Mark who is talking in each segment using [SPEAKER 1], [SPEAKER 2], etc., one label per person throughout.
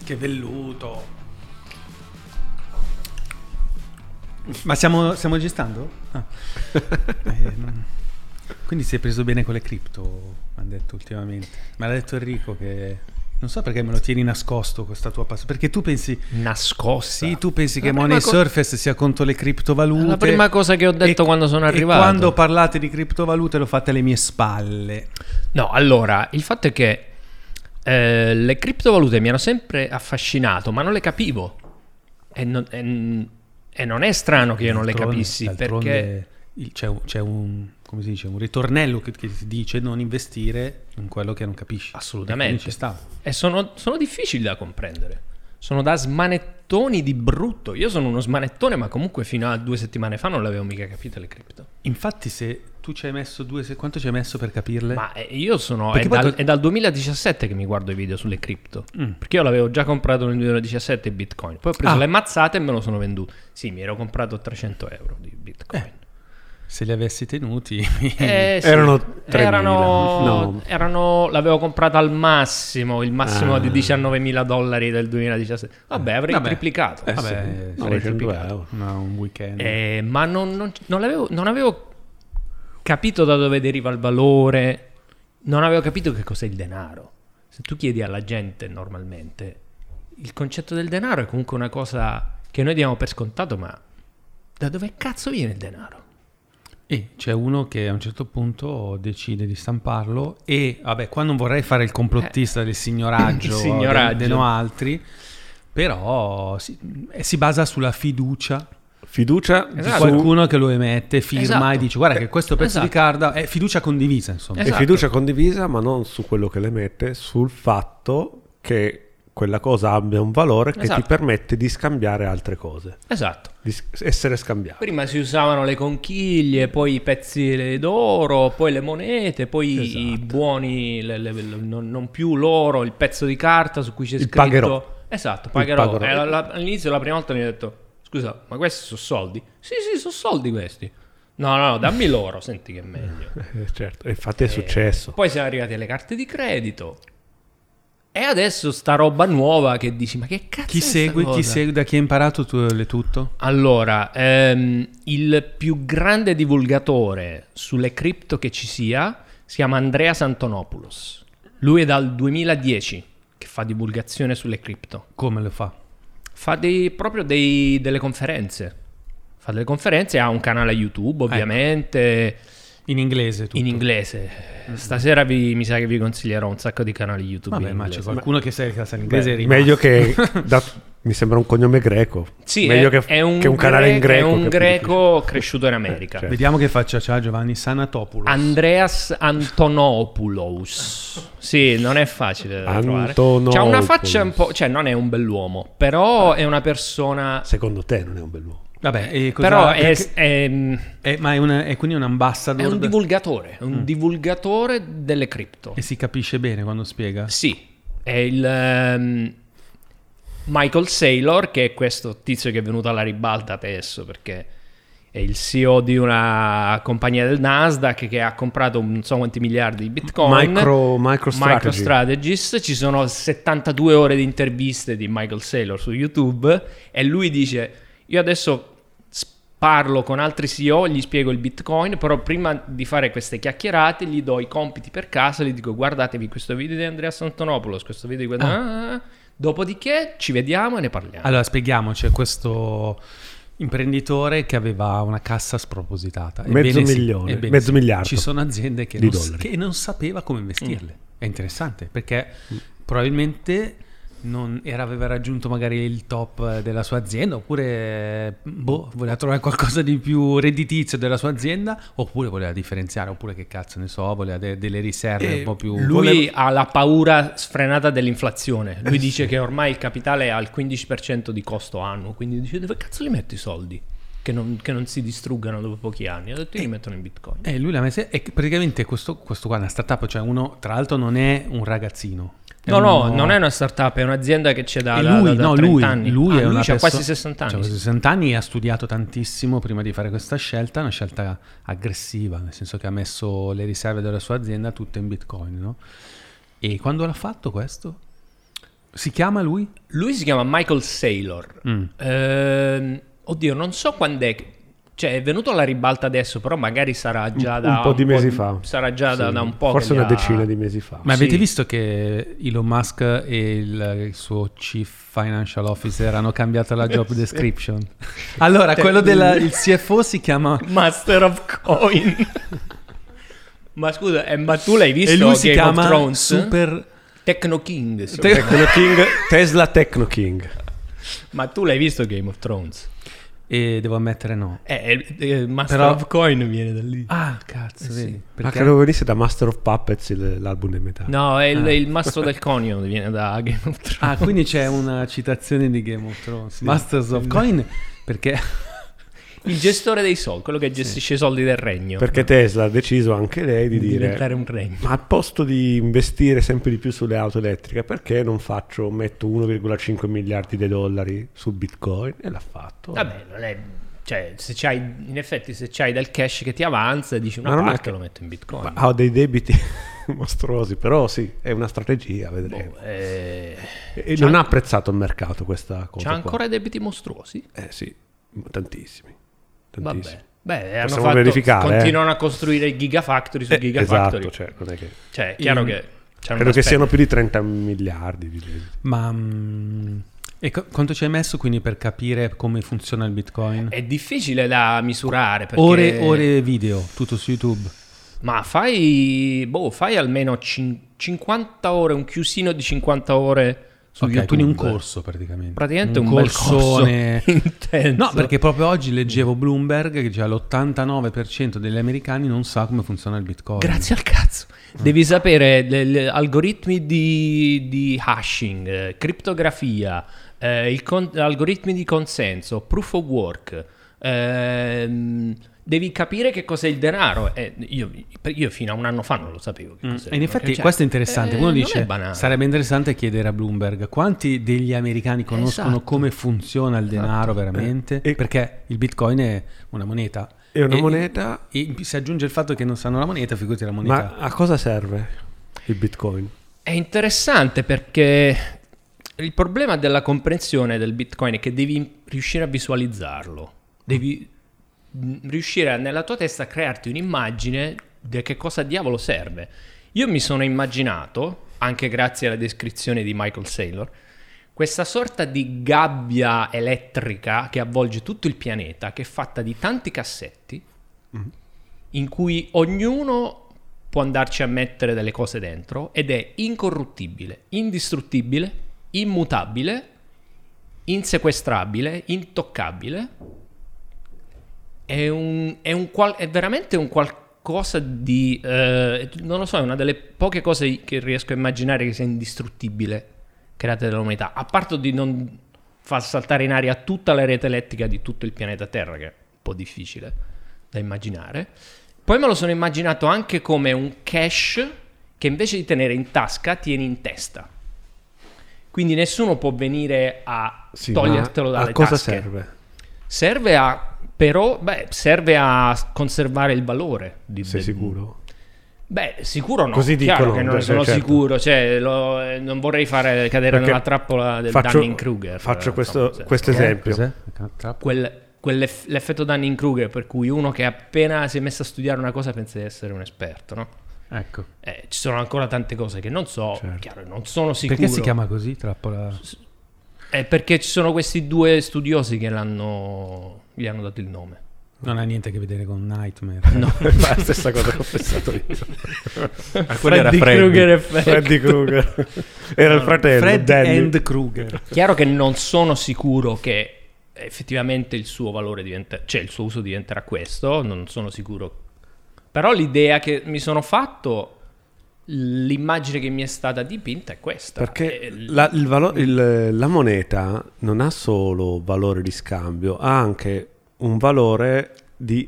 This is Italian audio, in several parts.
[SPEAKER 1] Che velluto. Ma stiamo registrando? Ah. Quindi si è preso bene con le cripto, mi hanno detto ultimamente. Me l'ha detto Enrico che... Non so perché me lo tieni nascosto questa tua passione. Perché tu pensi...
[SPEAKER 2] Nascosta?
[SPEAKER 1] Sì, tu pensi che Money Surface sia contro le criptovalute.
[SPEAKER 2] La prima cosa che ho detto quando sono arrivato.
[SPEAKER 1] E quando parlate di criptovalute lo fate alle mie spalle.
[SPEAKER 2] No, allora, il fatto è che le criptovalute mi hanno sempre affascinato, ma non le capivo. E non è strano che io non le capissi, perché...
[SPEAKER 1] C'è un, come si dice, un ritornello che ti dice non investire in quello che non capisci.
[SPEAKER 2] Assolutamente.
[SPEAKER 1] Ci sta.
[SPEAKER 2] E sono difficili da comprendere. Sono da smanettoni di brutto. Io sono uno smanettone, ma comunque fino a 2 settimane fa non l'avevo mica capito le cripto.
[SPEAKER 1] Infatti se tu ci hai messo quanto ci hai messo per capirle?
[SPEAKER 2] Ma io sono... È dal 2017 che mi guardo i video sulle cripto. Perché io l'avevo già comprato nel 2017 il Bitcoin. Poi ho preso le mazzate e me lo sono venduto. Sì, mi ero comprato 300 euro di Bitcoin.
[SPEAKER 1] Se li avessi tenuti
[SPEAKER 2] sì.
[SPEAKER 3] Erano 3.000
[SPEAKER 2] l'avevo comprata al massimo, il massimo di $19.000 del 2017. Vabbè, avrei triplicato.
[SPEAKER 1] Vabbè,
[SPEAKER 2] avrei triplicato.
[SPEAKER 1] Un weekend.
[SPEAKER 2] Ma non avevo capito da dove deriva il valore, non avevo capito che cos'è il denaro. Se tu chiedi alla gente normalmente, il concetto del denaro è comunque una cosa che noi diamo per scontato, ma da dove cazzo viene il denaro?
[SPEAKER 1] E c'è uno che a un certo punto decide di stamparlo e, vabbè, qua non vorrei fare il complottista del signoraggio, o altri, però si basa sulla fiducia di qualcuno che lo emette, firma e dice guarda che questo pezzo di carta è fiducia condivisa, insomma.
[SPEAKER 3] È fiducia condivisa, ma non su quello che l'emette, sul fatto che quella cosa abbia un valore che ti permette di scambiare altre cose.
[SPEAKER 2] Esatto.
[SPEAKER 3] Di essere scambiato.
[SPEAKER 2] Prima si usavano le conchiglie, poi i pezzi d'oro, poi le monete, poi i buoni, non più l'oro, il pezzo di carta su cui c'è scritto...
[SPEAKER 3] Pagherò.
[SPEAKER 2] Esatto, pagherò. All'inizio la prima volta mi ha detto, scusa, ma questi sono soldi? Sì, sono soldi questi. No, dammi l'oro, senti che è meglio.
[SPEAKER 3] Certo, infatti è successo.
[SPEAKER 2] Poi siamo arrivati alle carte di credito. E adesso sta roba nuova che dici, ma che cazzo
[SPEAKER 1] chi segue, da chi hai imparato tutto?
[SPEAKER 2] Allora, il più grande divulgatore sulle cripto che ci sia si chiama Andreas Antonopoulos. Lui è dal 2010 che fa divulgazione sulle cripto.
[SPEAKER 1] Come lo fa?
[SPEAKER 2] Fa delle conferenze. Fa delle conferenze, ha un canale YouTube ovviamente.
[SPEAKER 1] In inglese tutto.
[SPEAKER 2] In inglese. Stasera mi sa che vi consiglierò un sacco di canali YouTube.
[SPEAKER 1] Vabbè, ma c'è qualcuno che sa in inglese.
[SPEAKER 3] Meglio che mi sembra un cognome greco.
[SPEAKER 2] Sì,
[SPEAKER 3] meglio
[SPEAKER 2] è un
[SPEAKER 3] canale in greco.
[SPEAKER 2] È un greco cresciuto in America.
[SPEAKER 1] Certo. Vediamo che faccia c'ha Giovanni Sanatopoulos.
[SPEAKER 2] Andreas Antonopoulos. Sì, non è facile da trovare. C'ha una faccia un po', cioè non è un bell'uomo, però è una persona.
[SPEAKER 3] Secondo te non è un bell'uomo?
[SPEAKER 2] Vabbè, però è
[SPEAKER 1] quindi un ambassador.
[SPEAKER 2] È un divulgatore, divulgatore delle cripto.
[SPEAKER 1] E si capisce bene quando spiega?
[SPEAKER 2] Sì, è il Michael Saylor, che è questo tizio che è venuto alla ribalta adesso, perché è il CEO di una compagnia del Nasdaq che ha comprato non so quanti miliardi di Bitcoin. MicroStrategies. Ci sono 72 ore di interviste di Michael Saylor su YouTube e lui dice: io adesso parlo con altri CEO, gli spiego il Bitcoin, però prima di fare queste chiacchierate gli do i compiti per casa, gli dico guardatevi questo video di Andreas Antonopoulos, questo video di dopodiché ci vediamo e ne parliamo.
[SPEAKER 1] Allora spieghiamo, c'è questo imprenditore che aveva una cassa spropositata.
[SPEAKER 3] Mezzo miliardo.
[SPEAKER 1] Ci sono aziende che non sapeva come investirle. È interessante perché probabilmente aveva raggiunto magari il top della sua azienda, oppure voleva trovare qualcosa di più redditizio della sua azienda, oppure voleva differenziare, oppure che cazzo ne so, voleva delle riserve un po' più.
[SPEAKER 2] Lui ha la paura sfrenata dell'inflazione. Lui dice che ormai il capitale ha il 15% di costo annuo, quindi dice dove cazzo li metto i soldi? Che non si distruggano dopo pochi anni. Ha detto io li mettono in Bitcoin.
[SPEAKER 1] Lui l'ha messa, e praticamente questo qua è una startup, cioè uno tra l'altro non è un ragazzino.
[SPEAKER 2] Non è una startup, è un'azienda che c'è da 30 anni.
[SPEAKER 1] Lui
[SPEAKER 2] ha quasi 60 anni.
[SPEAKER 1] Ha quasi 60 anni e ha studiato tantissimo prima di fare questa scelta, una scelta aggressiva, nel senso che ha messo le riserve della sua azienda tutte in Bitcoin, no? E quando l'ha fatto questo? Si chiama lui?
[SPEAKER 2] Lui si chiama Michael Saylor. Oddio, non so quando è. Cioè, è venuto alla ribalta adesso, però magari sarà già da
[SPEAKER 3] un po' di mesi fa.
[SPEAKER 2] Sarà già da un po'.
[SPEAKER 3] Forse una decina di mesi fa.
[SPEAKER 1] Ma avete visto che Elon Musk e il suo Chief Financial Officer hanno cambiato la job description? Allora, quello del CFO si chiama
[SPEAKER 2] Master of Coin. Ma scusa, ma tu l'hai visto?
[SPEAKER 1] E lui si
[SPEAKER 2] Game
[SPEAKER 1] chiama
[SPEAKER 2] of Thrones?
[SPEAKER 1] Super
[SPEAKER 2] Techno King.
[SPEAKER 3] Tesla Techno King.
[SPEAKER 2] Ma tu l'hai visto Game of Thrones?
[SPEAKER 1] E devo ammettere no.
[SPEAKER 2] Master of Coin viene da lì.
[SPEAKER 1] Ah, cazzo, vedi?
[SPEAKER 3] Ma
[SPEAKER 1] Perché
[SPEAKER 3] credo venisse da Master of Puppets l'album di metà.
[SPEAKER 2] No, è il Mastro del Conio viene da Game of Thrones.
[SPEAKER 1] Ah, quindi c'è una citazione di Game of Thrones. Sì. Masters of Coin, perché
[SPEAKER 2] il gestore dei soldi, quello che gestisce i soldi del regno.
[SPEAKER 3] Perché Tesla ha deciso anche lei di
[SPEAKER 2] diventare un regno.
[SPEAKER 3] Ma al posto di investire sempre di più sulle auto elettriche, perché non metto 1,5 miliardi di dollari su Bitcoin? E l'ha fatto.
[SPEAKER 2] Vabbè, non è... Cioè, se c'hai del cash che ti avanza, dici una parte lo metto in Bitcoin.
[SPEAKER 3] Ha dei debiti mostruosi, però sì, è una strategia, vedremo. E non ha apprezzato il mercato questa cosa.
[SPEAKER 2] C'ha ancora debiti mostruosi?
[SPEAKER 3] Sì, tantissimi.
[SPEAKER 2] Vabbè. Beh,
[SPEAKER 3] possiamo verificare.
[SPEAKER 2] Continuano a costruire i gigafactory su gigafactory.
[SPEAKER 3] Esatto, cioè, non è che...
[SPEAKER 2] Cioè, è chiaro che...
[SPEAKER 3] Credo che siano più di 30 miliardi di debiti.
[SPEAKER 1] Ma... E quanto ci hai messo quindi per capire come funziona il Bitcoin?
[SPEAKER 2] È difficile da misurare perché...
[SPEAKER 1] Ore video, tutto su YouTube.
[SPEAKER 2] Ma fai almeno 50 ore, un chiusino di 50 ore su YouTube.
[SPEAKER 1] Quindi un corso praticamente.
[SPEAKER 2] Praticamente un bel corso intenso.
[SPEAKER 1] No, perché proprio oggi leggevo Bloomberg che diceva l'89% degli americani non sa come funziona il Bitcoin.
[SPEAKER 2] Grazie al cazzo. Devi sapere gli algoritmi di hashing, criptografia, algoritmi di consenso, proof of work. Devi capire che cos'è il denaro. Io fino a un anno fa non lo sapevo.
[SPEAKER 1] E in effetti questo è interessante. Uno dice sarebbe interessante chiedere a Bloomberg quanti degli americani conoscono come funziona il denaro veramente, perché il Bitcoin è una moneta.
[SPEAKER 3] È una moneta.
[SPEAKER 1] E si aggiunge il fatto che non sanno la moneta, figurati la moneta.
[SPEAKER 3] Ma a cosa serve il Bitcoin?
[SPEAKER 2] È interessante perché il problema della comprensione del Bitcoin è che devi riuscire a visualizzarlo. Devi riuscire nella tua testa a crearti un'immagine di che cosa diavolo serve. Io mi sono immaginato, anche grazie alla descrizione di Michael Saylor, questa sorta di gabbia elettrica che avvolge tutto il pianeta, che è fatta di tanti cassetti in cui ognuno può andarci a mettere delle cose dentro ed è incorruttibile, indistruttibile, immutabile, insequestrabile, intoccabile. È veramente un qualcosa di... non lo so, è una delle poche cose che riesco a immaginare che sia indistruttibile create dall'umanità, a parte di non far saltare in aria tutta la rete elettrica di tutto il pianeta Terra, che è un po' difficile da immaginare. Poi me lo sono immaginato anche come un cash che invece di tenere in tasca tieni in testa. Quindi nessuno può venire a togliertelo dalle tasche.
[SPEAKER 3] A cosa serve?
[SPEAKER 2] Serve a conservare il valore.
[SPEAKER 3] Sei sicuro?
[SPEAKER 2] Beh, sicuro no.
[SPEAKER 3] Così
[SPEAKER 2] chiaro
[SPEAKER 3] dicono,
[SPEAKER 2] che non sono sicuro. Cioè, non vorrei fare cadere nella trappola del Dunning-Kruger.
[SPEAKER 3] Faccio questo esempio.
[SPEAKER 2] L'effetto Dunning-Kruger, per cui uno che appena si è messo a studiare una cosa pensa di essere un esperto, no?
[SPEAKER 1] Ecco.
[SPEAKER 2] Ci sono ancora tante cose che non so, chiaro, non sono sicuro.
[SPEAKER 1] Perché si chiama così, trappola?
[SPEAKER 2] Perché ci sono questi due studiosi che gli hanno dato il nome.
[SPEAKER 1] Non ha niente a che vedere con Nightmare.
[SPEAKER 2] No,
[SPEAKER 3] è la stessa cosa che ho pensato io.
[SPEAKER 2] Freddy Krueger
[SPEAKER 3] Freddy Krueger. Era il fratello.
[SPEAKER 1] Freddy and Krueger.
[SPEAKER 2] Chiaro che non sono sicuro che effettivamente il suo valore il suo uso diventerà questo, non sono sicuro. Però l'idea che mi sono fatto, l'immagine che mi è stata dipinta è questa.
[SPEAKER 3] Perché la moneta non ha solo valore di scambio, ha anche un valore di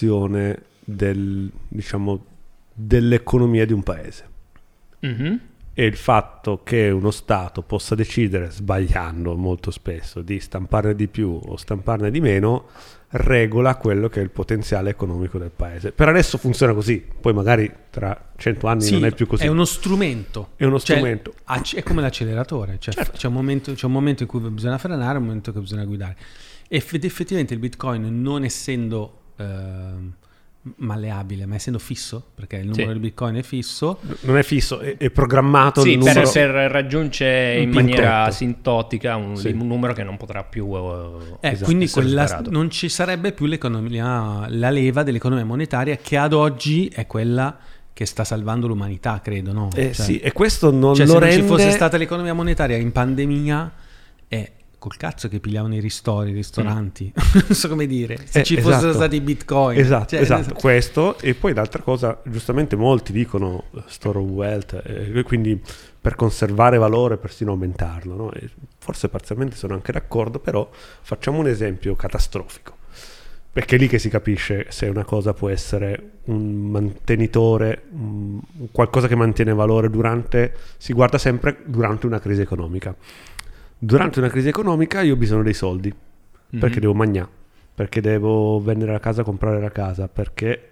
[SPEAKER 3] regolazione dell'economia di un paese.
[SPEAKER 2] Mm-hmm.
[SPEAKER 3] E il fatto che uno Stato possa decidere, sbagliando molto spesso, di stamparne di più o stamparne di meno, regola quello che è il potenziale economico del paese. Per adesso funziona così, poi magari tra 100 anni non è più così.
[SPEAKER 1] È uno strumento.
[SPEAKER 3] È uno strumento.
[SPEAKER 1] È come l'acceleratore, cioè
[SPEAKER 3] certo.
[SPEAKER 1] c'è un momento in cui bisogna frenare, un momento in cui bisogna guidare. Effettivamente il Bitcoin, non essendo malleabile, ma essendo fisso, perché il numero di Bitcoin è fisso.
[SPEAKER 3] Non è fisso, è programmato.
[SPEAKER 2] Sì,
[SPEAKER 3] il numero...
[SPEAKER 2] per raggiungere in maniera asintotica un numero che non potrà più
[SPEAKER 1] quindi non ci sarebbe più l'economia, la leva dell'economia monetaria, che ad oggi è quella che sta salvando l'umanità, credo, no?
[SPEAKER 3] Sì, e questo non lo
[SPEAKER 1] se
[SPEAKER 3] rende...
[SPEAKER 1] non ci fosse stata l'economia monetaria in pandemia, col cazzo che pigliavano i ristoranti, non so come dire, se ci fossero stati i Bitcoin.
[SPEAKER 3] Esatto, questo. E poi l'altra cosa, giustamente molti dicono store of wealth, quindi per conservare valore, persino aumentarlo, no? E forse parzialmente sono anche d'accordo, però facciamo un esempio catastrofico, perché è lì che si capisce se una cosa può essere un mantenitore, qualcosa che mantiene valore si guarda sempre durante una crisi economica. Durante una crisi economica io ho bisogno dei soldi, perché devo mangiare, perché devo vendere la casa, comprare la casa, perché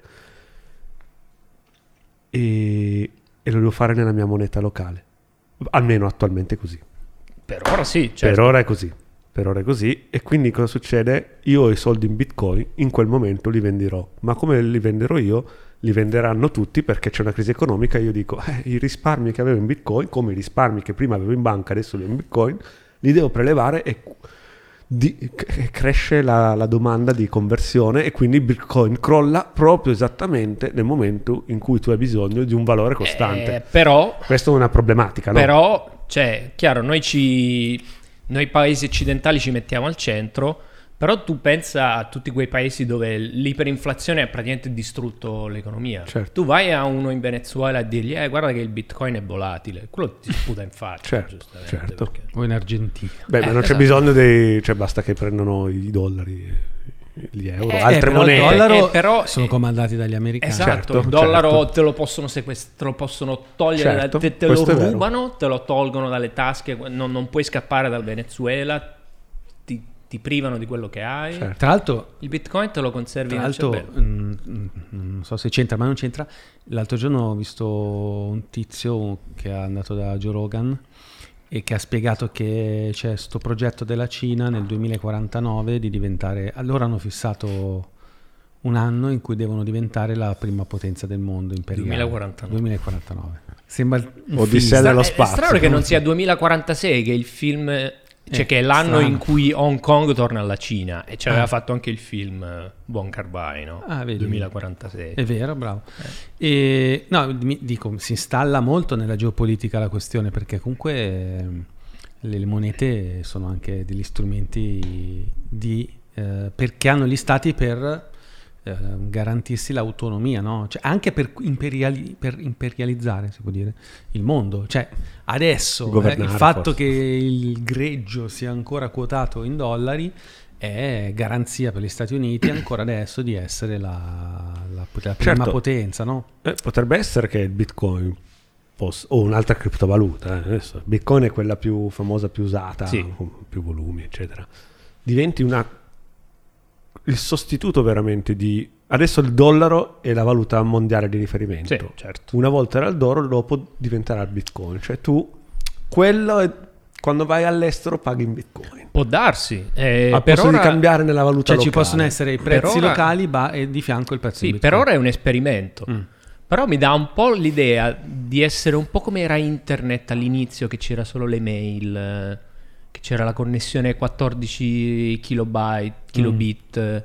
[SPEAKER 3] e lo devo fare nella mia moneta locale, almeno attualmente è così.
[SPEAKER 2] Per ora sì, certo.
[SPEAKER 3] Per ora è così, e quindi cosa succede? Io ho i soldi in Bitcoin, in quel momento li venderò, ma come li venderò io? Li venderanno tutti, perché c'è una crisi economica. Io dico, i risparmi che avevo in Bitcoin, come i risparmi che prima avevo in banca, adesso li ho in Bitcoin, li devo prelevare, e cresce la domanda di conversione, e quindi il Bitcoin crolla proprio esattamente nel momento in cui tu hai bisogno di un valore costante.
[SPEAKER 2] Però
[SPEAKER 3] questa è una problematica, no?
[SPEAKER 2] Però, chiaro, noi paesi occidentali ci mettiamo al centro, però tu pensa a tutti quei paesi dove l'iperinflazione ha praticamente distrutto l'economia.
[SPEAKER 3] Certo.
[SPEAKER 2] Tu vai a uno in Venezuela a dirgli guarda che il Bitcoin è volatile, quello ti sputa in faccia.
[SPEAKER 3] Certo.
[SPEAKER 1] O in Argentina.
[SPEAKER 3] Ma non c'è bisogno basta che prendano i dollari, gli euro, altre monete.
[SPEAKER 1] Il dollaro però sono comandati dagli americani.
[SPEAKER 2] Esatto, il dollaro te lo possono sequestrare, te lo possono togliere, te lo rubano, te lo tolgono dalle tasche, non puoi scappare dal Venezuela, ti privano di quello che hai.
[SPEAKER 3] Certo.
[SPEAKER 2] Tra l'altro il Bitcoin te lo conservi nel cervello.
[SPEAKER 1] Non so se c'entra, ma non c'entra. L'altro giorno ho visto un tizio che è andato da Joe Rogan e che ha spiegato che c'è sto progetto della Cina nel 2049 di diventare, allora hanno fissato un anno in cui devono diventare la prima potenza del mondo imperiale. 2049. Sembra
[SPEAKER 3] Odissea nello spazio.
[SPEAKER 2] È strano che non sia 2046, che il film... Cioè che è l'anno in cui Hong Kong torna alla Cina, e ci aveva fatto anche il film Wong Kar-wai, no? 2046.
[SPEAKER 1] È vero, bravo. E, no, dico, si installa molto nella geopolitica la questione, perché comunque le monete sono anche degli strumenti perché hanno gli stati per garantirsi l'autonomia, no? Cioè, anche per imperializzare, si può dire, il mondo. Cioè, adesso il fatto che il greggio sia ancora quotato in dollari è garanzia per gli Stati Uniti ancora adesso di essere la prima potenza, no?
[SPEAKER 3] Potrebbe essere che il Bitcoin o un'altra criptovaluta, adesso Bitcoin è quella più famosa, più usata, con più volumi, eccetera, diventi il sostituto veramente di... Adesso il dollaro è la valuta mondiale di riferimento.
[SPEAKER 2] Sì, certo.
[SPEAKER 3] Una volta era il dollaro, dopo diventerà il Bitcoin. Cioè tu, quando vai all'estero paghi in Bitcoin.
[SPEAKER 2] Può darsi.
[SPEAKER 3] Ma posso cambiare nella valuta locale.
[SPEAKER 1] Ci possono essere i prezzi locali e di fianco il prezzo di Bitcoin.
[SPEAKER 2] Per ora è un esperimento. Però mi dà un po' l'idea di essere un po' come era internet all'inizio, che c'era solo le mail... che c'era la connessione 14 kilobit.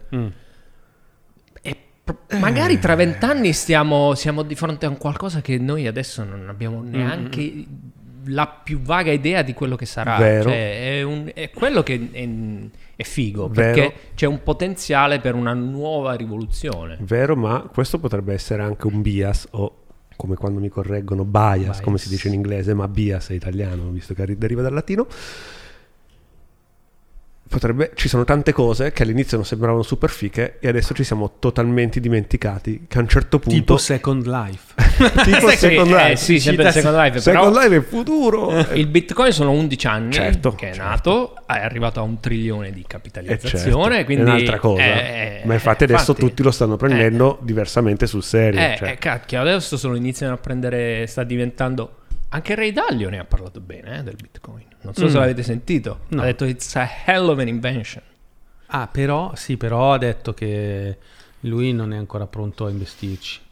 [SPEAKER 2] E magari tra 20 anni siamo di fronte a un qualcosa che noi adesso non abbiamo neanche la più vaga idea di quello che sarà. Cioè, è quello che è figo, perché c'è un potenziale per una nuova rivoluzione.
[SPEAKER 3] Vero, ma questo potrebbe essere anche un bias, o come quando mi correggono bias, come si dice in inglese, ma bias è italiano, visto che deriva dal latino. ci sono tante cose che all'inizio non sembravano super fiche e adesso ci siamo totalmente dimenticati che a un certo punto
[SPEAKER 1] tipo Second Life
[SPEAKER 3] tipo Second Life
[SPEAKER 2] sì, sempre Second Life,
[SPEAKER 3] Second
[SPEAKER 2] però
[SPEAKER 3] Life è futuro.
[SPEAKER 2] Il Bitcoin sono 11 anni
[SPEAKER 3] certo,
[SPEAKER 2] che è
[SPEAKER 3] certo.
[SPEAKER 2] nato, è arrivato a 1 trilione di capitalizzazione,
[SPEAKER 3] certo.
[SPEAKER 2] quindi
[SPEAKER 3] è un'altra cosa, ma infatti adesso tutti lo stanno prendendo diversamente sul serio,
[SPEAKER 2] cacchio, adesso se lo iniziano a prendere, sta diventando. Anche Ray Dalio ne ha parlato bene del Bitcoin. Non so se l'avete sentito.
[SPEAKER 1] No.
[SPEAKER 2] Ha detto it's a hell of an invention.
[SPEAKER 1] Però ha detto che lui non è ancora pronto a investirci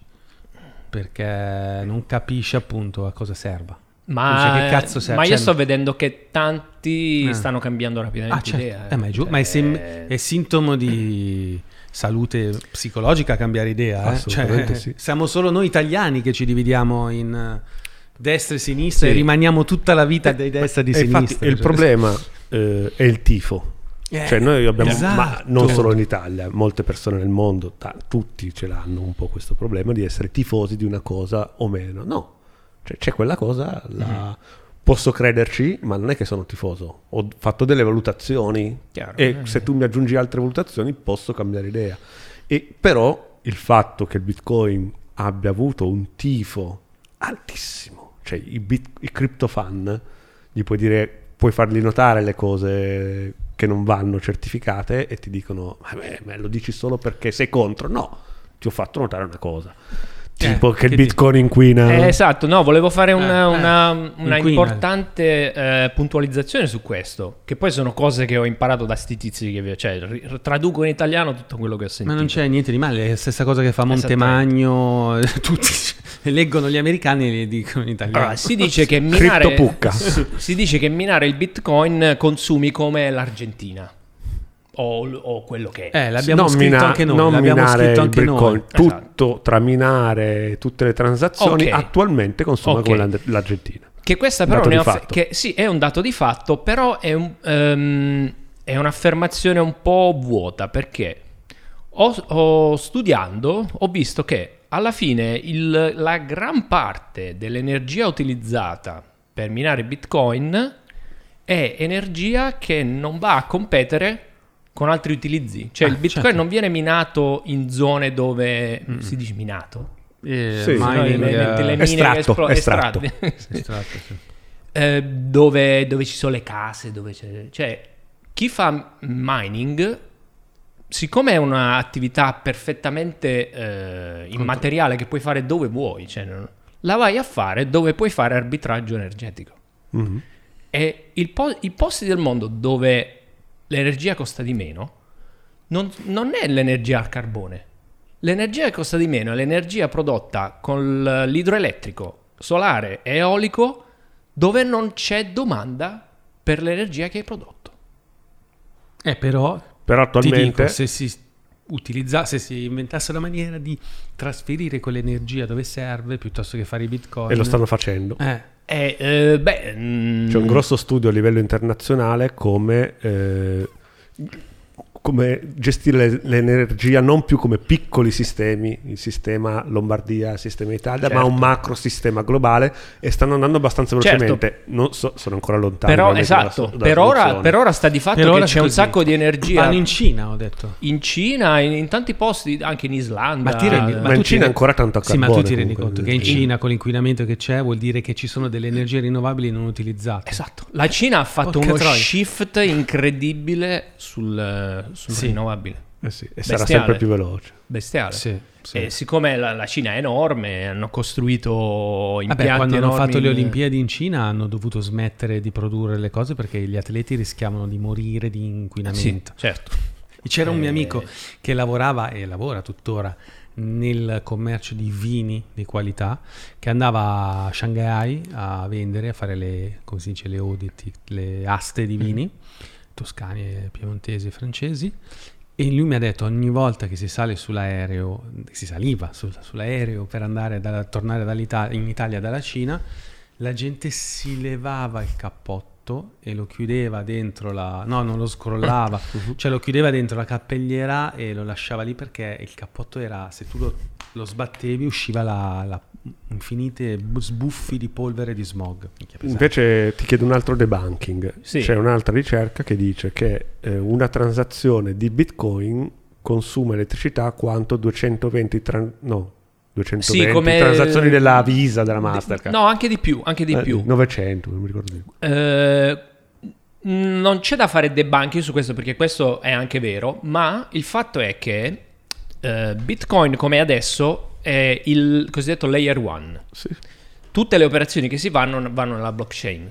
[SPEAKER 1] perché non capisce appunto a cosa serva.
[SPEAKER 2] Ma,
[SPEAKER 1] che cazzo serve?
[SPEAKER 2] Ma io sto vedendo che tanti stanno cambiando rapidamente
[SPEAKER 1] certo.
[SPEAKER 2] idea.
[SPEAKER 1] Ma è sintomo di salute psicologica cambiare idea.
[SPEAKER 3] Assolutamente sì.
[SPEAKER 1] Siamo solo noi italiani che ci dividiamo in destra e sinistra e rimaniamo tutta la vita di destra e di sinistra.
[SPEAKER 3] Infatti il problema è il tifo. Cioè noi abbiamo, ma non solo in Italia, molte persone nel mondo, tutti ce l'hanno un po' questo problema di essere tifosi di una cosa o meno. No, cioè, c'è quella cosa, posso crederci, ma non è che sono tifoso. Ho fatto delle valutazioni e se tu mi aggiungi altre valutazioni posso cambiare idea. E però il fatto che il Bitcoin abbia avuto un tifo altissimo, cioè i crypto fan, gli puoi fargli notare le cose che non vanno certificate e ti dicono ma lo dici solo perché sei contro. No, ti ho fatto notare una cosa, tipo che il Bitcoin inquina.
[SPEAKER 2] Esatto, no, volevo fare una importante puntualizzazione su questo, che poi sono cose che ho imparato da sti tizi traduco in italiano tutto quello che ho sentito.
[SPEAKER 1] Ma non c'è niente di male, è la stessa cosa che fa Montemagno, tutti leggono gli americani e li dicono in italiano.
[SPEAKER 2] Allora, si dice che minare il Bitcoin consumi come l'Argentina o quello che è.
[SPEAKER 1] L'abbiamo scritto anche noi. Non minare il
[SPEAKER 3] Bitcoin, tutto tra minare tutte le transazioni attualmente consuma come l'Argentina.
[SPEAKER 2] Che questa però è un dato di fatto, però è un'affermazione un po' vuota, perché studiando ho visto che alla fine la gran parte dell'energia utilizzata per minare Bitcoin è energia che non va a competere con altri utilizzi. Cioè il Bitcoin non viene minato in zone dove si dice minato.
[SPEAKER 3] Estratto.
[SPEAKER 2] Dove ci sono le case, cioè chi fa mining, siccome è un'attività perfettamente immateriale che puoi fare dove vuoi, cioè la vai a fare dove puoi fare arbitraggio energetico. E i posti del mondo dove l'energia costa di meno non è l'energia al carbone. L'energia che costa di meno è l'energia prodotta con l'idroelettrico, solare e eolico, dove non c'è domanda per l'energia che hai prodotto.
[SPEAKER 1] Però
[SPEAKER 3] attualmente
[SPEAKER 1] ti dico, se si inventasse una maniera di trasferire quell'energia dove serve piuttosto che fare i Bitcoin,
[SPEAKER 3] e lo stanno facendo.
[SPEAKER 2] C'è
[SPEAKER 3] un grosso studio a livello internazionale come gestire l'energia non più come piccoli sistemi, il sistema Lombardia, il sistema Italia, ma un macro sistema globale, e stanno andando abbastanza velocemente. Non so, sono ancora lontani.
[SPEAKER 2] Però per ora sta di fatto che c'è un sacco di energia.
[SPEAKER 1] Vanno in Cina, ho detto.
[SPEAKER 2] In Cina, in tanti posti, anche in Islanda.
[SPEAKER 3] Ma in Cina è ancora tanto a carbone.
[SPEAKER 1] Sì, ma tu ti rendi conto che in Cina, con l'inquinamento che c'è, vuol dire che ci sono delle energie rinnovabili non utilizzate.
[SPEAKER 2] Esatto. La Cina ha fatto shift incredibile sul rinnovabile.
[SPEAKER 3] E sarà sempre più veloce.
[SPEAKER 2] Bestiale. E siccome la Cina è enorme, hanno costruito impianti
[SPEAKER 1] quando
[SPEAKER 2] enormi.
[SPEAKER 1] hanno fatto le Olimpiadi in Cina hanno dovuto smettere di produrre le cose perché gli atleti rischiavano di morire di inquinamento.
[SPEAKER 2] Certo.
[SPEAKER 1] C'era un mio amico che lavorava e lavora tuttora nel commercio di vini di qualità, che andava a Shanghai a vendere, a fare le audit, le aste di vini toscani, piemontesi e francesi, e lui mi ha detto ogni volta che si saliva sull'aereo per andare tornare in Italia dalla Cina, la gente si levava il cappotto e lo chiudeva dentro non lo scrollava, cioè lo chiudeva dentro la cappelliera e lo lasciava lì, perché il cappotto era, se tu lo lo sbattevi, usciva la infinite sbuffi di polvere di smog.
[SPEAKER 3] Invece ti chiedo un altro debunking.
[SPEAKER 2] Sì.
[SPEAKER 3] C'è un'altra ricerca che dice che una transazione di Bitcoin consuma elettricità quanto 220 transazioni della Visa, della Mastercard.
[SPEAKER 2] No, anche di più.
[SPEAKER 3] 900, non mi ricordo più.
[SPEAKER 2] Non c'è da fare debunking su questo, perché questo è anche vero, ma il fatto è che Bitcoin come adesso è il cosiddetto layer 1.
[SPEAKER 3] Sì.
[SPEAKER 2] Tutte le operazioni che si vanno nella blockchain.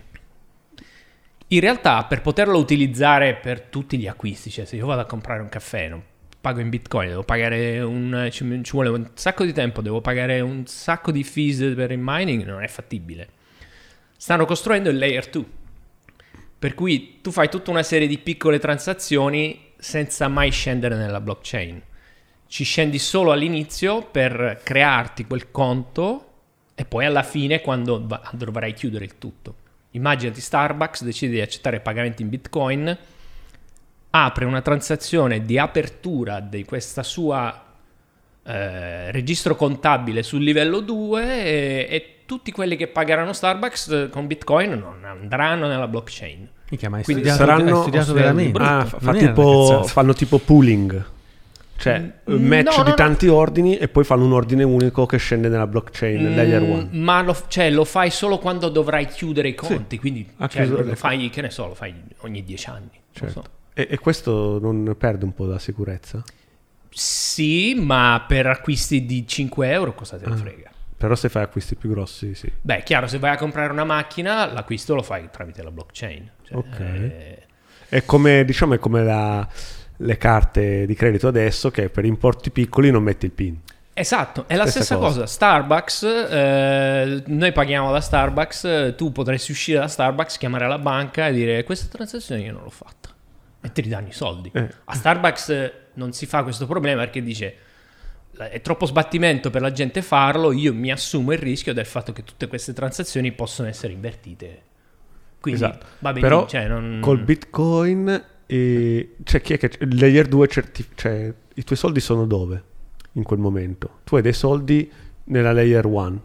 [SPEAKER 2] In realtà, per poterlo utilizzare per tutti gli acquisti, cioè se io vado a comprare un caffè, non pago in Bitcoin, devo pagare ci vuole un sacco di tempo, devo pagare un sacco di fees per il mining, non è fattibile. Stanno costruendo il layer 2, per cui tu fai tutta una serie di piccole transazioni senza mai scendere nella blockchain. Ci scendi solo all'inizio per crearti quel conto e poi alla fine, quando dovrai chiudere il tutto. Immaginati Starbucks decide di accettare pagamenti in Bitcoin, apre una transazione di apertura di questa sua registro contabile sul livello 2 e tutti quelli che pagheranno Starbucks con Bitcoin non andranno nella blockchain.
[SPEAKER 1] Ma
[SPEAKER 3] quindi studiato veramente. Fanno tipo pooling. Cioè, match di tanti ordini e poi fanno un ordine unico che scende nella blockchain layer 1.
[SPEAKER 2] Ma lo fai solo quando dovrai chiudere i conti, sì, quindi lo fai, che ne so, lo fai ogni 10 anni.
[SPEAKER 3] Certo. E questo non perde un po' la sicurezza?
[SPEAKER 2] Sì, ma per acquisti di 5 euro cosa te ne frega?
[SPEAKER 3] Però se fai acquisti più grossi, sì.
[SPEAKER 2] Beh, chiaro, se vai a comprare una macchina, l'acquisto lo fai tramite la blockchain. Cioè,
[SPEAKER 3] ok. È come, diciamo, è come le carte di credito adesso, che per importi piccoli non metti il PIN.
[SPEAKER 2] Esatto, è la stessa cosa. Starbucks, noi paghiamo da Starbucks, tu potresti uscire da Starbucks, chiamare la banca e dire questa transazione io non l'ho fatta e ti ridanno i soldi. A Starbucks non si fa questo problema perché dice è troppo sbattimento per la gente farlo, io mi assumo il rischio del fatto che tutte queste transazioni possono essere invertite. Quindi va bene,
[SPEAKER 3] però
[SPEAKER 2] cioè,
[SPEAKER 3] col Bitcoin cioè chi è che il layer 2 cioè i tuoi soldi sono dove in quel momento? Tu hai dei soldi nella layer 1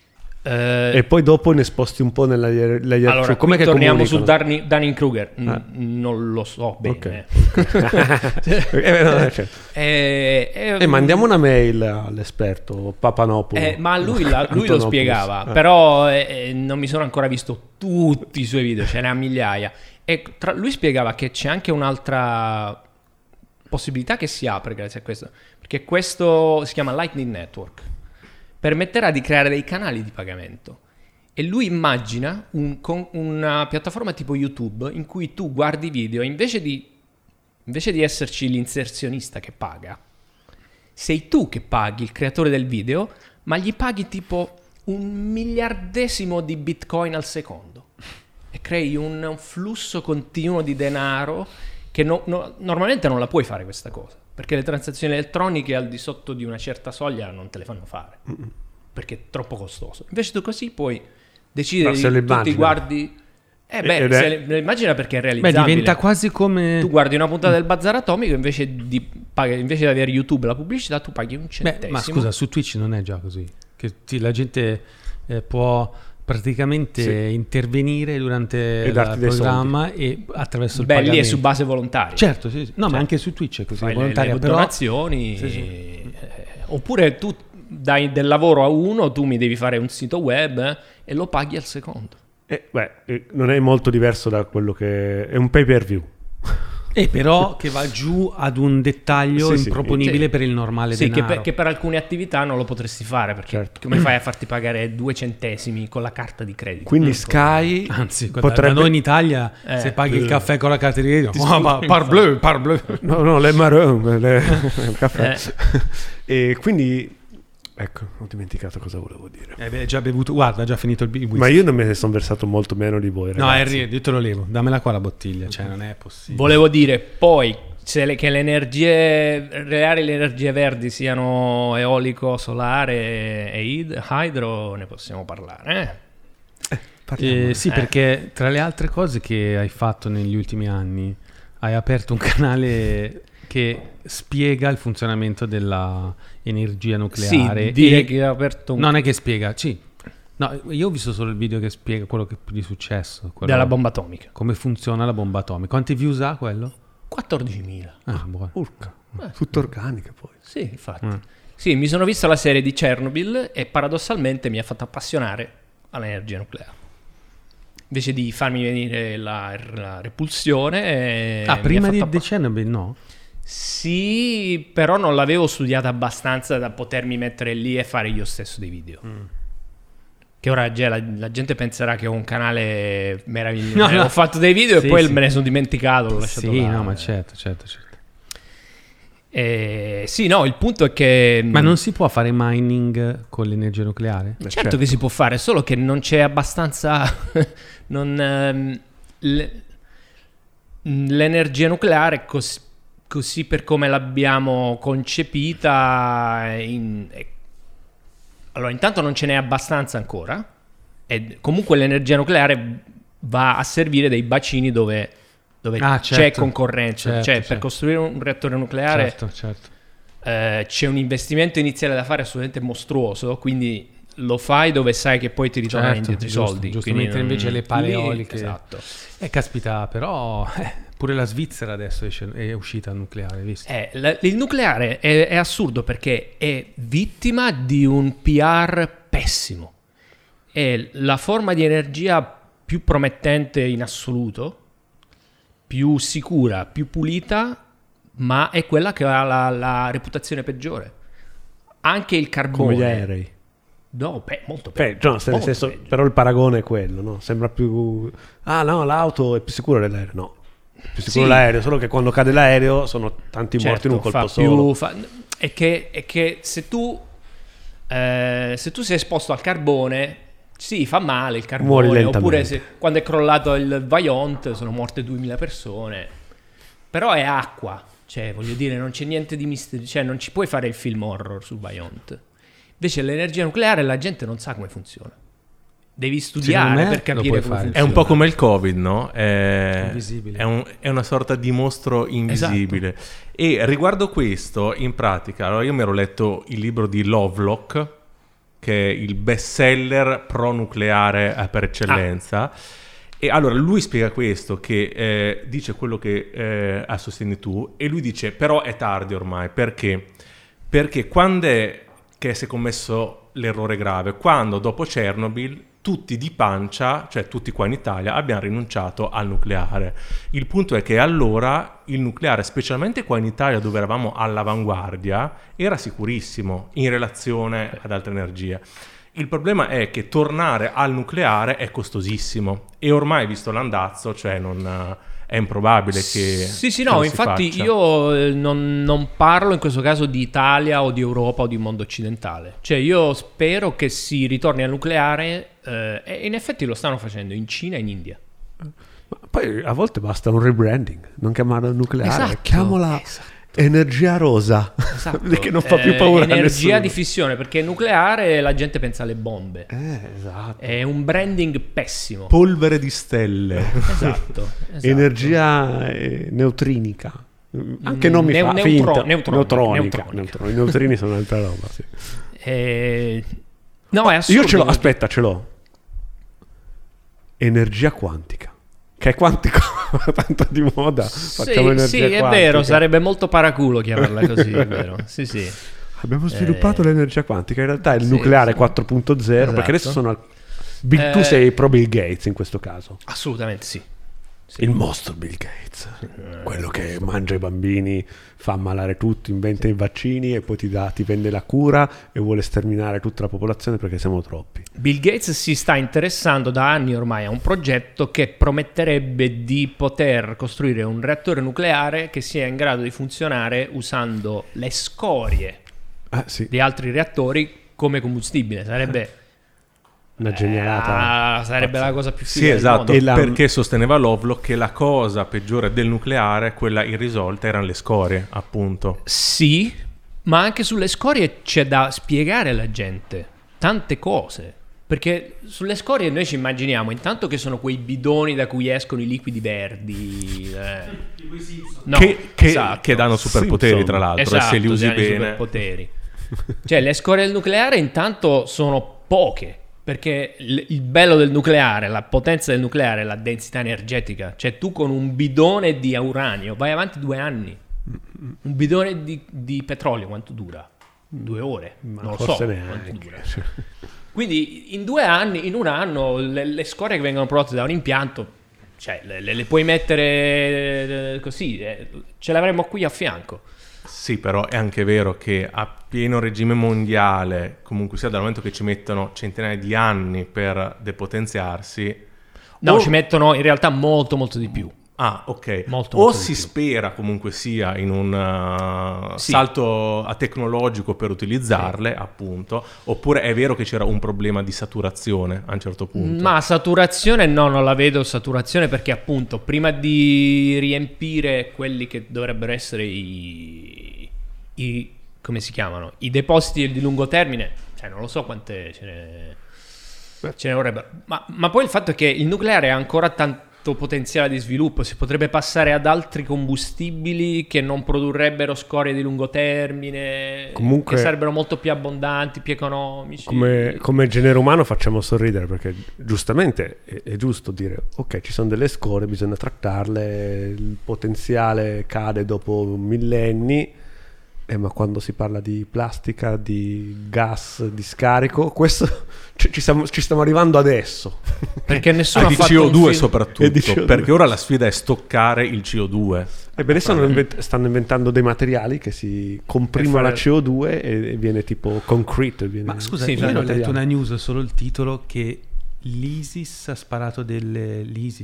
[SPEAKER 3] e poi dopo ne sposti un po' nella layer 2.
[SPEAKER 2] Allora,
[SPEAKER 3] com'è che
[SPEAKER 2] torniamo su Dunning-Kruger. Non lo so bene.
[SPEAKER 3] Mandiamo una mail all'esperto Papanopoulos.
[SPEAKER 2] Ma lui lo spiegava, però non mi sono ancora visto tutti i suoi video, ce n'è a migliaia. E lui spiegava che c'è anche un'altra possibilità che si apre grazie a questo, perché questo si chiama Lightning Network, permetterà di creare dei canali di pagamento. E lui immagina una piattaforma tipo YouTube in cui tu guardi video e invece di esserci l'inserzionista che paga, sei tu che paghi il creatore del video, ma gli paghi tipo 1/1000 di Bitcoin al secondo. E crei un flusso continuo di denaro che normalmente non la puoi fare questa cosa, perché le transazioni elettroniche al di sotto di una certa soglia non te le fanno fare, perché è troppo costoso. Invece tu così puoi decidere di tutti guardi immagina, perché è realizzabile.
[SPEAKER 1] Diventa quasi come
[SPEAKER 2] tu guardi una puntata del Bazar Atomico, invece di avere YouTube la pubblicità tu paghi un centesimo.
[SPEAKER 1] Ma scusa, su Twitch non è già così che la gente può praticamente intervenire durante il programma e attraverso il pagamento.
[SPEAKER 2] Lì è su base volontaria.
[SPEAKER 1] Certo, sì. No, ma anche su Twitch è così.
[SPEAKER 2] Fai le donazioni. Sì. Oppure tu dai del lavoro a uno, tu mi devi fare un sito web e lo paghi al secondo.
[SPEAKER 3] Non è molto diverso da quello che è un pay per view.
[SPEAKER 1] Però che va giù ad un dettaglio improponibile per il normale denaro.
[SPEAKER 2] Che per alcune attività non lo potresti fare, perché come fai a farti pagare 2 centesimi con la carta di credito?
[SPEAKER 3] Quindi Sky,
[SPEAKER 1] anzi, potrebbe... da noi in Italia se paghi il caffè con la carta di credito, parbleu.
[SPEAKER 3] No, le marron, il caffè. E quindi ecco, ho dimenticato cosa volevo dire.
[SPEAKER 1] Già bevuto, guarda, già finito il whisky.
[SPEAKER 3] Ma io non me ne sono versato molto meno di voi, ragazzi.
[SPEAKER 1] No, Henry, io te lo levo, dammela qua la bottiglia, cioè non è possibile.
[SPEAKER 2] Volevo dire poi che le energie verdi siano eolico, solare e hydro, ne possiamo parlare.
[SPEAKER 1] Sì, perché tra le altre cose che hai fatto negli ultimi anni hai aperto un canale che spiega il funzionamento della energia nucleare.
[SPEAKER 2] Sì, direi che ha aperto
[SPEAKER 1] non è che spiega, sì. No, io ho visto solo il video che spiega quello che è successo.
[SPEAKER 2] Della bomba atomica.
[SPEAKER 1] Come funziona la bomba atomica. Quanti views ha quello?
[SPEAKER 2] 14.000.
[SPEAKER 1] Ah, buono.
[SPEAKER 3] Urca. Tutto organica poi.
[SPEAKER 2] Sì, infatti. Sì, mi sono visto la serie di Chernobyl e paradossalmente mi ha fatto appassionare all'energia nucleare. Invece di farmi venire la repulsione...
[SPEAKER 1] prima di Chernobyl no?
[SPEAKER 2] Sì, però non l'avevo studiata abbastanza da potermi mettere lì e fare io stesso dei video. Che ora la gente penserà che ho un canale meraviglioso.
[SPEAKER 1] No.
[SPEAKER 2] Ho fatto dei video e poi me ne sono dimenticato, l'ho lasciato là.
[SPEAKER 1] No, ma certo.
[SPEAKER 2] Sì, no, il punto è che...
[SPEAKER 1] Ma non si può fare mining con l'energia nucleare?
[SPEAKER 2] Certo che si può fare, solo che non c'è abbastanza... l'energia nucleare così per come l'abbiamo concepita... Allora, intanto non ce n'è abbastanza ancora. E comunque l'energia nucleare va a servire dei bacini dove c'è concorrenza. Per costruire un reattore nucleare c'è un investimento iniziale da fare assolutamente mostruoso, quindi lo fai dove sai che poi ti ritornano indietro i soldi.
[SPEAKER 1] Giusto, mentre invece le pale eoliche...
[SPEAKER 2] Esatto.
[SPEAKER 1] Caspita, però pure la Svizzera adesso è uscita al nucleare, visto?
[SPEAKER 2] Il nucleare è assurdo perché è vittima di un PR pessimo. È la forma di energia più promettente in assoluto, più sicura, più pulita, ma è quella che ha la reputazione peggiore. Anche il carbone.
[SPEAKER 3] Come gli aerei.
[SPEAKER 2] No, molto peggio.
[SPEAKER 3] No, nel senso, però il paragone è quello, no? Sembra più... no, l'auto è più sicura dell'aereo. No, è più sicuro l'aereo, solo che quando cade l'aereo sono tanti morti in un colpo solo.
[SPEAKER 2] È che se tu sei esposto al carbone... Sì, fa male il carbone, oppure quando è crollato il Vajont sono morte 2000 persone, però è acqua, cioè voglio dire non c'è niente di misterioso, cioè non ci puoi fare il film horror sul Vajont. Invece l'energia nucleare la gente non sa come funziona, devi studiare per capire come funziona.
[SPEAKER 4] È un po' come il Covid, no?
[SPEAKER 1] Invisibile.
[SPEAKER 4] È una sorta di mostro invisibile. Esatto. E riguardo questo, in pratica, allora io mi ero letto il libro di Lovelock, che è il best seller pro nucleare per eccellenza. E allora lui spiega questo, che dice quello che sostieni tu, e lui dice però è tardi ormai, perché quando è che si è commesso l'errore grave? Quando dopo Chernobyl tutti di pancia, cioè tutti qua in Italia, abbiamo rinunciato al nucleare. Il punto è che allora il nucleare, specialmente qua in Italia dove eravamo all'avanguardia, era sicurissimo in relazione ad altre energie. Il problema è che tornare al nucleare è costosissimo e ormai, visto l'andazzo, cioè è improbabile che...
[SPEAKER 2] Sì, no, infatti io non parlo in questo caso di Italia o di Europa o di mondo occidentale. Cioè io spero che si ritorni al nucleare e in effetti lo stanno facendo in Cina e in India.
[SPEAKER 3] Ma poi a volte basta un rebranding, non chiamarla nucleare, chiamala energia rosa, perché non fa più paura a nessuno.
[SPEAKER 2] Energia di fissione, perché nucleare la gente pensa alle bombe.
[SPEAKER 3] Esatto.
[SPEAKER 2] È un branding pessimo.
[SPEAKER 4] Polvere di stelle.
[SPEAKER 2] Esatto.
[SPEAKER 3] Energia neutrinica. Anche non mi fa finta. Neutronica. I neutrini sono un'altra roba, sì.
[SPEAKER 2] No, è assurdo.
[SPEAKER 3] Io ce l'ho, aspetta, ce l'ho. Energia quantica. Che è quantico, tanto di moda. Facciamo energia quantica.
[SPEAKER 2] È vero, sarebbe molto paraculo chiamarla così, è vero. Sì.
[SPEAKER 3] Abbiamo sviluppato l'energia quantica, in realtà è il nucleare 4.0, esatto. Perché adesso sono... tu sei pro Bill Gates in questo caso.
[SPEAKER 2] Assolutamente sì.
[SPEAKER 3] Il mostro Bill Gates, quello che mangia i bambini, fa ammalare tutti, inventa i vaccini e poi ti vende la cura e vuole sterminare tutta la popolazione perché siamo troppi.
[SPEAKER 2] Bill Gates si sta interessando da anni ormai a un progetto che prometterebbe di poter costruire un reattore nucleare che sia in grado di funzionare usando le scorie di altri reattori come combustibile. Sarebbe
[SPEAKER 3] una genialata.
[SPEAKER 2] Sarebbe la cosa più figa.
[SPEAKER 4] Sì, esatto, perché sosteneva Lovelock che la cosa peggiore del nucleare, quella irrisolta, erano le scorie, appunto.
[SPEAKER 2] Sì, ma anche sulle scorie c'è da spiegare alla gente tante cose. Perché sulle scorie noi ci immaginiamo intanto che sono quei bidoni da cui escono i liquidi verdi, no,
[SPEAKER 4] che danno superpoteri, tra l'altro,
[SPEAKER 2] esatto,
[SPEAKER 4] e se li usi bene.
[SPEAKER 2] Superpoteri. Cioè le scorie del nucleare intanto sono poche, perché il bello del nucleare, la potenza del nucleare è la densità energetica. Cioè tu con un bidone di uranio vai avanti 2 anni. Un bidone di petrolio quanto dura? 2 ore, non lo so quanto dura. Quindi in 2 anni, in un anno, le scorie che vengono prodotte da un impianto, cioè le puoi mettere così, ce l'avremmo qui a fianco.
[SPEAKER 4] Sì, però è anche vero che a pieno regime mondiale, comunque sia dal momento che ci mettono centinaia di anni per depotenziarsi...
[SPEAKER 2] No, ci mettono in realtà molto molto di più.
[SPEAKER 4] Ah, ok.
[SPEAKER 2] Molto
[SPEAKER 4] si spera comunque sia in un salto tecnologico per utilizzarle, appunto, oppure è vero che c'era un problema di saturazione a un certo punto?
[SPEAKER 2] Ma saturazione no, non la vedo saturazione, perché appunto prima di riempire quelli che dovrebbero essere i come si chiamano? I depositi di lungo termine, cioè non lo so quante ce ne vorrebbero. Ma poi il fatto è che il nucleare ha ancora tanto potenziale di sviluppo, si potrebbe passare ad altri combustibili che non produrrebbero scorie di lungo termine,
[SPEAKER 3] comunque,
[SPEAKER 2] che sarebbero molto più abbondanti, più economici.
[SPEAKER 3] Come genere umano facciamo sorridere, perché giustamente è giusto dire ok, ci sono delle scorie, bisogna trattarle, il potenziale cade dopo millenni. Ma quando si parla di plastica, di gas, di scarico, questo ci stiamo arrivando adesso.
[SPEAKER 2] Perché nessuno ha
[SPEAKER 4] di
[SPEAKER 2] fatto
[SPEAKER 4] CO2 soprattutto,
[SPEAKER 3] CO2.
[SPEAKER 4] perché ora la sfida è stoccare il CO2.
[SPEAKER 3] Ebbene, stanno inventando dei materiali che si comprimono la CO2 e viene tipo concrete.
[SPEAKER 1] Ma scusa, io ho letto una news, solo il titolo, che l'ISIS ha sparato delle...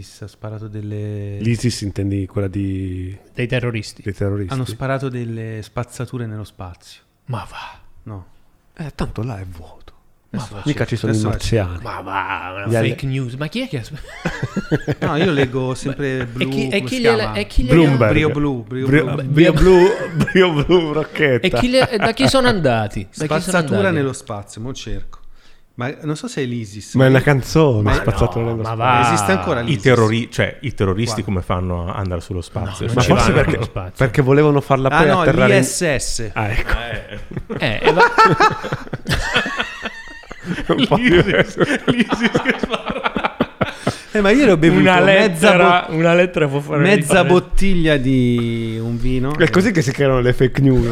[SPEAKER 3] L'ISIS intendi quella dei terroristi?
[SPEAKER 1] Hanno sparato delle spazzature nello spazio.
[SPEAKER 2] Ma va.
[SPEAKER 1] No.
[SPEAKER 3] Tanto là è vuoto.
[SPEAKER 1] Mica
[SPEAKER 3] ci sono i marziani.
[SPEAKER 2] Ma va, una fake news. Ma chi è che...
[SPEAKER 1] No, io leggo sempre Blu.
[SPEAKER 3] Bloomberg.
[SPEAKER 1] Brio
[SPEAKER 3] Blu Rocchetta.
[SPEAKER 2] Da chi sono andati?
[SPEAKER 1] Spazzatura nello spazio, mo cerco. Ma non so se è l'ISIS.
[SPEAKER 3] Ma è una canzone,
[SPEAKER 2] spazzatura nello spazio.
[SPEAKER 1] Esiste ancora l'ISIS?
[SPEAKER 4] I terroristi come fanno a andare sullo spazio?
[SPEAKER 3] Ma forse perché volevano farla poi atterrare
[SPEAKER 1] l'ISS.
[SPEAKER 3] Ecco.
[SPEAKER 4] L'ISIS che spara.
[SPEAKER 1] Ma io l'ho bevuto
[SPEAKER 2] una lettera può fare
[SPEAKER 1] mezza bottiglia di un vino.
[SPEAKER 3] È così che si creano le fake news.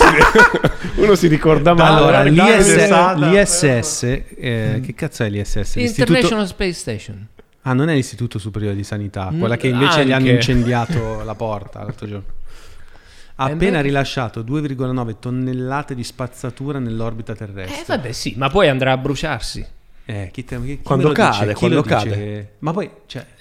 [SPEAKER 3] Uno si ricorda male.
[SPEAKER 1] Allora, l'ISS, che cazzo è l'ISS?
[SPEAKER 2] International Space Station.
[SPEAKER 1] Ah, non è l'Istituto Superiore di Sanità, quella che invece gli hanno incendiato la porta l'altro giorno. Ha appena rilasciato 2,9 tonnellate di spazzatura nell'orbita terrestre.
[SPEAKER 2] Vabbè, sì, ma poi andrà a bruciarsi.
[SPEAKER 3] Quando cade.
[SPEAKER 1] Ma poi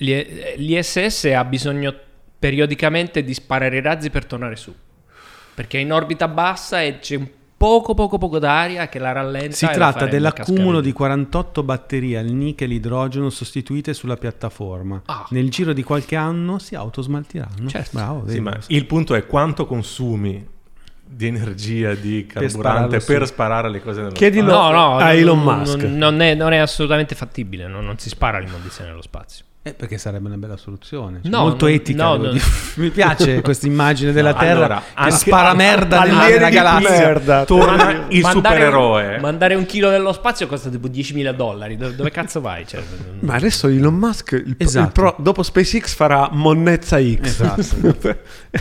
[SPEAKER 2] l'ISS ha bisogno periodicamente di sparare i razzi per tornare su, perché è in orbita bassa e c'è un poco d'aria che la rallenta.
[SPEAKER 1] Si tratta dell'accumulo di 48 batterie al nichel idrogeno sostituite sulla piattaforma. Nel giro di qualche anno si autosmaltiranno.
[SPEAKER 2] Certo.
[SPEAKER 1] Bravo,
[SPEAKER 4] sì, ma il punto è quanto consumi di energia, di carburante per sparare le cose nello spazio.
[SPEAKER 2] No,
[SPEAKER 3] a Elon Musk.
[SPEAKER 2] Non è assolutamente fattibile, non si spara l'immondizia nello spazio.
[SPEAKER 1] Perché sarebbe una bella soluzione,
[SPEAKER 2] molto
[SPEAKER 1] etica. Mi piace questa immagine della Terra che spara merda
[SPEAKER 3] nella galassia.
[SPEAKER 4] Torna il supereroe.
[SPEAKER 2] Mandare 1 chilo nello spazio costa tipo $10.000. Dove cazzo vai?
[SPEAKER 3] Ma adesso Elon Musk dopo SpaceX farà monnezza X.
[SPEAKER 1] Esatto.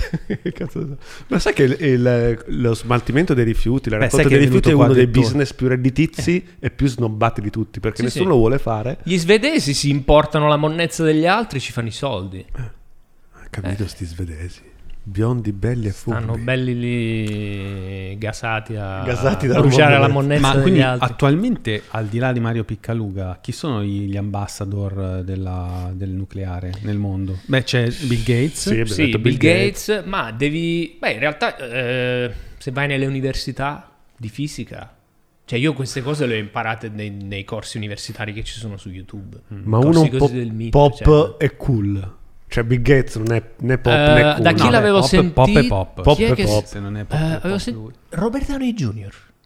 [SPEAKER 3] Ma sai che lo smaltimento dei rifiuti, la raccolta dei rifiuti è uno dei business più redditizi e più snobbati di tutti, perché nessuno lo vuole fare.
[SPEAKER 2] Gli svedesi si importano la monnezza degli altri, ci fanno i soldi.
[SPEAKER 3] Capito, sti svedesi biondi, belli e furbi,
[SPEAKER 2] stanno belli lì gasati a
[SPEAKER 3] bruciare
[SPEAKER 2] la monnezza degli altri.
[SPEAKER 1] Attualmente, al di là di Mario Piccaluga, chi sono gli ambassador del nucleare nel mondo? C'è Bill Gates.
[SPEAKER 2] Sì, Bill Gates, ma in realtà se vai nelle università di fisica, cioè io queste cose le ho imparate nei corsi universitari che ci sono su YouTube.
[SPEAKER 3] Ma uno un po' pop e cool. Cioè Bill Gates non è né pop né cool.
[SPEAKER 2] Da chi l'avevo sentito?
[SPEAKER 1] Pop.
[SPEAKER 2] Chi è che
[SPEAKER 1] se non è pop,
[SPEAKER 2] Robert Downey Jr.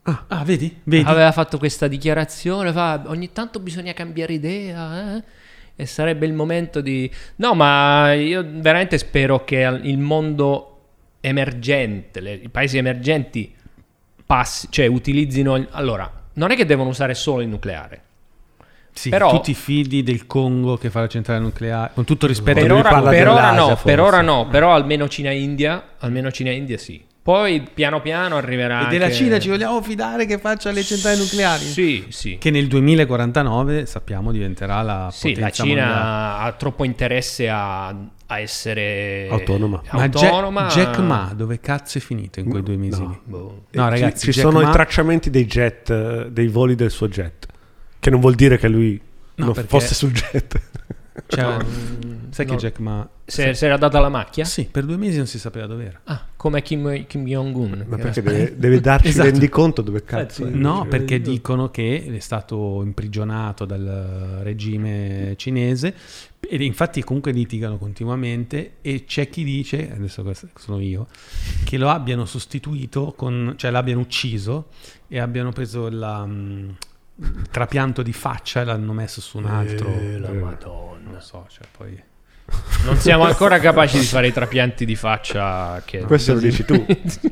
[SPEAKER 1] Vedi?
[SPEAKER 2] Aveva fatto questa dichiarazione, ogni tanto bisogna cambiare idea, e sarebbe il momento di... No, ma io veramente spero che il mondo emergente, i paesi emergenti cioè utilizzino... Allora, non è che devono usare solo il nucleare.
[SPEAKER 1] Sì,
[SPEAKER 2] però,
[SPEAKER 1] tutti i figli del Congo che fa la centrale nucleare, con tutto il rispetto.
[SPEAKER 2] Per ora no, però almeno Cina-India sì. Poi piano piano arriverà.
[SPEAKER 1] E della Cina ci vogliamo fidare che faccia le centrali nucleari?
[SPEAKER 2] Sì.
[SPEAKER 1] Che nel 2049 sappiamo diventerà la potenza
[SPEAKER 2] la Cina
[SPEAKER 1] mondiale.
[SPEAKER 2] ha troppo interesse a essere
[SPEAKER 3] autonoma.
[SPEAKER 1] Ma Jack Ma dove cazzo è finito in quei 2 mesi?
[SPEAKER 3] No,
[SPEAKER 1] ragazzi,
[SPEAKER 3] ci sono i tracciamenti dei jet, dei voli del suo jet, che non vuol dire che lui non fosse sul jet.
[SPEAKER 1] Sai che Jack Ma
[SPEAKER 2] si era data la macchia?
[SPEAKER 1] Sì, per 2 mesi non si sapeva dove era.
[SPEAKER 2] Come Kim Jong-un.
[SPEAKER 3] Ma perché deve darci rendiconto dove cazzo è?
[SPEAKER 1] No, perché dicono che è stato imprigionato dal regime cinese, e infatti comunque litigano continuamente, e c'è chi dice, adesso questo sono io, che lo abbiano sostituito cioè l'abbiano ucciso e abbiano preso il trapianto di faccia e l'hanno messo su un altro.
[SPEAKER 2] La Madonna.
[SPEAKER 1] Non so, cioè poi...
[SPEAKER 2] Non siamo ancora capaci di fare i trapianti di faccia.
[SPEAKER 3] Questo lo dici tu.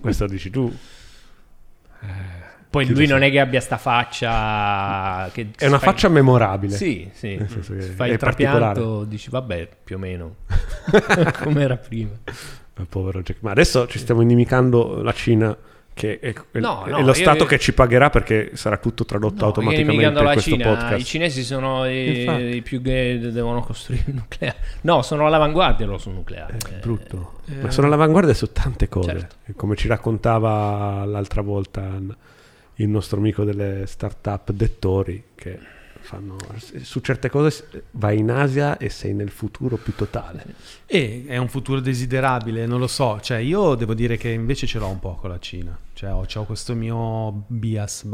[SPEAKER 2] Poi lui non è che abbia sta faccia che
[SPEAKER 3] è una faccia memorabile.
[SPEAKER 2] Sì. Fai
[SPEAKER 3] il
[SPEAKER 2] trapianto, dici vabbè, più o meno come era prima.
[SPEAKER 3] Povero Jack Ma. Adesso ci stiamo inimicando la Cina, che è lo Stato che ci pagherà, perché sarà tutto tradotto automaticamente in questo podcast.
[SPEAKER 2] I cinesi sono i più che devono costruire il nucleare. No, sono all'avanguardia loro sul nucleare.
[SPEAKER 3] Che brutto. Ma sono all'avanguardia su tante cose.
[SPEAKER 2] Certo.
[SPEAKER 3] Come ci raccontava l'altra volta il nostro amico delle start-up Dettori, che fanno su certe cose vai in Asia e sei nel futuro più totale.
[SPEAKER 1] E è un futuro desiderabile, non lo so, cioè io devo dire che invece ce l'ho un po' con la Cina, cioè ho questo mio bias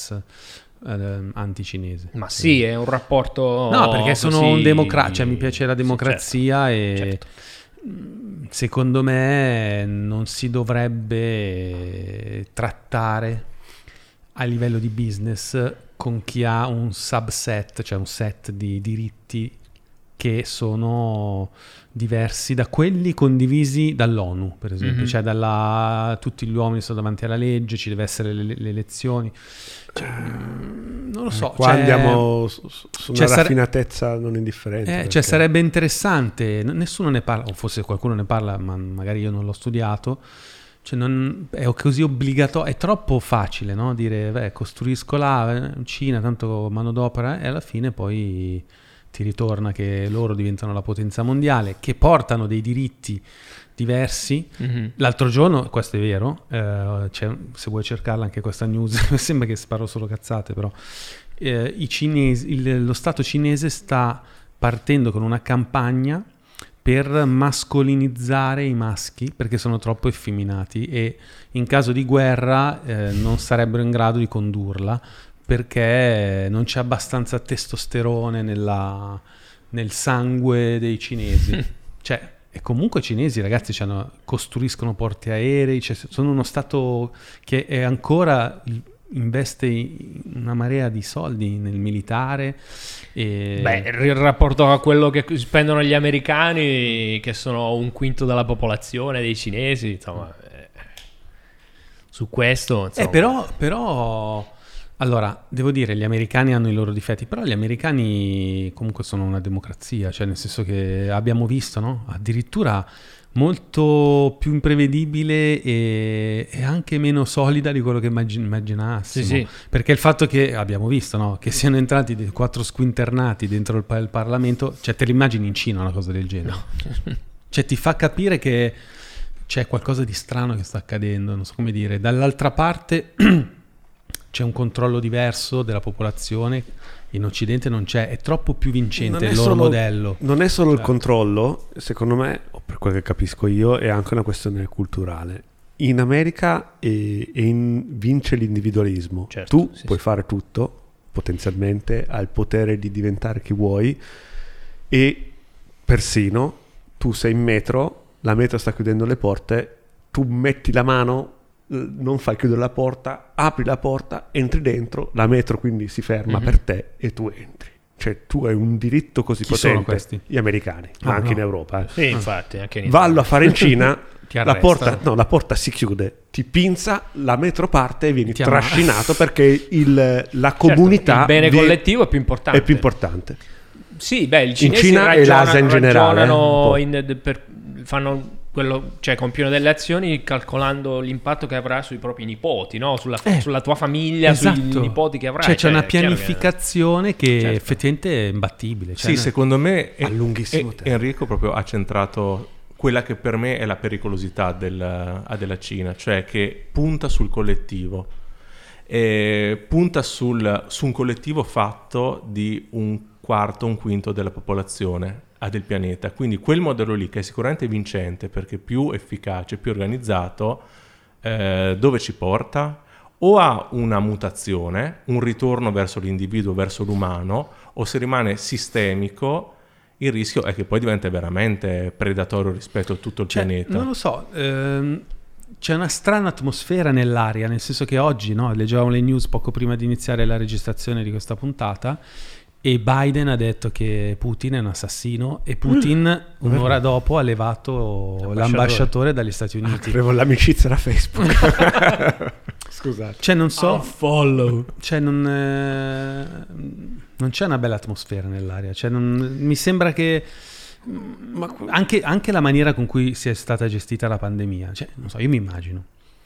[SPEAKER 1] anti-cinese.
[SPEAKER 2] Ma sì, è un rapporto
[SPEAKER 1] perché sono un democratico, cioè mi piace la democrazia, certo. Secondo me non si dovrebbe trattare a livello di business con chi ha un subset, cioè un set di diritti che sono diversi da quelli condivisi dall'ONU, per esempio. Cioè tutti gli uomini sono davanti alla legge, ci deve essere le elezioni. Cioè, non lo so.
[SPEAKER 3] Qua andiamo su una raffinatezza non indifferente.
[SPEAKER 1] Cioè sarebbe interessante, nessuno ne parla, o forse qualcuno ne parla, ma magari io non l'ho studiato. Cioè è così obbligatorio, è troppo facile, no? Dire costruisco in Cina, tanto manodopera, e alla fine poi ti ritorna che loro diventano la potenza mondiale, che portano dei diritti diversi. L'altro giorno, questo è vero, se vuoi cercarla anche questa news, sembra che sparo solo cazzate, però i cinesi, lo Stato cinese sta partendo con una campagna per mascolinizzare i maschi, perché sono troppo effeminati e in caso di guerra non sarebbero in grado di condurla, perché non c'è abbastanza testosterone nel sangue dei cinesi. Cioè, e comunque i cinesi, ragazzi, costruiscono porti aerei, cioè, sono uno Stato che è ancora... investe una marea di soldi nel militare
[SPEAKER 2] il rapporto a quello che spendono gli americani, che sono 1/5 della popolazione dei cinesi, insomma, su questo insomma.
[SPEAKER 1] Però allora devo dire, gli americani hanno i loro difetti, però gli americani comunque sono una democrazia, cioè nel senso che abbiamo visto, no? Addirittura molto più imprevedibile e anche meno solida di quello che immaginassimo.
[SPEAKER 2] Sì.
[SPEAKER 1] Perché il fatto che abbiamo visto, no, che siano entrati 4 squinternati dentro il Parlamento, cioè te l'immagini in Cina una cosa del genere? No. Cioè ti fa capire che c'è qualcosa di strano che sta accadendo, non so come dire. Dall'altra parte c'è un controllo diverso della popolazione. In Occidente non c'è, è troppo più vincente il loro modello.
[SPEAKER 3] Non è solo il controllo, secondo me, o per quel che capisco io, è anche una questione culturale. In America vince l'individualismo.
[SPEAKER 2] Certo,
[SPEAKER 3] tu puoi fare tutto, potenzialmente, hai il potere di diventare chi vuoi, e persino tu sei in metro, la metro sta chiudendo le porte, tu metti la mano non fai chiudere la porta, apri la porta, entri dentro, la metro quindi si ferma per te e tu entri. Cioè tu hai un diritto così
[SPEAKER 1] Chi sono
[SPEAKER 3] potente.
[SPEAKER 1] questi?
[SPEAKER 3] Gli americani, ma anche in Europa.
[SPEAKER 2] Sì, infatti, anche in Italia.
[SPEAKER 3] Vallo a fare in Cina,
[SPEAKER 1] Ti
[SPEAKER 3] la
[SPEAKER 1] arrestano.
[SPEAKER 3] porta si chiude, ti pinza, la metro parte e vieni
[SPEAKER 1] Ti
[SPEAKER 3] trascinato perché la comunità
[SPEAKER 2] il bene collettivo è più importante.
[SPEAKER 3] È più importante.
[SPEAKER 2] Sì, beh, i cinesi
[SPEAKER 3] Cina e l'Asia in generale,
[SPEAKER 2] fanno quello, cioè compiono delle azioni calcolando l'impatto che avrà sui propri nipoti, no? Sulla tua famiglia,
[SPEAKER 1] esatto.
[SPEAKER 2] sui nipoti che avrai.
[SPEAKER 1] Cioè c'è una
[SPEAKER 2] è chiaro
[SPEAKER 1] pianificazione che
[SPEAKER 2] Certo.
[SPEAKER 1] effettivamente è imbattibile. Cioè,
[SPEAKER 4] Sì, secondo me
[SPEAKER 3] a lunghissimo tempo.
[SPEAKER 4] Enrico proprio ha centrato quella che per me è la pericolosità della Cina, cioè che punta sul collettivo, punta su un collettivo fatto di un quinto della popolazione del pianeta. Quindi quel modello lì, che è sicuramente vincente perché più efficace, più organizzato, dove ci porta? O a una mutazione, un ritorno verso l'individuo, verso l'umano, o se rimane sistemico, il rischio è che poi diventa veramente predatorio rispetto a tutto il pianeta.
[SPEAKER 1] Non lo so, c'è una strana atmosfera nell'aria, nel senso che oggi, no, leggevamo le news poco prima di iniziare la registrazione di questa puntata, e Biden ha detto che Putin è un assassino, e Putin un'ora dopo ha levato l'ambasciatore dagli Stati Uniti.
[SPEAKER 3] Avevo l'amicizia da Facebook. Scusate.
[SPEAKER 1] Cioè non so,
[SPEAKER 2] follow.
[SPEAKER 1] cioè non c'è una bella atmosfera nell'aria, cioè mi sembra che anche la maniera con cui sia stata gestita la pandemia, cioè non so, io mi immagino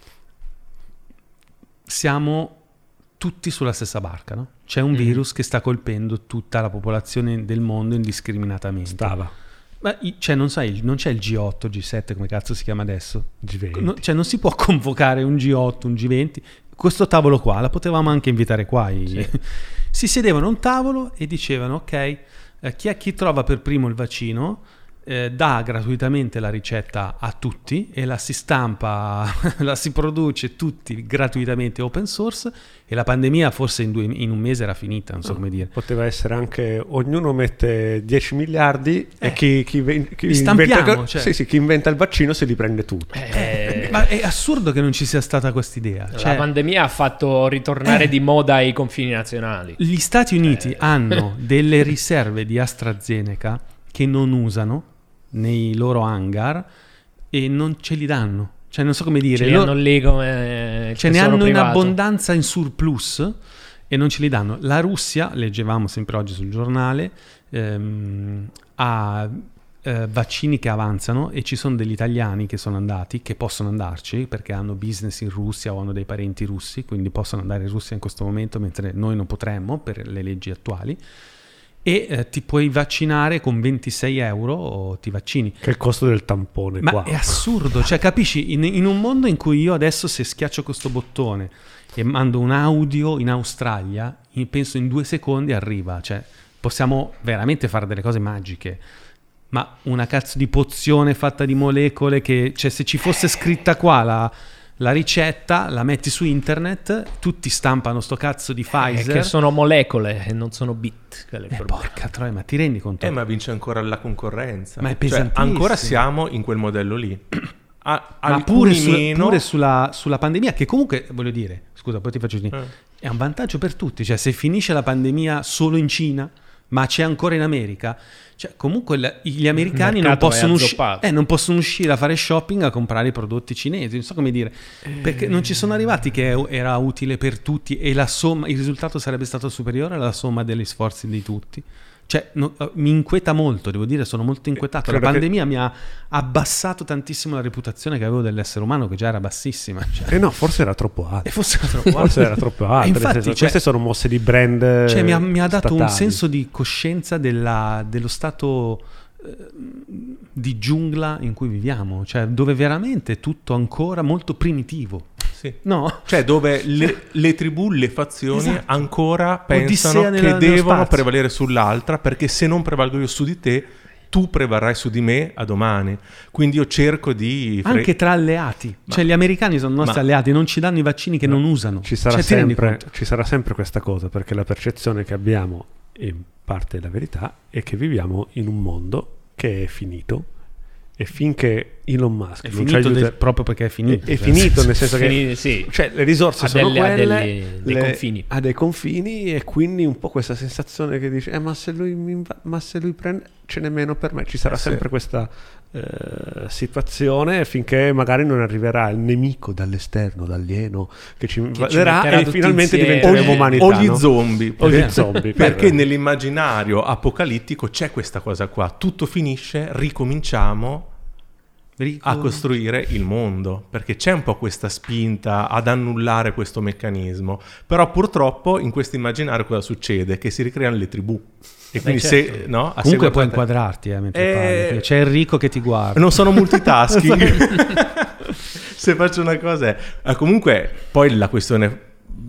[SPEAKER 1] siamo tutti sulla stessa barca, no? C'è un virus che sta colpendo tutta la popolazione del mondo indiscriminatamente. Ma cioè non c'è il G8, G7, come cazzo si chiama adesso?
[SPEAKER 3] G20.
[SPEAKER 1] Cioè non si può convocare un G8, un G20. Questo tavolo qua, la potevamo anche invitare qua. Si sedevano a un tavolo e dicevano, ok, chi trova per primo il vaccino dà gratuitamente la ricetta a tutti e la si stampa, la si produce tutti gratuitamente open source, e la pandemia forse in un mese era finita, non so come dire.
[SPEAKER 3] Poteva essere anche ognuno mette 10 miliardi e chi
[SPEAKER 1] stampiamo,
[SPEAKER 3] chi inventa il vaccino se li prende tutti.
[SPEAKER 1] Ma è assurdo che non ci sia stata quest'idea.
[SPEAKER 2] La pandemia ha fatto ritornare di moda i confini nazionali.
[SPEAKER 1] Gli Stati Uniti hanno delle riserve di AstraZeneca che non usano nei loro hangar e non ce li danno. Cioè non so come dire,
[SPEAKER 2] Ce li hanno lì come
[SPEAKER 1] ce ne hanno
[SPEAKER 2] privato.
[SPEAKER 1] in abbondanza, in surplus, e non ce li danno. La Russia, leggevamo sempre oggi sul giornale, ha vaccini che avanzano, e ci sono degli italiani che sono andati, che possono andarci perché hanno business in Russia o hanno dei parenti russi, quindi possono andare in Russia in questo momento, mentre noi non potremmo per le leggi attuali. E ti puoi vaccinare con 26 euro, o ti vaccini.
[SPEAKER 3] Che è il costo del tampone.
[SPEAKER 1] Ma
[SPEAKER 3] qua
[SPEAKER 1] è assurdo, cioè capisci, in un mondo in cui io adesso, se schiaccio questo bottone e mando un audio in Australia, penso in 2 secondi arriva, cioè possiamo veramente fare delle cose magiche. Ma una cazzo di pozione fatta di molecole che, cioè, se ci fosse scritta qua la ricetta, la metti su internet, tutti stampano sto cazzo di Pfizer.
[SPEAKER 2] Che sono molecole e non sono bit.
[SPEAKER 1] Porca troia, ma ti rendi conto?
[SPEAKER 4] Ma vince ancora la concorrenza.
[SPEAKER 1] Ma è
[SPEAKER 4] Cioè,
[SPEAKER 1] pesantissimo.
[SPEAKER 4] ancora siamo in quel modello lì.
[SPEAKER 1] Ma pure sulla pandemia, che comunque, voglio dire, scusa, poi ti faccio finire, è un vantaggio per tutti. Cioè, se finisce la pandemia solo in Cina, ma c'è ancora in America, cioè comunque gli americani non possono uscire a fare shopping a comprare i prodotti cinesi, non so come dire, perché non ci sono arrivati che era utile per tutti, e il risultato sarebbe stato superiore alla somma degli sforzi di tutti. Cioè, mi inquieta molto, devo dire, sono molto inquietato. La pandemia mi ha abbassato tantissimo la reputazione che avevo dell'essere umano, che già era bassissima. Cioè.
[SPEAKER 3] No, forse era troppo alta.
[SPEAKER 1] Forse era troppo alta.
[SPEAKER 3] Infatti, queste sono mosse di brand.
[SPEAKER 1] Cioè, mi ha dato
[SPEAKER 3] statali.
[SPEAKER 1] un senso di coscienza dello stato di giungla in cui viviamo, cioè dove veramente è tutto ancora molto primitivo.
[SPEAKER 4] Sì.
[SPEAKER 1] No?
[SPEAKER 4] Cioè dove le tribù, le fazioni ancora pensano
[SPEAKER 1] Odissea
[SPEAKER 4] che devono
[SPEAKER 1] spazio.
[SPEAKER 4] prevalere sull'altra, perché se non prevalgo io su di te, tu prevarrai su di me a domani. Quindi io cerco di...
[SPEAKER 1] Anche tra alleati. Cioè gli americani sono nostri alleati, non ci danno i vaccini che non usano.
[SPEAKER 3] Ci sarà sempre questa cosa, perché la percezione che abbiamo, in parte la verità, è che viviamo in un mondo che è finito E finché Elon Musk
[SPEAKER 1] è finito proprio perché è finito.
[SPEAKER 3] È finito, nel senso che
[SPEAKER 2] sì.
[SPEAKER 3] Cioè, le risorse sono quelle,
[SPEAKER 2] ha
[SPEAKER 3] dei confini, e quindi un po' questa sensazione che dice ma se lui prende, ce n'è meno per me. Ci sarà sempre questa situazione finché magari non arriverà il nemico dall'esterno, dall'alieno, che ci invaderà e finalmente diventeremo umanità.
[SPEAKER 4] O gli zombie.
[SPEAKER 3] Perché
[SPEAKER 4] nell'immaginario apocalittico c'è questa cosa qua. Tutto finisce, ricominciamo a costruire il mondo, perché c'è un po' questa spinta ad annullare questo meccanismo. Però purtroppo in questo immaginario cosa succede? Che si ricreano le tribù. E quindi
[SPEAKER 1] comunque puoi inquadrarti mentre parli. C'è Enrico che ti guarda.
[SPEAKER 4] Non sono multitasking. Se faccio una cosa comunque poi la questione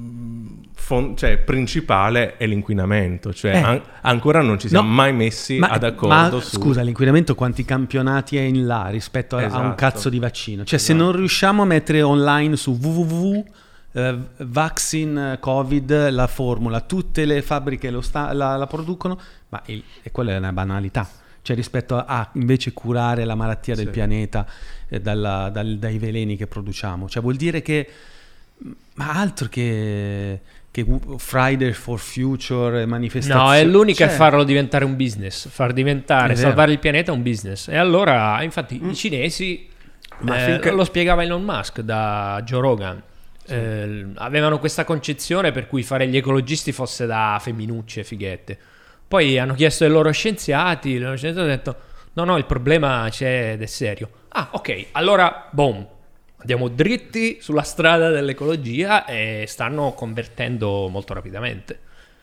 [SPEAKER 4] principale è l'inquinamento, ancora non ci siamo mai messi ad accordo
[SPEAKER 1] scusa, l'inquinamento quanti campionati è in là rispetto a un cazzo di vaccino, se non riusciamo a mettere online su www vaccine covid la formula, tutte le fabbriche la producono, e quella è una banalità, rispetto a invece curare la malattia del pianeta dai veleni che produciamo, vuol dire che altro che Friday for Future, manifestazioni.
[SPEAKER 2] No, è l'unica è farlo diventare un business, far diventare salvare il pianeta un business. E allora, infatti, i cinesi, lo spiegava Elon Musk da Joe Rogan, avevano questa concezione per cui fare gli ecologisti fosse da femminucce, fighette. Poi hanno chiesto ai loro scienziati, hanno detto no, il problema c'è ed è serio. Ah, ok, allora, boom. Andiamo dritti sulla strada dell'ecologia e stanno convertendo molto rapidamente.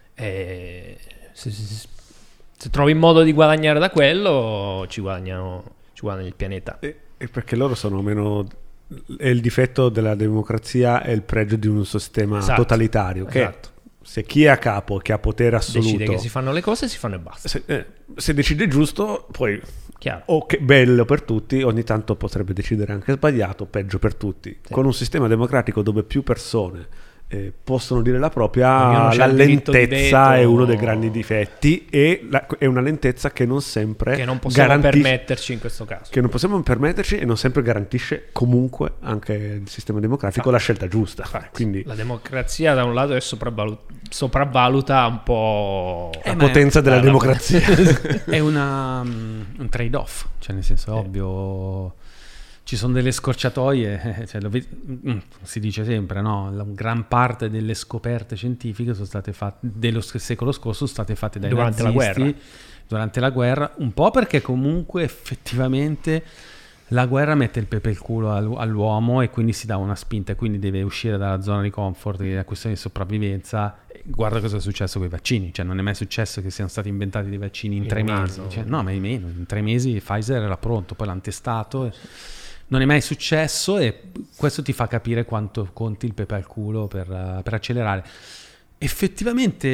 [SPEAKER 2] Se trovi il modo di guadagnare da quello, ci guadagna il pianeta.
[SPEAKER 3] E perché loro sono meno... È il difetto della democrazia e il pregio di un sistema totalitario. Che se chi è a capo, che ha potere assoluto...
[SPEAKER 2] Decide che si fanno le cose, si fanno e basta.
[SPEAKER 3] Se decide giusto, poi...
[SPEAKER 2] Chiaro.
[SPEAKER 3] Bello per tutti, ogni tanto potrebbe decidere anche sbagliato, peggio per tutti. Con un sistema democratico dove più persone possono dire la propria, la lentezza è uno dei grandi difetti, e è una lentezza che non sempre
[SPEAKER 2] che non possiamo permetterci in questo caso,
[SPEAKER 3] che non possiamo permetterci, e non sempre garantisce comunque anche il sistema democratico la scelta giusta. Quindi
[SPEAKER 2] la democrazia da un lato è sopravvaluta un po'
[SPEAKER 3] la potenza della democrazia.
[SPEAKER 1] È un trade-off, nel senso è ovvio. Ci sono delle scorciatoie, si dice sempre, no? La gran parte delle scoperte scientifiche sono state fatte dello secolo scorso, sono state fatte dai nazisti durante la guerra, un po' perché comunque effettivamente la guerra mette il pepe al culo all'uomo, e quindi si dà una spinta, e quindi deve uscire dalla zona di comfort, è una questione di sopravvivenza. Guarda cosa è successo con i vaccini, non è mai successo che siano stati inventati dei vaccini in 3 mesi, no, ma meno, in 3 mesi Pfizer era pronto, poi l'hanno testato. Non è mai successo, e questo ti fa capire quanto conti il pepe al culo per accelerare. Effettivamente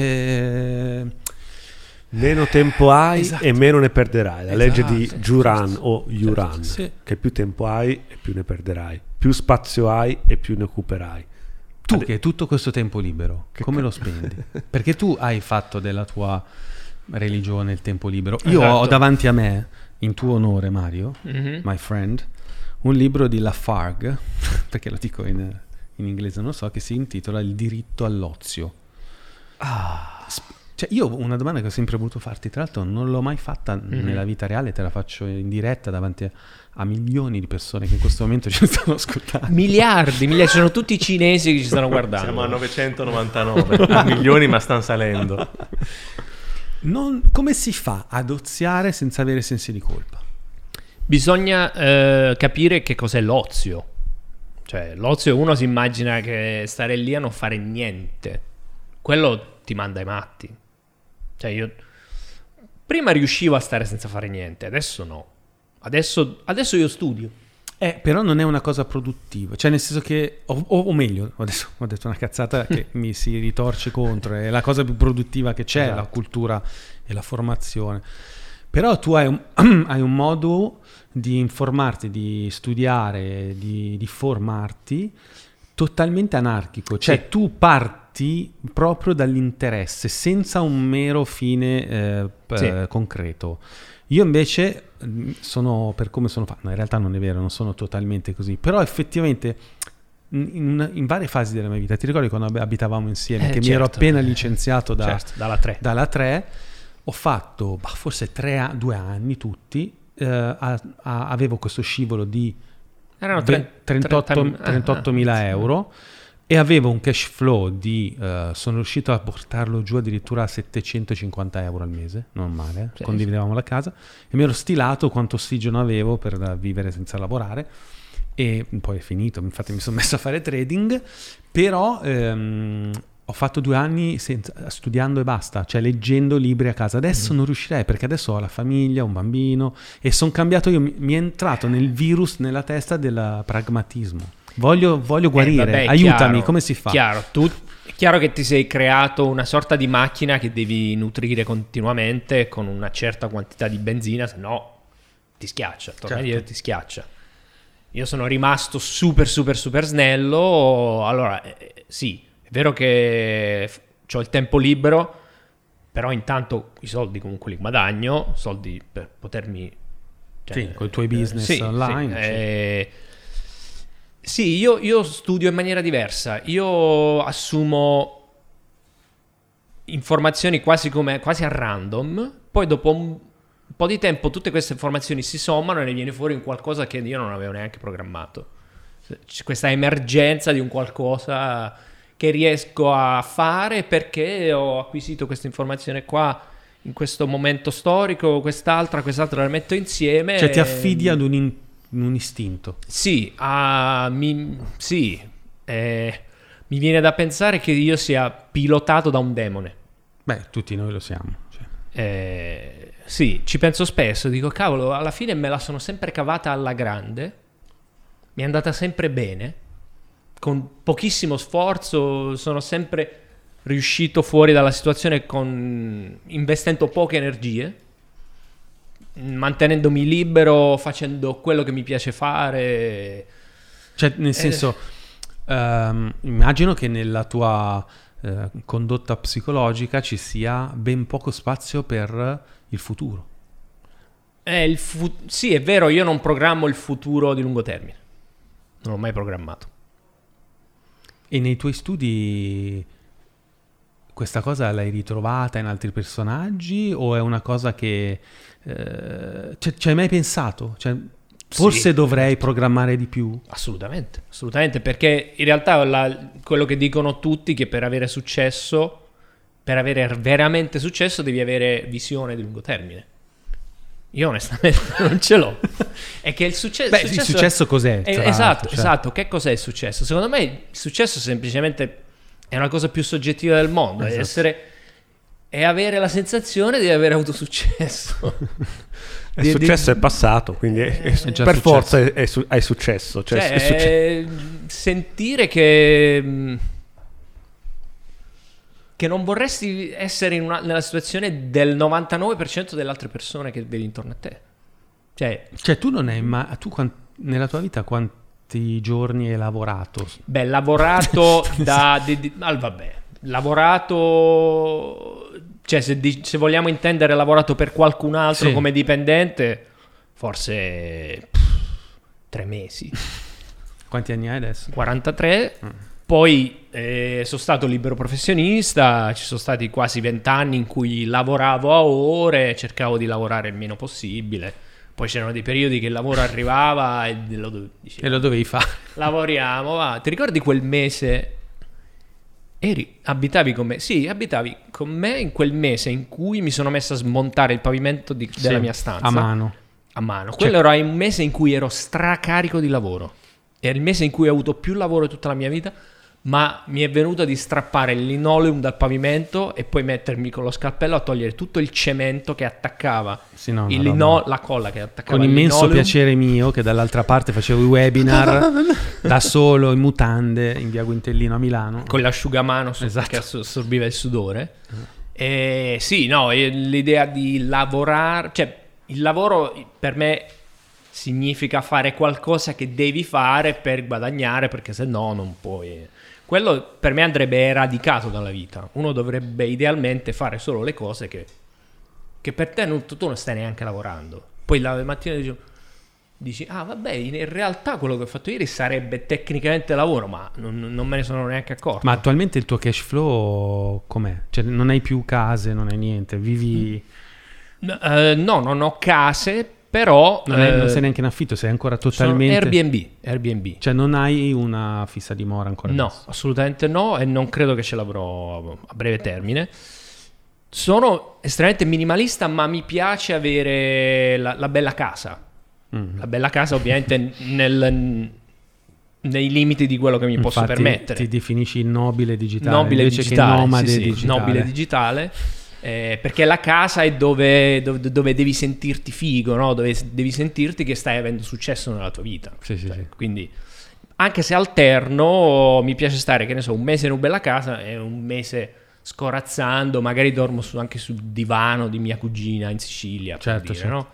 [SPEAKER 3] meno tempo hai e meno ne perderai. La legge di Juran o Juran, che più tempo hai e più ne perderai, più spazio hai e più ne occuperai.
[SPEAKER 1] Tu che hai tutto questo tempo libero, come lo spendi? Perché tu hai fatto della tua religione il tempo libero. Io ho davanti a me, in tuo onore, Mario, my friend, un libro di Lafargue, perché lo dico in inglese, non so, che si intitola Il diritto all'ozio. Io una domanda che ho sempre voluto farti, tra l'altro non l'ho mai fatta nella vita reale, te la faccio in diretta davanti a milioni di persone che in questo momento ci stanno ascoltando.
[SPEAKER 2] Miliardi, sono tutti i cinesi che ci stanno guardando.
[SPEAKER 4] Siamo a 999, a milioni, ma stanno salendo.
[SPEAKER 1] Come si fa ad oziare senza avere sensi di colpa?
[SPEAKER 2] Bisogna capire che cos'è l'ozio. L'ozio, uno si immagina che stare lì a non fare niente, quello ti manda ai matti. Io prima riuscivo a stare senza fare niente, adesso no. Adesso io studio.
[SPEAKER 1] Però non è una cosa produttiva, nel senso che, o meglio, adesso ho detto una cazzata che mi si ritorce contro, è la cosa più produttiva che c'è, la cultura e la formazione. Però tu hai un modo di informarti, di studiare, di formarti totalmente anarchico, tu parti fatti proprio dall'interesse, senza un mero fine concreto. Io invece sono, per come sono fatto, no, in realtà non è vero, non sono totalmente così, però effettivamente in varie fasi della mia vita, ti ricordi quando abitavamo insieme, che mi ero appena licenziato dalla 3, ho fatto forse 2 anni tutti, avevo questo scivolo di 38.000 euro e avevo un cash flow sono riuscito a portarlo giù addirittura a 750 euro al mese, non male, condividevamo la casa, e mi ero stilato quanto ossigeno avevo per vivere senza lavorare, e poi è finito, infatti mi sono messo a fare trading, però ho fatto 2 anni studiando e basta, cioè leggendo libri a casa. Adesso non riuscirei, perché adesso ho la famiglia, un bambino, e sono cambiato io, mi è entrato nel virus nella testa del pragmatismo. Voglio guarire, aiutami, chiaro, come si fa?
[SPEAKER 2] È chiaro che ti sei creato una sorta di macchina che devi nutrire continuamente con una certa quantità di benzina, se no ti schiaccia, ti schiaccia. Io sono rimasto super snello, allora sì, è vero che ho il tempo libero, però intanto i soldi comunque li guadagno, soldi per potermi...
[SPEAKER 1] con i tuoi business online.
[SPEAKER 2] Sì, io studio in maniera diversa, io assumo informazioni quasi a random, poi dopo un po' di tempo tutte queste informazioni si sommano e ne viene fuori un qualcosa che io non avevo neanche programmato. C'è questa emergenza di un qualcosa che riesco a fare perché ho acquisito questa informazione qua in questo momento storico, quest'altra la metto insieme.
[SPEAKER 1] Cioè ti affidi ad un istinto.
[SPEAKER 2] Sì, mi viene da pensare che io sia pilotato da un demone.
[SPEAKER 1] Beh, tutti noi lo siamo.
[SPEAKER 2] Sì, ci penso spesso, dico cavolo, alla fine me la sono sempre cavata alla grande, mi è andata sempre bene, con pochissimo sforzo sono sempre riuscito fuori dalla situazione investendo poche energie, mantenendomi libero, facendo quello che mi piace fare.
[SPEAKER 1] Cioè, nel senso, immagino che nella tua condotta psicologica ci sia ben poco spazio per il futuro.
[SPEAKER 2] Sì, è vero, io non programmo il futuro di lungo termine. Non l'ho mai programmato.
[SPEAKER 1] E nei tuoi studi questa cosa l'hai ritrovata in altri personaggi o è una cosa che ci hai mai pensato? Cioè, forse sì, dovrei programmare di più?
[SPEAKER 2] Assolutamente, perché in realtà quello che dicono tutti che per avere successo, per avere veramente successo devi avere visione di lungo termine. Io onestamente non ce l'ho. È che il successo...
[SPEAKER 1] il successo cos'è?
[SPEAKER 2] Esatto. Che cos'è il successo? Secondo me il successo semplicemente è una cosa più soggettiva del mondo. Esatto. È avere la sensazione di aver avuto successo.
[SPEAKER 3] Il successo è passato, quindi per forza hai successo. Cioè, è successo.
[SPEAKER 2] Sentire che non vorresti essere nella situazione del 99% delle altre persone che vedi intorno a te.
[SPEAKER 1] Cioè tu non hai nella tua vita quanti giorni hai lavorato?
[SPEAKER 2] Beh, lavorato lavorato, cioè se vogliamo intendere lavorato per qualcun altro come dipendente, forse 3 mesi.
[SPEAKER 1] Quanti anni hai adesso?
[SPEAKER 2] 43. Poi sono stato libero professionista, ci sono stati quasi 20 anni in cui lavoravo a ore, cercavo di lavorare il meno possibile. Poi c'erano dei periodi che il lavoro arrivava e lo
[SPEAKER 1] dovevi fare.
[SPEAKER 2] Lavoriamo, va. Ti ricordi quel mese? Abitavi con me? Sì, abitavi con me in quel mese in cui mi sono messo a smontare il pavimento della mia stanza.
[SPEAKER 1] A mano.
[SPEAKER 2] Quello era un mese in cui ero stracarico di lavoro. Era il mese in cui ho avuto più lavoro di tutta la mia vita, ma mi è venuto di strappare il linoleum dal pavimento e poi mettermi con lo scalpello a togliere tutto il cemento che attaccava la colla che attaccava
[SPEAKER 1] con immenso
[SPEAKER 2] linoleum.
[SPEAKER 1] Piacere mio che dall'altra parte facevo i webinar da solo in mutande in via Guintellino a Milano
[SPEAKER 2] con l'asciugamano che assorbiva il sudore. L'idea di lavorare, cioè il lavoro per me significa fare qualcosa che devi fare per guadagnare, perché se no non puoi. quello per me andrebbe eradicato dalla vita. Uno dovrebbe idealmente fare solo le cose che per te tu non stai neanche lavorando. Poi la mattina dici, vabbè, in realtà quello che ho fatto ieri sarebbe tecnicamente lavoro, ma non me ne sono neanche accorto.
[SPEAKER 1] Ma attualmente il tuo cash flow com'è? Cioè non hai più case, non hai niente, vivi...
[SPEAKER 2] No, non ho case, però...
[SPEAKER 1] Non sei neanche in affitto, sei ancora totalmente...
[SPEAKER 2] Airbnb.
[SPEAKER 1] Cioè non hai una fissa dimora ancora?
[SPEAKER 2] No,
[SPEAKER 1] adesso.
[SPEAKER 2] assolutamente no, e non credo che ce l'avrò a breve termine. Sono estremamente minimalista, ma mi piace avere la bella casa. La bella casa ovviamente nei limiti di quello che mi posso permettere.
[SPEAKER 1] Ti definisci nobile digitale che nomade digitale.
[SPEAKER 2] Nobile digitale, perché la casa è dove devi sentirti figo, no? Dove devi sentirti che stai avendo successo nella tua vita.
[SPEAKER 1] Sì.
[SPEAKER 2] Quindi anche se alterno, mi piace stare, che ne so, un mese in una bella casa e un mese scorazzando, magari dormo anche sul divano di mia cugina in Sicilia,
[SPEAKER 1] certo.
[SPEAKER 2] No?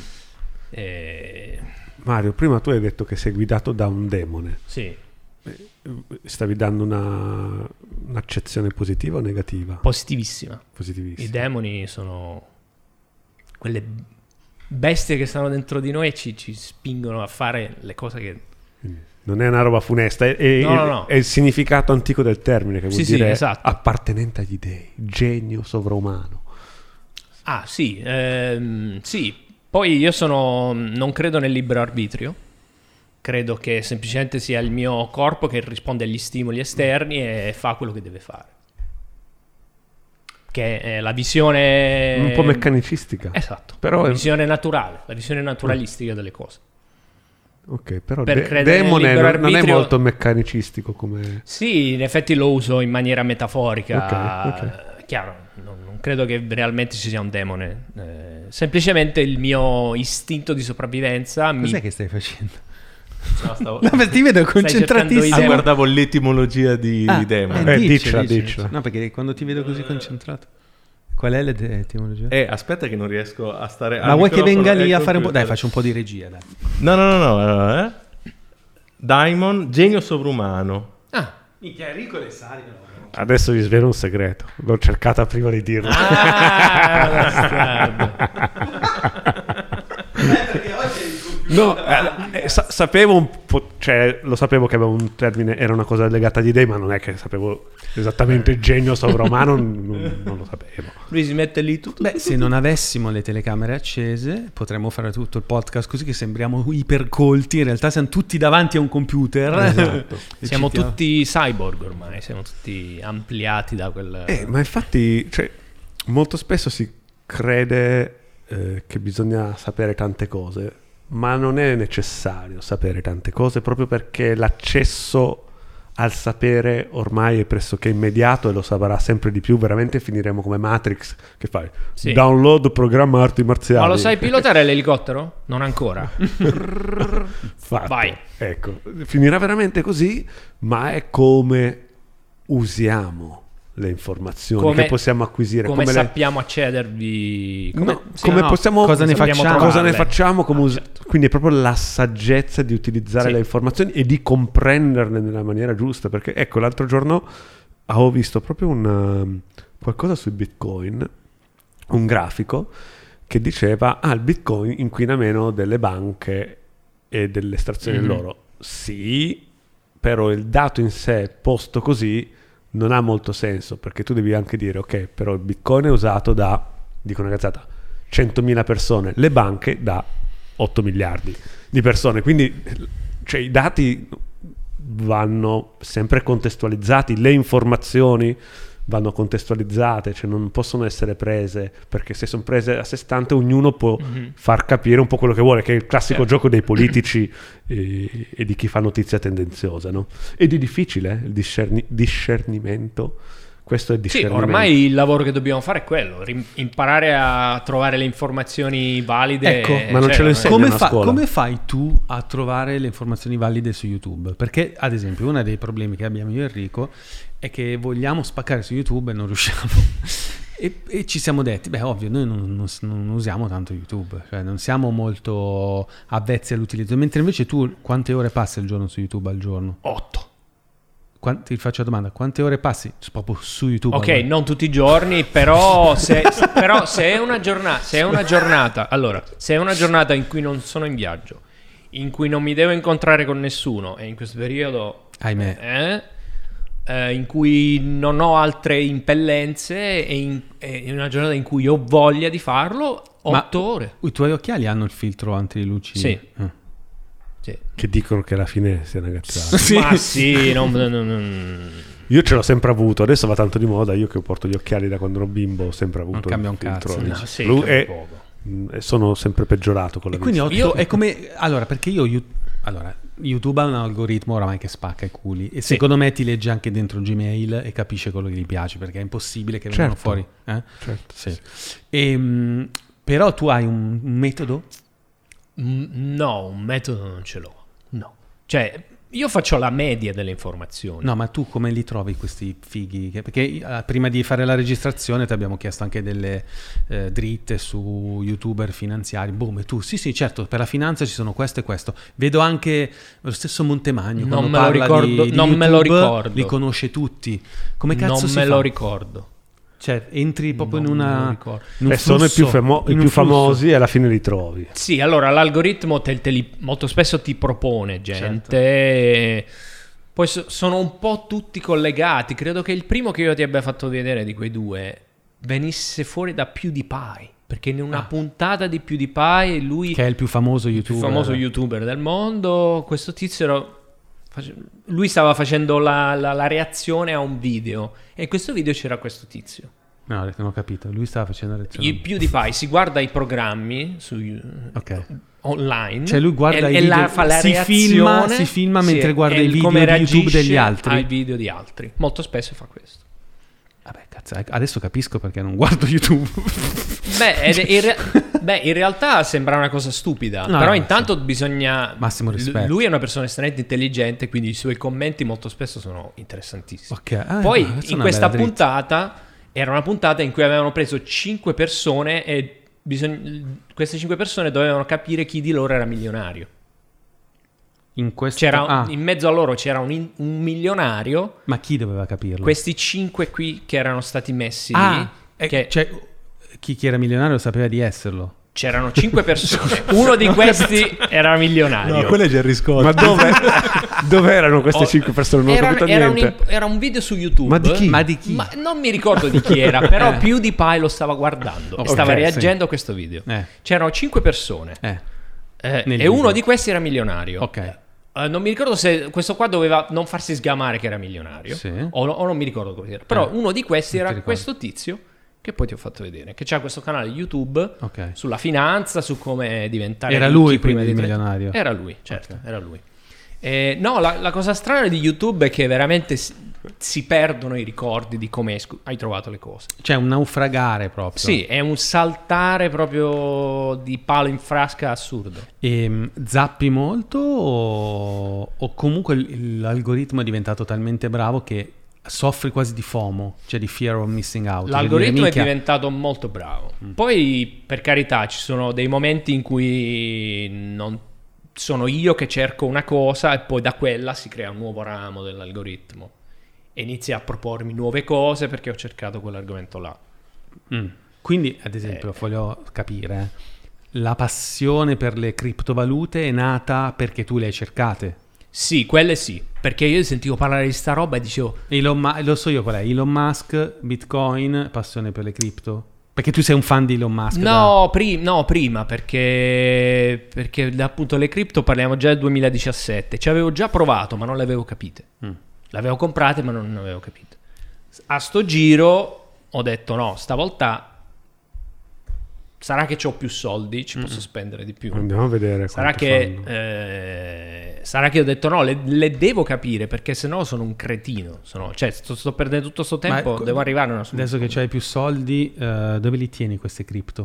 [SPEAKER 3] Mario, prima tu hai detto che sei guidato da un demone.
[SPEAKER 2] Sì.
[SPEAKER 3] Stavi dando un'accezione positiva o negativa?
[SPEAKER 2] Positivissima.
[SPEAKER 3] Positivissima.
[SPEAKER 2] I demoni sono quelle bestie che stanno dentro di noi e ci spingono a fare le cose che...
[SPEAKER 3] Non è una roba funesta,
[SPEAKER 2] No.
[SPEAKER 3] è il significato antico del termine, che vuol dire
[SPEAKER 2] esatto.
[SPEAKER 3] appartenente agli dei, genio sovraumano.
[SPEAKER 2] Sì. Poi io non credo nel libero arbitrio, credo che semplicemente sia il mio corpo che risponde agli stimoli esterni e fa quello che deve fare. Che è la visione...
[SPEAKER 3] Un po' meccanicistica.
[SPEAKER 2] Esatto,
[SPEAKER 3] però
[SPEAKER 2] la visione naturale, la visione naturalistica delle cose.
[SPEAKER 3] Ok, però
[SPEAKER 2] demone
[SPEAKER 3] non è molto meccanicistico come...
[SPEAKER 2] Sì, in effetti lo uso in maniera metaforica.
[SPEAKER 3] Ok.
[SPEAKER 2] Chiaro, non credo che realmente ci sia un demone. Semplicemente il mio istinto di sopravvivenza.
[SPEAKER 1] Cos'è che stai facendo?
[SPEAKER 4] No,
[SPEAKER 1] ti vedo concentratissimo.
[SPEAKER 4] Guardavo l'etimologia di demone.
[SPEAKER 3] Diccela.
[SPEAKER 1] No, perché quando ti vedo così concentrato... Qual è l'etimologia?
[SPEAKER 4] Aspetta che non riesco a stare...
[SPEAKER 1] Ma vuoi che venga lì a fare un po'? Dai, faccio un po' di regia, dai.
[SPEAKER 4] No. Daimon, genio sovrumano.
[SPEAKER 1] Minchia, Enrico Le Sari.
[SPEAKER 3] Adesso vi svelo un segreto. L'ho cercata prima di dirlo.
[SPEAKER 1] Perché oggi
[SPEAKER 3] No, sapevo un po', cioè lo sapevo che aveva un termine, era una cosa legata agli dei, ma non è che sapevo esattamente il genio sovrumano, non lo sapevo.
[SPEAKER 2] Lui si mette lì tutto.
[SPEAKER 1] Beh, se non avessimo le telecamere accese, potremmo fare tutto il podcast così che sembriamo ipercolti, in realtà siamo tutti davanti a un computer.
[SPEAKER 3] Esatto.
[SPEAKER 2] Siamo tutti cyborg ormai, siamo tutti ampliati da quel...
[SPEAKER 3] Ma infatti, cioè, molto spesso si crede che bisogna sapere tante cose, ma non è necessario sapere tante cose, proprio perché l'accesso al sapere ormai è pressoché immediato e lo saprà sempre di più. Veramente finiremo come Matrix, che fai?
[SPEAKER 2] Sì.
[SPEAKER 3] Download programma arti marziali.
[SPEAKER 2] Ma lo sai pilotare l'elicottero? Non ancora.
[SPEAKER 3] Fatto.
[SPEAKER 2] Vai.
[SPEAKER 3] Ecco, finirà veramente così, ma è come usiamo le informazioni che possiamo acquisire,
[SPEAKER 2] come sappiamo accedervi,
[SPEAKER 3] possiamo,
[SPEAKER 1] cosa ne
[SPEAKER 3] facciamo,
[SPEAKER 2] certo.
[SPEAKER 3] Quindi è proprio la saggezza di utilizzare le informazioni e di comprenderle nella maniera giusta, perché ecco, l'altro giorno avevo visto proprio qualcosa sui Bitcoin, un grafico che diceva il Bitcoin inquina meno delle banche e dell'estrazione dell'oro. Sì, però il dato in sé posto così non ha molto senso, perché tu devi anche dire ok, però il Bitcoin è usato da, dico una cazzata, 100.000 persone, le banche da 8 miliardi di persone, quindi cioè, i dati vanno sempre contestualizzati, le informazioni vanno contestualizzate, cioè non possono essere prese, perché se sono prese a sé stante ognuno può far capire un po' quello che vuole, che è il classico gioco dei politici e di chi fa notizia tendenziosa, no? Ed è difficile il discernimento. Questo è il discernimento.
[SPEAKER 2] Sì, ormai il lavoro che dobbiamo fare è quello, imparare a trovare le informazioni valide.
[SPEAKER 1] Ecco,
[SPEAKER 3] ma non ce lo insegnano a scuola.
[SPEAKER 1] Come fai tu a trovare le informazioni valide su YouTube? Perché, ad esempio, uno dei problemi che abbiamo io e Enrico è che vogliamo spaccare su YouTube e non riusciamo. E ci siamo detti, beh, ovvio, noi non usiamo tanto YouTube, cioè non siamo molto avvezzi all'utilizzo, mentre invece tu quante ore passi al giorno su YouTube al giorno?
[SPEAKER 2] 8.
[SPEAKER 1] ti faccio la domanda, quante ore passi proprio su YouTube?
[SPEAKER 2] Ok, allora? Non tutti i giorni, però se è una giornata, allora, se è una giornata in cui non sono in viaggio, in cui non mi devo incontrare con nessuno, e in questo periodo,
[SPEAKER 1] ahimè,
[SPEAKER 2] in cui non ho altre impellenze, e in una giornata in cui ho voglia di farlo, 8 ore.
[SPEAKER 1] I tuoi occhiali hanno il filtro antiluci?
[SPEAKER 2] Sì.
[SPEAKER 3] Sì. Che dicono che alla fine sia una cazzata.
[SPEAKER 2] Sì. Ma sì,
[SPEAKER 3] io ce l'ho sempre avuto, adesso va tanto di moda. Io che porto gli occhiali da quando ero bimbo ho sempre avuto.
[SPEAKER 1] Non cambia un cazzo.
[SPEAKER 2] No, sì, poco.
[SPEAKER 3] E sono sempre peggiorato con la
[SPEAKER 1] vista. Quindi è come allora, perché YouTube ha un algoritmo oramai che spacca i culi e secondo me ti legge anche dentro Gmail e capisce quello che gli piace, perché è impossibile che vengano fuori.
[SPEAKER 3] Certo.
[SPEAKER 1] Sì. Però tu hai un metodo?
[SPEAKER 2] No, un metodo non ce l'ho. No. Cioè, io faccio la media delle informazioni.
[SPEAKER 1] No, ma tu come li trovi questi fighi? Perché prima di fare la registrazione ti abbiamo chiesto anche delle dritte su youtuber finanziari. Boom, e tu? Sì, certo, per la finanza ci sono questo e questo. Vedo anche lo stesso Montemagno.
[SPEAKER 2] Non me lo ricordo.
[SPEAKER 1] Di
[SPEAKER 2] non
[SPEAKER 1] YouTube,
[SPEAKER 2] me lo ricordo.
[SPEAKER 1] Li conosce tutti. Come cazzo si fa?
[SPEAKER 2] Non me lo ricordo.
[SPEAKER 1] Cioè, entri proprio in una...
[SPEAKER 3] sono i più famosi e alla fine li trovi.
[SPEAKER 2] Sì, allora l'algoritmo molto spesso ti propone gente. Certo. Poi sono un po' tutti collegati. Credo che il primo che io ti abbia fatto vedere di quei due venisse fuori da PewDiePie. Perché in una puntata di PewDiePie lui...
[SPEAKER 1] Che è il più famoso
[SPEAKER 2] YouTuber del mondo. Questo tizio lui stava facendo la reazione a un video e in questo video c'era questo tizio.
[SPEAKER 1] No, non ho capito. Lui stava facendo la reazione.
[SPEAKER 2] Il PewDiePie si guarda i programmi online,
[SPEAKER 1] cioè lui guarda i video,
[SPEAKER 2] fa la reazione,
[SPEAKER 1] si filma mentre guarda i video di YouTube degli altri.
[SPEAKER 2] Ai video di altri. Molto spesso fa questo.
[SPEAKER 1] Vabbè, cazzo, adesso capisco perché non guardo YouTube.
[SPEAKER 2] In realtà sembra una cosa stupida, però intanto bisogna...
[SPEAKER 1] Massimo rispetto.
[SPEAKER 2] Lui è una persona estremamente intelligente, quindi i suoi commenti molto spesso sono interessantissimi.
[SPEAKER 1] Poi
[SPEAKER 2] in questa puntata era una puntata in cui avevano preso 5 persone e queste 5 persone dovevano capire chi di loro era milionario. In mezzo a loro c'era un milionario.
[SPEAKER 1] Ma chi doveva capirlo?
[SPEAKER 2] Questi 5 qui che erano stati messi lì.
[SPEAKER 1] Cioè, chi era milionario sapeva di esserlo.
[SPEAKER 2] C'erano 5 persone. Uno di questi era milionario.
[SPEAKER 3] No, quello è Gerry Scott. Ma dove erano queste 5 persone? Non ho capito niente.
[SPEAKER 2] Era un video su YouTube.
[SPEAKER 3] Ma di chi?
[SPEAKER 2] Ma non mi ricordo di chi era, però PewDiePie lo stava guardando e stava reagendo a questo video. C'erano 5 persone. E uno di questi era milionario. Non mi ricordo se questo qua doveva non farsi sgamare che era milionario o non mi ricordo come era. Però uno di questi era questo tizio che poi ti ho fatto vedere, che c'ha questo canale YouTube sulla finanza, su come diventare
[SPEAKER 1] era lui prima di milionario.
[SPEAKER 2] Era lui, certo, era lui. No, la cosa strana di YouTube è che veramente si perdono i ricordi di come hai trovato le cose.
[SPEAKER 1] Cioè un naufragare proprio.
[SPEAKER 2] Sì, è un saltare proprio di palo in frasca assurdo.
[SPEAKER 1] E zappi molto o comunque l'algoritmo è diventato talmente bravo che soffri quasi di FOMO, cioè di fear of missing out?
[SPEAKER 2] L'algoritmo è diventato molto bravo. Poi, per carità, ci sono dei momenti in cui non sono io che cerco una cosa e poi da quella si crea un nuovo ramo dell'algoritmo e inizia a propormi nuove cose perché ho cercato quell'argomento là.
[SPEAKER 1] Quindi, ad esempio, voglio capire, la passione per le criptovalute è nata perché tu le hai cercate?
[SPEAKER 2] Sì, quelle sì, perché io sentivo parlare di sta roba e dicevo...
[SPEAKER 1] lo so io qual è, Elon Musk, Bitcoin, passione per le cripto? Perché tu sei un fan di Elon Musk?
[SPEAKER 2] No, prima, perché appunto le cripto parliamo già del 2017. Ci avevo già provato, ma non le avevo capite. Le avevo comprate, ma non avevo capite. A sto giro ho detto no, stavolta sarà che ho più soldi, ci posso spendere di più.
[SPEAKER 3] Andiamo a vedere.
[SPEAKER 2] Sarà che ho detto no, le devo capire, perché sennò sono un cretino. Cioè, sto perdendo tutto sto tempo, devo arrivare a una soluzione.
[SPEAKER 1] Adesso che c'hai più soldi, dove li tieni queste cripto?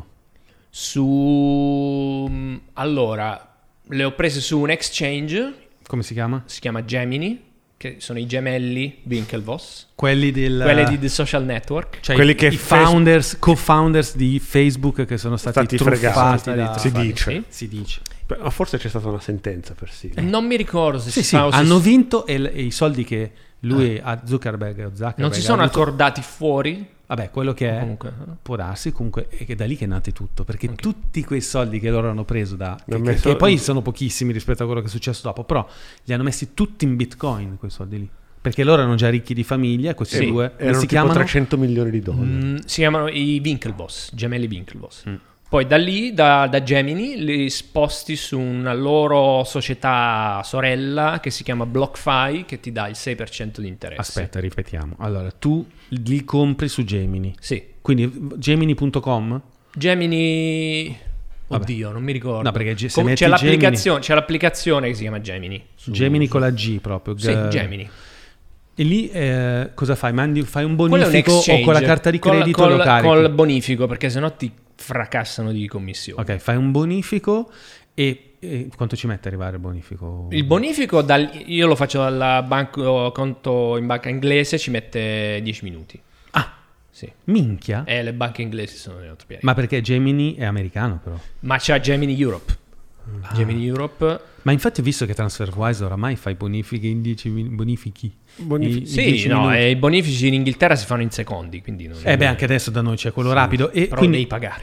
[SPEAKER 2] Allora, le ho prese su un exchange.
[SPEAKER 1] Come si chiama?
[SPEAKER 2] Si chiama Gemini, che sono i gemelli Winklevoss,
[SPEAKER 1] quelli
[SPEAKER 2] di The Social Network,
[SPEAKER 1] cioè quelli che co-founders di Facebook che sono stati truffati
[SPEAKER 3] si dice.
[SPEAKER 2] Si dice.
[SPEAKER 3] Ma forse c'è stata una sentenza persino.
[SPEAKER 2] Non mi ricordo se
[SPEAKER 1] hanno vinto e i soldi che Lui a Zuckerberg
[SPEAKER 2] non si sono accordati fuori?
[SPEAKER 1] Vabbè, quello che è, comunque, può darsi, comunque è che da lì che è nato tutto, perché tutti quei soldi che loro hanno preso che poi sono pochissimi rispetto a quello che è successo dopo, però li hanno messi tutti in Bitcoin quei soldi lì, perché loro erano già ricchi di famiglia, questi due
[SPEAKER 3] erano
[SPEAKER 1] si
[SPEAKER 3] tipo
[SPEAKER 1] chiamano
[SPEAKER 3] $300 milioni.
[SPEAKER 2] Si chiamano i Winklevoss, gemelli Winklevoss. Poi da lì, da Gemini, li sposti su una loro società sorella che si chiama BlockFi, che ti dà il 6% di interesse.
[SPEAKER 1] Aspetta, ripetiamo. Allora, tu li compri su Gemini.
[SPEAKER 2] Sì.
[SPEAKER 1] Quindi Gemini.com?
[SPEAKER 2] Gemini... Oddio, non mi ricordo.
[SPEAKER 1] No, perché
[SPEAKER 2] c'è l'applicazione che si chiama Gemini.
[SPEAKER 1] Gemini con la G proprio.
[SPEAKER 2] Sì, Gemini.
[SPEAKER 1] E lì cosa fai? Fai un bonifico o con la carta di credito lo carichi?
[SPEAKER 2] Col bonifico, perché sennò ti fracassano di commissione.
[SPEAKER 1] Ok, fai un bonifico e quanto ci mette arrivare il bonifico?
[SPEAKER 2] Il bonifico, io lo faccio dal conto in banca inglese, ci mette 10 minuti.
[SPEAKER 1] Ah,
[SPEAKER 2] sì.
[SPEAKER 1] Minchia?
[SPEAKER 2] Le banche inglesi sono le piedi.
[SPEAKER 1] Ma perché Gemini è americano però?
[SPEAKER 2] Ma c'è Gemini Europe. Gemini Europe.
[SPEAKER 1] Ma infatti ho visto che TransferWise oramai fa i bonifici in 10 bonifichi.
[SPEAKER 2] I bonifici in Inghilterra si fanno in secondi, quindi non
[SPEAKER 1] anche adesso da noi c'è quello rapido e
[SPEAKER 2] però
[SPEAKER 1] quindi
[SPEAKER 2] devi pagare.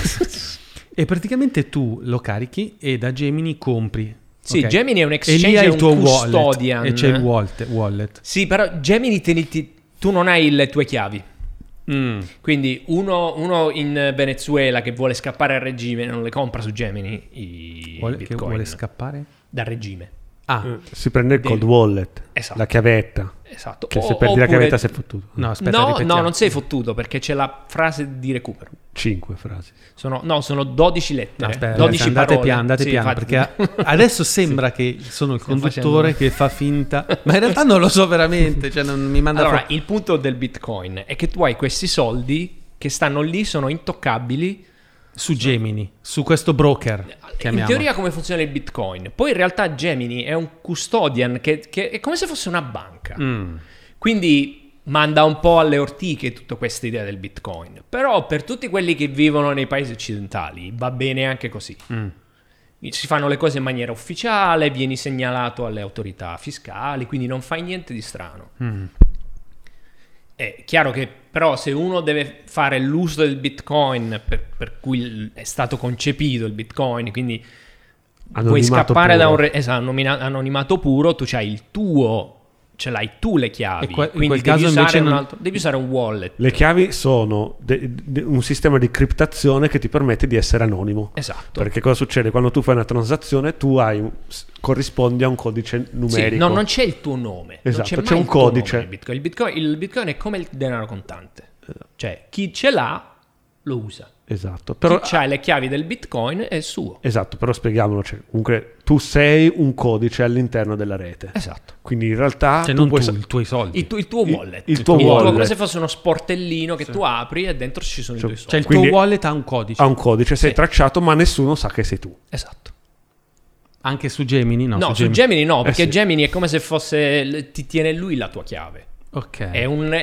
[SPEAKER 1] E praticamente tu lo carichi e da Gemini compri.
[SPEAKER 2] Sì, okay. Gemini è un exchange,
[SPEAKER 1] e lì hai
[SPEAKER 2] è
[SPEAKER 1] il tuo
[SPEAKER 2] un custodian.
[SPEAKER 1] Wallet, e c'è il wallet.
[SPEAKER 2] Sì, però Gemini tu non hai le tue chiavi. Quindi uno in Venezuela che vuole scappare al regime non le compra su Gemini i Bitcoin.
[SPEAKER 1] Che vuole scappare?
[SPEAKER 2] Dal regime.
[SPEAKER 3] Si prende il cold wallet,
[SPEAKER 2] esatto.
[SPEAKER 3] La chiavetta.
[SPEAKER 2] Esatto.
[SPEAKER 3] Che se perdi la chiavetta sei fottuto.
[SPEAKER 1] No, aspetta,
[SPEAKER 2] no, non sei fottuto perché c'è la frase di recupero.
[SPEAKER 3] 5 frasi.
[SPEAKER 2] Sono 12 lettere.
[SPEAKER 1] No, aspetta,
[SPEAKER 2] 12
[SPEAKER 1] andate
[SPEAKER 2] parole.
[SPEAKER 1] piano, perché adesso sembra che sono il conduttore che fa finta, ma in realtà non lo so veramente, cioè non mi manda
[SPEAKER 2] Allora, il punto del Bitcoin è che tu hai questi soldi che stanno lì, sono intoccabili
[SPEAKER 1] su Gemini, su questo broker.
[SPEAKER 2] In teoria come funziona il Bitcoin. Poi in realtà Gemini è un custodian che è come se fosse una banca. Quindi manda un po' alle ortiche tutta questa idea del Bitcoin. Però per tutti quelli che vivono nei paesi occidentali va bene anche così. Si fanno le cose in maniera ufficiale, vieni segnalato alle autorità fiscali, quindi non fai niente di strano. È chiaro che però se uno deve fare l'uso del Bitcoin per cui è stato concepito il Bitcoin, quindi puoi scappare da anonimato puro, tu c'hai il tuo, ce l'hai tu le chiavi, quindi in quel caso invece devi usare un wallet.
[SPEAKER 3] Le chiavi sono un sistema di criptazione che ti permette di essere anonimo.
[SPEAKER 2] Esatto.
[SPEAKER 3] Perché cosa succede? Quando tu fai una transazione tu corrispondi a un codice numerico.
[SPEAKER 2] Sì, non c'è il tuo nome.
[SPEAKER 3] Esatto,
[SPEAKER 2] non c'è
[SPEAKER 3] un codice.
[SPEAKER 2] Il Bitcoin è come il denaro contante. Cioè, chi ce l'ha lo usa.
[SPEAKER 3] Esatto. Però
[SPEAKER 2] chi ha le chiavi del Bitcoin è suo.
[SPEAKER 3] Esatto, però spieghiamolo, cioè, comunque tu sei un codice all'interno della rete.
[SPEAKER 2] Esatto.
[SPEAKER 3] Quindi in realtà
[SPEAKER 1] i tuoi soldi.
[SPEAKER 2] Il tuo wallet.
[SPEAKER 3] Il tuo wallet.
[SPEAKER 2] Come se fosse uno sportellino che tu apri e dentro ci sono i tuoi soldi.
[SPEAKER 1] Cioè il tuo wallet ha un codice.
[SPEAKER 3] Ha un codice, sei tracciato, ma nessuno sa che sei tu.
[SPEAKER 2] Esatto.
[SPEAKER 1] Anche su Gemini?
[SPEAKER 2] No, su Gemini no, perché Gemini è come se fosse ti tiene lui la tua chiave.
[SPEAKER 1] Ok.
[SPEAKER 2] È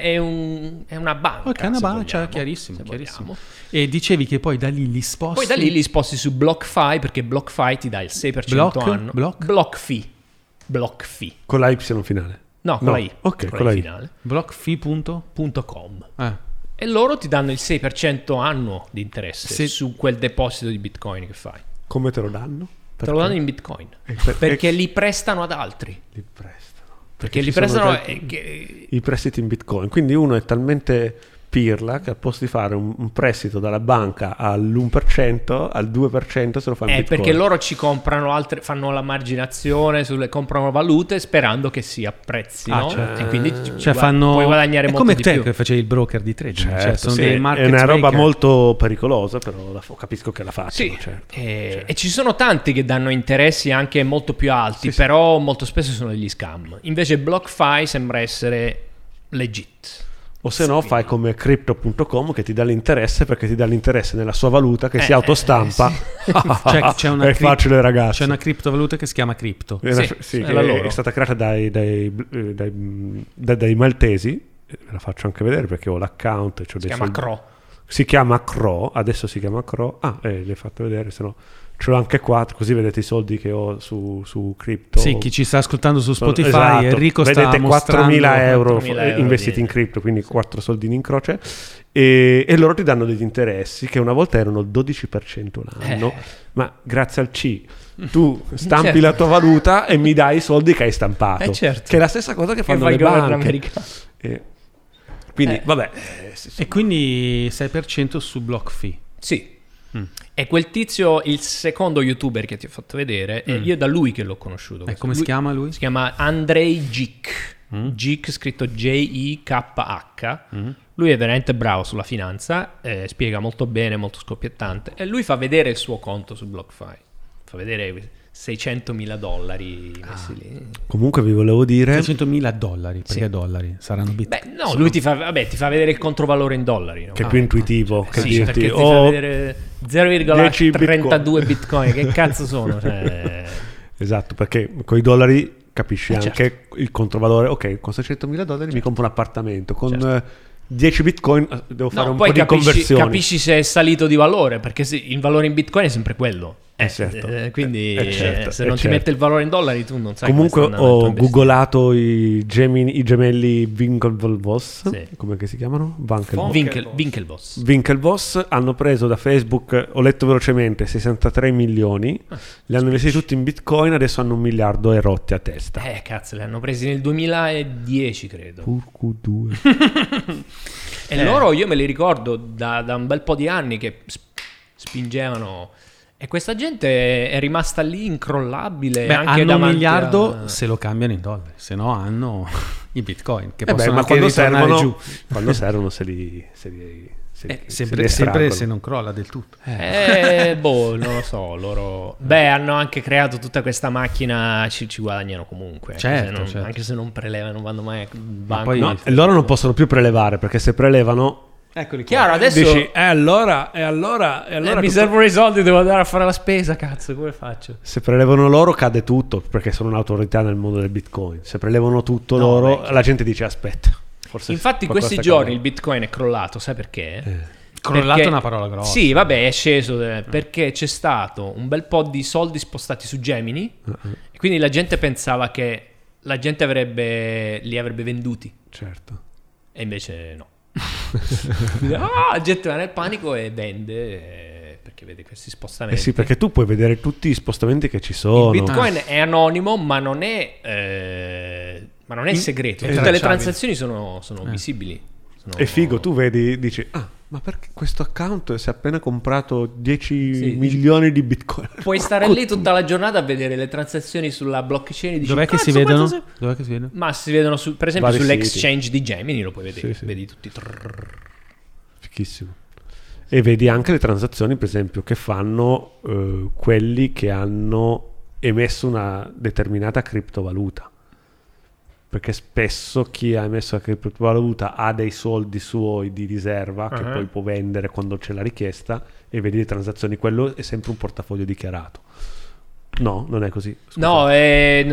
[SPEAKER 2] una banca.
[SPEAKER 1] Ok, una banca, chiarissimo. E dicevi che poi da lì li sposti.
[SPEAKER 2] Poi da lì li sposti su BlockFi, perché BlockFi ti dà il 6% anno. BlockFi.
[SPEAKER 3] Con la Y finale.
[SPEAKER 2] No, con la I.
[SPEAKER 3] Ok, con la I
[SPEAKER 2] finale. BlockFi.com. E loro ti danno il 6% annuo di interesse su quel deposito di Bitcoin che fai.
[SPEAKER 3] Come te lo danno?
[SPEAKER 2] Te lo danno in Bitcoin. Perché li prestano ad altri.
[SPEAKER 3] Li prestano.
[SPEAKER 2] Perché li prestano
[SPEAKER 3] i prestiti in Bitcoin. Quindi uno è talmente pirla che al posto di fare un prestito dalla banca all'1%, al 2% se lo fa in Bitcoin.
[SPEAKER 2] Perché loro ci comprano fanno la marginazione, comprano valute sperando che si apprezzino e quindi puoi guadagnare molto di più.
[SPEAKER 1] Come te che facevi il broker di trading.
[SPEAKER 3] Certo,
[SPEAKER 1] sono dei market
[SPEAKER 3] è una roba
[SPEAKER 1] maker.
[SPEAKER 3] Molto pericolosa, però capisco che la facciano.
[SPEAKER 2] Sì,
[SPEAKER 3] certo.
[SPEAKER 2] E ci sono tanti che danno interessi anche molto più alti, però molto spesso sono degli scam. Invece BlockFi sembra essere legit.
[SPEAKER 3] O se no fai come Crypto.com che ti dà l'interesse perché ti dà l'interesse nella sua valuta che si autostampa.
[SPEAKER 1] C'è una
[SPEAKER 3] è facile, ragazzi.
[SPEAKER 1] C'è una criptovaluta che si chiama Crypto.
[SPEAKER 3] È stata creata dai maltesi. Ve la faccio anche vedere perché ho l'account.
[SPEAKER 2] Si chiama Cro.
[SPEAKER 3] Si chiama Cro, adesso si chiama Cro. Le hai fatto vedere, se no ce l'ho anche qua, così vedete i soldi che ho su cripto.
[SPEAKER 1] Sì, chi ci sta ascoltando su Spotify,
[SPEAKER 3] esatto.
[SPEAKER 1] Enrico
[SPEAKER 3] vedete
[SPEAKER 1] sta mostrando
[SPEAKER 3] 4.000 euro investiti
[SPEAKER 2] di...
[SPEAKER 3] in cripto, quindi 4 soldini in croce, e loro ti danno degli interessi che una volta erano il 12% l'anno, ma grazie al C tu stampi
[SPEAKER 2] certo.
[SPEAKER 3] la tua valuta e mi dai i soldi che hai stampato,
[SPEAKER 2] certo.
[SPEAKER 3] che è la stessa cosa che fanno
[SPEAKER 2] fa
[SPEAKER 3] le
[SPEAKER 2] il governo
[SPEAKER 3] banche
[SPEAKER 2] americano.
[SPEAKER 3] quindi vabbè sì.
[SPEAKER 1] E quindi 6% su BlockFi.
[SPEAKER 2] Sì. E quel tizio, il secondo youtuber che ti ho fatto vedere, io è da lui che l'ho conosciuto.
[SPEAKER 1] E come si chiama lui?
[SPEAKER 2] Si chiama Andrei Gik. Gik scritto Jikh. Lui è veramente bravo sulla finanza, spiega molto bene, molto scoppiettante, e lui fa vedere il suo conto su BlockFi. Fa vedere $600.000 messi lì.
[SPEAKER 3] Comunque vi volevo dire
[SPEAKER 1] $600.000, perché dollari? Saranno bitcoin?
[SPEAKER 2] Beh, no, lui ti fa vedere il controvalore in dollari, no?
[SPEAKER 3] che è più intuitivo che
[SPEAKER 2] Sì,
[SPEAKER 3] dirti
[SPEAKER 2] perché ti fa vedere 0,32 bitcoin. Che cazzo sono? Cioè...
[SPEAKER 3] esatto, perché con i dollari capisci anche
[SPEAKER 2] certo.
[SPEAKER 3] il controvalore. Ok, con $600.000 mi compro un appartamento, con 10 bitcoin devo fare un po' di conversioni.
[SPEAKER 2] Capisci se è salito di valore, perché il valore in bitcoin è sempre quello.
[SPEAKER 3] Certo.
[SPEAKER 2] Quindi
[SPEAKER 3] certo,
[SPEAKER 2] se non ti
[SPEAKER 3] certo.
[SPEAKER 2] mette il valore in dollari tu non sai.
[SPEAKER 3] Comunque
[SPEAKER 2] come sta andando
[SPEAKER 3] ho
[SPEAKER 2] il tuo
[SPEAKER 3] googolato i gemelli Winklevoss,
[SPEAKER 2] Sì.
[SPEAKER 3] come che si chiamano?
[SPEAKER 2] Winklevoss.
[SPEAKER 3] Winklevoss hanno preso da Facebook, ho letto velocemente, 63 milioni, li hanno investiti tutti in bitcoin, adesso hanno 1 miliardo e rotti a testa.
[SPEAKER 2] Cazzo, li hanno presi nel 2010 credo.
[SPEAKER 3] Porco due.
[SPEAKER 2] E loro io me li ricordo da un bel po' di anni che spingevano. E questa gente è rimasta lì incrollabile.
[SPEAKER 1] Beh,
[SPEAKER 2] anche
[SPEAKER 1] hanno 1
[SPEAKER 2] davanti
[SPEAKER 1] miliardo se lo cambiano in dollari, se no hanno i bitcoin che possono
[SPEAKER 3] ma
[SPEAKER 1] anche
[SPEAKER 3] quando
[SPEAKER 1] ritornare
[SPEAKER 3] servono,
[SPEAKER 1] giù.
[SPEAKER 3] quando servono se li
[SPEAKER 1] sempre
[SPEAKER 3] estraggono.
[SPEAKER 1] se non crolla del tutto.
[SPEAKER 2] non lo so, loro... Beh, hanno anche creato tutta questa macchina, ci guadagnano comunque.
[SPEAKER 1] Certo.
[SPEAKER 2] Anche se non prelevano, non vanno mai a banco.
[SPEAKER 1] poi-
[SPEAKER 3] No, e loro non possono più prelevare, perché se prelevano
[SPEAKER 1] Eccoli qua.
[SPEAKER 2] Chiaro, adesso...
[SPEAKER 3] dici allora
[SPEAKER 2] mi
[SPEAKER 3] tutto-
[SPEAKER 2] servono i soldi, devo andare a fare la spesa, cazzo, come faccio?
[SPEAKER 3] se prelevano loro cade tutto, perché sono un'autorità nel mondo del bitcoin. Se prelevano tutto
[SPEAKER 2] No,
[SPEAKER 3] loro,
[SPEAKER 2] beh,
[SPEAKER 3] la gente dice aspetta, forse
[SPEAKER 2] Infatti
[SPEAKER 3] qualcosa
[SPEAKER 2] questi
[SPEAKER 3] sta
[SPEAKER 2] giorni il
[SPEAKER 3] cambiando.
[SPEAKER 2] bitcoin è crollato, sai perché?
[SPEAKER 1] Crollato
[SPEAKER 2] Perché-
[SPEAKER 1] è una parola grossa.
[SPEAKER 2] Sì, vabbè, è sceso perché c'è stato un bel po' di soldi spostati su Gemini e quindi la gente pensava che la gente li avrebbe venduti
[SPEAKER 3] Certo.
[SPEAKER 2] e invece no. Quindi, la gente va nel panico e vende perché vede questi spostamenti.
[SPEAKER 3] Sì, perché tu puoi vedere tutti gli spostamenti che ci sono.
[SPEAKER 2] Il Bitcoin è anonimo, ma non è segreto. Tutte le transazioni sono visibili.
[SPEAKER 3] È figo, tu vedi, dici, ma perché questo account si è appena comprato 10 milioni di bitcoin?
[SPEAKER 2] Puoi stare lì tutta la giornata a vedere le transazioni sulla blockchain e dici,
[SPEAKER 1] Dov'è che si vedono? Dov'è che si vedono?
[SPEAKER 2] Ma si vedono per esempio
[SPEAKER 3] Vari
[SPEAKER 2] sull'exchange di Gemini, lo puoi vedere.
[SPEAKER 3] Sì.
[SPEAKER 2] Vedi tutti.
[SPEAKER 3] Fichissimo. E vedi anche le transazioni, per esempio, che fanno quelli che hanno emesso una determinata criptovaluta. Perché spesso chi ha emesso la criptovaluta ha dei soldi suoi di riserva che poi può vendere quando c'è la richiesta, e vedi le transazioni. Quello è sempre un portafoglio dichiarato. No, non è così. Scusate.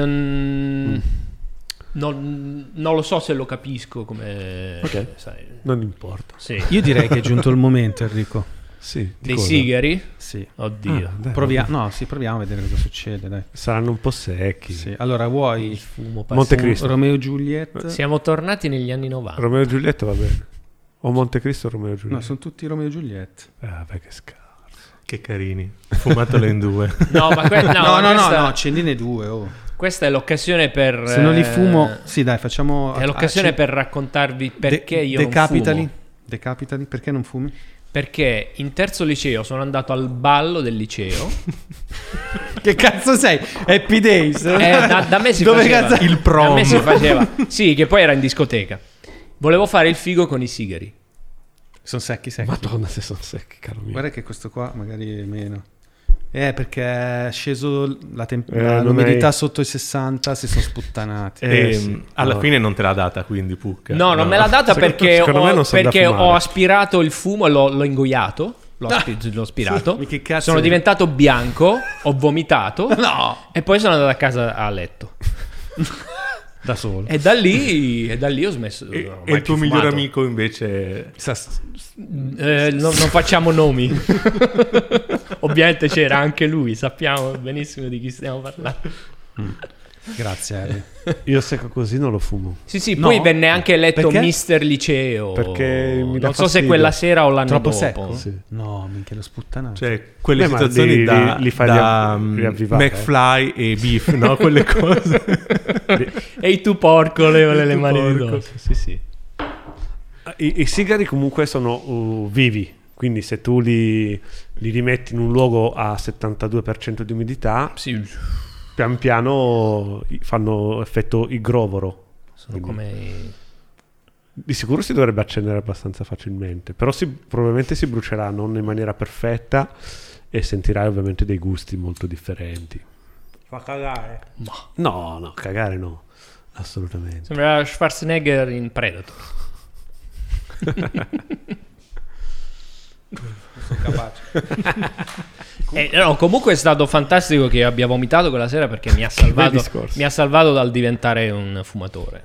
[SPEAKER 2] Non lo so se lo capisco come...
[SPEAKER 3] Ok.
[SPEAKER 2] sai.
[SPEAKER 3] Non importa.
[SPEAKER 2] Sì.
[SPEAKER 1] Io direi che è giunto il momento, Enrico.
[SPEAKER 3] Sì,
[SPEAKER 2] Dei sigari?
[SPEAKER 1] Sì.
[SPEAKER 2] Oddio.
[SPEAKER 3] Dai,
[SPEAKER 1] Proviamo a vedere cosa succede, dai.
[SPEAKER 3] saranno un po' secchi.
[SPEAKER 1] Sì. Allora, vuoi
[SPEAKER 2] Il fumo
[SPEAKER 3] Montecristo.
[SPEAKER 1] Romeo e Juliet?
[SPEAKER 2] Siamo tornati negli anni 90.
[SPEAKER 3] Romeo e Giulietta va bene. O Montecristo o Romeo e Giulietta?
[SPEAKER 1] No, sono tutti Romeo e Juliet.
[SPEAKER 3] Beh, che scarso.
[SPEAKER 4] Che carini. Fumatelo in due.
[SPEAKER 2] No, ma
[SPEAKER 1] No, accendine due. Oh.
[SPEAKER 2] Questa è l'occasione per...
[SPEAKER 1] Se non li fumo... Sì, dai, facciamo...
[SPEAKER 2] È l'occasione per raccontarvi perché io non
[SPEAKER 1] Decapitali.
[SPEAKER 2] fumo.
[SPEAKER 1] Decapitali, perché non fumi?
[SPEAKER 2] Perché in terzo liceo sono andato al ballo del liceo.
[SPEAKER 1] Che cazzo sei? Happy Days?
[SPEAKER 2] Da me si
[SPEAKER 1] Dove
[SPEAKER 2] faceva.
[SPEAKER 1] cazzo-
[SPEAKER 4] Il prom.
[SPEAKER 2] Da me si faceva. Sì, che poi era in discoteca. Volevo fare il figo con i sigari.
[SPEAKER 1] Sono secchi.
[SPEAKER 3] Madonna, se sono secchi, caro mio.
[SPEAKER 1] Guarda che questo qua magari è meno. Perché è sceso
[SPEAKER 3] non
[SPEAKER 1] l'umidità
[SPEAKER 3] hai-
[SPEAKER 1] sotto i 60, si sono sputtanati.
[SPEAKER 3] Sì.
[SPEAKER 4] Alla
[SPEAKER 3] No.
[SPEAKER 4] fine non te l'ha data, quindi Pucca.
[SPEAKER 2] No, non me l'ha data perché,
[SPEAKER 3] secondo me non sa da
[SPEAKER 2] perché
[SPEAKER 3] fumare.
[SPEAKER 2] ho aspirato il fumo e l'ho ingoiato. L'ho aspirato.
[SPEAKER 1] Ma che cazzo
[SPEAKER 2] Sono
[SPEAKER 1] è?
[SPEAKER 2] diventato bianco. Ho vomitato.
[SPEAKER 1] No!
[SPEAKER 2] E poi sono andato a casa a letto.
[SPEAKER 1] da solo.
[SPEAKER 2] E da lì ho smesso.
[SPEAKER 4] E il tuo migliore amico invece...
[SPEAKER 2] non facciamo nomi. Ovviamente c'era anche lui, sappiamo benissimo di chi stiamo parlando.
[SPEAKER 1] Grazie Harry.
[SPEAKER 3] Io secco così non lo fumo.
[SPEAKER 2] Sì, poi venne anche eletto
[SPEAKER 1] perché?
[SPEAKER 2] Mister Liceo.
[SPEAKER 3] Perché mi dà
[SPEAKER 2] non so se
[SPEAKER 3] fastidio.
[SPEAKER 2] quella sera o l'anno
[SPEAKER 1] Troppo
[SPEAKER 2] dopo.
[SPEAKER 1] secco?
[SPEAKER 3] Sì.
[SPEAKER 1] No, minchia, lo sputtanato.
[SPEAKER 4] Cioè, quelle
[SPEAKER 3] Beh, ma
[SPEAKER 4] situazioni
[SPEAKER 3] li fai
[SPEAKER 4] da
[SPEAKER 3] riavvivare,
[SPEAKER 4] McFly e Beef, no? Quelle cose.
[SPEAKER 2] Ehi tu porco, levale le
[SPEAKER 4] tu
[SPEAKER 2] mani di
[SPEAKER 4] porco.
[SPEAKER 2] dosso. Sì.
[SPEAKER 3] I sigari comunque sono vivi, quindi se tu li rimetti in un luogo a 72% di umidità,
[SPEAKER 2] Sì,
[SPEAKER 3] pian piano fanno effetto igrovoro.
[SPEAKER 2] sono come...
[SPEAKER 3] Di sicuro si dovrebbe accendere abbastanza facilmente, però probabilmente si brucerà non in maniera perfetta e sentirai ovviamente dei gusti molto differenti.
[SPEAKER 1] Fa cagare.
[SPEAKER 3] No, cagare no, assolutamente.
[SPEAKER 2] Sembra Schwarzenegger in Predator.
[SPEAKER 1] Sono capace.
[SPEAKER 2] No, comunque è stato fantastico che abbia vomitato quella sera perché mi ha salvato dal diventare un fumatore.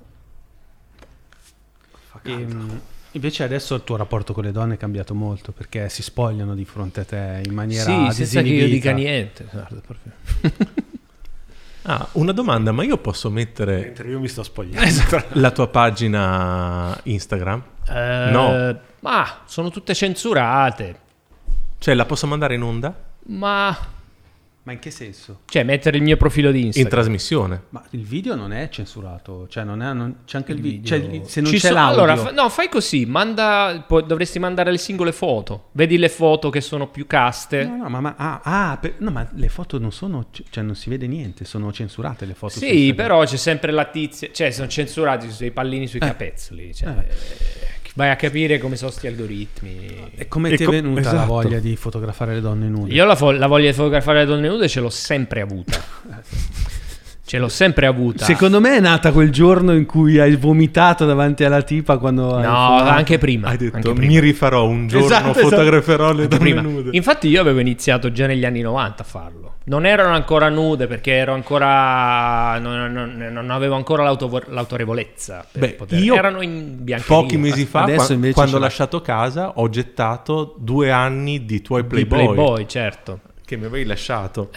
[SPEAKER 1] Invece adesso il tuo rapporto con le donne è cambiato molto perché si spogliano di fronte a te in maniera
[SPEAKER 2] senza che io dica
[SPEAKER 1] disinibita.
[SPEAKER 2] niente. Guarda, proprio.
[SPEAKER 4] Una domanda, ma io posso mettere
[SPEAKER 3] Mentre io mi sto spogliando.
[SPEAKER 4] la tua pagina Instagram? No.
[SPEAKER 2] Ma sono tutte censurate.
[SPEAKER 4] Cioè, la posso mandare in onda?
[SPEAKER 2] Ma
[SPEAKER 1] Ma in che senso?
[SPEAKER 2] cioè mettere il mio profilo di
[SPEAKER 4] In
[SPEAKER 2] Instagram.
[SPEAKER 4] trasmissione?
[SPEAKER 1] Ma il video non è censurato, cioè c'è anche il video.
[SPEAKER 2] video.
[SPEAKER 1] Cioè, se non
[SPEAKER 2] Ci
[SPEAKER 1] c'è
[SPEAKER 2] so-
[SPEAKER 1] l'audio.
[SPEAKER 2] allora, fai così, dovresti mandare le singole foto. Vedi le foto che sono più caste.
[SPEAKER 1] No, ma le foto non sono, cioè non si vede niente, sono censurate le foto. su
[SPEAKER 2] Sì,
[SPEAKER 1] Instagram.
[SPEAKER 2] però c'è sempre la tizia, cioè sono censurati sui pallini sui capezzoli, cioè, vai a capire come sono sti algoritmi.
[SPEAKER 1] E come ti è venuta la
[SPEAKER 3] esatto.
[SPEAKER 1] voglia di fotografare le donne nude?
[SPEAKER 2] Io la voglia di fotografare le donne nude ce l'ho sempre avuta.
[SPEAKER 1] Secondo me è nata quel giorno in cui hai vomitato davanti alla tipa quando hai
[SPEAKER 2] No,
[SPEAKER 1] fumato.
[SPEAKER 2] anche prima.
[SPEAKER 4] Hai detto,
[SPEAKER 2] anche prima.
[SPEAKER 4] mi rifarò un giorno,
[SPEAKER 1] Esatto.
[SPEAKER 4] fotograferò le
[SPEAKER 2] Anche
[SPEAKER 4] donne
[SPEAKER 2] prima.
[SPEAKER 4] nude.
[SPEAKER 2] Infatti io avevo iniziato già negli anni 90 a farlo. Non erano ancora nude perché ero ancora non avevo ancora l'autorevolezza per
[SPEAKER 4] Beh,
[SPEAKER 2] poter.
[SPEAKER 4] io
[SPEAKER 2] Erano in biancheria.
[SPEAKER 4] Pochi mesi fa,
[SPEAKER 1] Adesso invece
[SPEAKER 4] quando
[SPEAKER 1] ce
[SPEAKER 4] ho
[SPEAKER 1] l'ha.
[SPEAKER 4] lasciato casa, ho gettato 2 anni di tuoi
[SPEAKER 2] Di
[SPEAKER 4] Playboy,
[SPEAKER 2] certo.
[SPEAKER 4] che mi avevi lasciato.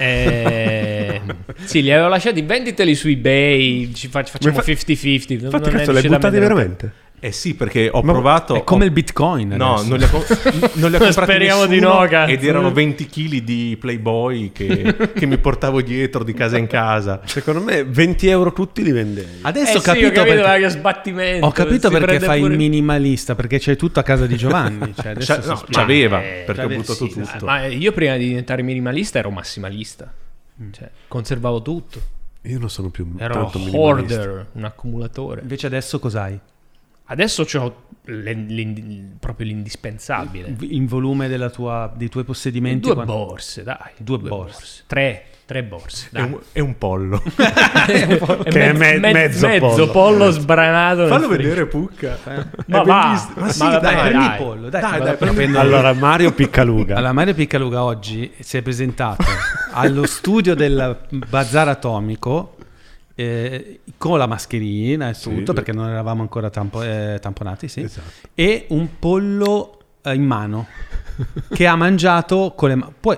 [SPEAKER 2] Sì, li avevo lasciati, venditeli su eBay, facciamo
[SPEAKER 3] Ma
[SPEAKER 2] 50-50.
[SPEAKER 3] Infatti
[SPEAKER 2] non è
[SPEAKER 3] cazzo, li hai
[SPEAKER 2] riuscito a
[SPEAKER 3] buttati
[SPEAKER 2] vendere.
[SPEAKER 3] veramente?
[SPEAKER 4] Eh sì, perché ho provato...
[SPEAKER 1] È come il Bitcoin
[SPEAKER 4] No,
[SPEAKER 1] adesso.
[SPEAKER 4] non li ha comprati
[SPEAKER 2] Speriamo di
[SPEAKER 4] nessuno,
[SPEAKER 2] no, cazzo.
[SPEAKER 4] ed erano 20 kg di Playboy che mi portavo dietro di casa in casa.
[SPEAKER 3] Secondo me 20 euro tutti li vendevi.
[SPEAKER 1] Adesso ho
[SPEAKER 2] Sì, ho
[SPEAKER 1] capito
[SPEAKER 2] capito
[SPEAKER 1] perché,
[SPEAKER 2] che sbattimento.
[SPEAKER 1] ho capito
[SPEAKER 2] si
[SPEAKER 1] perché
[SPEAKER 2] prende
[SPEAKER 1] fai
[SPEAKER 2] pure-
[SPEAKER 1] il minimalista, perché c'hai tutto a casa di Giovanni. Cioè adesso si spiega.
[SPEAKER 4] C'aveva,
[SPEAKER 2] eh,
[SPEAKER 4] perché ho
[SPEAKER 1] c'aveva-
[SPEAKER 4] buttato
[SPEAKER 1] sì,
[SPEAKER 4] tutto.
[SPEAKER 2] Ma io prima di diventare minimalista ero massimalista. Cioè, conservavo tutto.
[SPEAKER 3] Io non sono più
[SPEAKER 2] Ero
[SPEAKER 3] tanto minimalista.
[SPEAKER 2] hoarder, un accumulatore.
[SPEAKER 1] Invece adesso cos'hai?
[SPEAKER 2] Adesso ho proprio l'indispensabile.
[SPEAKER 1] In volume dei tuoi possedimenti?
[SPEAKER 2] 2
[SPEAKER 1] quanto-
[SPEAKER 2] borse, dai.
[SPEAKER 1] 2 borse.
[SPEAKER 2] 3 borse. Dai.
[SPEAKER 4] È un pollo.
[SPEAKER 3] Che è mezzo
[SPEAKER 2] pollo sbranato. nel
[SPEAKER 4] Fallo
[SPEAKER 2] frigo.
[SPEAKER 4] vedere, Pucca.
[SPEAKER 2] Ma
[SPEAKER 4] È
[SPEAKER 2] va,
[SPEAKER 4] bellissimo.
[SPEAKER 2] ma
[SPEAKER 4] sì,
[SPEAKER 2] vabbè,
[SPEAKER 1] Dai, prendi
[SPEAKER 2] dai.
[SPEAKER 1] il pollo, dai.
[SPEAKER 4] Dai,
[SPEAKER 1] Vado a
[SPEAKER 4] dai,
[SPEAKER 1] prendere-
[SPEAKER 3] Allora, Mario Piccaluga.
[SPEAKER 1] Allora, Mario Piccaluga oggi si è presentato allo studio del Bazar Atomico con la mascherina e tutto,
[SPEAKER 3] Sì.
[SPEAKER 1] perché non eravamo ancora tamponati, sì.
[SPEAKER 3] Esatto.
[SPEAKER 1] E un pollo in mano che ha mangiato con le mani. Poi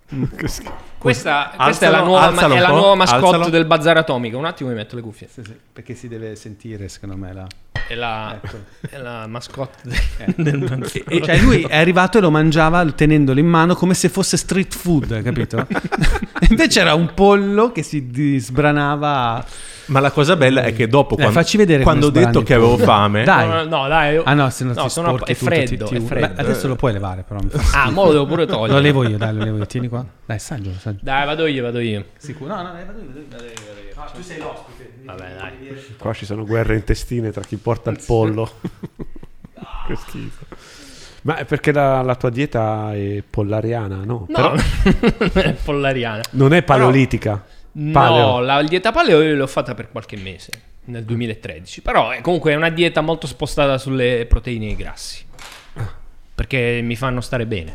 [SPEAKER 2] Questa è
[SPEAKER 4] Alzalo,
[SPEAKER 2] la nuova,
[SPEAKER 4] alzalo
[SPEAKER 2] è
[SPEAKER 4] un
[SPEAKER 2] la
[SPEAKER 4] po',
[SPEAKER 2] nuova mascotte
[SPEAKER 4] alzalo.
[SPEAKER 2] del Bazar Atomico. Un attimo mi metto le cuffie.
[SPEAKER 1] sì, perché si deve sentire, secondo me, la...
[SPEAKER 2] È la,
[SPEAKER 1] Ecco.
[SPEAKER 2] è la mascotte del Bazar.
[SPEAKER 1] Cioè lui è arrivato e lo mangiava tenendolo in mano come se fosse street food, capito? Invece era un pollo che si sbranava.
[SPEAKER 4] Ma la cosa bella è che dopo,
[SPEAKER 1] Facci vedere
[SPEAKER 4] quando ho
[SPEAKER 1] come
[SPEAKER 4] detto
[SPEAKER 1] sbrani
[SPEAKER 4] che
[SPEAKER 1] il
[SPEAKER 4] avevo
[SPEAKER 1] pollo.
[SPEAKER 4] fame,
[SPEAKER 1] Dai.
[SPEAKER 2] No, dai.
[SPEAKER 1] Ah no, se no, ti
[SPEAKER 2] sono-
[SPEAKER 1] sporchi
[SPEAKER 2] è
[SPEAKER 1] tutto,
[SPEAKER 2] freddo,
[SPEAKER 1] ti-
[SPEAKER 2] è freddo.
[SPEAKER 1] Beh, adesso lo puoi levare, però mi fa
[SPEAKER 2] Ah, mo lo devo pure togliere.
[SPEAKER 1] Lo levo io, dai, lo levo io. Tieni qua. Dai, saggio.
[SPEAKER 2] Dai, vado io.
[SPEAKER 1] Sicuro? No, vado io. Tu sei l'ospite.
[SPEAKER 2] Vabbè, dai.
[SPEAKER 3] Qua ci sono guerre intestine tra chi porta il pollo. Che schifo. Ma è perché la tua dieta è pollariana, no?
[SPEAKER 2] No,
[SPEAKER 3] Però
[SPEAKER 2] è pollariana.
[SPEAKER 3] non è paleolitica.
[SPEAKER 2] No,
[SPEAKER 3] Paleo.
[SPEAKER 2] la dieta paleo io l'ho fatta per qualche mese, nel 2013. Però comunque è una dieta molto spostata sulle proteine e i grassi. Perché mi fanno stare bene.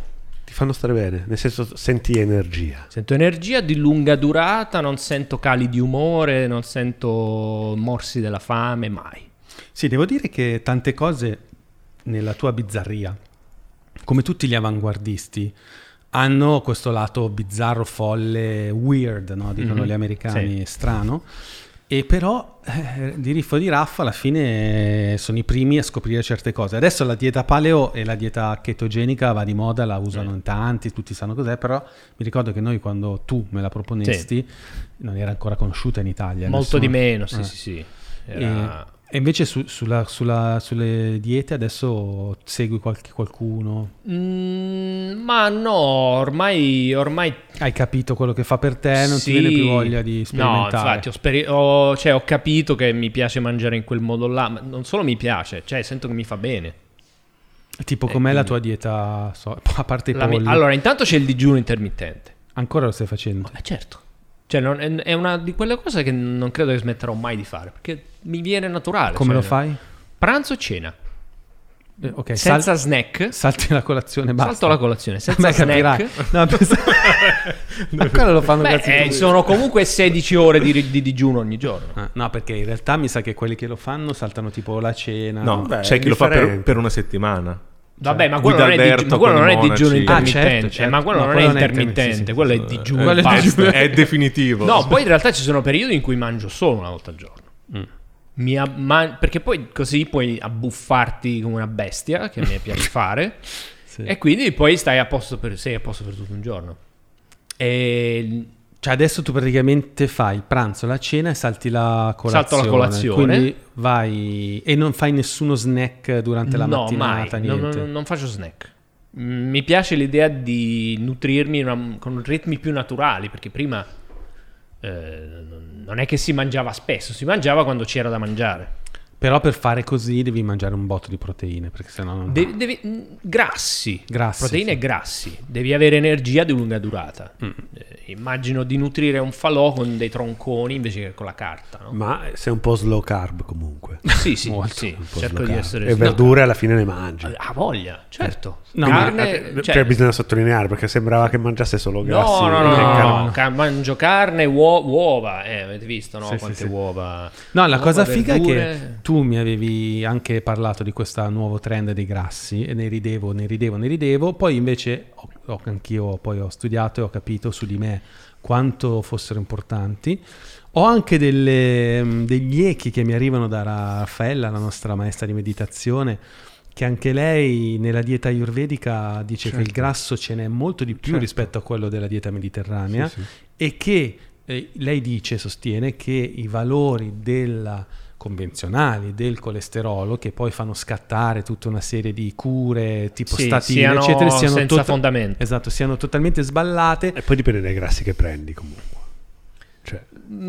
[SPEAKER 3] ti fanno stare bene, nel senso senti energia.
[SPEAKER 2] Sento energia di lunga durata, non sento cali di umore, non sento morsi della fame, mai.
[SPEAKER 1] Sì, devo dire che tante cose nella tua bizzarria, come tutti gli avanguardisti, hanno questo lato bizzarro, folle, weird, no? Dicono gli americani, strano. E però di Riffo di Raffa alla fine sono i primi a scoprire certe cose. Adesso la dieta paleo e la dieta chetogenica va di moda, la usano in tanti, tutti sanno cos'è, però mi ricordo che noi quando tu me la proponesti non era ancora conosciuta in Italia.
[SPEAKER 2] Molto di meno, sì.
[SPEAKER 1] E invece sulle diete adesso segui qualcuno?
[SPEAKER 2] Ma no, ormai
[SPEAKER 1] hai capito quello che fa per te, non ti viene più voglia di sperimentare?
[SPEAKER 2] No, infatti ho capito che mi piace mangiare in quel modo là, ma non solo mi piace, cioè sento che mi fa bene.
[SPEAKER 1] Tipo com'è la tua dieta, a parte i polli?
[SPEAKER 2] Allora, intanto c'è il digiuno intermittente.
[SPEAKER 1] Ancora lo stai facendo?
[SPEAKER 2] Certo. Cioè è una di quelle cose che non credo che smetterò mai di fare, perché mi viene naturale.
[SPEAKER 1] Come lo fai?
[SPEAKER 2] Pranzo e cena.
[SPEAKER 1] Okay,
[SPEAKER 2] senza snack.
[SPEAKER 1] Salti la colazione, basta.
[SPEAKER 2] Salto la colazione, senza snack.
[SPEAKER 1] No, ma quello lo fanno
[SPEAKER 2] sono comunque 16 ore di digiuno ogni giorno.
[SPEAKER 1] No, perché in realtà mi sa che quelli che lo fanno saltano tipo la cena.
[SPEAKER 4] No, c'è chi lo fa per una settimana.
[SPEAKER 2] Vabbè, ma quello non è digiuno intermittente. Ma quello non è intermittente, quello è digiuno.
[SPEAKER 4] È definitivo.
[SPEAKER 2] No, poi in realtà ci sono periodi in cui mangio solo una volta al giorno. Perché poi così puoi abbuffarti come una bestia, che mi piace fare. E quindi poi sei a posto per tutto un giorno.
[SPEAKER 1] Cioè adesso tu praticamente fai il pranzo, la cena e salti la colazione.
[SPEAKER 2] Salto la colazione.
[SPEAKER 1] Quindi vai e non fai nessuno snack durante la mattinata?
[SPEAKER 2] No, mai. Non faccio snack. Mi piace l'idea di nutrirmi con ritmi più naturali, perché prima non è che si mangiava spesso, si mangiava quando c'era da mangiare.
[SPEAKER 1] Però per fare così devi mangiare un botto di proteine, perché sennò non...
[SPEAKER 2] Grassi, proteine e grassi. Devi avere energia di lunga durata. Immagino di nutrire un falò con dei tronconi invece che con la carta, no?
[SPEAKER 3] Ma sei un po' slow carb comunque.
[SPEAKER 2] Sì, cerco di essere...
[SPEAKER 3] E verdure alla fine ne mangi.
[SPEAKER 2] Ha voglia, certo.
[SPEAKER 3] Carne, cioè bisogna sottolineare, perché sembrava che mangiasse solo grassi.
[SPEAKER 2] No. Mangio carne, uova. Avete visto, no? Quante uova.
[SPEAKER 1] No, la cosa figa è che tu mi avevi anche parlato di questo nuovo trend dei grassi e ne ridevo. Poi invece anch'io poi ho studiato e ho capito su di me quanto fossero importanti. Ho anche degli echi che mi arrivano da Raffaella, la nostra maestra di meditazione, che anche lei nella dieta ayurvedica dice che il grasso ce n'è molto di più rispetto a quello della dieta mediterranea, e che lei sostiene che i valori convenzionali del colesterolo, che poi fanno scattare tutta una serie di cure tipo statine eccetera, siano
[SPEAKER 2] senza fondamento.
[SPEAKER 1] Esatto, siano totalmente sballate.
[SPEAKER 3] E poi dipende dai grassi che prendi comunque. Cioè,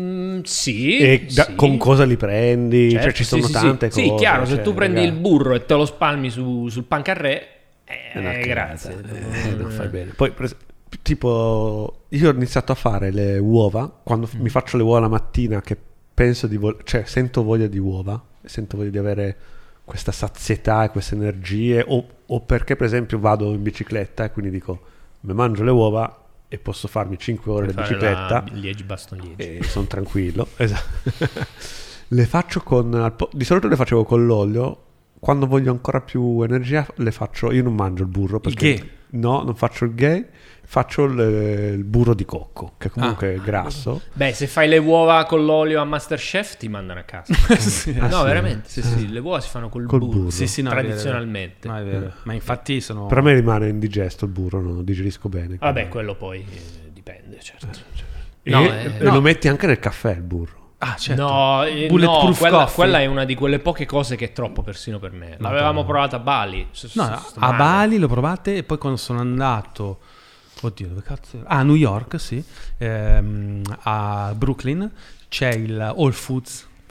[SPEAKER 3] con cosa li prendi?
[SPEAKER 2] Certo,
[SPEAKER 3] cioè ci sono tante cose.
[SPEAKER 2] Sì, chiaro, se tu prendi il burro e te lo spalmi sul pancarré, grazie.
[SPEAKER 3] Non fai bene. Poi tipo io ho iniziato a fare le uova quando mi faccio le uova la mattina, che penso sento voglia di uova, sento voglia di avere questa sazietà e queste energie, o perché per esempio vado in bicicletta e quindi dico mi mangio le uova e posso farmi 5 ore di bicicletta e sono tranquillo. Esatto. Le faccio di solito le facevo con l'olio. Quando voglio ancora più energia le faccio, io non mangio il burro perché non faccio il ghee, faccio il burro di cocco, che comunque è grasso.
[SPEAKER 2] Beh, se fai le uova con l'olio a MasterChef ti mandano a casa. Veramente. Sì, le uova si fanno col burro.
[SPEAKER 1] Sì,
[SPEAKER 2] tradizionalmente.
[SPEAKER 1] No, è vero. Ma infatti sono...
[SPEAKER 3] Per me rimane indigesto il burro, non lo digerisco bene.
[SPEAKER 2] Vabbè, quello poi dipende, certo.
[SPEAKER 3] E lo metti anche nel caffè il burro.
[SPEAKER 2] Certo. Quella è una di quelle poche cose che è troppo persino per me. L'avevamo provato a Bali.
[SPEAKER 1] A Bali l'ho provate, e poi quando sono andato, dove cazzo era? New York, sì, a Brooklyn c'è il Whole Foods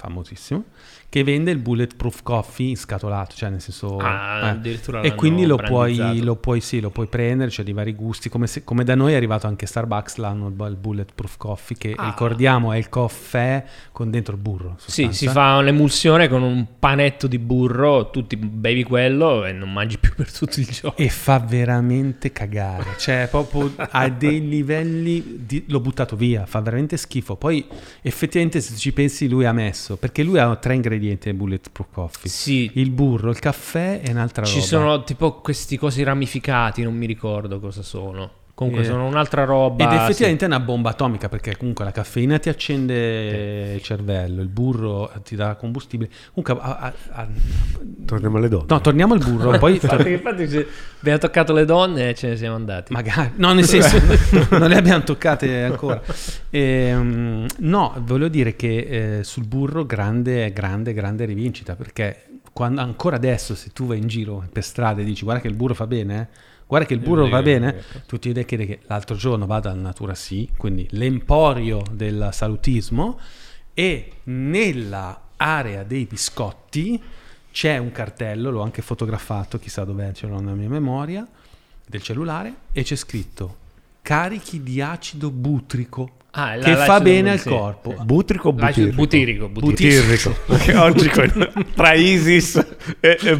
[SPEAKER 1] famosissimo, che vende il Bulletproof Coffee scatolato, cioè nel senso
[SPEAKER 2] addirittura
[SPEAKER 1] e quindi lo puoi prendere, cioè di vari gusti, come da noi è arrivato anche Starbucks l'hanno il Bulletproof Coffee, che ricordiamo è il caffè con dentro il burro.
[SPEAKER 2] Sì, si fa un'emulsione con un panetto di burro, tutti bevi quello e non mangi più per tutto il giorno.
[SPEAKER 1] E fa veramente cagare, cioè proprio a dei livelli l'ho buttato via, fa veramente schifo. Poi effettivamente se ci pensi lui ha messo, perché lui ha 3 ingredienti nel Bulletproof Coffee,
[SPEAKER 2] sì,
[SPEAKER 1] il burro, il caffè e un'altra roba.
[SPEAKER 2] Ci sono tipo questi cosi ramificati, non mi ricordo cosa sono. Comunque sono un'altra roba.
[SPEAKER 1] Ed effettivamente è una bomba atomica, perché comunque la caffeina ti accende il cervello, il burro ti dà combustibile. Comunque
[SPEAKER 3] torniamo alle donne.
[SPEAKER 1] No, torniamo al burro. Poi
[SPEAKER 2] infatti se abbiamo toccato le donne e ce ne siamo andati.
[SPEAKER 1] Magari. No, nel senso non le abbiamo toccate ancora. No, volevo dire che sul burro grande rivincita, perché quando, ancora adesso se tu vai in giro per strada e dici guarda che il burro fa bene, guarda che il burro va bene, tu ti vedi che l'altro giorno vado al Natura Sì, quindi l'emporio del salutismo, e nella area dei biscotti c'è un cartello, l'ho anche fotografato, chissà dov'è, ce l'ho nella mia memoria del cellulare, e c'è scritto carichi di acido butrico. Che fa bene al corpo.
[SPEAKER 3] Butrico o
[SPEAKER 2] butirico?
[SPEAKER 3] Butirrico. Perché oggi tra ISIS e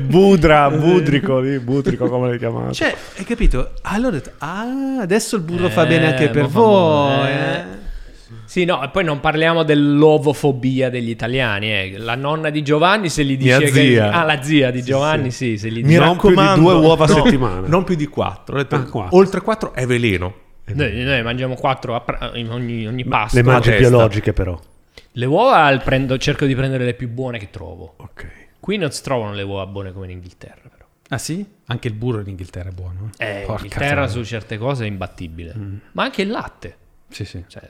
[SPEAKER 3] Butrico come le chiamate?
[SPEAKER 1] Cioè, hai capito? Allora ho detto, adesso il burro fa bene anche per voi.
[SPEAKER 2] Sì, no, e poi non parliamo dell'ovofobia degli italiani. La nonna di Giovanni se gli dice la zia di Giovanni, sì, se gli dice
[SPEAKER 3] mi raccomando, più di 2 uova a settimana.
[SPEAKER 4] Non più di 4. Ho detto, oltre 4 è veleno.
[SPEAKER 2] Noi mangiamo 4 in ogni pasto.
[SPEAKER 3] Le mangi biologiche però.
[SPEAKER 2] Le uova cerco di prendere le più buone che trovo.
[SPEAKER 3] Ok.
[SPEAKER 2] Qui non si trovano le uova buone come in Inghilterra però.
[SPEAKER 1] Ah sì? Anche il burro in Inghilterra è buono.
[SPEAKER 2] In Inghilterra su certe cose è imbattibile. Ma anche il latte.
[SPEAKER 1] Sì.
[SPEAKER 2] Cioè,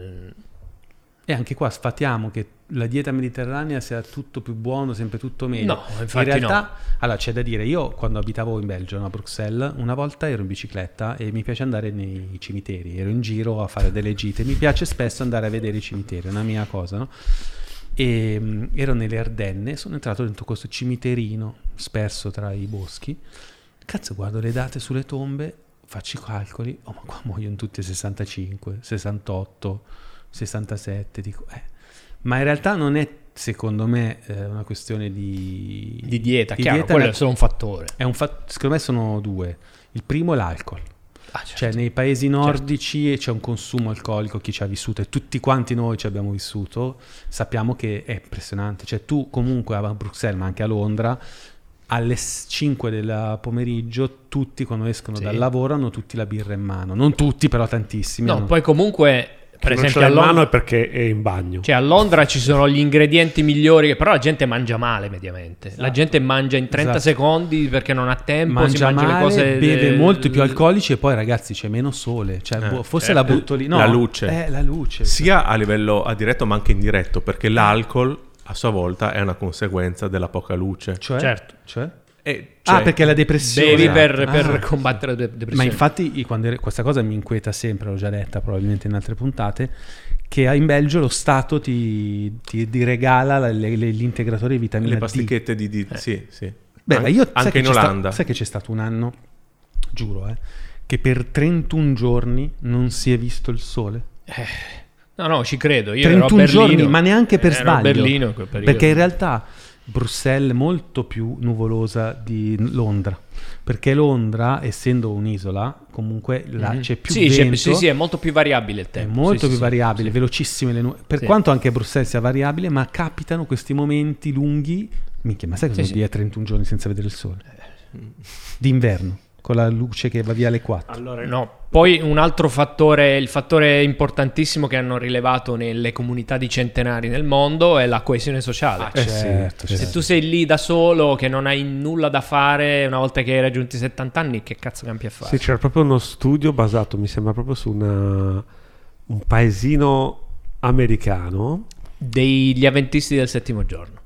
[SPEAKER 1] e anche qua sfatiamo che la dieta mediterranea sia tutto più buono, sempre tutto meglio.
[SPEAKER 2] No, infatti
[SPEAKER 1] in realtà, allora c'è da dire, io quando abitavo in Belgio, a Bruxelles, una volta ero in bicicletta e mi piace andare nei cimiteri, ero in giro a fare delle gite, mi piace spesso andare a vedere i cimiteri, è una mia cosa, no? E ero nelle Ardenne, sono entrato dentro questo cimiterino sperso tra i boschi, cazzo guardo le date sulle tombe, faccio i calcoli, ma qua muoiono tutti 65, 68, 67, dico ma in realtà non è, secondo me, una questione di
[SPEAKER 2] dieta, chiaro, quello è solo un fattore.
[SPEAKER 1] Secondo me sono 2. Il primo è l'alcol.
[SPEAKER 2] Certo.
[SPEAKER 1] Cioè nei paesi nordici c'è un consumo alcolico, chi ci ha vissuto, e tutti quanti noi ci abbiamo vissuto, sappiamo che è impressionante. Cioè tu comunque a Bruxelles, ma anche a Londra, alle 5 del pomeriggio tutti quando escono dal lavoro hanno tutti la birra in mano. Non tutti, però tantissimi.
[SPEAKER 2] No, poi comunque... Per esempio a
[SPEAKER 3] Londra è perché è in bagno.
[SPEAKER 2] Cioè a Londra ci sono gli ingredienti migliori, però la gente mangia male mediamente. La gente mangia in 30 secondi perché non ha tempo, si mangia
[SPEAKER 1] male,
[SPEAKER 2] le cose,
[SPEAKER 1] beve molti più alcolici, e poi ragazzi c'è meno sole, cioè forse la butto lì, no,
[SPEAKER 4] la luce.
[SPEAKER 1] La luce
[SPEAKER 4] sia a livello diretto ma anche indiretto, perché l'alcol a sua volta è una conseguenza della poca luce.
[SPEAKER 1] Cioè?
[SPEAKER 4] Cioè,
[SPEAKER 1] perché la depressione
[SPEAKER 2] bevi per combattere la depressione.
[SPEAKER 1] Ma infatti questa cosa mi inquieta sempre, l'ho già detta probabilmente in altre puntate, che in Belgio lo Stato ti regala gli integratori di vitamina D,
[SPEAKER 4] le pastichette di sì.
[SPEAKER 1] Beh, io
[SPEAKER 4] anche in Olanda
[SPEAKER 1] sai che c'è stato un anno, giuro, che per 31 giorni non si è visto il sole.
[SPEAKER 2] No, ci credo. Io
[SPEAKER 1] 31
[SPEAKER 2] ero a Berlino,
[SPEAKER 1] giorni, ma neanche per sbaglio.
[SPEAKER 2] Berlino,
[SPEAKER 1] perché in realtà Bruxelles è molto più nuvolosa di Londra, perché Londra, essendo un'isola, comunque là c'è più vento.
[SPEAKER 2] Sì, è molto più variabile il tempo.
[SPEAKER 1] È molto più variabile, velocissime le nuvole. Per quanto anche Bruxelles sia variabile, ma capitano questi momenti lunghi. Minchia, ma sai cosa vuol dire 31 giorni senza vedere il sole? D'inverno, con la luce che va via alle 4.
[SPEAKER 2] Allora, no. Poi un altro fattore, il fattore importantissimo che hanno rilevato nelle comunità di centenari nel mondo è la coesione sociale.
[SPEAKER 1] Certo.
[SPEAKER 2] Se tu sei lì da solo, che non hai nulla da fare, una volta che hai raggiunto i 70 anni, che cazzo campi a fare?
[SPEAKER 3] Sì, c'era proprio uno studio basato, mi sembra, proprio su un paesino americano
[SPEAKER 2] degli avventisti del settimo giorno.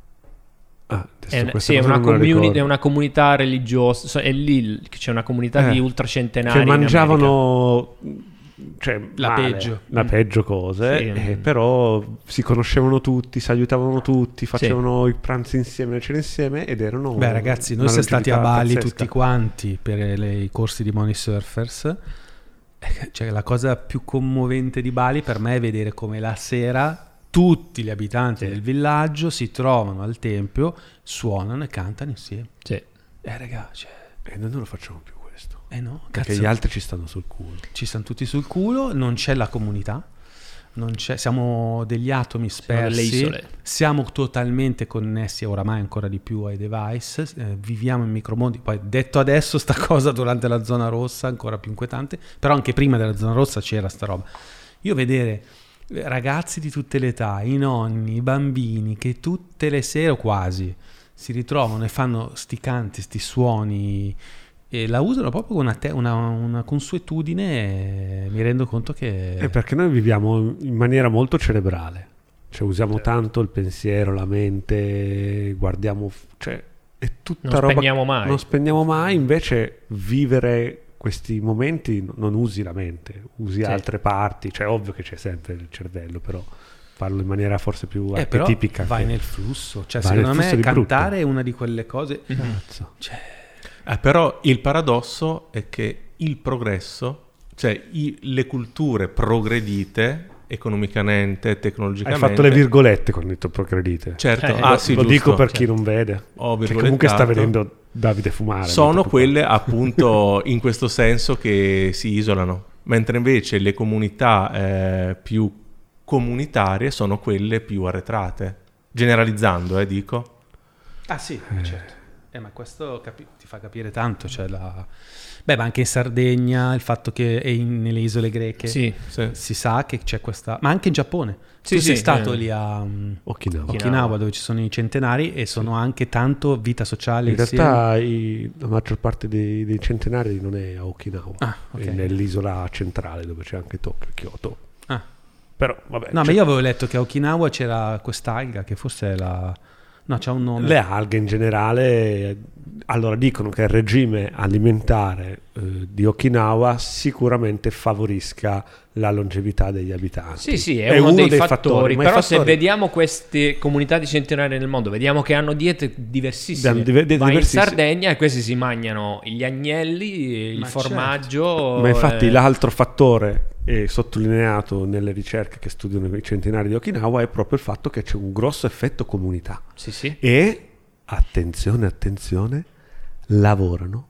[SPEAKER 2] È una comunità religiosa, è lì che c'è una comunità di ultracentenari
[SPEAKER 3] che mangiavano cioè,
[SPEAKER 1] la
[SPEAKER 3] peggio cose, però si conoscevano tutti, si aiutavano tutti, facevano i pranzi insieme, le cene insieme, ed erano...
[SPEAKER 1] Beh ragazzi, noi siamo stati a Bali tutti quanti per i corsi di Money Surfers. Cioè, la cosa più commovente di Bali per me è vedere come la sera tutti gli abitanti del villaggio si trovano al tempio, suonano e cantano insieme. Ragazzi,
[SPEAKER 3] e noi non lo facciamo più questo.
[SPEAKER 1] No,
[SPEAKER 3] perché gli altri ci stanno sul culo.
[SPEAKER 1] Ci stanno tutti sul culo, non c'è la comunità, non c'è, siamo degli atomi spersi, siamo totalmente connessi oramai ancora di più ai device, viviamo in micromondi. Poi detto adesso sta cosa durante la zona rossa ancora più inquietante, però anche prima della zona rossa c'era sta roba. Io vedere ragazzi di tutte le età, i nonni, i bambini che tutte le sere o quasi si ritrovano e fanno sti canti, sti suoni e la usano proprio con una consuetudine, mi rendo conto che...
[SPEAKER 3] È perché noi viviamo in maniera molto cerebrale, cioè usiamo tanto il pensiero, la mente, guardiamo, cioè è tutta roba... Non spegniamo mai, invece vivere questi momenti non usi la mente, usi altre parti, cioè ovvio che c'è sempre il cervello, però parlo in maniera forse più archetipica.
[SPEAKER 1] Vai nel flusso, cioè secondo me cantare è una di quelle cose...
[SPEAKER 4] Però il paradosso è che il progresso, cioè le culture progredite economicamente, tecnologicamente...
[SPEAKER 3] Hai fatto le virgolette con il detto progredite.
[SPEAKER 4] Certo,
[SPEAKER 3] sì, lo dico per chi non vede, che comunque sta vedendo Davide fumare.
[SPEAKER 4] Sono quelle appunto in questo senso che si isolano, mentre invece le comunità più comunitarie sono quelle più arretrate, generalizzando, dico.
[SPEAKER 1] Certo. Ma questo ti fa capire tanto, cioè ma anche in Sardegna il fatto che nelle isole greche si sa che c'è questa, ma anche in Giappone. Tu sei stato lì a Okinawa, dove ci sono i centenari e sono anche tanto vita sociale.
[SPEAKER 3] In realtà la maggior parte dei centenari non è a Okinawa, è nell'isola centrale dove c'è anche Tokyo, Kyoto. Però vabbè.
[SPEAKER 1] No, ma io avevo letto che a Okinawa c'era quest'alga che forse è no, c'ha un nome.
[SPEAKER 3] Le alghe in generale, allora dicono che il regime alimentare di Okinawa sicuramente favorisca la longevità degli abitanti.
[SPEAKER 2] Sì, è uno dei fattori. Però se vediamo queste comunità di centenari nel mondo, vediamo che hanno diete diversissime. Vai in Sardegna e questi si mangiano gli agnelli, il formaggio.
[SPEAKER 3] Ma infatti l'altro fattore sottolineato nelle ricerche che studiano i centenari di Okinawa è proprio il fatto che c'è un grosso effetto comunità. E attenzione, lavorano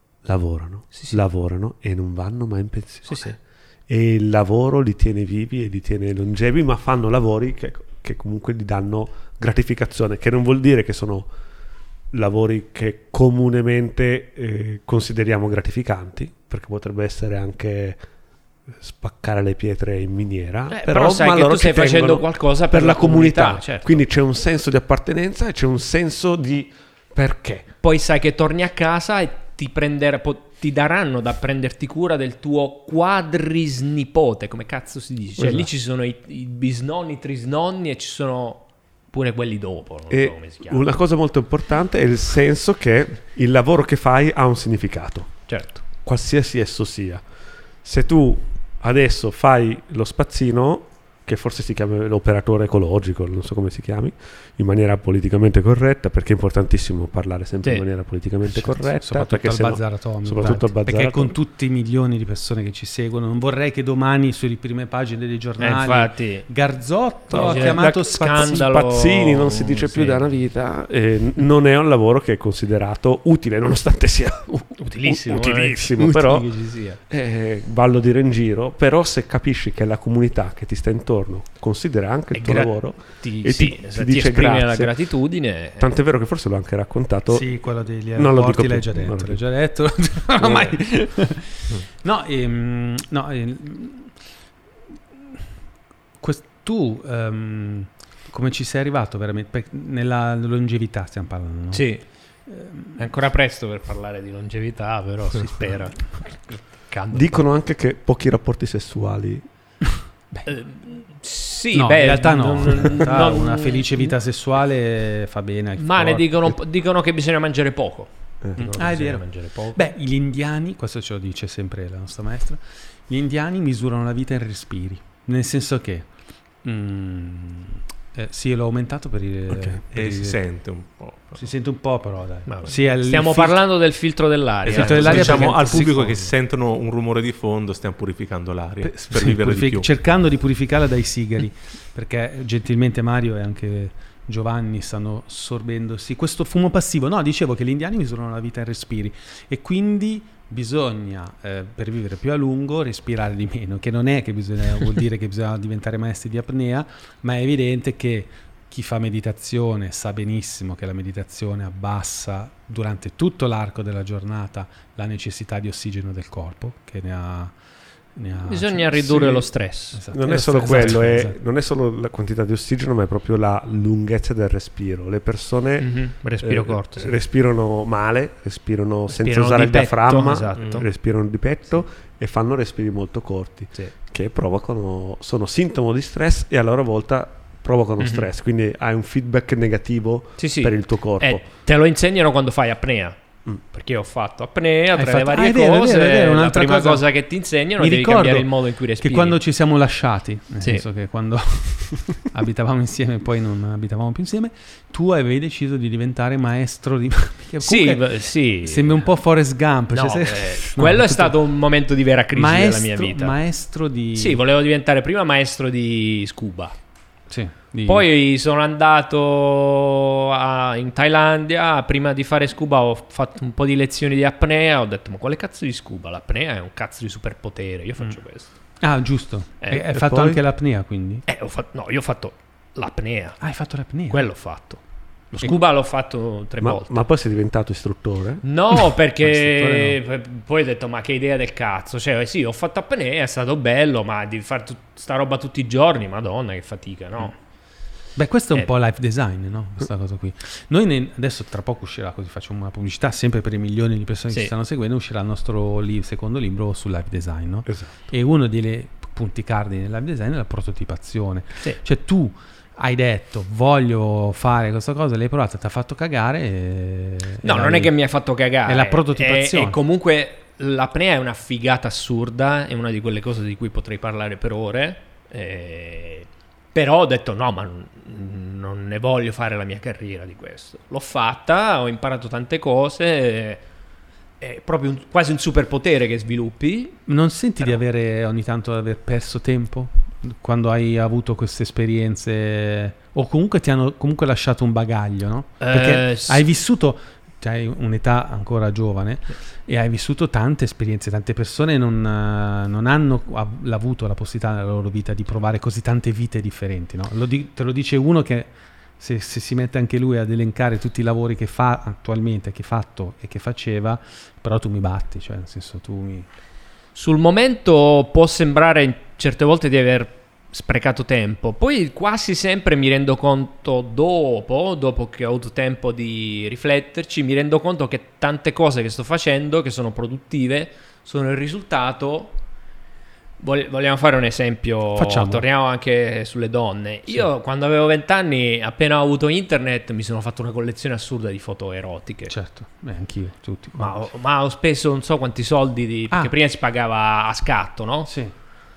[SPEAKER 3] e non vanno mai in pensione. E il lavoro li tiene vivi e li tiene longevi, ma fanno lavori che comunque gli danno gratificazione, che non vuol dire che sono lavori che comunemente consideriamo gratificanti, perché potrebbe essere anche spaccare le pietre in miniera,
[SPEAKER 2] però sai che tu stai facendo qualcosa per la comunità. Certo.
[SPEAKER 3] Quindi c'è un senso di appartenenza e c'è un senso di perché.
[SPEAKER 2] Poi sai che torni a casa e ti daranno da prenderti cura del tuo quadrisnipote, come cazzo si dice? Cioè lì ci sono i bisnonni, i trisnonni e ci sono pure quelli dopo, non so come si chiama.
[SPEAKER 3] Una cosa molto importante è il senso che il lavoro che fai ha un significato.
[SPEAKER 2] Certo.
[SPEAKER 3] Qualsiasi esso sia. Se tu adesso fai lo spazzino, che forse si chiama l'operatore ecologico, non so come si chiami, in maniera politicamente corretta, perché è importantissimo parlare sempre in maniera politicamente corretta,
[SPEAKER 1] soprattutto al Bazar Atomico, perché con tutti i milioni di persone che ci seguono non vorrei che domani sulle prime pagine dei giornali Garzotto ha chiamato
[SPEAKER 3] scandalo Spazzini, non si dice più da una vita, non è un lavoro che è considerato utile, nonostante sia utilissimo però vallo dire in giro, però se capisci che la comunità che ti sta intorno considera anche il tuo lavoro
[SPEAKER 2] ti dice grazie, la gratitudine.
[SPEAKER 3] Tant'è vero che forse l'ho anche raccontato.
[SPEAKER 1] Sì, quello degli aeroporti l'hai già detto. Tu come ci sei arrivato veramente? Nella longevità stiamo parlando, no?
[SPEAKER 2] Sì, è ancora presto per parlare di longevità, però si spera.
[SPEAKER 3] Dicono anche che pochi rapporti sessuali
[SPEAKER 2] sì,
[SPEAKER 1] in realtà no. Una felice vita sessuale fa bene.
[SPEAKER 2] Ma ne dicono che bisogna mangiare poco.
[SPEAKER 1] È vero. Gli indiani, questo ce lo dice sempre la nostra maestra, gli indiani misurano la vita in respiri, nel senso che sì, l'ho aumentato per il
[SPEAKER 4] si sente un po'.
[SPEAKER 1] Si sente un po', però dai.
[SPEAKER 2] Sì, stiamo parlando del filtro dell'aria.
[SPEAKER 1] Il filtro dell'aria,
[SPEAKER 4] diciamo al pubblico che si sentono un rumore di fondo, stiamo purificando l'aria per vivere di più.
[SPEAKER 1] Cercando di purificarla dai sigari, perché gentilmente Mario e anche Giovanni stanno sorbendosi questo fumo passivo. No, dicevo che gli indiani misurano la vita in respiri e quindi bisogna, per vivere più a lungo, respirare di meno, che non è che vuol dire che bisogna diventare maestri di apnea, ma è evidente che chi fa meditazione sa benissimo che la meditazione abbassa durante tutto l'arco della giornata la necessità di ossigeno del corpo, che ne ha
[SPEAKER 2] bisogna ridurre lo stress.
[SPEAKER 3] Esatto. Non è solo quello, non è solo la quantità di ossigeno, ma è proprio la lunghezza del respiro. Le persone
[SPEAKER 2] respiro corto,
[SPEAKER 3] respirano male, respirano senza usare il diaframma,
[SPEAKER 2] esatto.
[SPEAKER 3] Respirano di petto e fanno respiri molto corti, che sono sintomo di stress e a loro volta provocano stress, quindi hai un feedback negativo per il tuo corpo.
[SPEAKER 2] Te lo insegnano quando fai apnea. Perché io ho fatto apnea tra le varie cose.
[SPEAKER 1] È vero,
[SPEAKER 2] la prima cosa che ti insegnano è devi cambiare il modo in cui respiri.
[SPEAKER 1] Che quando ci siamo lasciati, nel senso che quando abitavamo insieme e poi non abitavamo più insieme, tu avevi deciso di diventare maestro di...
[SPEAKER 2] sì.
[SPEAKER 1] Sembra un po' Forrest Gump.
[SPEAKER 2] No, quello è stato un momento di vera crisi della mia vita.
[SPEAKER 1] Maestro di...
[SPEAKER 2] Sì, volevo diventare prima maestro di scuba.
[SPEAKER 1] Sì,
[SPEAKER 2] poi sono andato in Thailandia. Prima di fare scuba ho fatto un po' di lezioni di apnea. Ho detto: ma quale cazzo di scuba? L'apnea è un cazzo di superpotere. Io faccio questo.
[SPEAKER 1] Ah, giusto. Hai fatto anche l'apnea, quindi?
[SPEAKER 2] Io ho fatto l'apnea.
[SPEAKER 1] Hai fatto l'apnea?
[SPEAKER 2] Quello ho fatto. Lo scuba l'ho fatto 3 volte.
[SPEAKER 3] Ma poi sei diventato istruttore?
[SPEAKER 2] No, perché poi ho detto: ma che idea del cazzo. Cioè, sì, ho fatto apnea, è stato bello, ma di fare sta roba tutti i giorni, madonna, che fatica, no?
[SPEAKER 1] Beh, questo è un po' life design, no? Questa cosa qui. Noi adesso tra poco uscirà, così facciamo una pubblicità sempre per i milioni di persone che ci stanno seguendo, uscirà il nostro secondo libro sul life design, no?
[SPEAKER 3] Esatto.
[SPEAKER 1] E uno dei punti cardini del life design è la prototipazione.
[SPEAKER 2] Sì.
[SPEAKER 1] Cioè tu hai detto voglio fare questa cosa, l'hai provata, ti ha fatto cagare
[SPEAKER 2] non è che mi ha fatto cagare,
[SPEAKER 1] è la prototipazione.
[SPEAKER 2] E comunque l'apnea è una figata assurda, è una di quelle cose di cui potrei parlare per ore, però ho detto no, ma non ne voglio fare la mia carriera di questo. L'ho fatta, ho imparato tante cose, è proprio quasi un superpotere che sviluppi.
[SPEAKER 1] Non senti di avere ogni tanto aver perso tempo quando hai avuto queste esperienze, o comunque ti hanno comunque lasciato un bagaglio, no? Perché hai vissuto, hai un'età ancora giovane e hai vissuto tante esperienze, tante persone non hanno avuto la possibilità nella loro vita di provare così tante vite differenti, no? Te lo dice uno che se si mette anche lui ad elencare tutti i lavori che fa attualmente, che ha fatto e che faceva, però tu mi batti, cioè nel senso
[SPEAKER 2] Sul momento può sembrare certe volte di aver sprecato tempo, poi quasi sempre mi rendo conto dopo che ho avuto tempo di rifletterci, mi rendo conto che tante cose che sto facendo, che sono produttive, sono il risultato. Vogliamo fare un esempio?
[SPEAKER 1] Facciamo.
[SPEAKER 2] Torniamo anche sulle donne. Sì. Io quando avevo 20 anni, appena ho avuto internet, mi sono fatto una collezione assurda di foto erotiche.
[SPEAKER 1] Certo, anch'io, tutti.
[SPEAKER 2] Ma ho speso non so quanti soldi, perché prima si pagava a scatto, no?
[SPEAKER 1] Sì.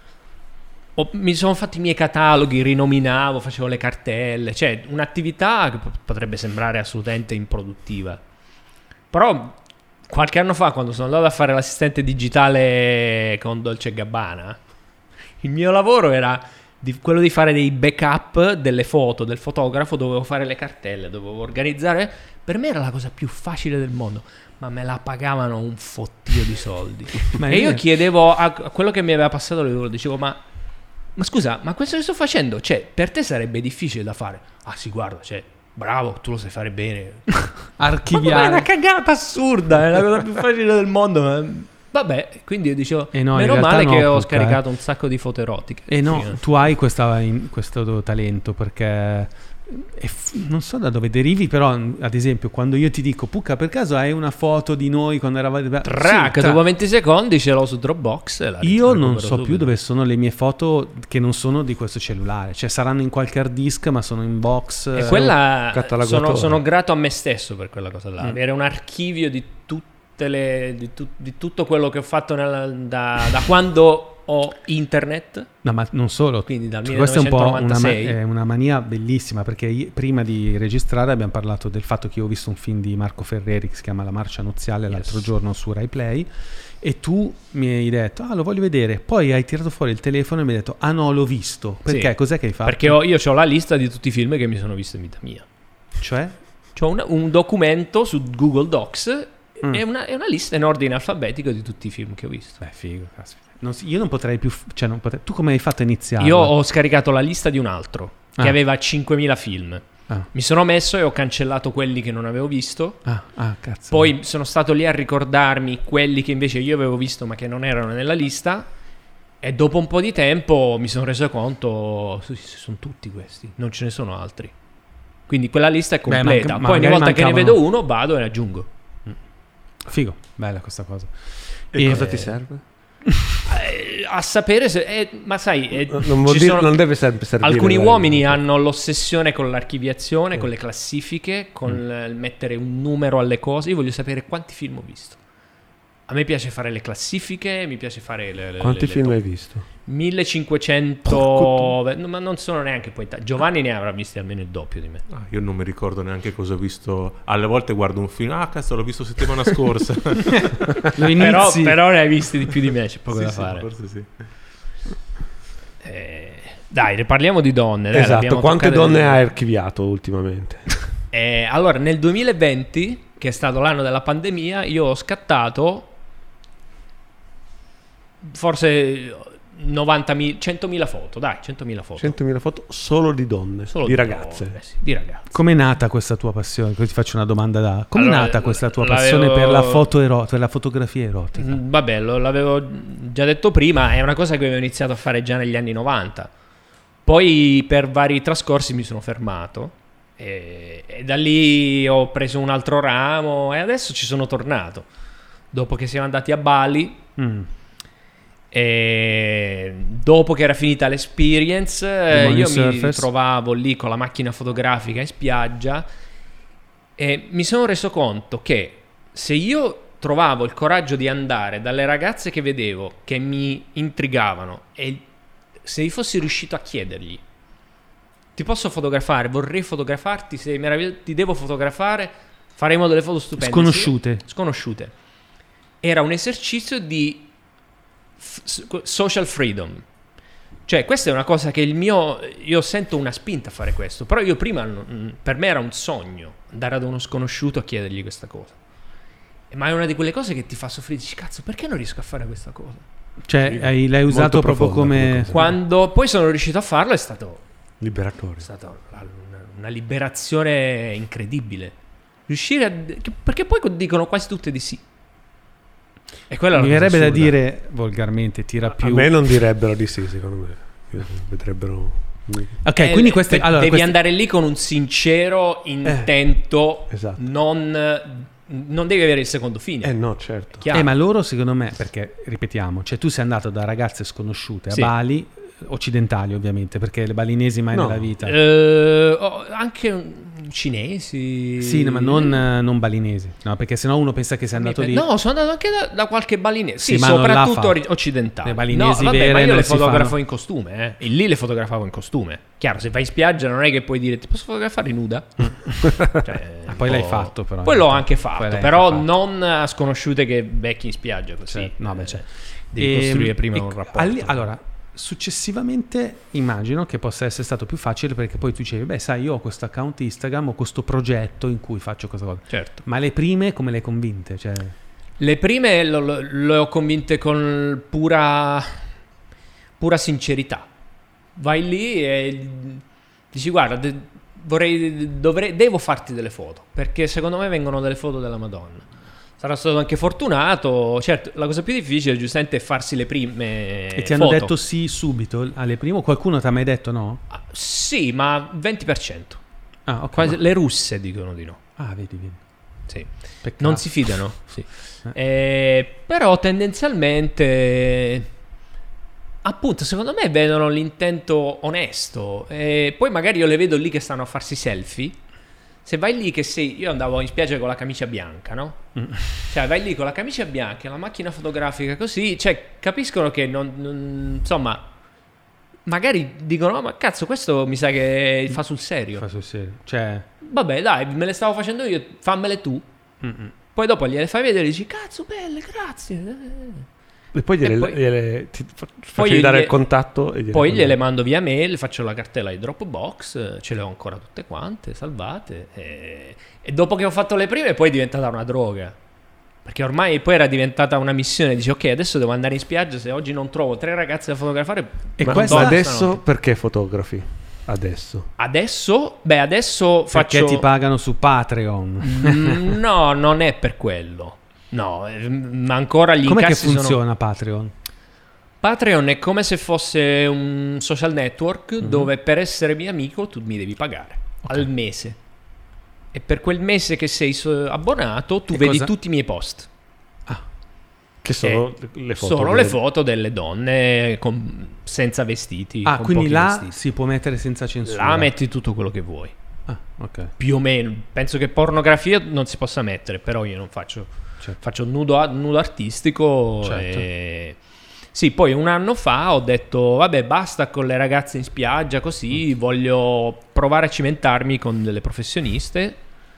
[SPEAKER 2] Mi sono fatti i miei cataloghi, rinominavo, facevo le cartelle, cioè un'attività che potrebbe sembrare assolutamente improduttiva. Però qualche anno fa, quando sono andato a fare l'assistente digitale con Dolce & Gabbana, il mio lavoro era quello di fare dei backup delle foto del fotografo, dovevo fare le cartelle, dovevo organizzare. Per me era la cosa più facile del mondo, ma me la pagavano un fottio di soldi. E io chiedevo a quello che mi aveva passato il lavoro, dicevo ma scusa, ma questo che sto facendo, cioè, per te sarebbe difficile da fare? Ah sì, guarda, cioè, bravo, tu lo sai fare bene.
[SPEAKER 1] Archiviare.
[SPEAKER 2] Ma è una cagata assurda, è la cosa più facile del mondo. Vabbè, quindi io dicevo, meno male che ho scaricato un sacco di foto erotiche.
[SPEAKER 1] E no, tu hai questo talento, perché non so da dove derivi, però ad esempio quando io ti dico Pucca, per caso hai una foto di noi quando eravamo
[SPEAKER 2] dopo 20 secondi ce l'ho su Dropbox,
[SPEAKER 1] io non so più dove sono le mie foto che non sono di questo cellulare, cioè saranno in qualche hard disk ma sono in box,
[SPEAKER 2] e quella sono grato a me stesso per quella cosa là, avere un archivio di tutto quello che ho fatto da quando ho internet.
[SPEAKER 1] No, ma non solo.
[SPEAKER 2] Quindi dal
[SPEAKER 1] Questa
[SPEAKER 2] 1996.
[SPEAKER 1] è un po' una mania bellissima, perché prima di registrare abbiamo parlato del fatto che io ho visto un film di Marco Ferreri che si chiama La marcia nuziale l'altro giorno su Rai Play, e tu mi hai detto lo voglio vedere, poi hai tirato fuori il telefono e mi hai detto no, l'ho visto. Perché?
[SPEAKER 2] Sì.
[SPEAKER 1] Cos'è che hai fatto?
[SPEAKER 2] Perché io ho la lista di tutti i film che mi sono visto in vita mia.
[SPEAKER 1] Cioè?
[SPEAKER 2] C'ho un documento su Google Docs e una lista in ordine alfabetico di tutti i film che ho visto.
[SPEAKER 1] Beh, figo, caspita. Io non potrei più, tu come hai fatto a iniziare?
[SPEAKER 2] Io ho scaricato la lista di un altro che aveva 5.000 film. Mi sono messo e ho cancellato quelli che non avevo visto.
[SPEAKER 1] Cazzo.
[SPEAKER 2] Poi sono stato lì a ricordarmi quelli che invece io avevo visto ma che non erano nella lista, e dopo un po' di tempo mi sono reso conto sono tutti questi, non ce ne sono altri. Quindi quella lista è completa. Poi ogni volta che ne vedo uno vado e ne aggiungo.
[SPEAKER 1] Figo, bella questa cosa.
[SPEAKER 3] E cosa ti serve?
[SPEAKER 2] A sapere se ma sai,
[SPEAKER 3] non deve sempre servire.
[SPEAKER 2] Alcuni uomini hanno l'ossessione con l'archiviazione, con le classifiche, con mettere un numero alle cose. Io voglio sapere quanti film ho visto. A me piace fare le classifiche, mi piace fare
[SPEAKER 3] quanti film hai visto?
[SPEAKER 2] 1500, ma non sono neanche poi Giovanni ne avrà visti almeno il doppio di me.
[SPEAKER 4] Io non mi ricordo neanche cosa ho visto. Alle volte guardo un film, cazzo, l'ho visto settimana scorsa.
[SPEAKER 2] però ne hai visti di più di me, c'è poco da fare.
[SPEAKER 4] Forse sì.
[SPEAKER 2] Dai, parliamo di donne.
[SPEAKER 3] Esatto, quante donne hai archiviato ultimamente?
[SPEAKER 2] Allora, nel 2020, che è stato l'anno della pandemia, io ho scattato forse 100.000 foto, dai, 100.000 foto.
[SPEAKER 3] 100.000 foto solo di donne, di ragazze.
[SPEAKER 2] Sì, di ragazze.
[SPEAKER 1] Com'è nata questa tua passione? Ti faccio una domanda com'è nata questa tua passione per la per la fotografia erotica?
[SPEAKER 2] Vabbè, l'avevo già detto prima, è una cosa che avevo iniziato a fare già negli anni 90. Poi per vari trascorsi mi sono fermato e da lì ho preso un altro ramo e adesso ci sono tornato. Dopo che siamo andati a Bali, e dopo che era finita l'experience, io mi trovavo lì con la macchina fotografica in spiaggia e mi sono reso conto che se io trovavo il coraggio di andare dalle ragazze che vedevo che mi intrigavano e se fossi riuscito a chiedergli: ti posso fotografare, vorrei fotografarti, ti devo fotografare, faremo delle foto stupende, sconosciute. Era un esercizio di social freedom. Cioè, questa è una cosa che io sento una spinta a fare questo, però io prima per me era un sogno andare ad uno sconosciuto a chiedergli questa cosa. Ma è una di quelle cose che ti fa soffrire, dici cazzo, perché non riesco a fare questa cosa?
[SPEAKER 1] Cioè, l'hai usato proprio come
[SPEAKER 2] quando poi sono riuscito a farlo è stato
[SPEAKER 3] liberatorio.
[SPEAKER 2] È stata una liberazione incredibile. Riuscire perché poi dicono quasi tutte di sì. E quella
[SPEAKER 1] mi verrebbe da dire volgarmente tira più.
[SPEAKER 3] A me non direbbero di sì, secondo me. Vedrebbero.
[SPEAKER 1] Ok, quindi
[SPEAKER 2] devi andare lì con un sincero intento.
[SPEAKER 3] Esatto.
[SPEAKER 2] Non devi avere il secondo fine.
[SPEAKER 3] No, certo.
[SPEAKER 1] Ma loro, secondo me, perché ripetiamo, cioè tu sei andato da ragazze sconosciute a Bali, occidentali ovviamente, perché le balinesi mai nella vita.
[SPEAKER 2] Anche cinesi.
[SPEAKER 1] Sì, ma non balinesi. No, perché sennò uno pensa che sei andato lì.
[SPEAKER 2] No, sono andato anche da qualche balinese. Sì,
[SPEAKER 1] ma
[SPEAKER 2] soprattutto occidentali.
[SPEAKER 1] Le balinesi
[SPEAKER 2] ma io le fotografo
[SPEAKER 1] fanno
[SPEAKER 2] in costume, E lì le fotografavo in costume. Chiaro, se vai in spiaggia non è che puoi dire ti posso fotografare nuda?
[SPEAKER 1] Poi l'hai fatto, però.
[SPEAKER 2] Poi l'ho anche fatto, però non a sconosciute che becchi in spiaggia così. Devi costruire prima un rapporto.
[SPEAKER 1] Allora, successivamente immagino che possa essere stato più facile, perché poi tu dicevi sai, io ho questo account Instagram, ho questo progetto in cui faccio questa cosa.
[SPEAKER 2] Certo.
[SPEAKER 1] Ma le prime come le hai convinte? Cioè...
[SPEAKER 2] Le prime le ho convinte con pura sincerità. Vai lì e dici guarda, devo farti delle foto, perché secondo me vengono delle foto della Madonna. Sarà stato anche fortunato. Certo, la cosa più difficile giustamente è farsi le prime
[SPEAKER 1] E ti hanno detto sì subito alle prime? O qualcuno ti ha mai detto no?
[SPEAKER 2] Sì, ma 20%.
[SPEAKER 1] Okay,
[SPEAKER 2] Quasi, le russe dicono di no.
[SPEAKER 1] Vedi.
[SPEAKER 2] Sì.
[SPEAKER 1] Peccato.
[SPEAKER 2] Non si fidano. Sì. Però tendenzialmente, appunto, secondo me vedono l'intento onesto. Poi magari io le vedo lì che stanno a farsi selfie. Se vai lì io andavo in spiaggia con la camicia bianca, no? Cioè vai lì con la camicia bianca e la macchina fotografica così, cioè capiscono che insomma, magari dicono, ma cazzo, questo mi sa che fa sul serio.
[SPEAKER 1] Fa sul serio. Cioè...
[SPEAKER 2] Vabbè, dai, me le stavo facendo io, fammele tu. Poi dopo gliele fai vedere e dici, cazzo, belle, grazie.
[SPEAKER 3] E poi faccio dare il contatto.
[SPEAKER 2] Poi gliele mando via mail, faccio la cartella di Dropbox, ce le ho ancora tutte quante, salvate. E dopo che ho fatto le prime poi è diventata una droga. Perché ormai poi era diventata una missione. Dici, ok, adesso devo andare in spiaggia, se oggi non trovo 3 ragazze da fotografare.
[SPEAKER 3] E questo adesso perché fotografi? Adesso
[SPEAKER 2] faccio...
[SPEAKER 1] Perché ti pagano su Patreon?
[SPEAKER 2] No, non è per quello. No, ma ancora gli
[SPEAKER 1] Com'è
[SPEAKER 2] incassi
[SPEAKER 1] che funziona Patreon?
[SPEAKER 2] Patreon è come se fosse un social network dove per essere mio amico tu mi devi pagare al mese. E per quel mese che sei abbonato tu vedi tutti i miei post.
[SPEAKER 3] Che sono le foto?
[SPEAKER 2] Sono le foto delle donne senza vestiti.
[SPEAKER 1] Ah, quindi là
[SPEAKER 2] vestiti.
[SPEAKER 1] si può mettere senza censura?
[SPEAKER 2] Là metti tutto quello che vuoi.
[SPEAKER 1] Ah, ok.
[SPEAKER 2] Più o meno. Penso che pornografia non si possa mettere, però io non faccio...
[SPEAKER 1] Certo.
[SPEAKER 2] Faccio nudo artistico.
[SPEAKER 1] Certo.
[SPEAKER 2] Sì, poi un anno fa ho detto vabbè, basta con le ragazze in spiaggia così, voglio provare a cimentarmi con delle professioniste.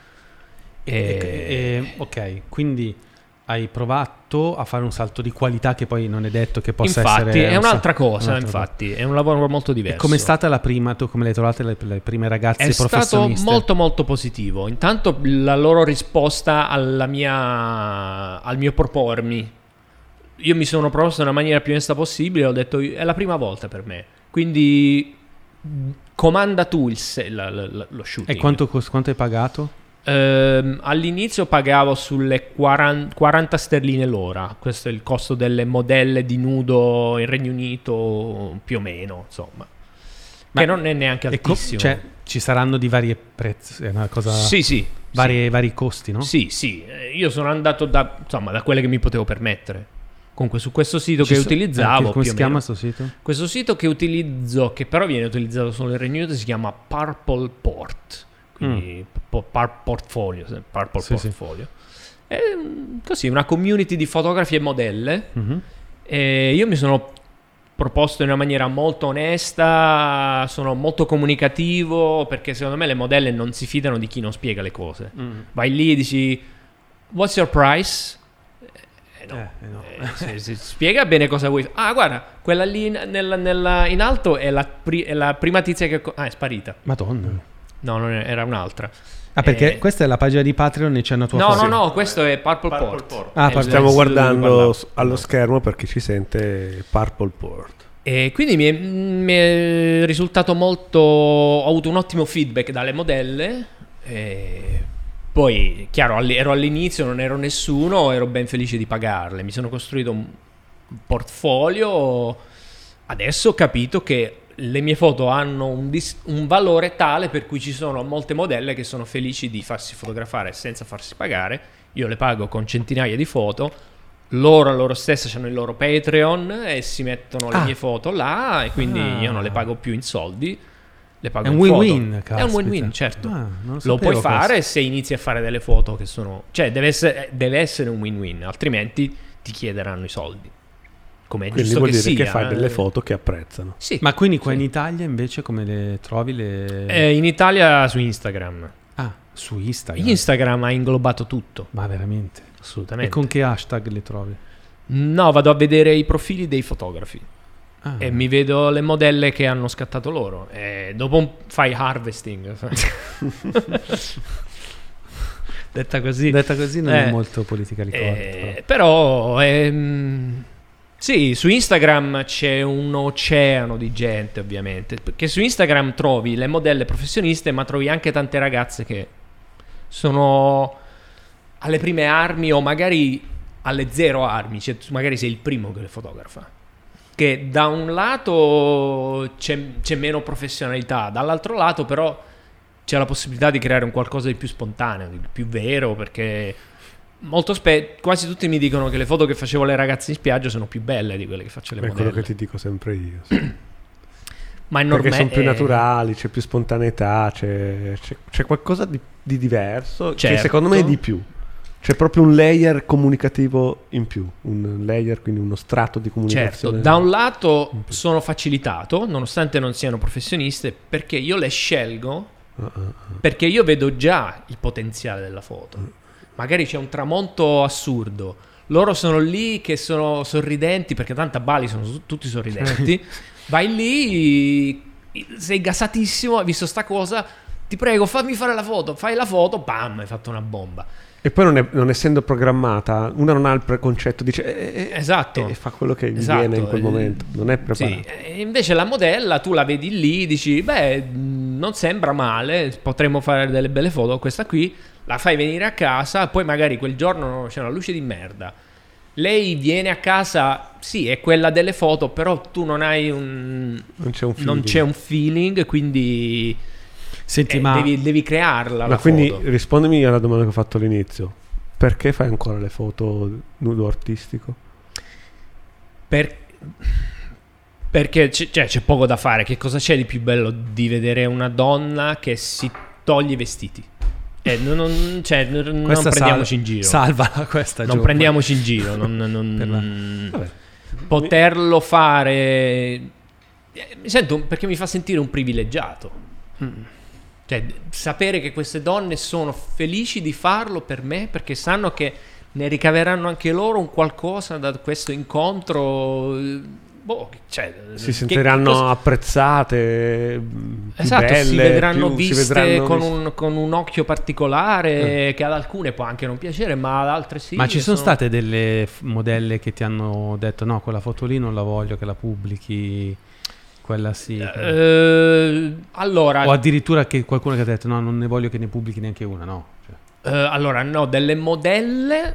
[SPEAKER 1] Ok, quindi hai provato a fare un salto di qualità che poi non è detto che possa
[SPEAKER 2] infatti,
[SPEAKER 1] essere...
[SPEAKER 2] è un'altra cosa, infatti, è un lavoro molto diverso.
[SPEAKER 1] E com'è stata la prima? Tu come le hai trovate le prime ragazze professioniste?
[SPEAKER 2] È stato molto molto positivo. Intanto la loro risposta al mio propormi. Io mi sono proposto nella maniera più onesta possibile, ho detto è la prima volta per me. Quindi comanda tu lo shooting.
[SPEAKER 1] E quanto hai pagato?
[SPEAKER 2] All'inizio pagavo sulle 40 sterline l'ora. Questo è il costo delle modelle di nudo in Regno Unito, più o meno, insomma. Che non è neanche altissimo.
[SPEAKER 1] Cioè, ci saranno di vari prezzi, è una cosa...
[SPEAKER 2] Sì.
[SPEAKER 1] Vari costi, no?
[SPEAKER 2] Sì. Io sono andato da quelle che mi potevo permettere. Comunque su questo sito che utilizzavo...
[SPEAKER 1] come si chiama questo sito?
[SPEAKER 2] Questo sito che utilizzo, che però viene utilizzato solo in Regno Unito, si chiama Purple Port. Quindi Portfolio. È così, una community di fotografi e modelle. E io mi sono proposto in una maniera molto onesta, sono molto comunicativo, perché secondo me le modelle non si fidano di chi non spiega le cose. Vai lì e dici what's your price? No. Si spiega bene cosa vuoi. Ah, guarda, quella lì in alto è la prima tizia che è sparita.
[SPEAKER 1] Madonna.
[SPEAKER 2] No, non era un'altra.
[SPEAKER 1] Ah, perché questa è la pagina di Patreon e c'è una tua foto?
[SPEAKER 2] No, questo è Purple Port.
[SPEAKER 3] Stiamo guardando allo schermo per chi ci sente Purple Port.
[SPEAKER 2] E quindi mi è risultato molto... Ho avuto un ottimo feedback dalle modelle. E poi, chiaro, ero all'inizio, non ero nessuno, ero ben felice di pagarle. Mi sono costruito un portfolio. Adesso ho capito che le mie foto hanno un valore tale per cui ci sono molte modelle che sono felici di farsi fotografare senza farsi pagare. Io le pago con centinaia di foto, loro stesse hanno il loro Patreon e si mettono le mie foto là, e quindi io non le pago più in soldi, le pago
[SPEAKER 1] è un
[SPEAKER 2] in
[SPEAKER 1] win-win,
[SPEAKER 2] foto. È un win-win, certo.
[SPEAKER 1] Lo
[SPEAKER 2] puoi fare se inizi a fare delle foto che sono... Cioè deve essere un win-win, altrimenti ti chiederanno i soldi. Come
[SPEAKER 3] quindi vuol dire che fai delle foto che apprezzano.
[SPEAKER 2] Sì.
[SPEAKER 1] Ma quindi qua in Italia invece come le trovi?
[SPEAKER 2] In Italia su Instagram.
[SPEAKER 1] Ah, su Instagram.
[SPEAKER 2] Instagram ha inglobato tutto.
[SPEAKER 1] Ma veramente?
[SPEAKER 2] Assolutamente.
[SPEAKER 1] E con che hashtag le trovi?
[SPEAKER 2] No, vado a vedere i profili dei fotografi. E mi vedo le modelle che hanno scattato loro. E dopo fai harvesting. Detta così
[SPEAKER 1] non è molto politically correct.
[SPEAKER 2] Però sì, su Instagram c'è un oceano di gente, ovviamente, perché su Instagram trovi le modelle professioniste, ma trovi anche tante ragazze che sono alle prime armi o magari alle 0 armi, cioè magari sei il primo che le fotografa, che da un lato c'è meno professionalità, dall'altro lato però c'è la possibilità di creare un qualcosa di più spontaneo, di più vero, perché quasi tutti mi dicono che le foto che facevo alle ragazze in spiaggia sono più belle di quelle che faccio alle modelle.
[SPEAKER 3] È quello che ti dico sempre io. Sì.
[SPEAKER 2] Ma è
[SPEAKER 3] perché sono più naturali, c'è più spontaneità, c'è qualcosa di diverso, che secondo me è di più. C'è proprio un layer comunicativo in più, un layer, quindi uno strato di comunicazione.
[SPEAKER 2] Certo, da un lato sono facilitato, nonostante non siano professioniste, perché io le scelgo, perché io vedo già il potenziale della foto. Magari c'è un tramonto assurdo, loro sono lì che sono sorridenti, perché tanto a Bali sono tutti sorridenti. Vai lì, sei gasatissimo, hai visto sta cosa, ti prego fammi fare la foto, fai la foto, bam, hai fatto una bomba.
[SPEAKER 3] E poi non essendo programmata, una non ha il preconcetto, dice
[SPEAKER 2] esatto,
[SPEAKER 3] e fa quello che gli viene in quel momento, non è preparato.
[SPEAKER 2] Sì. Invece la modella tu la vedi lì, dici beh, non sembra male, potremmo fare delle belle foto, questa qui la fai venire a casa, poi magari quel giorno c'è una luce di merda, lei viene a casa, sì, è quella delle foto, però tu non hai non c'è un feeling, quindi
[SPEAKER 1] senti, ma
[SPEAKER 2] devi crearla.
[SPEAKER 3] Ma quindi foto. Rispondimi alla domanda che ho fatto all'inizio: perché fai ancora le foto nudo artistico?
[SPEAKER 2] Perché c'è poco da fare. Che cosa c'è di più bello di vedere una donna che si toglie i vestiti? Non prendiamoci in giro.
[SPEAKER 1] Salvala questa.
[SPEAKER 2] Non prendiamoci in giro. Poterlo fare, mi sento, perché mi fa sentire un privilegiato. Cioè, sapere che queste donne sono felici di farlo per me, perché sanno che ne ricaveranno anche loro un qualcosa da questo incontro.
[SPEAKER 3] Si sentiranno apprezzate,
[SPEAKER 2] esatto,
[SPEAKER 3] belle,
[SPEAKER 2] si vedranno viste con un occhio particolare, che ad alcune può anche non piacere, ma ad altre sì.
[SPEAKER 1] Ma ci sono state delle modelle che ti hanno detto no, quella foto lì non la voglio che la pubblichi, quella sì,
[SPEAKER 2] allora,
[SPEAKER 1] o addirittura che qualcuno che ha detto no, non ne voglio che ne pubblichi neanche una, no?
[SPEAKER 2] Allora no, delle modelle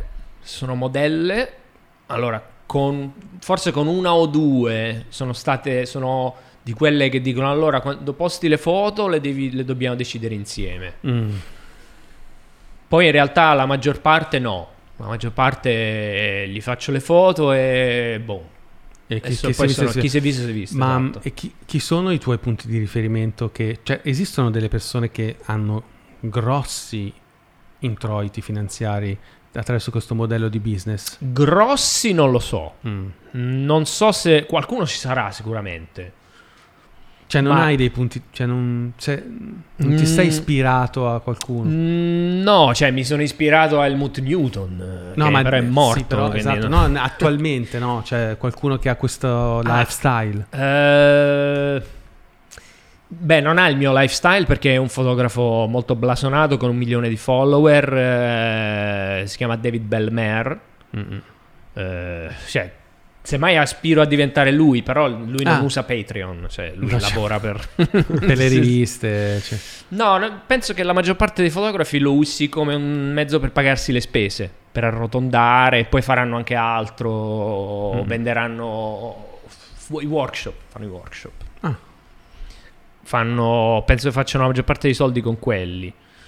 [SPEAKER 2] allora forse con una o due sono di quelle che dicono allora quando posti le foto le dobbiamo decidere insieme. Poi in realtà la maggior parte no, la maggior parte gli faccio le foto e boh. E chi si è visto si è visto.
[SPEAKER 1] Ma
[SPEAKER 2] esatto.
[SPEAKER 1] E chi sono i tuoi punti di riferimento? Cioè, esistono delle persone che hanno grossi introiti finanziari attraverso questo modello di business?
[SPEAKER 2] Grossi non lo so. Non so se qualcuno ci sarà sicuramente.
[SPEAKER 1] Cioè non hai dei punti, cioè non ti sei ispirato a qualcuno?
[SPEAKER 2] No, cioè mi sono ispirato a Helmut Newton,
[SPEAKER 1] no, ma
[SPEAKER 2] però è morto.
[SPEAKER 1] Sì, però, esatto, no, attualmente no, cioè qualcuno che ha questo lifestyle.
[SPEAKER 2] Beh, non ha il mio lifestyle perché è un fotografo molto blasonato con 1 milione di follower, si chiama David Belmer. Cioè, semmai aspiro a diventare lui, però lui non usa Patreon, cioè lui lavora per
[SPEAKER 1] le riviste. Cioè.
[SPEAKER 2] No, penso che la maggior parte dei fotografi lo usi come un mezzo per pagarsi le spese, per arrotondare, e poi faranno anche altro, venderanno i workshop, fanno i workshop. Penso che facciano la maggior parte dei soldi con quelli.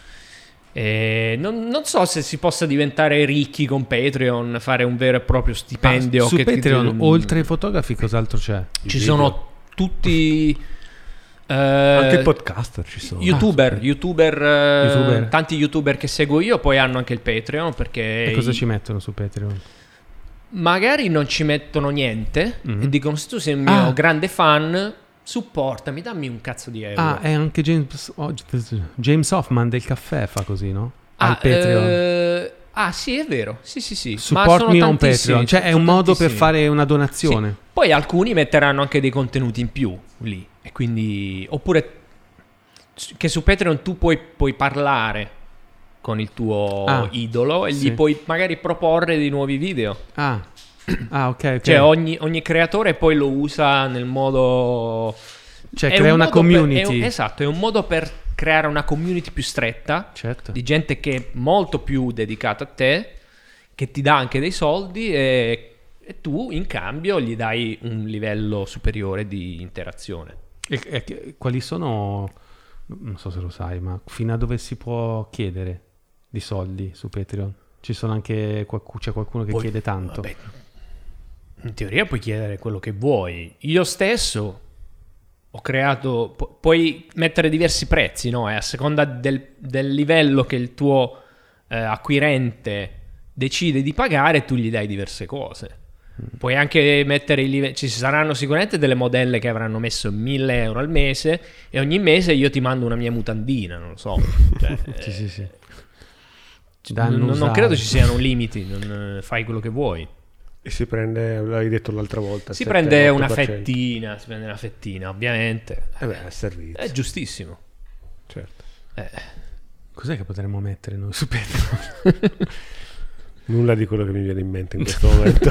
[SPEAKER 2] Non so se si possa diventare ricchi con Patreon, fare un vero e proprio stipendio.
[SPEAKER 1] Su Patreon, oltre ai fotografi, cos'altro c'è?
[SPEAKER 2] Ci sono tutti
[SPEAKER 3] anche podcaster ci sono.
[SPEAKER 2] YouTuber. Tanti YouTuber che seguo io poi hanno anche il Patreon, perché
[SPEAKER 1] e cosa ci mettono su Patreon? Magari
[SPEAKER 2] non ci mettono niente e dicono se tu sei un mio grande fan, supportami, dammi un cazzo di euro.
[SPEAKER 1] E anche James Hoffman del caffè fa così, no? Al Patreon.
[SPEAKER 2] Sì, è vero. Sì.
[SPEAKER 1] Support me on Patreon, cioè è un modo per fare una donazione. Sì.
[SPEAKER 2] Poi alcuni metteranno anche dei contenuti in più lì, e quindi oppure che su Patreon tu puoi parlare con il tuo idolo e gli puoi magari proporre dei nuovi video.
[SPEAKER 1] Ok.
[SPEAKER 2] Cioè ogni creatore poi lo usa nel modo,
[SPEAKER 1] cioè crea una community.
[SPEAKER 2] Esatto, è un modo per creare una community più stretta,
[SPEAKER 1] certo,
[SPEAKER 2] di gente che è molto più dedicata a te, che ti dà anche dei soldi e tu in cambio gli dai un livello superiore di interazione.
[SPEAKER 1] E quali sono, non so se lo sai, ma fino a dove si può chiedere di soldi su Patreon? Ci sono anche c'è qualcuno che chiede tanto?
[SPEAKER 2] Vabbè, in teoria puoi chiedere quello che vuoi. Io stesso ho creato... puoi mettere diversi prezzi, no? E a seconda del livello che il tuo acquirente decide di pagare, tu gli dai diverse cose. Puoi anche mettere i livelli... Ci saranno sicuramente delle modelle che avranno messo 1.000 euro al mese e ogni mese io ti mando una mia mutandina, non lo so. Cioè,
[SPEAKER 1] sì.
[SPEAKER 2] Non credo ci siano limiti, fai quello che vuoi.
[SPEAKER 3] E si prende, l'hai detto l'altra volta,
[SPEAKER 2] si prende una fettina, ovviamente.
[SPEAKER 3] È servizio.
[SPEAKER 2] È giustissimo.
[SPEAKER 3] Certo.
[SPEAKER 1] Cos'è che potremmo mettere noi su Patreon?
[SPEAKER 3] Nulla di quello che mi viene in mente in questo momento.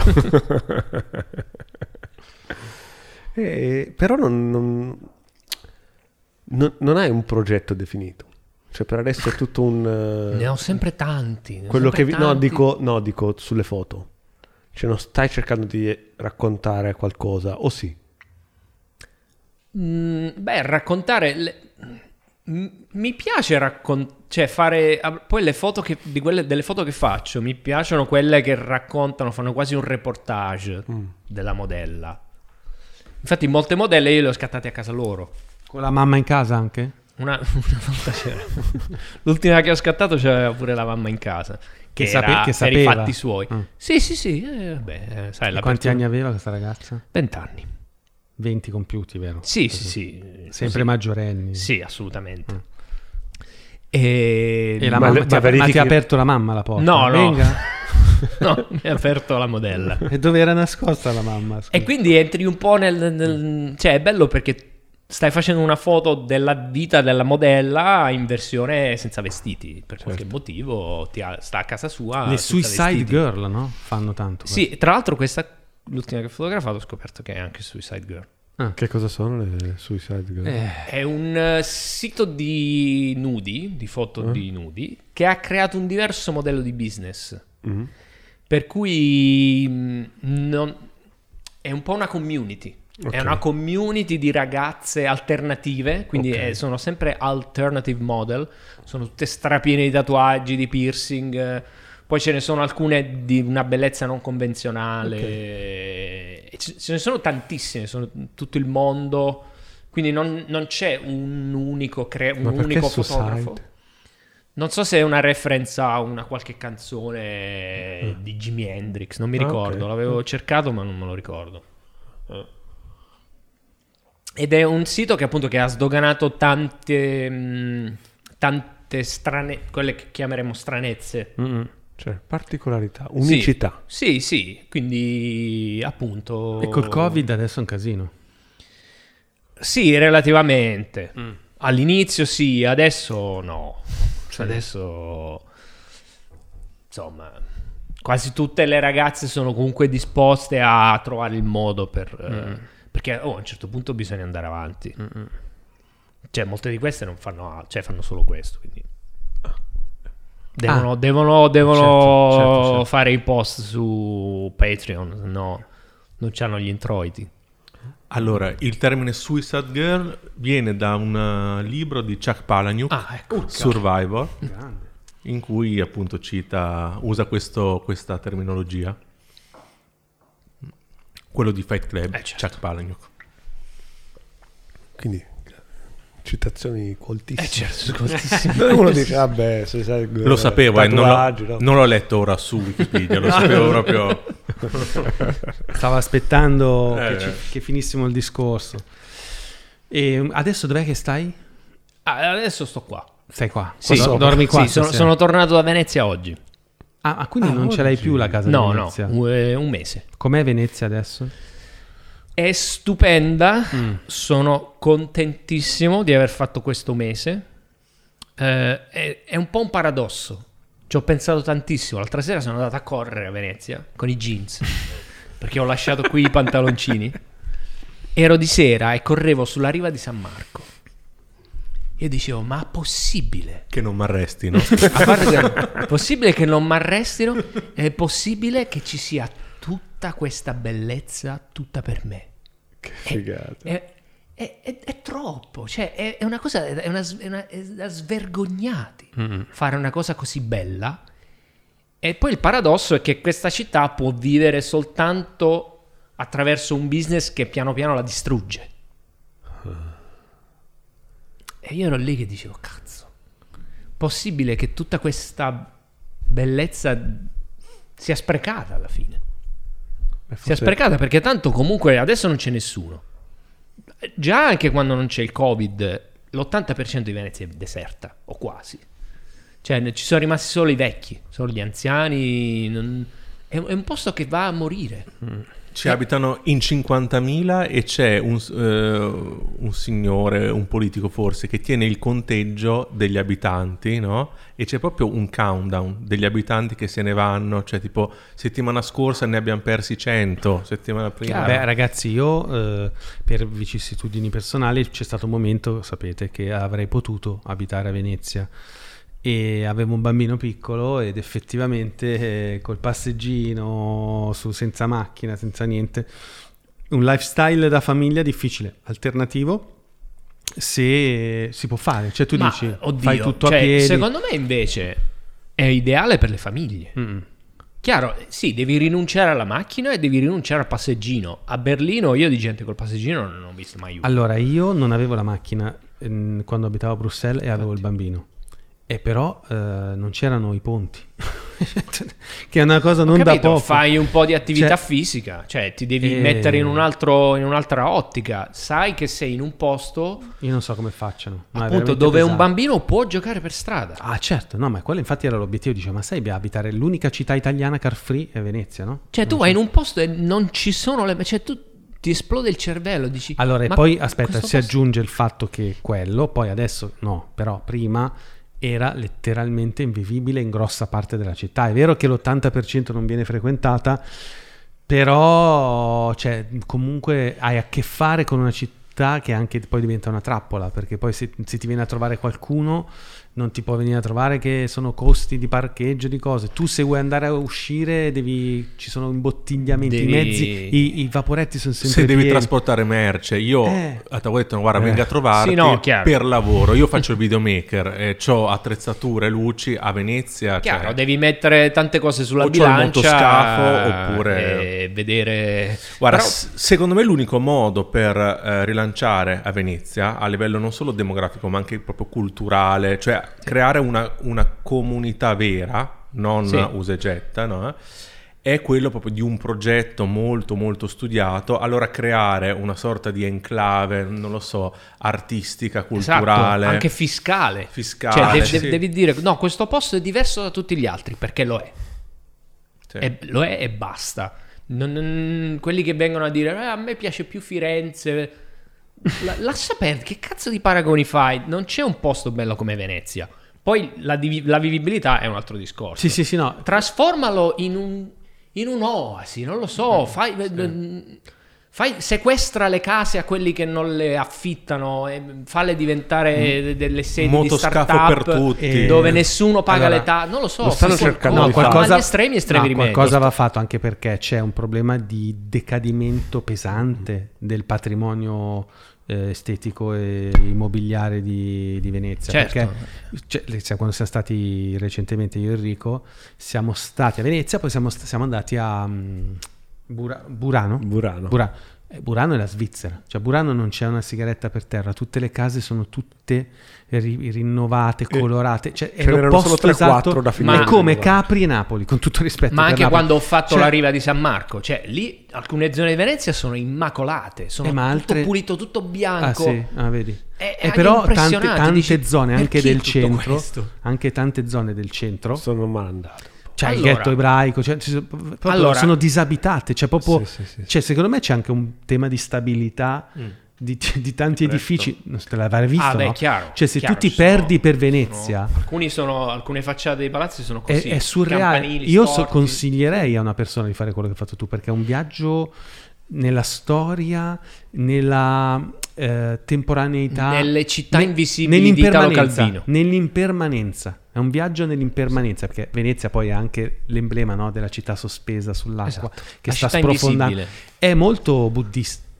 [SPEAKER 3] Però non hai un progetto definito. Cioè per adesso è tutto un...
[SPEAKER 2] Ne ho sempre tanti.
[SPEAKER 3] Dico sulle foto. Cioè non stai cercando di raccontare qualcosa, o sì?
[SPEAKER 2] Raccontare... Mi piace cioè fare... Poi le foto delle foto che faccio, mi piacciono quelle che raccontano, fanno quasi un reportage della modella. Infatti molte modelle io le ho scattate a casa loro.
[SPEAKER 1] Con la mamma in casa anche?
[SPEAKER 2] Una volta c'era. L'ultima che ho scattato c'aveva pure la mamma in casa. Che sapeva. Per i fatti suoi. Sì. Sai,
[SPEAKER 1] quanti anni aveva questa ragazza?
[SPEAKER 2] 20 anni.
[SPEAKER 1] 20 compiuti, vero?
[SPEAKER 2] Sì.
[SPEAKER 1] Sempre maggiorenni.
[SPEAKER 2] Sì, assolutamente.
[SPEAKER 1] E la mamma ti ha aperto la mamma la porta?
[SPEAKER 2] No.
[SPEAKER 1] Venga.
[SPEAKER 2] No, mi ha aperto la modella.
[SPEAKER 1] E dove era nascosta la mamma? Scusa.
[SPEAKER 2] E quindi entri un po' cioè è bello perché stai facendo una foto della vita della modella in versione senza vestiti. Per qualche motivo sta a casa sua.
[SPEAKER 1] Le Suicide Girl, no? Fanno tanto.
[SPEAKER 2] Sì, tra l'altro l'ultima che ho fotografato ho scoperto che è anche Suicide Girl.
[SPEAKER 3] Che cosa sono le Suicide Girl?
[SPEAKER 2] È un sito di nudi, di foto di nudi, che ha creato un diverso modello di business. Per cui è un po' una community. Okay. È una community di ragazze alternative, quindi sono sempre alternative model, sono tutte strapiene di tatuaggi, di piercing, poi ce ne sono alcune di una bellezza non convenzionale, e ce ne sono tantissime, sono tutto il mondo, quindi non c'è un unico fotografo. Non so se è una reference a una qualche canzone di Jimi Hendrix, non mi ricordo, l'avevo cercato ma non me lo ricordo. Ed è un sito che appunto che ha sdoganato tante strane, quelle che chiameremo stranezze.
[SPEAKER 3] Cioè particolarità, unicità.
[SPEAKER 2] Sì, quindi appunto...
[SPEAKER 1] E col Covid adesso è un casino.
[SPEAKER 2] Sì, relativamente. All'inizio sì, adesso no. Cioè adesso... Insomma... Quasi tutte le ragazze sono comunque disposte a trovare il modo per... Perché a un certo punto bisogna andare avanti. Cioè molte di queste non fanno... Cioè fanno solo questo, quindi... Devono fare i post su Patreon, no, non c'hanno gli introiti.
[SPEAKER 4] Allora, il termine Suicide Girl viene da un libro di Chuck Palahniuk, Survivor, in cui appunto usa questa terminologia. Quello di Fight Club, certo. Chuck Palahniuk.
[SPEAKER 3] Quindi citazioni coltissime.
[SPEAKER 2] Certo, coltissime.
[SPEAKER 3] Uno dice, vabbè,
[SPEAKER 4] lo sapevo, non l'ho letto ora su Wikipedia, lo sapevo proprio.
[SPEAKER 1] Stavo aspettando che finissimo il discorso. E adesso dov'è che stai?
[SPEAKER 2] Adesso sto qua.
[SPEAKER 1] Stai qua?
[SPEAKER 2] Sì,
[SPEAKER 1] dormi qua?
[SPEAKER 2] Sì, sono tornato da Venezia oggi.
[SPEAKER 1] Quindi non ce l'hai più la casa di Venezia?
[SPEAKER 2] No, un mese.
[SPEAKER 1] Com'è Venezia adesso?
[SPEAKER 2] È stupenda, sono contentissimo di aver fatto questo mese. È un po' un paradosso. Ci ho pensato tantissimo. L'altra sera sono andato a correre a Venezia con i jeans perché ho lasciato qui i pantaloncini. Ero di sera e correvo sulla riva di San Marco. Io dicevo, ma è possibile
[SPEAKER 4] che non mi arrestino?
[SPEAKER 2] È possibile che non mi arrestino? È possibile che ci sia tutta questa bellezza tutta per me?
[SPEAKER 3] Che figata.
[SPEAKER 2] È troppo, cioè è una cosa, è da svergognati fare una cosa così bella. E poi il paradosso è che questa città può vivere soltanto attraverso un business che piano piano la distrugge. E io ero lì che dicevo, cazzo, possibile che tutta questa bellezza sia sprecata alla fine? Sia sprecata perché tanto comunque adesso non c'è nessuno. Già anche quando non c'è il Covid, l'80% di Venezia è deserta, o quasi. Cioè ci sono rimasti solo i vecchi, solo gli anziani. È un posto che va a morire.
[SPEAKER 4] Ci abitano in 50.000 e c'è un signore, un politico forse, che tiene il conteggio degli abitanti, no? E c'è proprio un countdown degli abitanti che se ne vanno, cioè tipo settimana scorsa ne abbiamo persi 100, settimana prima...
[SPEAKER 1] Beh, ragazzi, io per vicissitudini personali c'è stato un momento, sapete, che avrei potuto abitare a Venezia. E avevo un bambino piccolo ed effettivamente col passeggino, senza macchina, senza niente, un lifestyle da famiglia difficile, alternativo, se si può fare. Cioè tu dici, fai tutto a piedi.
[SPEAKER 2] Secondo me invece è ideale per le famiglie. Chiaro, sì, devi rinunciare alla macchina e devi rinunciare al passeggino. A Berlino io di gente col passeggino non ho visto mai uno.
[SPEAKER 1] Allora, io non avevo la macchina quando abitavo a Bruxelles e avevo il bambino. E però non c'erano i ponti, che è una cosa non da poco.
[SPEAKER 2] Fai un po' di attività fisica, cioè ti devi mettere in un'altra ottica. Sai che sei in un posto,
[SPEAKER 1] io non so come facciano,
[SPEAKER 2] appunto, dove un bambino può giocare per strada.
[SPEAKER 1] Ah certo, no, ma quello infatti era l'obiettivo. Dicevo, ma sai, abitare l'unica città italiana car free è Venezia, no?
[SPEAKER 2] Cioè tu vai in un posto e non ci sono cioè tu ti esplode il cervello, dici.
[SPEAKER 1] Allora, e poi aspetta, si aggiunge il fatto che quello, poi adesso no, però prima era letteralmente invivibile in grossa parte della città. È vero che l'80% non viene frequentata, però cioè, comunque hai a che fare con una città che anche poi diventa una trappola, perché poi se ti viene a trovare qualcuno non ti può venire a trovare, che sono costi di parcheggio, di cose. Tu se vuoi andare a uscire ci sono imbottigliamenti, i mezzi, i vaporetti sono sempre
[SPEAKER 4] se devi
[SPEAKER 1] pieni.
[SPEAKER 4] Trasportare merce, io a te ho detto guarda venga a trovarti,
[SPEAKER 2] sì, no,
[SPEAKER 4] per lavoro, io faccio il videomaker, ho attrezzature, luci a Venezia,
[SPEAKER 2] chiaro, devi mettere tante cose sulla bilancia,
[SPEAKER 4] c'ho il motoscafo oppure
[SPEAKER 2] vedere.
[SPEAKER 4] Guarda, secondo me l'unico modo per rilanciare a Venezia a livello non solo demografico ma anche proprio culturale, cioè creare una comunità vera, non usa e getta, no? È quello proprio di un progetto molto molto studiato. Allora creare una sorta di enclave, non lo so, artistica, culturale,
[SPEAKER 2] anche fiscale. Cioè devi dire no, questo posto è diverso da tutti gli altri, perché lo è. Lo è e basta. Quelli che vengono a dire a me piace più Firenze, lascia perdere, che cazzo di paragoni fai? Non c'è un posto bello come Venezia. Poi la vivibilità è un altro discorso.
[SPEAKER 1] Sì, no.
[SPEAKER 2] Trasformalo in un'oasi, non lo so, sequestra le case a quelli che non le affittano e falle diventare delle sedi di startup
[SPEAKER 4] per tutti,
[SPEAKER 2] dove nessuno paga le tasse, non lo so,
[SPEAKER 3] lo stanno cercando
[SPEAKER 1] qualcosa,
[SPEAKER 2] estremi rimedi.
[SPEAKER 1] Qualcosa va fatto, anche perché c'è un problema di decadimento pesante del patrimonio estetico e immobiliare di Venezia.
[SPEAKER 2] Certo.
[SPEAKER 1] Perché quando siamo stati recentemente io e Enrico siamo stati a Venezia, poi siamo andati a Burano. Burano è la Svizzera, cioè a Burano non c'è una sigaretta per terra, tutte le case sono tutte rinnovate, colorate, cioè è l'opposto esatto, ma è come Capri e Napoli, con tutto rispetto.
[SPEAKER 2] Ma anche
[SPEAKER 1] Napoli.
[SPEAKER 2] Quando ho fatto la riva di San Marco, cioè lì alcune zone di Venezia sono immacolate, sono tutto pulito, tutto bianco.
[SPEAKER 1] Vedi. Però tante zone anche del centro,
[SPEAKER 2] questo?
[SPEAKER 1] Anche tante zone del centro
[SPEAKER 3] sono mandate.
[SPEAKER 1] Cioè il ghetto ebraico, sono disabitate, cioè proprio, cioè secondo me c'è anche un tema di stabilità di tanti edifici, non te l'avrai visto, no?
[SPEAKER 2] Chiaro,
[SPEAKER 1] cioè se tu ti perdi per Venezia,
[SPEAKER 2] alcune facciate dei palazzi sono così,
[SPEAKER 1] è surreale. Io consiglierei a una persona di fare quello che hai fatto tu, perché è un viaggio nella storia, nella temporaneità,
[SPEAKER 2] nelle città invisibili di Italo Calvino,
[SPEAKER 1] nell'impermanenza. È un viaggio nell'impermanenza, perché Venezia poi è anche l'emblema, no, della città sospesa sull'acqua, che sta sprofondando. È molto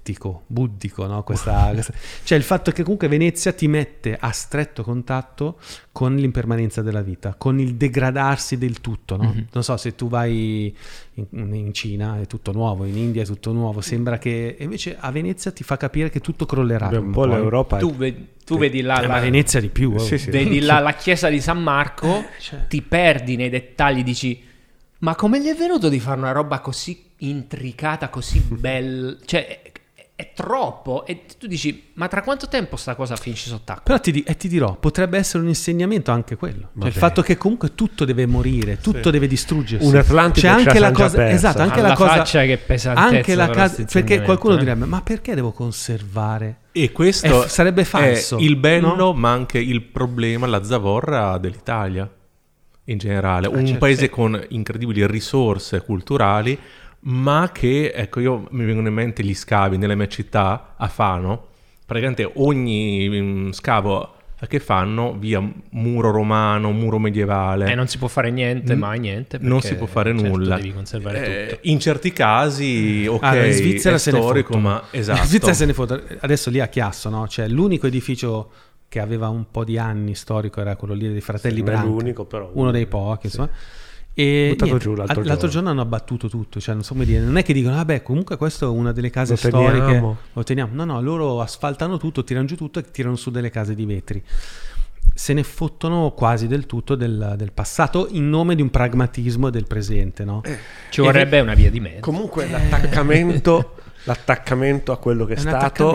[SPEAKER 1] buddico, no? Cioè il fatto che comunque Venezia ti mette a stretto contatto con l'impermanenza della vita, con il degradarsi del tutto, no? Non so, se tu vai in Cina è tutto nuovo, in India è tutto nuovo, sembra che invece a Venezia ti fa capire che tutto crollerà.
[SPEAKER 3] Un po' l'Europa.
[SPEAKER 2] Tu vedi là
[SPEAKER 1] ma Venezia di più.
[SPEAKER 2] Vedi là la chiesa di San Marco, ti perdi nei dettagli, dici ma come gli è venuto di fare una roba così intricata, così bella? Cioè è troppo, e tu dici ma tra quanto tempo sta cosa finisce sott'acqua?
[SPEAKER 1] Però ti dirò, potrebbe essere un insegnamento anche quello, cioè il fatto che comunque tutto deve morire, tutto deve distruggersi.
[SPEAKER 3] Un Atlantide,
[SPEAKER 1] c'è anche la cosa
[SPEAKER 3] persa.
[SPEAKER 1] Esatto, anche
[SPEAKER 2] alla
[SPEAKER 1] la cosa
[SPEAKER 2] faccia che pesantezza,
[SPEAKER 1] anche la perché qualcuno direbbe ma perché devo conservare?
[SPEAKER 4] E questo
[SPEAKER 1] sarebbe falso,
[SPEAKER 4] è il bello,
[SPEAKER 1] no?
[SPEAKER 4] ma anche il problema, la zavorra dell'Italia in generale, un paese con incredibili risorse culturali, ma che, ecco, mi vengono in mente gli scavi nella mia città, a Fano, praticamente ogni scavo che fanno, via muro romano, muro medievale.
[SPEAKER 2] Non si può fare niente, mai niente.
[SPEAKER 4] Non si può fare nulla.
[SPEAKER 2] Devi conservare tutto.
[SPEAKER 4] In certi casi, ok,
[SPEAKER 1] in Svizzera
[SPEAKER 4] è storico, ma esatto.
[SPEAKER 1] In Svizzera se ne fotte. Adesso lì a Chiasso, no? Cioè l'unico edificio che aveva un po' di anni storico era quello lì dei fratelli Brandt,
[SPEAKER 3] l'unico, però
[SPEAKER 1] uno dei pochi, insomma. E
[SPEAKER 3] buttato giù l'altro giorno
[SPEAKER 1] hanno abbattuto tutto, cioè non so come dire, non è che dicono vabbè comunque questa è una delle case storiche, lo teniamo, no, loro asfaltano tutto, tirano giù tutto e tirano su delle case di vetri, se ne fottono quasi del tutto del passato in nome di un pragmatismo del presente, no?
[SPEAKER 2] Ci vorrebbe una via di mezzo.
[SPEAKER 3] Comunque l'attaccamento a quello che è stato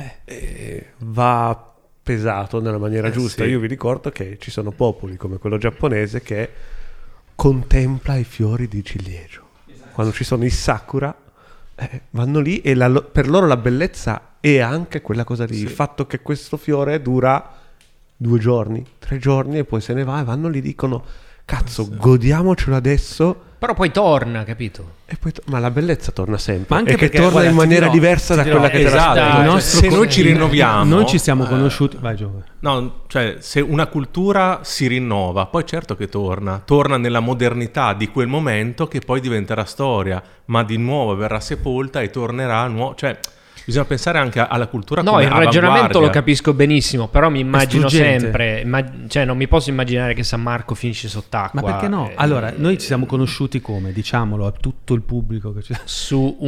[SPEAKER 3] va pesato nella maniera giusta. Io vi ricordo che ci sono popoli come quello giapponese che contempla i fiori di ciliegio. Quando ci sono i sakura vanno lì e per loro la bellezza è anche quella cosa lì, il fatto che questo fiore dura 2 giorni, 3 giorni e poi se ne va, e vanno lì e dicono cazzo, godiamocelo adesso.
[SPEAKER 2] Però poi torna, capito?
[SPEAKER 3] E poi ma la bellezza torna sempre,
[SPEAKER 1] ma anche
[SPEAKER 3] perché
[SPEAKER 1] perché
[SPEAKER 3] torna in maniera diversa da quella che
[SPEAKER 4] esatto. Se noi ci rinnoviamo,
[SPEAKER 1] noi ci siamo conosciuti. Vai, Giove.
[SPEAKER 4] No, cioè se una cultura si rinnova, poi certo che torna nella modernità di quel momento, che poi diventerà storia, ma di nuovo verrà sepolta e tornerà cioè bisogna pensare anche alla cultura come
[SPEAKER 2] il ragionamento lo capisco benissimo, però mi immagino sempre, cioè non mi posso immaginare che San Marco finisce sott'acqua.
[SPEAKER 1] Ma perché no? Allora, noi ci siamo conosciuti come? Diciamolo a tutto il pubblico che c'è.
[SPEAKER 2] Su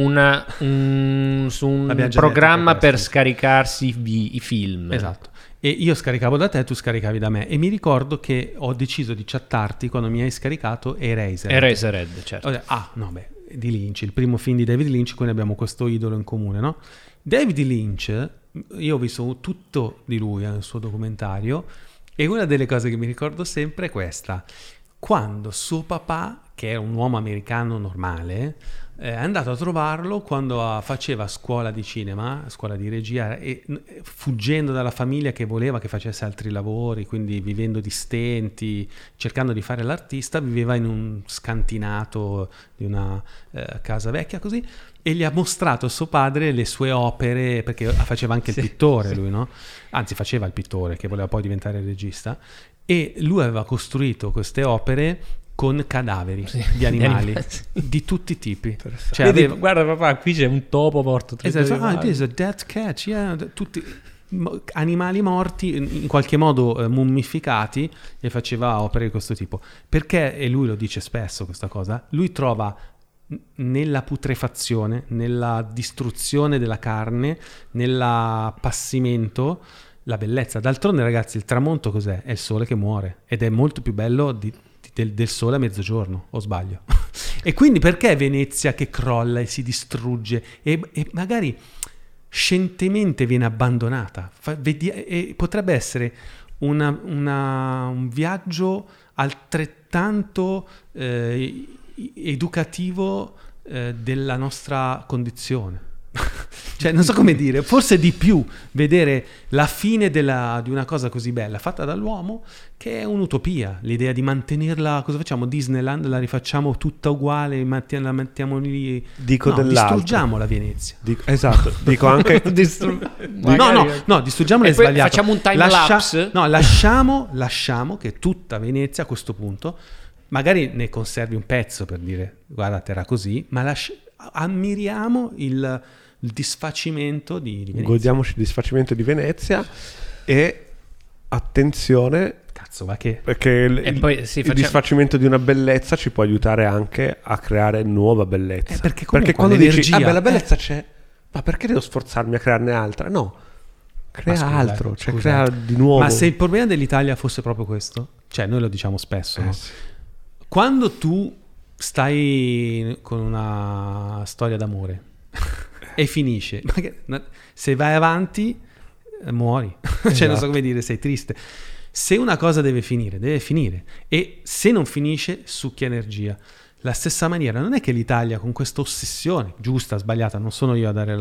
[SPEAKER 2] un programma per scaricarsi i film.
[SPEAKER 1] Esatto. E io scaricavo da te, tu scaricavi da me, e mi ricordo che ho deciso di chattarti quando mi hai scaricato
[SPEAKER 2] Eraserhead, certo.
[SPEAKER 1] Di Lynch, il primo film di David Lynch, quindi abbiamo questo idolo in comune, no? David Lynch, io ho visto tutto di lui nel suo documentario, e una delle cose che mi ricordo sempre è questa: quando suo papà, che è un uomo americano normale, è andato a trovarlo quando faceva scuola di cinema, scuola di regia, e fuggendo dalla famiglia che voleva che facesse altri lavori, quindi vivendo di stenti, cercando di fare l'artista, viveva in un scantinato di una casa vecchia così, e gli ha mostrato a suo padre le sue opere, perché faceva anche il pittore lui, no? Anzi faceva il pittore, che voleva poi diventare il regista, e lui aveva costruito queste opere con cadaveri di animali di tutti i tipi. Cioè,
[SPEAKER 2] vedi, guarda papà, qui c'è un topo morto.
[SPEAKER 1] Esatto, this is a dead cat, tutti animali morti, in qualche modo mummificati, e faceva opere di questo tipo. Perché, e lui lo dice spesso questa cosa, lui trova nella putrefazione, nella distruzione della carne, nell'appassimento, la bellezza. D'altronde, ragazzi, il tramonto cos'è? È il sole che muore, ed è molto più bello del sole a mezzogiorno, o sbaglio? E quindi perché Venezia che crolla e si distrugge e magari scientemente viene abbandonata? E potrebbe essere un viaggio altrettanto educativo della nostra condizione. Cioè, non so come dire, forse di più vedere la fine di una cosa così bella fatta dall'uomo, che è un'utopia, l'idea di mantenerla. Cosa facciamo? Disneyland la rifacciamo tutta uguale, la mettiamo lì. Distruggiamo la Venezia.
[SPEAKER 3] Esatto, dico anche
[SPEAKER 1] distruggiamola è sbagliato.
[SPEAKER 2] Facciamo un time lapse.
[SPEAKER 1] No, lasciamo che tutta Venezia a questo punto, magari ne conservi un pezzo per dire guardate era così, ma ammiriamo il disfacimento di Venezia.
[SPEAKER 3] Godiamoci il disfacimento di Venezia e attenzione,
[SPEAKER 1] cazzo, va che...
[SPEAKER 3] perché il disfacimento di una bellezza ci può aiutare anche a creare nuova bellezza.
[SPEAKER 1] Perché
[SPEAKER 3] quando dici la bellezza c'è, ma perché devo sforzarmi a crearne altra? No, crea altro, cioè crea di nuovo.
[SPEAKER 1] Ma se il problema dell'Italia fosse proprio questo, cioè noi lo diciamo spesso, no?
[SPEAKER 3] Sì.
[SPEAKER 1] Quando tu stai con una storia d'amore e finisce, se vai avanti muori, cioè non so come dire, sei triste. Se una cosa deve finire, e se non finisce succhia energia. La stessa maniera, non è che l'Italia con questa ossessione, giusta, sbagliata, non sono io a dare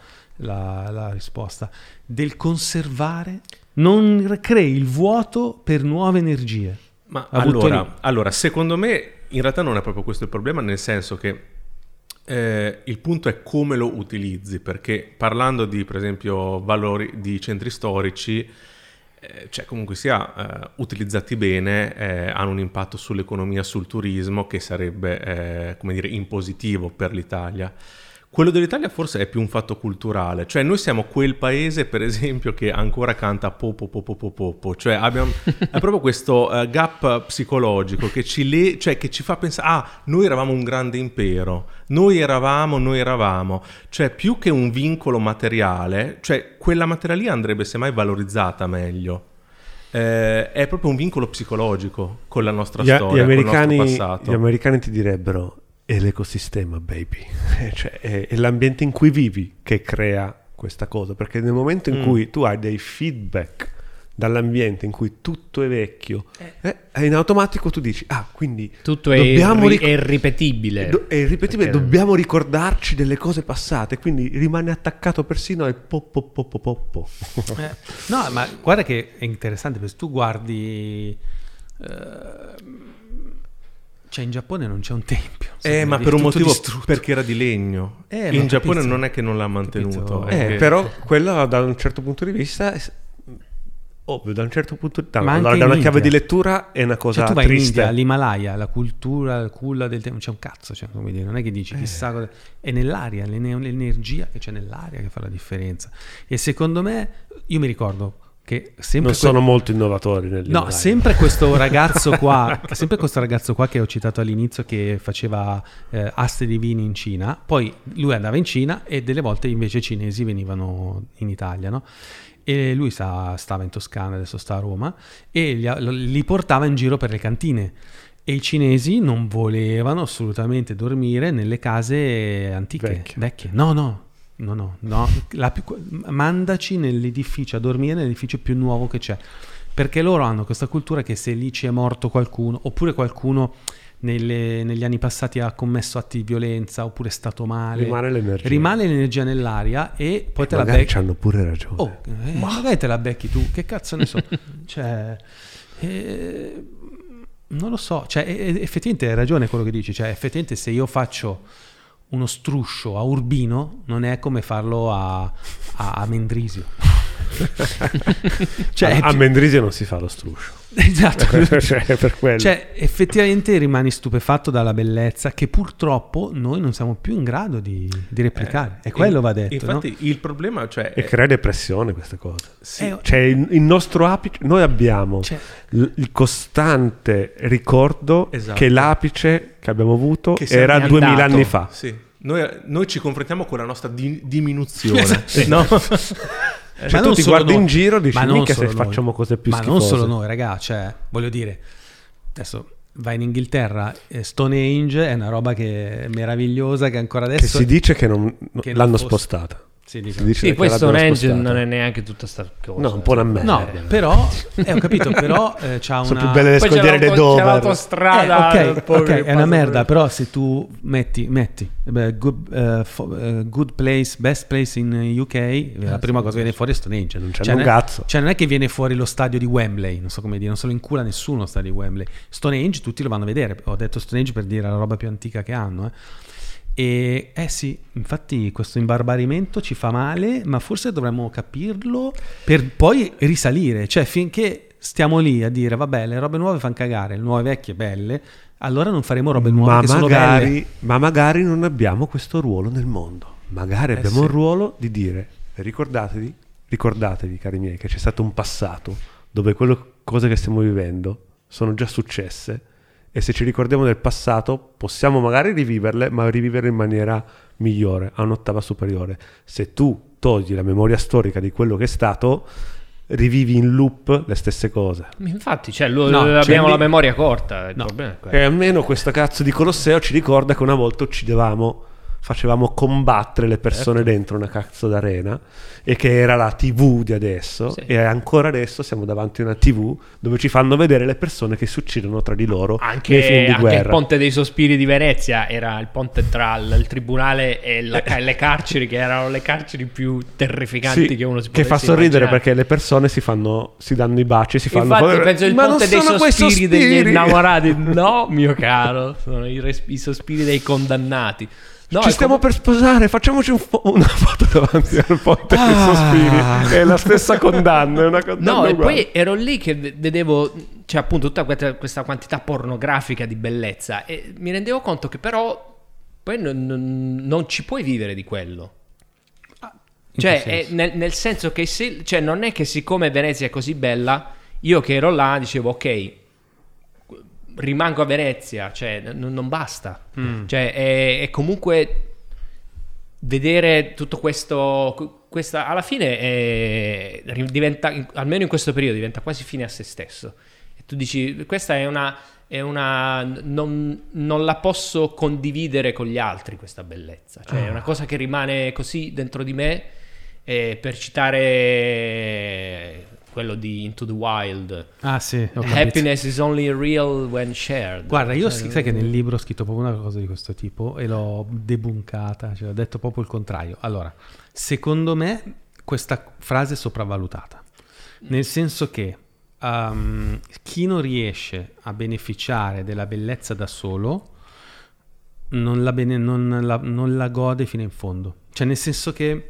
[SPEAKER 1] la risposta, del conservare, non crei il vuoto per nuove energie.
[SPEAKER 4] Ma allora, secondo me in realtà non è proprio questo il problema, nel senso che il punto è come lo utilizzi, perché parlando di, per esempio, valori di centri storici, cioè comunque sia utilizzati bene hanno un impatto sull'economia, sul turismo, che sarebbe come dire in positivo per l'Italia. Quello dell'Italia forse è più un fatto culturale, cioè noi siamo quel paese, per esempio, che ancora canta popo, cioè abbiamo è proprio questo gap psicologico che che ci fa pensare, noi eravamo un grande impero, noi eravamo, cioè più che un vincolo materiale, cioè quella materia lì andrebbe semmai valorizzata meglio. È proprio un vincolo psicologico con la nostra storia, con il nostro passato.
[SPEAKER 3] Gli americani ti direbbero: è l'ecosistema, baby, cioè è l'ambiente in cui vivi che crea questa cosa, perché nel momento in cui tu hai dei feedback dall'ambiente in cui tutto è vecchio, in automatico tu dici quindi
[SPEAKER 2] tutto è irripetibile,
[SPEAKER 3] dobbiamo ricordarci delle cose passate, quindi rimane attaccato persino al po.
[SPEAKER 1] No, ma guarda che è interessante, perché tu guardi cioè in Giappone non c'è un tempio,
[SPEAKER 4] ma per un motivo distrutto. Perché era di legno. In Giappone non è che non l'ha mantenuto,
[SPEAKER 3] però quello da un certo punto di vista ovvio, da un certo punto di vista,
[SPEAKER 1] ma
[SPEAKER 3] allora, da una chiave di lettura è una cosa
[SPEAKER 1] tu vai
[SPEAKER 3] triste.
[SPEAKER 1] In India, l'Himalaya, la cultura, il culla del tempo, c'è un cazzo, cioè, come dire, non è che dici chissà cosa, è nell'aria, l'energia che c'è nell'aria che fa la differenza. E secondo me, io mi ricordo che sempre
[SPEAKER 3] non sono molto innovatori
[SPEAKER 1] no, sempre questo ragazzo qua che ho citato all'inizio, che faceva aste di vini in Cina, poi lui andava in Cina e delle volte invece i cinesi venivano in Italia, no? E lui stava in Toscana, adesso sta a Roma, e li portava in giro per le cantine, e i cinesi non volevano assolutamente dormire nelle case antiche, vecchie. No, mandaci nell'edificio, a dormire nell'edificio più nuovo che c'è, perché loro hanno questa cultura che se lì ci è morto qualcuno, oppure qualcuno negli anni passati ha commesso atti di violenza, oppure è stato male, rimane l'energia nell'aria, e poi te la becchi.
[SPEAKER 3] C'hanno pure ragione.
[SPEAKER 1] Magari te la becchi tu, che cazzo ne so. Cioè non lo so, cioè effettivamente hai ragione quello che dici, cioè effettivamente se io faccio uno struscio a Urbino non è come farlo a Mendrisio.
[SPEAKER 3] Cioè, a Mendrisio non si fa lo struscio.
[SPEAKER 1] Esatto.
[SPEAKER 3] Cioè, per quello.
[SPEAKER 1] Cioè, effettivamente rimani stupefatto dalla bellezza che purtroppo noi non siamo più in grado di replicare. E quello va detto.
[SPEAKER 4] Infatti,
[SPEAKER 1] no?
[SPEAKER 4] Il problema, cioè,
[SPEAKER 3] e crea depressione queste cose.
[SPEAKER 1] Sì.
[SPEAKER 3] Cioè, il nostro apice, noi abbiamo il costante ricordo che l'apice che abbiamo avuto che era 2000 anni fa.
[SPEAKER 4] Sì. Noi ci confrontiamo con la nostra diminuzione. No?
[SPEAKER 3] Cioè tu ti guardi in giro e dici mica se facciamo cose più schifose.
[SPEAKER 1] Ma non solo noi, raga, cioè voglio dire, adesso vai in Inghilterra, Stonehenge è una roba che è meravigliosa, che ancora adesso
[SPEAKER 3] che si dice che l'hanno spostata.
[SPEAKER 2] Sì, poi Stonehenge non è neanche tutta sta cosa.
[SPEAKER 3] No, un po' una merda.
[SPEAKER 1] No, però ho capito, però c'ha
[SPEAKER 3] sono più belle le scogliere dei Dover.
[SPEAKER 2] C'è l'autostrada.
[SPEAKER 1] Ok, è una merda, però se tu metti good place, best place in UK, la prima cosa che viene fuori è Stonehenge.
[SPEAKER 3] Non c'è un cazzo.
[SPEAKER 1] Cioè non è che viene fuori lo stadio di Wembley, non so come dire, non se lo incula nessuno lo stadio di Wembley. Stonehenge tutti lo vanno a vedere, ho detto Stonehenge per dire la roba più antica che hanno, E sì, infatti questo imbarbarimento ci fa male, ma forse dovremmo capirlo per poi risalire, cioè finché stiamo lì a dire vabbè, le robe nuove fanno cagare, le nuove vecchie belle, allora non faremo robe nuove che sono belle.
[SPEAKER 3] Ma magari non abbiamo questo ruolo nel mondo. magari abbiamo un ruolo di dire: ricordatevi cari miei, che c'è stato un passato dove quelle cose che stiamo vivendo sono già successe, e se ci ricordiamo del passato possiamo magari riviverle, ma riviverle in maniera migliore, a un'ottava superiore. Se tu togli la memoria storica di quello che è stato, rivivi in loop le stesse cose.
[SPEAKER 2] Infatti, abbiamo la memoria corta. Il problema è
[SPEAKER 3] e almeno questo cazzo di Colosseo ci ricorda che una volta facevamo combattere le persone dentro una cazzo d'arena, e che era la TV di adesso, e ancora adesso siamo davanti a una TV dove ci fanno vedere le persone che si uccidono tra di loro nei film di guerra.
[SPEAKER 2] Anche il Ponte dei Sospiri di Venezia era il ponte tra il tribunale e le carceri, che erano le carceri più terrificanti che uno si potesse
[SPEAKER 3] che fa sorridere
[SPEAKER 2] immaginare.
[SPEAKER 3] Perché le persone si danno i baci, si fanno...
[SPEAKER 2] Infatti penso il Ponte dei Sospiri degli innamorati. No, mio caro, sono i sospiri dei condannati. No,
[SPEAKER 3] ci stiamo per sposare, facciamoci una foto davanti al Ponte dei Sospiri. È la stessa condanna, è una condanna uguale.
[SPEAKER 2] E poi ero lì che vedevo, cioè appunto, tutta questa quantità pornografica di bellezza, e mi rendevo conto che però poi non ci puoi vivere di quello. Cioè nel senso che cioè non è che siccome Venezia è così bella, io che ero là dicevo ok, rimango a Venezia, cioè non basta. Cioè è comunque vedere tutto questa alla fine diventa, almeno in questo periodo, diventa quasi fine a se stesso, e tu dici questa è una non la posso condividere con gli altri, questa bellezza, cioè è una cosa che rimane così dentro di me. Per citare quello di Into the Wild, happiness is only real when shared.
[SPEAKER 1] Guarda, io sai che nel libro ho scritto proprio una cosa di questo tipo e l'ho debunkata, cioè ho detto proprio il contrario. Allora, secondo me questa frase è sopravvalutata, nel senso che chi non riesce a beneficiare della bellezza da solo non la gode fino in fondo, cioè nel senso che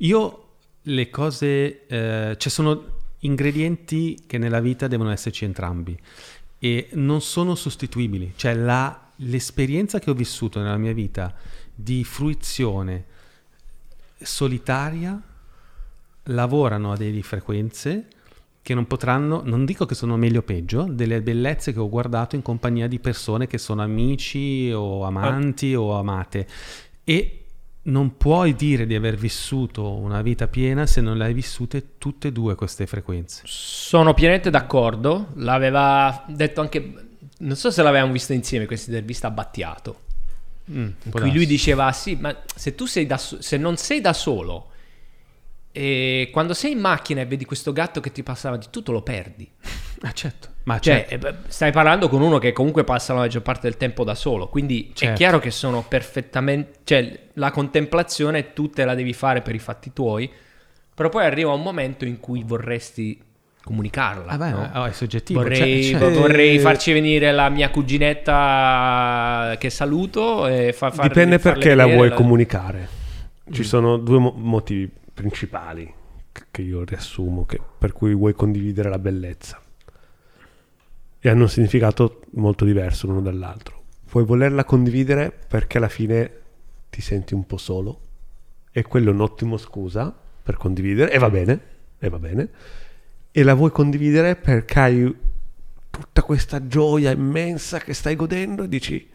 [SPEAKER 1] le cose cioè sono ingredienti che nella vita devono esserci entrambi e non sono sostituibili. Cioè l'esperienza che ho vissuto nella mia vita di fruizione solitaria lavorano a delle frequenze che non potranno, non dico che sono meglio o peggio, delle bellezze che ho guardato in compagnia di persone che sono amici o amanti o amate, e non puoi dire di aver vissuto una vita piena se non le hai vissute tutte e due queste frequenze.
[SPEAKER 2] Sono pienamente d'accordo. L'aveva detto anche, non so se l'avevamo visto insieme, questa intervista a Battiato, in cui lui diceva sì, ma se tu sei se non sei da solo e quando sei in macchina e vedi questo gatto che ti passa avanti, tu te lo perdi.
[SPEAKER 1] Certo. Ma
[SPEAKER 2] cioè, stai parlando con uno che comunque passa la maggior parte del tempo da solo, quindi è chiaro che sono perfettamente, cioè la contemplazione tu te la devi fare per i fatti tuoi, però poi arriva un momento in cui vorresti comunicarla.
[SPEAKER 1] No? È soggettivo.
[SPEAKER 2] Vorrei farci venire la mia cuginetta che saluto e
[SPEAKER 3] dipende perché la vuoi comunicare. Ci sono due motivi principali che io riassumo per cui vuoi condividere la bellezza, e hanno un significato molto diverso l'uno dall'altro. Puoi volerla condividere perché alla fine ti senti un po' solo, e quello è un'ottima scusa per condividere, e va bene, e la vuoi condividere perché hai tutta questa gioia immensa che stai godendo e dici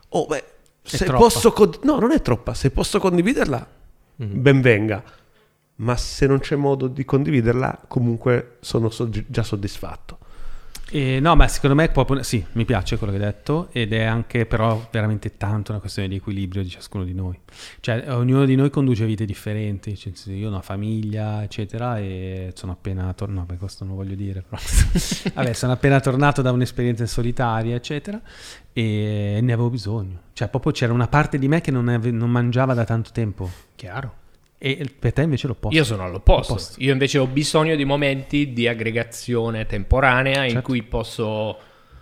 [SPEAKER 3] se posso no, non è troppa, se posso condividerla ben venga, ma se non c'è modo di condividerla comunque sono già soddisfatto.
[SPEAKER 1] No, ma secondo me proprio sì, mi piace quello che hai detto, ed è anche però veramente tanto una questione di equilibrio di ciascuno di noi. Cioè ognuno di noi conduce vite differenti, cioè, io ho una famiglia eccetera e sono appena tornato, no, questo non voglio dire, però vabbè, sono appena tornato da un'esperienza solitaria eccetera, e ne avevo bisogno, cioè proprio c'era una parte di me che non mangiava da tanto tempo.
[SPEAKER 2] Chiaro.
[SPEAKER 1] E per te invece l'opposto.
[SPEAKER 2] Io sono all'opposto. Io invece ho bisogno di momenti di aggregazione temporanea in cui posso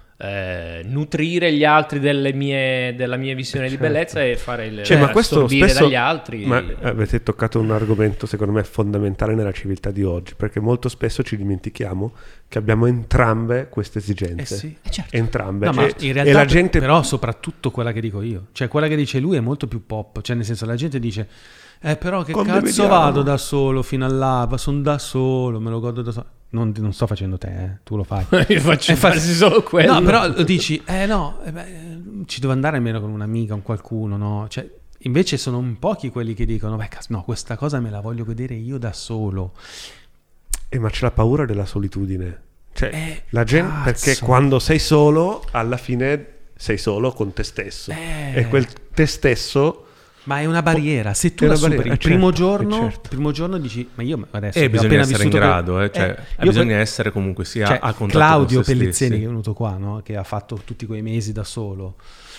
[SPEAKER 2] nutrire gli altri della mia visione di bellezza e fare il
[SPEAKER 3] ma questo spesso,
[SPEAKER 2] dagli altri.
[SPEAKER 3] Ma avete toccato un argomento secondo me fondamentale nella civiltà di oggi, perché molto spesso ci dimentichiamo che abbiamo entrambe queste esigenze.
[SPEAKER 1] Sì.
[SPEAKER 2] Certo.
[SPEAKER 3] Entrambe.
[SPEAKER 1] No, ma in realtà la gente, però soprattutto quella che dico io, cioè quella che dice lui è molto più pop, cioè nel senso la gente dice Però che cazzo vado da solo fino all'alba, sono da solo, me lo godo da solo. Non sto facendo te, tu lo fai.
[SPEAKER 2] Io faccio farsi solo quello.
[SPEAKER 1] No, però lo dici, ci devo andare almeno con un'amica, con qualcuno, no? Cioè, invece sono un pochi quelli che dicono, no, questa cosa me la voglio vedere io da solo.
[SPEAKER 3] Ma c'è la paura della solitudine. Cioè, la gente, perché quando sei solo, alla fine sei solo con te stesso. E quel te stesso...
[SPEAKER 1] Ma è una barriera, se tu la superi il primo giorno dici, ma io adesso
[SPEAKER 4] bisogna
[SPEAKER 1] appena
[SPEAKER 4] essere in grado, bisogna essere comunque sia a contatto
[SPEAKER 1] Claudio
[SPEAKER 4] con se
[SPEAKER 1] Pellizzeni
[SPEAKER 4] stessi.
[SPEAKER 1] che è venuto qua, no? Che ha fatto tutti quei mesi da solo,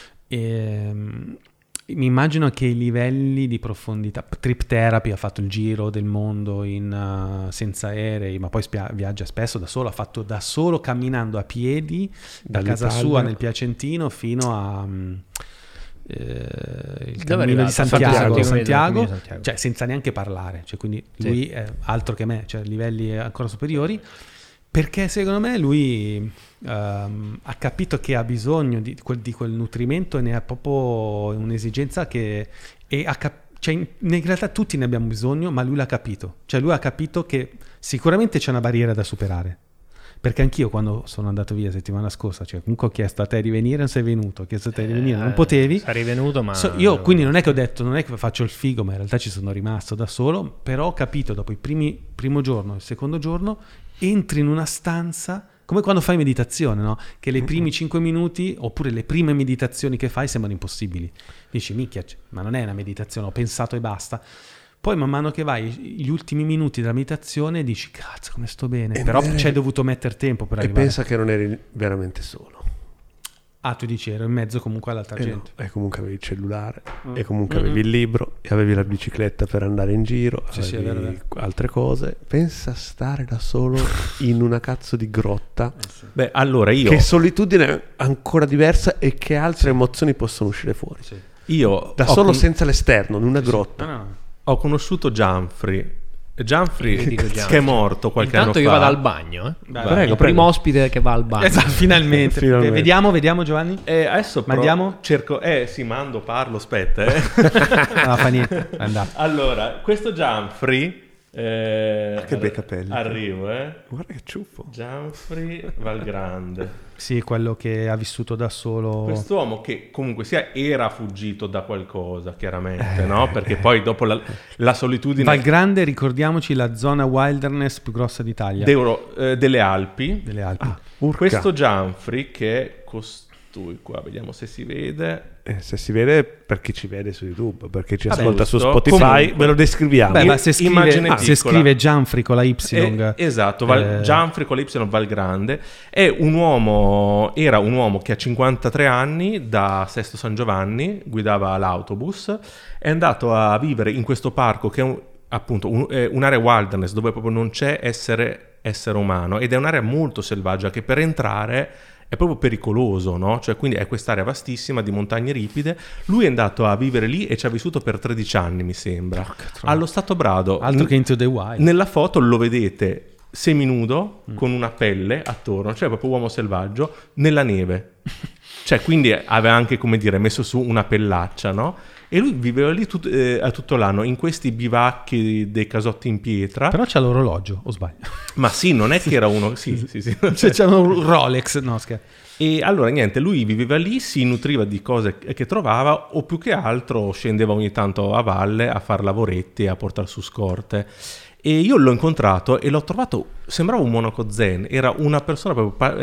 [SPEAKER 1] mi immagino che i livelli di profondità, Trip Therapy ha fatto il giro del mondo senza aerei, ma poi viaggia spesso da solo, ha fatto da solo camminando a piedi da casa sua nel Piacentino fino a... il cammino di Santiago, cioè senza neanche parlare, cioè, quindi lui è altro che me, cioè livelli ancora superiori, perché secondo me lui ha capito che ha bisogno di quel nutrimento e ne ha proprio un'esigenza cioè in realtà tutti ne abbiamo bisogno, ma lui l'ha capito, cioè lui ha capito che sicuramente c'è una barriera da superare. Perché anch'io quando sono andato via settimana scorsa, cioè comunque ho chiesto a te di venire, non sei venuto, ho chiesto a te di venire, non potevi.
[SPEAKER 2] Sarei venuto, ma...
[SPEAKER 1] io quindi non è che ho detto, non è che faccio il figo, ma in realtà ci sono rimasto da solo, però ho capito dopo il primo giorno, il secondo giorno, entri in una stanza, come quando fai meditazione, no? Che le primi 5 minuti, oppure le prime meditazioni che fai sembrano impossibili. Dici, minchia, ma non è una meditazione, ho pensato e basta. Poi man mano che vai, gli ultimi minuti della meditazione, dici, cazzo, come sto bene. Però ci hai dovuto mettere tempo per arrivare.
[SPEAKER 3] E pensa che non eri veramente solo.
[SPEAKER 1] Tu dici, ero in mezzo comunque all'altra gente.
[SPEAKER 3] No. E comunque avevi il cellulare, e comunque avevi il libro, e avevi la bicicletta per andare in giro, avevi vero. Altre cose. Pensa a stare da solo in una cazzo di grotta.
[SPEAKER 4] Beh, allora io...
[SPEAKER 3] Che solitudine ancora diversa e che altre emozioni possono uscire fuori.
[SPEAKER 4] Io
[SPEAKER 3] da solo senza l'esterno, in una grotta.
[SPEAKER 1] No.
[SPEAKER 4] Ho conosciuto Gianfri che è morto qualche anno fa.
[SPEAKER 2] Intanto io vado al bagno.
[SPEAKER 3] Prego.
[SPEAKER 2] Primo ospite che va al bagno.
[SPEAKER 1] Esatto, finalmente. Vediamo Giovanni.
[SPEAKER 4] Adesso
[SPEAKER 1] mandiamo?
[SPEAKER 4] Cerco. Parlo, aspetta.
[SPEAKER 1] No, fa niente.
[SPEAKER 4] Allora, questo Gianfri.
[SPEAKER 3] Che bei capelli.
[SPEAKER 4] Arrivo,
[SPEAKER 3] Guarda che ciuffo.
[SPEAKER 4] Gianfri Valgrande.
[SPEAKER 1] Sì, quello che ha vissuto da solo.
[SPEAKER 4] Quest'uomo che comunque sia era fuggito da qualcosa, chiaramente, no? Perché poi dopo la solitudine...
[SPEAKER 1] Valgrande, ricordiamoci, la zona wilderness più grossa d'Italia.
[SPEAKER 4] Delle Alpi.
[SPEAKER 3] Questo
[SPEAKER 4] Gianfri che è costui qua, vediamo se si vede.
[SPEAKER 3] Se si vede, per chi ci vede su YouTube, perché ci ascolta su Spotify, ve lo descriviamo.
[SPEAKER 1] Ma se scrive Gianfri con la Y,
[SPEAKER 4] esatto, Gianfri con la Y Valgrande era un uomo che a 53 anni da Sesto San Giovanni guidava l'autobus, è andato a vivere in questo parco che è appunto un'area wilderness dove proprio non c'è essere umano, ed è un'area molto selvaggia che per entrare è proprio pericoloso, no? Cioè, quindi è quest'area vastissima di montagne ripide. Lui è andato a vivere lì e ci ha vissuto per 13 anni, mi sembra. Allo Stato Brado.
[SPEAKER 1] Altro che Into the Wild.
[SPEAKER 4] Nella foto lo vedete seminudo, con una pelle attorno, cioè proprio uomo selvaggio, nella neve. Cioè, quindi aveva anche, come dire, messo su una pellaccia, no? E lui viveva lì tutto l'anno, in questi bivacchi dei casotti in pietra.
[SPEAKER 1] Però c'ha l'orologio, o sbaglio?
[SPEAKER 4] Ma sì, non è che era uno... Sì.
[SPEAKER 1] C'è un Rolex, no, scherzo.
[SPEAKER 4] E allora niente, lui viveva lì, si nutriva di cose che trovava, o più che altro scendeva ogni tanto a valle a far lavoretti e a portare su scorte. E io l'ho incontrato e l'ho trovato, sembrava un monaco zen, era una persona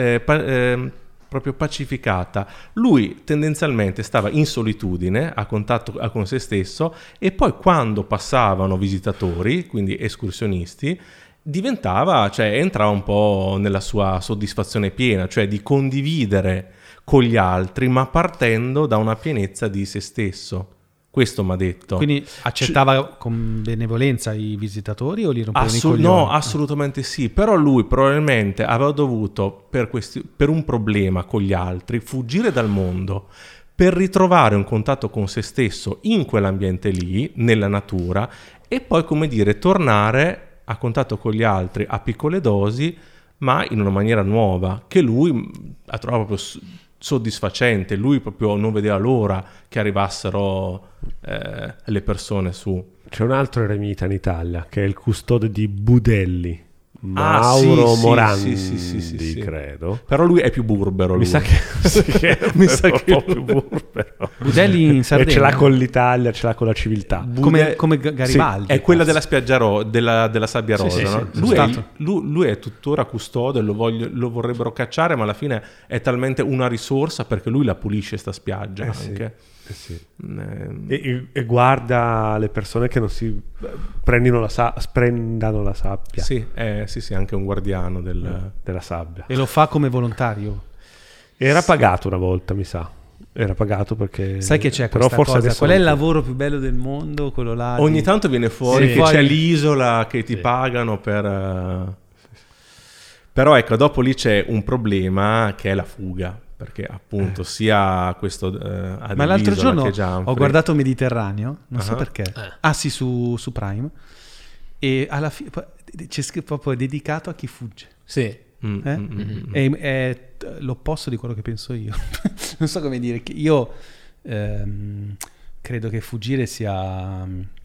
[SPEAKER 4] proprio pacificata. Lui tendenzialmente stava in solitudine, a contatto con se stesso, e poi quando passavano visitatori, quindi escursionisti, entrava un po' nella sua soddisfazione piena, cioè di condividere con gli altri, ma partendo da una pienezza di se stesso. Questo mi ha detto.
[SPEAKER 1] Quindi accettava con benevolenza i visitatori o li rompeva i coglioni?
[SPEAKER 4] No, assolutamente sì. Però lui probabilmente aveva dovuto, per un problema con gli altri, fuggire dal mondo per ritrovare un contatto con se stesso in quell'ambiente lì, nella natura, e poi, come dire, tornare a contatto con gli altri a piccole dosi, ma in una maniera nuova, che lui ha trovato proprio soddisfacente. Lui proprio non vedeva l'ora che arrivassero le persone su.
[SPEAKER 3] c'è un altro eremita in Italia che è il custode di Budelli, Mauro Morandi, credo.
[SPEAKER 4] Però lui è più burbero.
[SPEAKER 3] Mi sa che
[SPEAKER 4] mi sa che
[SPEAKER 3] è un po' più burbero.
[SPEAKER 1] Budelli in Sardegna.
[SPEAKER 3] E ce l'ha con l'Italia, ce l'ha con la civiltà.
[SPEAKER 1] Come Garibaldi.
[SPEAKER 4] È quella della spiaggia della sabbia rosa. No? Lui è tuttora custode, lo vorrebbero cacciare, ma alla fine è talmente una risorsa perché lui la pulisce sta spiaggia anche.
[SPEAKER 3] E guarda le persone che non si prendano la sabbia.
[SPEAKER 4] Sì, anche un guardiano
[SPEAKER 3] della sabbia.
[SPEAKER 1] E lo fa come volontario.
[SPEAKER 3] Era pagato una volta, mi sa. Era pagato perché...
[SPEAKER 1] Sai che c'è questa cosa? Qual è il lavoro più bello del mondo? Quello là.
[SPEAKER 4] Ogni tanto viene fuori che c'è l'isola che ti pagano per... Però ecco, dopo lì c'è un problema che è la fuga. Perché appunto sia questo
[SPEAKER 1] ma l'altro giorno ho guardato Mediterraneo, non so perché. Sì, su Prime. E alla fine c'è proprio dedicato a chi fugge.
[SPEAKER 2] Sì.
[SPEAKER 1] È l'opposto di quello che penso io. Non so come dire. Io credo che fuggire sia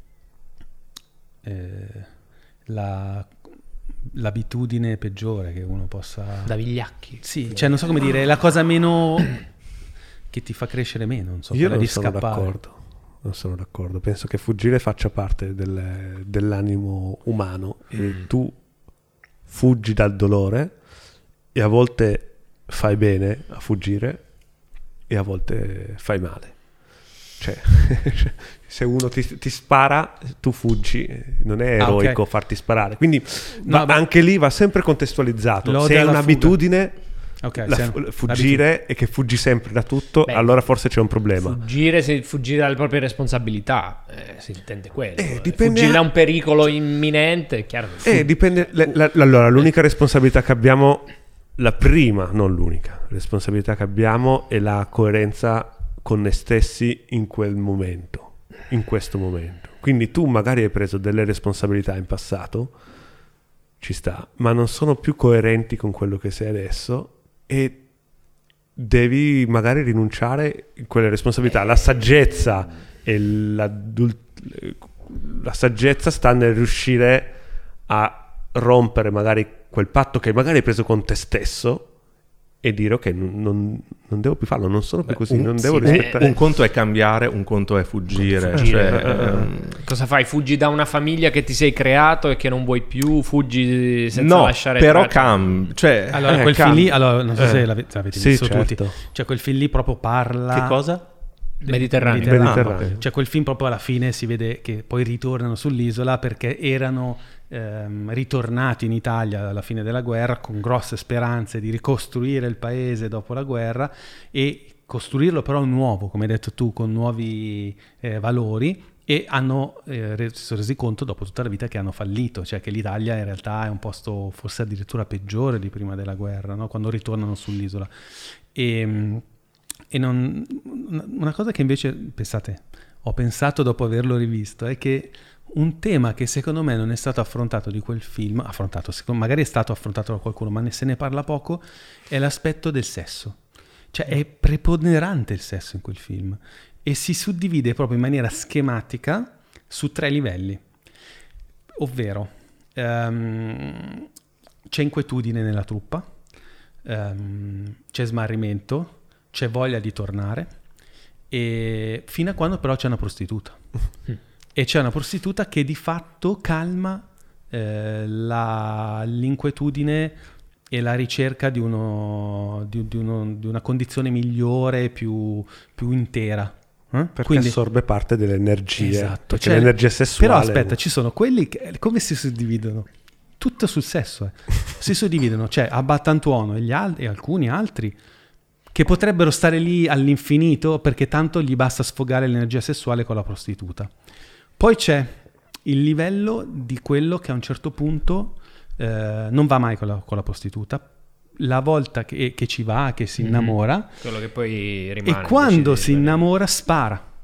[SPEAKER 1] l'abitudine peggiore che uno possa...
[SPEAKER 2] Da vigliacchi.
[SPEAKER 1] Sì, cioè non so come dire, è la cosa meno... che ti fa crescere meno, non so,
[SPEAKER 3] io
[SPEAKER 1] quella
[SPEAKER 3] non
[SPEAKER 1] di
[SPEAKER 3] sono
[SPEAKER 1] scappare.
[SPEAKER 3] Non sono d'accordo, penso che fuggire faccia parte dell'animo umano e tu fuggi dal dolore e a volte fai bene a fuggire e a volte fai male. Cioè, se uno ti spara, tu fuggi, non è eroico farti sparare. Quindi anche lì va sempre contestualizzato. Se è un'abitudine, fuggire e che fuggi sempre da tutto, allora forse c'è un problema.
[SPEAKER 2] Fuggire dalle proprie responsabilità, si intende quello. Fuggire da un pericolo imminente, è chiaro.
[SPEAKER 3] Dipende. Allora, l'unica responsabilità che abbiamo, la prima, non l'unica, responsabilità che abbiamo è la coerenza con noi stessi in quel momento, in questo momento. Quindi tu magari hai preso delle responsabilità in passato, ci sta, ma non sono più coerenti con quello che sei adesso e devi magari rinunciare a quelle responsabilità. La saggezza e la saggezza sta nel riuscire a rompere magari quel patto che magari hai preso con te stesso e dire ok, non devo più farlo, non sono più così, non devo rispettare.
[SPEAKER 4] Un conto è cambiare, un conto è fuggire.
[SPEAKER 2] Cosa fai? Fuggi da una famiglia che ti sei creato e che non vuoi più, fuggi senza lasciare
[SPEAKER 4] però cambia.
[SPEAKER 1] Allora, quel film lì, non so se l'avete visto tutti. Cioè quel film lì proprio parla...
[SPEAKER 4] Che cosa?
[SPEAKER 1] Mediterraneo. Cioè quel film proprio alla fine si vede che poi ritornano sull'isola perché erano ritornati in Italia alla fine della guerra con grosse speranze di ricostruire il paese dopo la guerra e costruirlo però nuovo, come hai detto tu, con nuovi valori, e hanno si sono resi conto dopo tutta la vita che hanno fallito, cioè che l'Italia in realtà è un posto forse addirittura peggiore di prima della guerra, no? Quando ritornano sull'isola. E una cosa che invece, pensate, ho pensato dopo averlo rivisto, è che un tema che secondo me non è stato affrontato di quel film, magari è stato affrontato da qualcuno, ma se ne parla poco, è l'aspetto del sesso. Cioè è preponderante il sesso in quel film e si suddivide proprio in maniera schematica su 3 livelli, ovvero c'è inquietudine nella truppa, c'è smarrimento, c'è voglia di tornare, e fino a quando però c'è una prostituta. E c'è una prostituta che di fatto calma l'inquietudine e la ricerca di una condizione migliore, più intera.
[SPEAKER 3] Perché
[SPEAKER 1] quindi
[SPEAKER 3] assorbe parte delle energie.
[SPEAKER 1] Esatto,
[SPEAKER 3] perché l'energia sessuale...
[SPEAKER 1] Però aspetta, ci sono quelli che... Come si suddividono? Tutto sul sesso. Si suddividono, cioè Abbattantuono e alcuni altri che potrebbero stare lì all'infinito perché tanto gli basta sfogare l'energia sessuale con la prostituta. Poi c'è il livello di quello che a un certo punto non va mai con la prostituta, la volta che ci va, che si innamora,
[SPEAKER 2] quello che poi rimane,
[SPEAKER 1] e quando si innamora spara.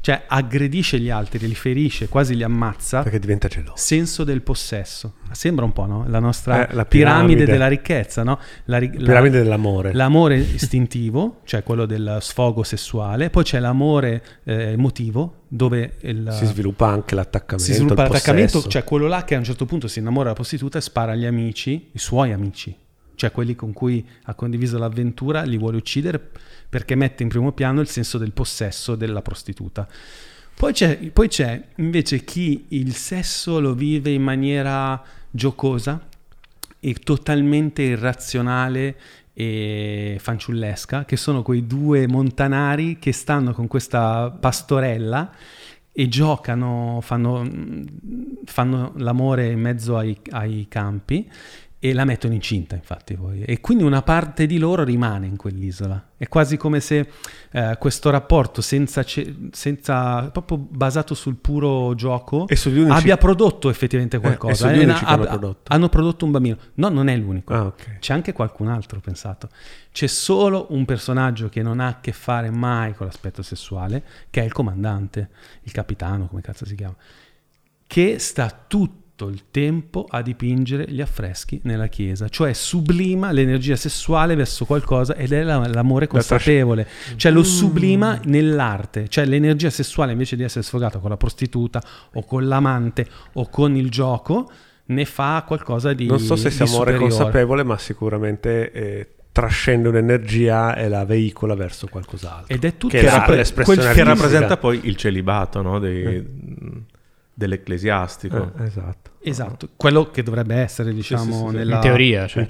[SPEAKER 1] cioè aggredisce gli altri, li ferisce, quasi li ammazza,
[SPEAKER 3] perché diventa geloso.
[SPEAKER 1] Senso del possesso. Sembra un po', no? La nostra la piramide della ricchezza, no? La
[SPEAKER 3] piramide dell'amore.
[SPEAKER 1] L'amore istintivo, cioè quello del sfogo sessuale, poi c'è l'amore emotivo, dove
[SPEAKER 3] si sviluppa anche l'attaccamento.
[SPEAKER 1] Si sviluppa l'attaccamento, cioè quello là che a un certo punto si innamora della prostituta e spara agli amici, i suoi amici, cioè quelli con cui ha condiviso l'avventura, li vuole uccidere perché mette in primo piano il senso del possesso della prostituta. Poi c'è invece chi il sesso lo vive in maniera giocosa e totalmente irrazionale e fanciullesca, che sono quei due montanari che stanno con questa pastorella e giocano, fanno l'amore in mezzo ai campi e la mettono incinta, infatti, poi. E quindi una parte di loro rimane in quell'isola. È quasi come se questo rapporto senza proprio basato sul puro gioco abbia prodotto effettivamente qualcosa.
[SPEAKER 3] E gli unici che
[SPEAKER 1] hanno prodotto un bambino. No, non è l'unico.
[SPEAKER 3] Okay.
[SPEAKER 1] C'è anche qualcun altro, pensato. C'è solo un personaggio che non ha a che fare mai con l'aspetto sessuale, che è il comandante, il capitano, come cazzo si chiama, che sta tutto il tempo a dipingere gli affreschi nella chiesa, cioè sublima l'energia sessuale verso qualcosa ed è l'amore consapevole, cioè lo sublima nell'arte, cioè l'energia sessuale invece di essere sfogata con la prostituta o con l'amante o con il gioco ne fa qualcosa di
[SPEAKER 3] non so se sia amore
[SPEAKER 1] superiore.
[SPEAKER 3] Consapevole, ma sicuramente trascende un'energia e la veicola verso qualcos'altro
[SPEAKER 1] ed è tutto
[SPEAKER 3] che
[SPEAKER 4] rappresenta poi il celibato, no? Dell'ecclesiastico.
[SPEAKER 1] Esatto, quello che dovrebbe essere, diciamo,
[SPEAKER 2] sì.
[SPEAKER 1] Nella...
[SPEAKER 2] in teoria, cioè.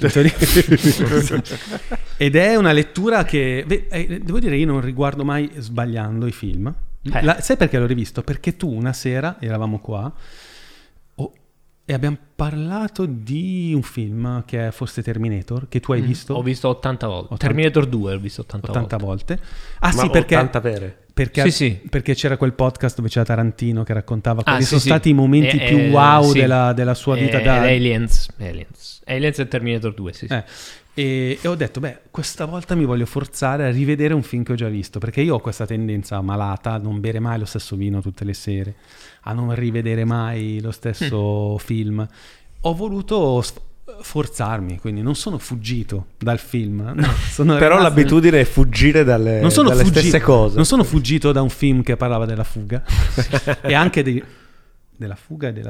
[SPEAKER 1] Ed è una lettura che devo dire, io non riguardo mai sbagliando i film. Sai perché l'ho rivisto? Perché tu una sera eravamo qua e abbiamo parlato di un film che è forse Terminator, che tu hai visto.
[SPEAKER 2] Ho visto 80 volte. Terminator 2 l'ho visto 80
[SPEAKER 1] volte.
[SPEAKER 3] Ma
[SPEAKER 1] sì, perché
[SPEAKER 3] 80 vere.
[SPEAKER 1] Perché c'era quel podcast dove c'era Tarantino che raccontava quali sono stati i momenti più wow della sua vita da
[SPEAKER 2] Aliens e Terminator 2,
[SPEAKER 1] e ho detto, questa volta mi voglio forzare a rivedere un film che ho già visto, perché io ho questa tendenza malata a non bere mai lo stesso vino tutte le sere, a non rivedere mai lo stesso film. Ho voluto forzarmi, quindi non sono fuggito dal film,
[SPEAKER 3] però l'abitudine è fuggire dalle stesse cose.
[SPEAKER 1] Non sono fuggito da un film che parlava della fuga e anche della fuga e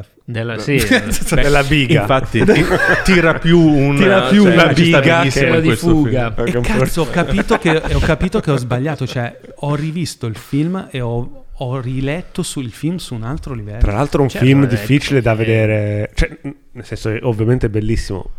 [SPEAKER 3] della biga.
[SPEAKER 4] Infatti tira più una
[SPEAKER 2] biga che di fuga.
[SPEAKER 1] E cazzo, ho capito che ho sbagliato, cioè ho rivisto il film e ho riletto sul film su un altro livello.
[SPEAKER 3] Tra l'altro un film difficile da vedere, cioè, nel senso è ovviamente bellissimo,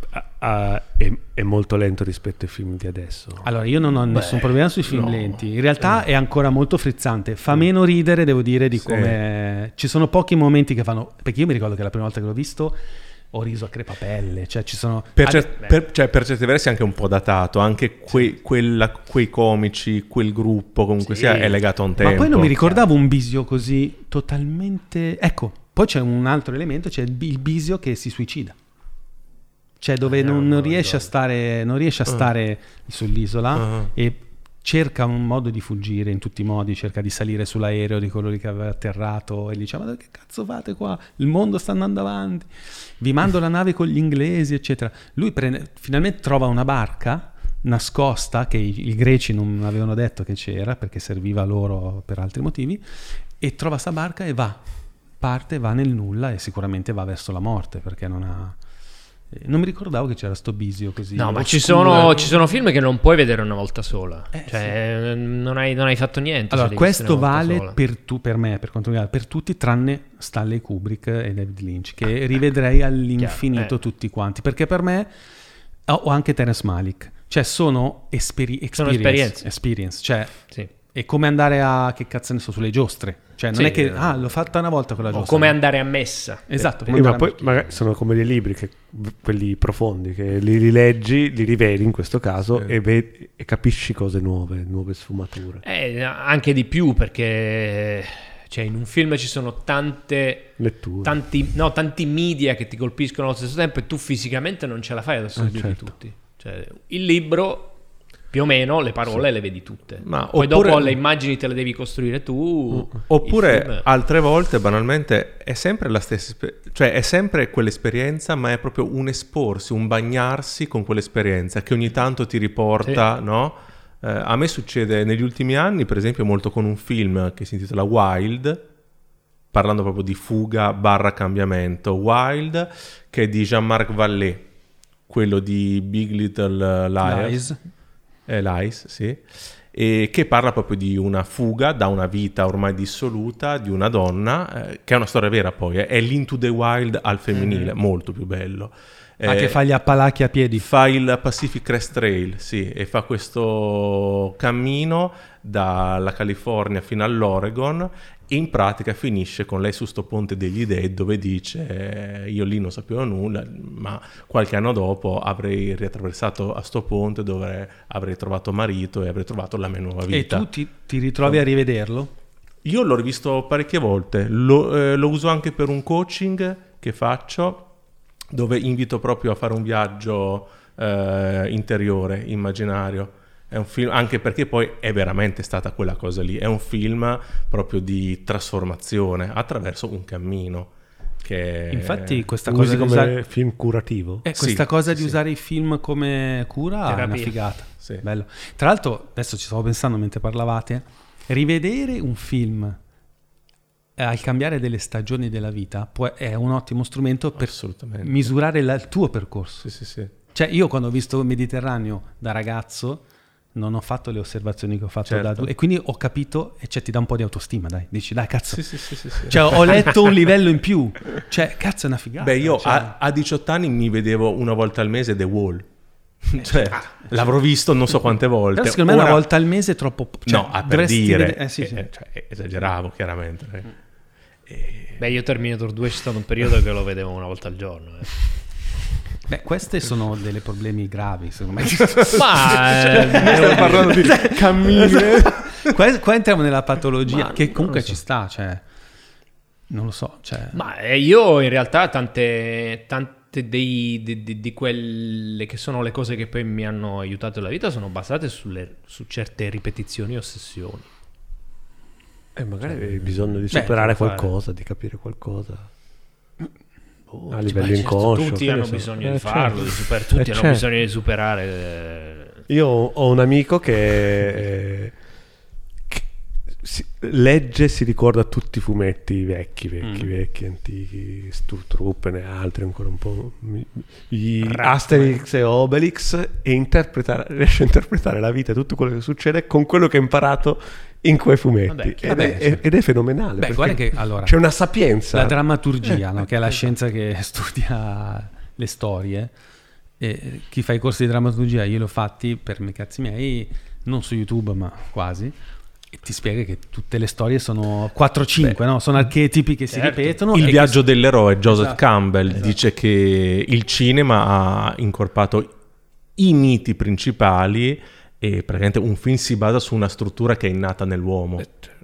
[SPEAKER 3] è molto lento rispetto ai film di adesso.
[SPEAKER 1] Allora io non ho nessun problema sui film lenti, in realtà è ancora molto frizzante, fa meno ridere, devo dire, di come ci sono pochi momenti che fanno, perché io mi ricordo che la prima volta che l'ho visto ho riso a crepapelle, cioè ci sono
[SPEAKER 4] per certi versi anche un po' datato, anche quei comici, quel gruppo comunque sia è legato a un tempo.
[SPEAKER 1] Ma poi non mi ricordavo un Bisio così totalmente, ecco, poi c'è un altro elemento, c'è il Bisio che si suicida, cioè dove non riesce a stare sull'isola e cerca un modo di fuggire in tutti i modi, cerca di salire sull'aereo di quello che aveva atterrato e dice: ma che cazzo fate qua? Il mondo sta andando avanti, vi mando la nave con gli inglesi, eccetera. Lui finalmente trova una barca nascosta che i greci non avevano detto che c'era perché serviva loro per altri motivi, e trova sta barca e parte nel nulla e sicuramente va verso la morte perché non mi ricordavo che c'era sto Bisio così.
[SPEAKER 2] No, ma ci sono film che non puoi vedere una volta sola. Cioè, non hai fatto niente.
[SPEAKER 1] Allora, questo vale per me, per quanto mi riguarda, per tutti, tranne Stanley Kubrick e David Lynch, che rivedrei all'infinito tutti quanti. Perché per me, o anche Terrence Malick, cioè sono esperience. Cioè, è come andare a, che cazzo ne so, sulle giostre. Cioè non è che l'ho fatta una volta con la giostra.
[SPEAKER 2] O come andare a messa.
[SPEAKER 1] Esatto.
[SPEAKER 3] Ma poi magari sono come dei libri, quelli profondi, che li rileggi, li rivedi in questo caso e capisci cose nuove sfumature.
[SPEAKER 2] Anche di più, perché cioè in un film ci sono tante
[SPEAKER 3] letture,
[SPEAKER 2] tanti media che ti colpiscono allo stesso tempo e tu fisicamente non ce la fai ad assorbirli tutti. Cioè, il libro più o meno le parole le vedi tutte.
[SPEAKER 4] Ma
[SPEAKER 2] poi dopo le immagini te le devi costruire tu.
[SPEAKER 4] Oppure altre volte banalmente è sempre la stessa, cioè è sempre quell'esperienza, ma è proprio un esporsi, un bagnarsi con quell'esperienza che ogni tanto ti riporta, no? A me succede negli ultimi anni, per esempio, molto con un film che si intitola Wild, parlando proprio di fuga / cambiamento. Wild, che è di Jean-Marc Vallée, quello di Big Little Lies. Lies, sì. E che parla proprio di una fuga da una vita ormai dissoluta di una donna, che è una storia vera poi, è l'Into the Wild al femminile, molto più bello.
[SPEAKER 1] Che fa gli appalacchi a piedi.
[SPEAKER 4] Fa il Pacific Crest Trail, sì, e fa questo cammino dalla California fino all'Oregon e in pratica finisce con lei su sto ponte degli dei dove dice io lì non sapevo nulla, ma qualche anno dopo avrei riattraversato a sto ponte dove avrei trovato marito e avrei trovato la mia nuova vita.
[SPEAKER 1] E tu ti ritrovi a rivederlo?
[SPEAKER 4] Io l'ho rivisto parecchie volte, lo uso anche per un coaching che faccio, dove invito proprio a fare un viaggio interiore, immaginario. È un film, anche perché poi è veramente stata quella cosa lì, è un film proprio di trasformazione attraverso un cammino. Che
[SPEAKER 1] infatti questa cosa
[SPEAKER 3] come usare... film curativo.
[SPEAKER 1] Questa cosa di usare i film come cura è una figata. Sì. Bello. Tra l'altro, adesso ci stavo pensando mentre parlavate, rivedere un film al cambiare delle stagioni della vita è un ottimo strumento per misurare il tuo percorso.
[SPEAKER 4] Sì.
[SPEAKER 1] Cioè io quando ho visto Mediterraneo da ragazzo non ho fatto le osservazioni che ho fatto e quindi ho capito e ti dà un po' di autostima, dai, dici dai cazzo, sì. Cioè ho letto un livello in più, cioè cazzo è una figata.
[SPEAKER 4] Beh io a 18 anni mi vedevo una volta al mese The Wall, cioè l'avrò visto non so quante volte.
[SPEAKER 1] Però secondo me una volta al mese è troppo,
[SPEAKER 4] no, per dire cioè, esageravo chiaramente.
[SPEAKER 2] Beh, io Terminator 2 c'è stato un periodo che lo vedevo una volta al giorno.
[SPEAKER 1] Beh, queste sono dei problemi gravi, secondo me.
[SPEAKER 3] Ma stiamo parlando di cammine.
[SPEAKER 1] Qua entriamo nella patologia, che comunque ci sta, cioè non lo so. Cioè...
[SPEAKER 2] Ma io in realtà tante di quelle che sono le cose che poi mi hanno aiutato nella vita sono basate su certe ripetizioni e ossessioni.
[SPEAKER 3] Magari avevi bisogno di superare qualcosa, di capire qualcosa. A livello inconscio.
[SPEAKER 2] Tutti hanno bisogno di farlo, tutti hanno bisogno di superare.
[SPEAKER 3] Io ho un amico che legge, si ricorda tutti i fumetti vecchi, antichi, Sturtruppen e altri ancora un po', gli Asterix e Obelix, e riesce a interpretare la vita, tutto quello che succede con quello che ha imparato in quei fumetti. Ed è fenomenale.
[SPEAKER 1] Guarda che allora
[SPEAKER 3] c'è una sapienza,
[SPEAKER 1] la drammaturgia, no? Che è la scienza che studia le storie, e chi fa i corsi di drammaturgia, io l'ho fatti per me cazzi miei, non su YouTube ma quasi, e ti spiega che tutte le storie sono 4-5, no? Sono archetipi che si ripetono.
[SPEAKER 4] Il viaggio dell'eroe, Joseph Campbell, dice che il cinema ha incorporato i miti principali e praticamente un film si basa su una struttura che è innata nell'uomo.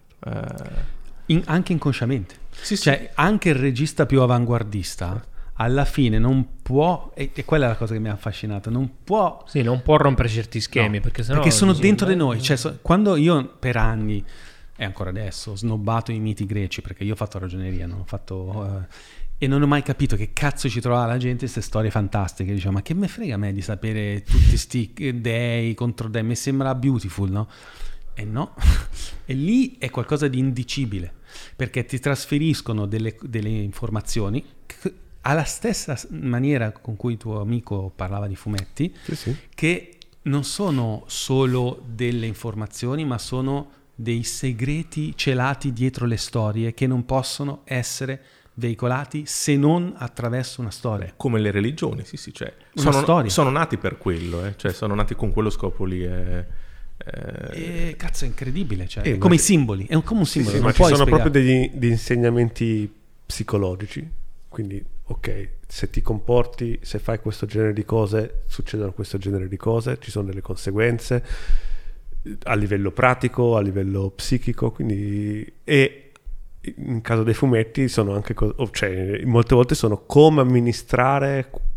[SPEAKER 1] Anche inconsciamente. Cioè, anche il regista più avanguardista alla fine non può, e quella è la cosa che mi ha affascinato, non può
[SPEAKER 2] rompere certi schemi, perché
[SPEAKER 1] sono dentro di noi. Cioè, quando io per anni e ancora adesso ho snobbato i miti greci, perché io ho fatto ragioneria, non ho fatto e non ho mai capito che cazzo ci trovava la gente queste storie fantastiche. Diciamo, ma che me frega a me di sapere tutti sti dei contro dei, mi sembra Beautiful, no? E no, e lì è qualcosa di indicibile, perché ti trasferiscono delle informazioni alla stessa maniera con cui tuo amico parlava di fumetti, che non sono solo delle informazioni, ma sono dei segreti celati dietro le storie che non possono essere veicolati se non attraverso una storia.
[SPEAKER 4] Come le religioni, cioè sono nati per quello, cioè sono nati con quello scopo lì.
[SPEAKER 1] Cazzo, è incredibile, cioè, è come i simboli, è come un simbolo.
[SPEAKER 3] Non
[SPEAKER 1] ma
[SPEAKER 3] ci sono
[SPEAKER 1] spiegare.
[SPEAKER 3] proprio degli insegnamenti psicologici, quindi ok, se ti comporti, se fai questo genere di cose, succedono questo genere di cose, ci sono delle conseguenze a livello pratico, a livello psichico, quindi e in caso dei fumetti sono anche molte volte sono come amministrare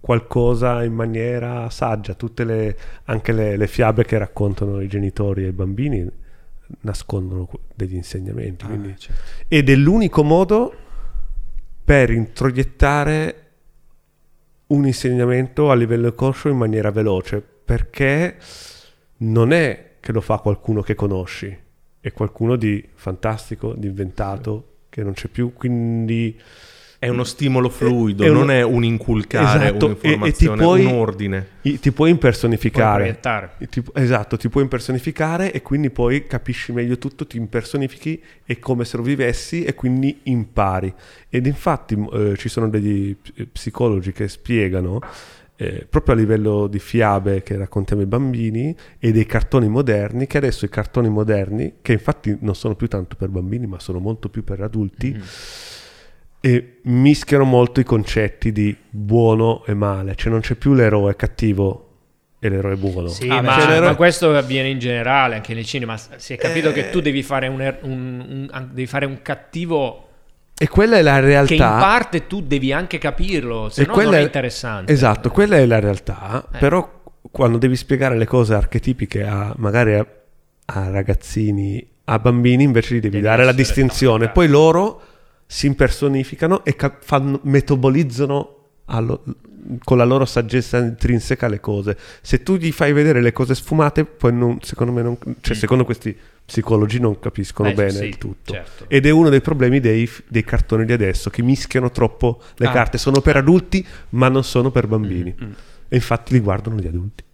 [SPEAKER 3] qualcosa in maniera saggia. Anche le fiabe che raccontano i genitori ai bambini nascondono degli insegnamenti.
[SPEAKER 1] Certo.
[SPEAKER 3] Ed è l'unico modo per introiettare un insegnamento a livello conscio in maniera veloce, perché non è che lo fa qualcuno che conosci, è qualcuno di fantastico, di inventato, che non c'è più, quindi
[SPEAKER 4] è uno stimolo fluido, non è un inculcare,
[SPEAKER 3] esatto,
[SPEAKER 4] un'informazione, un ordine.
[SPEAKER 3] Ti puoi impersonificare. Ti puoi impersonificare e quindi poi capisci meglio tutto, ti impersonifichi, è come se lo vivessi e quindi impari. Ed infatti ci sono degli psicologi che spiegano proprio a livello di fiabe che raccontiamo ai bambini e dei cartoni moderni, che adesso i cartoni moderni, che infatti non sono più tanto per bambini ma sono molto più per adulti, e mischiano molto i concetti di buono e male, cioè non c'è più l'eroe cattivo e l'eroe buono.
[SPEAKER 2] Sì, ma questo avviene in generale anche nel cinema. Si è capito che tu devi fare devi fare un cattivo,
[SPEAKER 3] e quella è la realtà,
[SPEAKER 2] che in parte tu devi anche capirlo, se no non è interessante.
[SPEAKER 3] Esatto, quella è la realtà, però quando devi spiegare le cose archetipiche magari a ragazzini, a bambini, invece devi dare la distinzione. Poi loro si impersonificano e metabolizzano con la loro saggezza intrinseca le cose. Se tu gli fai vedere le cose sfumate, poi secondo questi psicologi non capiscono bene il tutto.
[SPEAKER 2] Certo.
[SPEAKER 3] Ed è uno dei problemi dei cartoni di adesso, che mischiano troppo le carte. Sono per adulti ma non sono per bambini, e infatti li guardano gli adulti.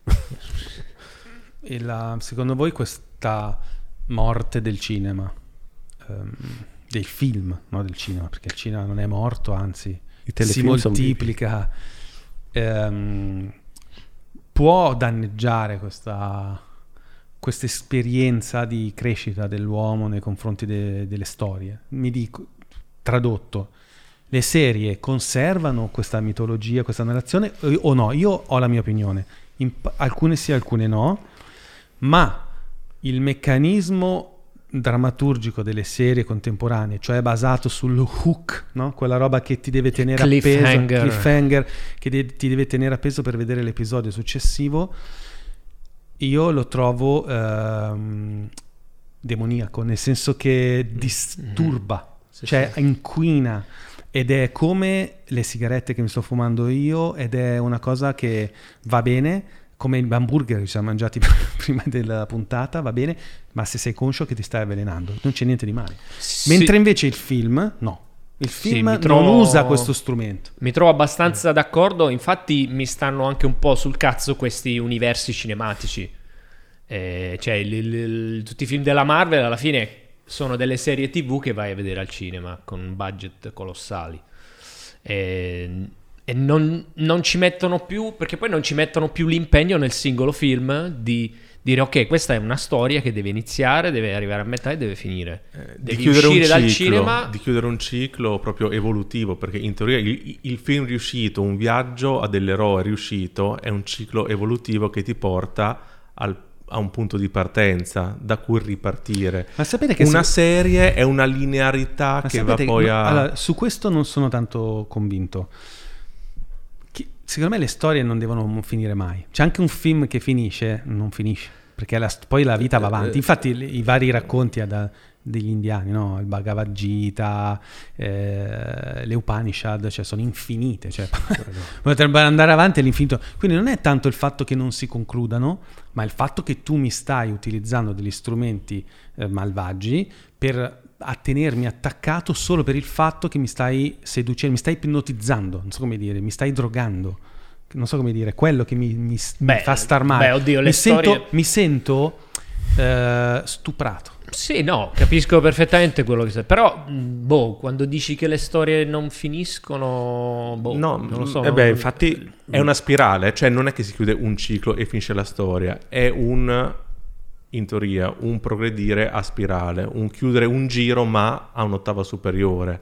[SPEAKER 1] E secondo voi questa morte del cinema, del film, no del cinema, perché il cinema non è morto, anzi si moltiplica, può danneggiare questa esperienza di crescita dell'uomo nei confronti delle storie? Mi dico, tradotto, le serie conservano questa mitologia, questa narrazione o no? Io ho la mia opinione, alcune sì, alcune no, ma il meccanismo drammaturgico delle serie contemporanee, cioè basato sul hook, no? Quella roba che ti deve tenere appeso, cliffhanger, che ti deve tenere appeso per vedere l'episodio successivo, io lo trovo demoniaco, nel senso che disturba, cioè inquina, ed è come le sigarette che mi sto fumando io, ed è una cosa che va bene, come gli hamburger che ci siamo mangiati prima della puntata, va bene, ma se sei conscio che ti stai avvelenando non c'è niente di male. Mentre invece il film no, il film non usa questo strumento.
[SPEAKER 2] Mi trovo abbastanza d'accordo, infatti mi stanno anche un po' sul cazzo questi universi cinematici, cioè tutti i film della Marvel alla fine sono delle serie TV che vai a vedere al cinema con budget colossali, e non ci mettono più, perché poi non ci mettono più l'impegno nel singolo film di dire ok, questa è una storia che deve iniziare, deve arrivare a metà e deve finire, devi uscire dal cinema,
[SPEAKER 4] di chiudere un ciclo proprio evolutivo, perché in teoria il film riuscito, un viaggio a dell'eroe riuscito, è un ciclo evolutivo che ti porta a un punto di partenza da cui ripartire.
[SPEAKER 1] Ma sapete che
[SPEAKER 4] una serie è una linearità che va poi
[SPEAKER 1] allora, su questo non sono tanto convinto. Secondo me le storie non devono finire mai. C'è anche un film che non finisce, perché poi la vita va avanti. Infatti i vari racconti degli indiani, no? Il Bhagavad Gita, le Upanishad, cioè sono infinite, cioè potrebbero andare avanti all'infinito. Quindi non è tanto il fatto che non si concludano, ma il fatto che tu mi stai utilizzando degli strumenti malvagi per a tenermi attaccato solo per il fatto che mi stai seducendo, mi stai ipnotizzando, non so come dire, mi stai drogando, non so come dire, quello che mi fa star male.
[SPEAKER 2] Beh, oddio,
[SPEAKER 1] mi sento stuprato.
[SPEAKER 2] Sì, no, capisco perfettamente quello che sei, però quando dici che le storie non finiscono,
[SPEAKER 4] no,
[SPEAKER 2] non lo so.
[SPEAKER 4] Infatti è una spirale, cioè non è che si chiude un ciclo e finisce la storia, è in teoria un progredire a spirale, un chiudere un giro ma a un'ottava superiore.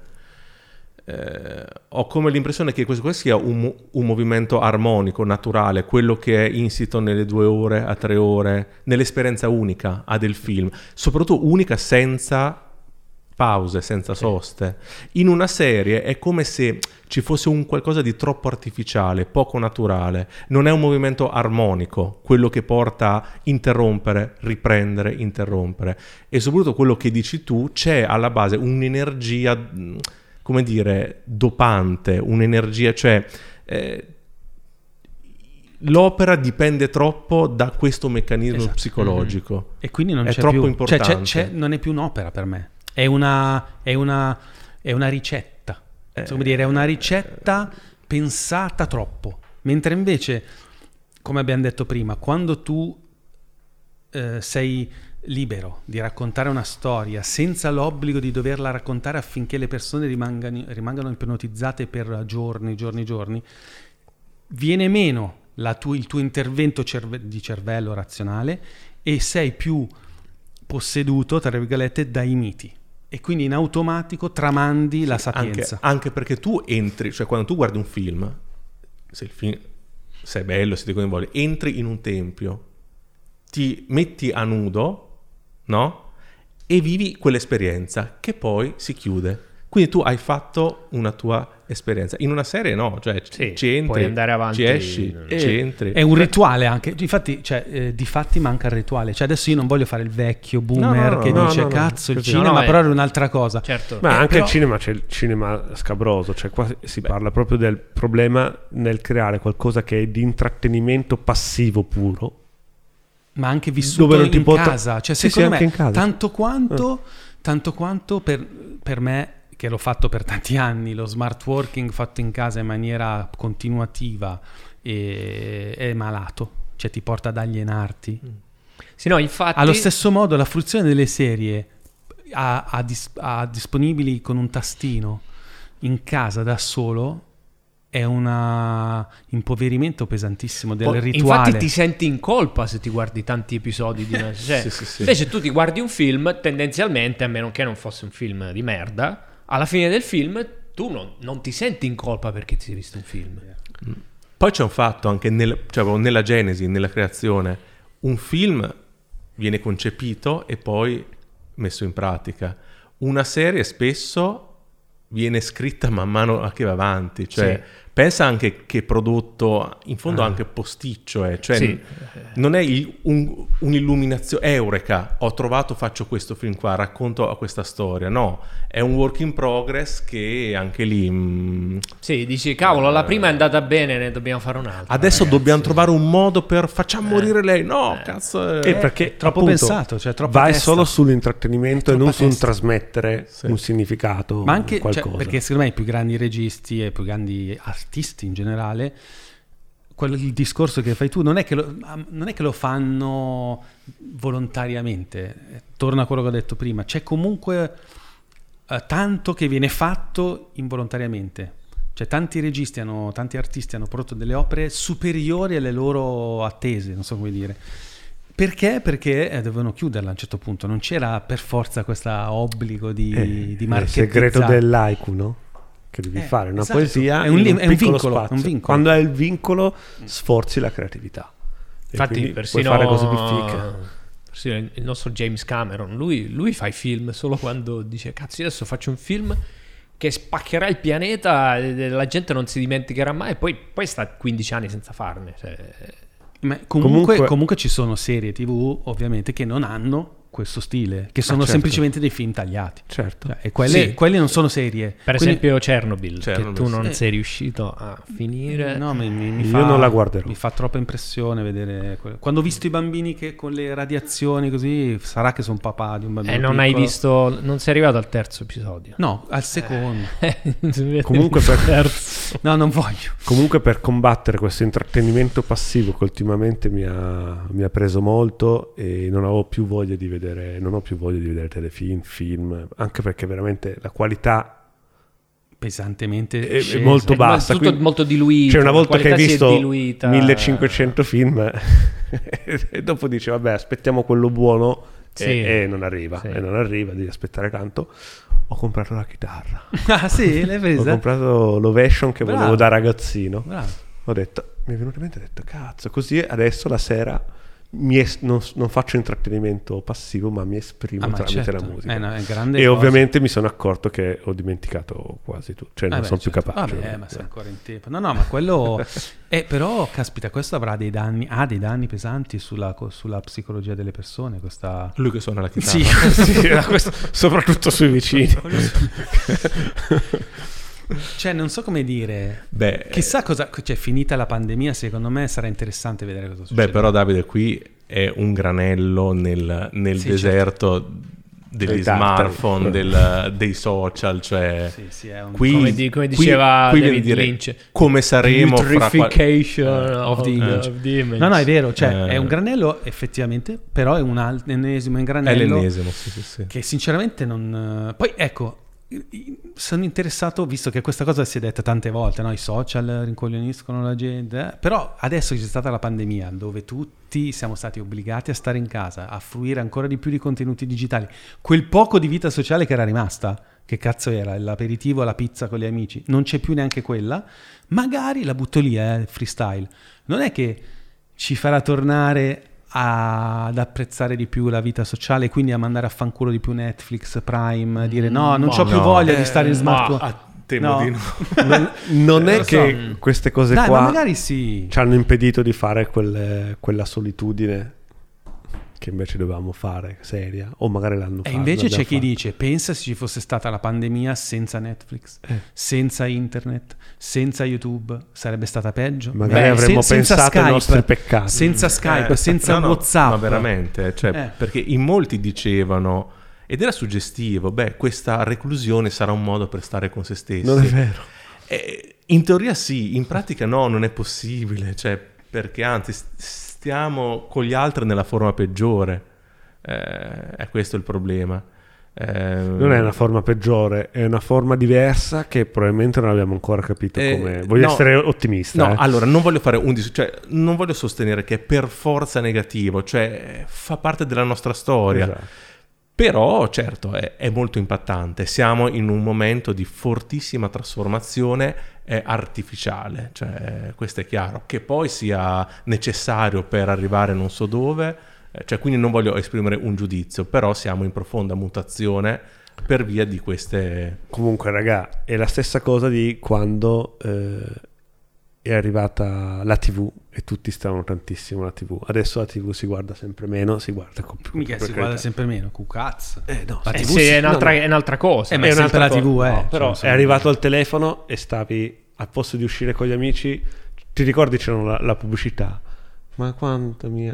[SPEAKER 4] Ho come l'impressione che questo sia un movimento armonico, naturale, quello che è insito nelle 2 ore a 3 ore, nell'esperienza unica del film, soprattutto unica senza pause senza soste. In una serie è come se ci fosse un qualcosa di troppo artificiale, poco naturale. Non è un movimento armonico, quello che porta a interrompere, riprendere, interrompere. E soprattutto quello che dici tu, c'è alla base un'energia, come dire, dopante, un'energia, cioè l'opera dipende troppo da questo meccanismo psicologico.
[SPEAKER 1] E quindi non
[SPEAKER 4] è
[SPEAKER 1] c'è
[SPEAKER 4] troppo
[SPEAKER 1] più,
[SPEAKER 4] importante.
[SPEAKER 1] cioè, non è più un'opera per me, è una ricetta. Come dire, è una ricetta pensata troppo. Mentre invece, come abbiamo detto prima, quando tu sei libero di raccontare una storia senza l'obbligo di doverla raccontare affinché le persone rimangano ipnotizzate per giorni, viene meno il tuo intervento di cervello razionale e sei più posseduto, tra virgolette, dai miti. E quindi in automatico tramandi la sapienza.
[SPEAKER 4] Anche perché tu entri, cioè quando tu guardi un film, se è bello, se ti coinvolge, entri in un tempio, ti metti a nudo, no? E vivi quell'esperienza che poi si chiude. Quindi tu hai fatto una tua esperienza. In una serie no, cioè ci entri,
[SPEAKER 2] puoi andare avanti,
[SPEAKER 4] ci esci, ci entri.
[SPEAKER 1] È un rituale anche. Infatti, difatti manca il rituale. Cioè adesso io non voglio fare il vecchio boomer che dice cazzo il cinema, però è un'altra cosa.
[SPEAKER 2] Certo.
[SPEAKER 3] Ma anche
[SPEAKER 1] però...
[SPEAKER 3] il cinema, c'è il cinema scabroso, cioè qua si parla proprio del problema nel creare qualcosa che è di intrattenimento passivo puro.
[SPEAKER 1] Ma anche vissuto in casa. Cioè secondo me
[SPEAKER 3] in casa.
[SPEAKER 1] tanto quanto per me, che l'ho fatto per tanti anni, lo smart working fatto in casa in maniera continuativa è malato, cioè ti porta ad alienarti.
[SPEAKER 2] Sì, no, infatti...
[SPEAKER 1] Allo stesso modo la fruizione delle serie disponibili con un tastino in casa da solo è un impoverimento pesantissimo del rituale.
[SPEAKER 2] Infatti ti senti in colpa se ti guardi tanti episodi di una serie.
[SPEAKER 4] Sì.
[SPEAKER 2] Invece tu ti guardi un film, tendenzialmente, a meno che non fosse un film di merda, alla fine del film tu non ti senti in colpa perché ti sei visto un film.
[SPEAKER 4] Poi c'è un fatto anche nella genesi, nella creazione. Un film viene concepito e poi messo in pratica. Una serie spesso viene scritta man mano che va avanti, cioè pensa anche che prodotto in fondo anche posticcio è, cioè non è un'illuminazione eureka, ho trovato, faccio questo film qua, racconto questa storia, no, è un work in progress che anche lì
[SPEAKER 2] dici cavolo, la prima è andata bene, ne dobbiamo fare un'altra,
[SPEAKER 4] adesso ragazzi, dobbiamo trovare un modo per facciamo morire lei, no cazzo
[SPEAKER 3] perché
[SPEAKER 1] troppo
[SPEAKER 3] appunto,
[SPEAKER 1] pensato, cioè troppo
[SPEAKER 3] vai
[SPEAKER 1] testa.
[SPEAKER 3] Solo sull'intrattenimento e non
[SPEAKER 1] testa.
[SPEAKER 3] sul trasmettere un significato,
[SPEAKER 1] ma anche
[SPEAKER 3] qualcosa.
[SPEAKER 1] Perché secondo me i più grandi registi e i più grandi artisti in generale, il discorso che fai tu non è che lo fanno volontariamente, torna a quello che ho detto prima, c'è comunque tanto che viene fatto involontariamente, cioè tanti artisti hanno prodotto delle opere superiori alle loro attese, non so come dire. Perché? Perché dovevano chiuderla a un certo punto, non c'era per forza questo obbligo di marketizzare.
[SPEAKER 3] Il segreto dell'haiku, no? Che devi fare una poesia
[SPEAKER 1] è un vincolo,
[SPEAKER 3] spazio.
[SPEAKER 1] Un vincolo.
[SPEAKER 3] Quando hai il vincolo sforzi la creatività.
[SPEAKER 2] Infatti persino
[SPEAKER 3] puoi fare cose più fiche.
[SPEAKER 2] Persino il nostro James Cameron, lui fa i film solo quando dice cazzo io adesso faccio un film che spaccherà il pianeta, la gente non si dimenticherà mai, e poi sta 15 anni senza farne, cioè...
[SPEAKER 1] Ma comunque ci sono serie TV ovviamente che non hanno questo stile, che sono semplicemente dei film tagliati,
[SPEAKER 3] certo,
[SPEAKER 1] e quelle non sono serie.
[SPEAKER 2] Esempio Chernobyl, che tu non sei riuscito a finire.
[SPEAKER 1] No,
[SPEAKER 3] io non la guarderò.
[SPEAKER 1] Mi fa troppa impressione vedere quando ho visto i bambini che con le radiazioni così, sarà che sono papà di un bambino
[SPEAKER 2] non
[SPEAKER 1] piccolo.
[SPEAKER 2] Hai visto, non sei arrivato al terzo episodio?
[SPEAKER 1] No, al secondo.
[SPEAKER 3] Comunque
[SPEAKER 1] no, non voglio.
[SPEAKER 3] Comunque per combattere questo intrattenimento passivo che ultimamente mi ha preso molto, e non ho più voglia di vedere telefilm, film, anche perché veramente la qualità
[SPEAKER 1] pesantemente
[SPEAKER 3] è molto bassa,
[SPEAKER 2] tutto molto diluito.
[SPEAKER 3] Cioè una volta che hai visto 1500 film e dopo dici vabbè aspettiamo quello buono, e non arriva, devi aspettare tanto. Ho comprato la chitarra.
[SPEAKER 1] Ah sì, l'hai presa?
[SPEAKER 3] Ho comprato l'Ovation che volevo da ragazzino.
[SPEAKER 1] Bravo.
[SPEAKER 3] Mi è venuto in mente, ho detto cazzo, così adesso la sera non faccio intrattenimento passivo, ma mi esprimo tramite la musica.
[SPEAKER 1] È grande
[SPEAKER 3] e
[SPEAKER 1] cosa.
[SPEAKER 3] Ovviamente mi sono accorto che ho dimenticato quasi tutto, cioè non sono più capace.
[SPEAKER 1] Ma sei ancora in tempo. No, ma quello però caspita, questo avrà dei danni, pesanti sulla psicologia delle persone, questa...
[SPEAKER 4] Lui che suona la chitarra.
[SPEAKER 3] Sì, soprattutto sui vicini.
[SPEAKER 1] Cioè, non so come dire. Chissà cosa. Cioè, finita la pandemia, secondo me sarà interessante vedere cosa succede.
[SPEAKER 4] Però Davide, qui è un granello nel deserto degli smartphone, dei social. Cioè,
[SPEAKER 2] è un... come diceva David Lynch,
[SPEAKER 4] come saremo
[SPEAKER 2] of the image.
[SPEAKER 1] No, è vero. Cioè, è un granello effettivamente, però è un ennesimo granello.
[SPEAKER 4] È l'ennesimo, sì.
[SPEAKER 1] Che sinceramente non. Poi ecco. Sono interessato, visto che questa cosa si è detta tante volte, no? I social rincoglioniscono la gente, però adesso c'è stata la pandemia dove tutti siamo stati obbligati a stare in casa, a fruire ancora di più di contenuti digitali, quel poco di vita sociale che era rimasta, che cazzo era? L'aperitivo, la pizza con gli amici, non c'è più neanche quella, magari la butto lì, freestyle, non è che ci farà tornare ad apprezzare di più la vita sociale, quindi a mandare a fanculo di più Netflix, Prime, dire non c'ho più voglia di stare in smartphone.
[SPEAKER 3] Temo di no. Non è che queste cose qua
[SPEAKER 1] magari sì,
[SPEAKER 3] ci hanno impedito di fare quella solitudine che invece dovevamo fare seria, o magari l'hanno fatto.
[SPEAKER 1] E invece c'è chi dice: pensa se ci fosse stata la pandemia senza Netflix, senza internet, senza YouTube, sarebbe stata peggio.
[SPEAKER 3] Magari avremmo pensato ai nostri peccati,
[SPEAKER 1] senza Skype, senza WhatsApp.
[SPEAKER 4] Ma veramente, perché in molti dicevano, ed era suggestivo, questa reclusione sarà un modo per stare con se stessi.
[SPEAKER 3] Non è vero.
[SPEAKER 4] In teoria sì, in pratica no, non è possibile, perché anzi stiamo con gli altri nella forma peggiore, è questo il problema.
[SPEAKER 3] Non è una forma peggiore, è una forma diversa che probabilmente non abbiamo ancora capito come. Voglio essere ottimista.
[SPEAKER 4] No, allora non voglio fare non voglio sostenere che è per forza negativo, fa parte della nostra storia.
[SPEAKER 3] Esatto.
[SPEAKER 4] Però certo è molto impattante, siamo in un momento di fortissima trasformazione artificiale, questo è chiaro, che poi sia necessario per arrivare non so dove, quindi non voglio esprimere un giudizio, però siamo in profonda mutazione per via di queste...
[SPEAKER 3] Comunque raga, è la stessa cosa di quando è arrivata la TV e tutti stavano tantissimo alla TV. Adesso la TV si guarda sempre meno, si guarda con più.
[SPEAKER 1] Mica si guarda sempre meno, cazzo.
[SPEAKER 3] No,
[SPEAKER 2] la TV è un'altra cosa.
[SPEAKER 1] Ma è sempre la TV,
[SPEAKER 3] però è arrivato al telefono e stavi, al posto di uscire con gli amici, ti ricordi c'era la pubblicità? Ma quanto mi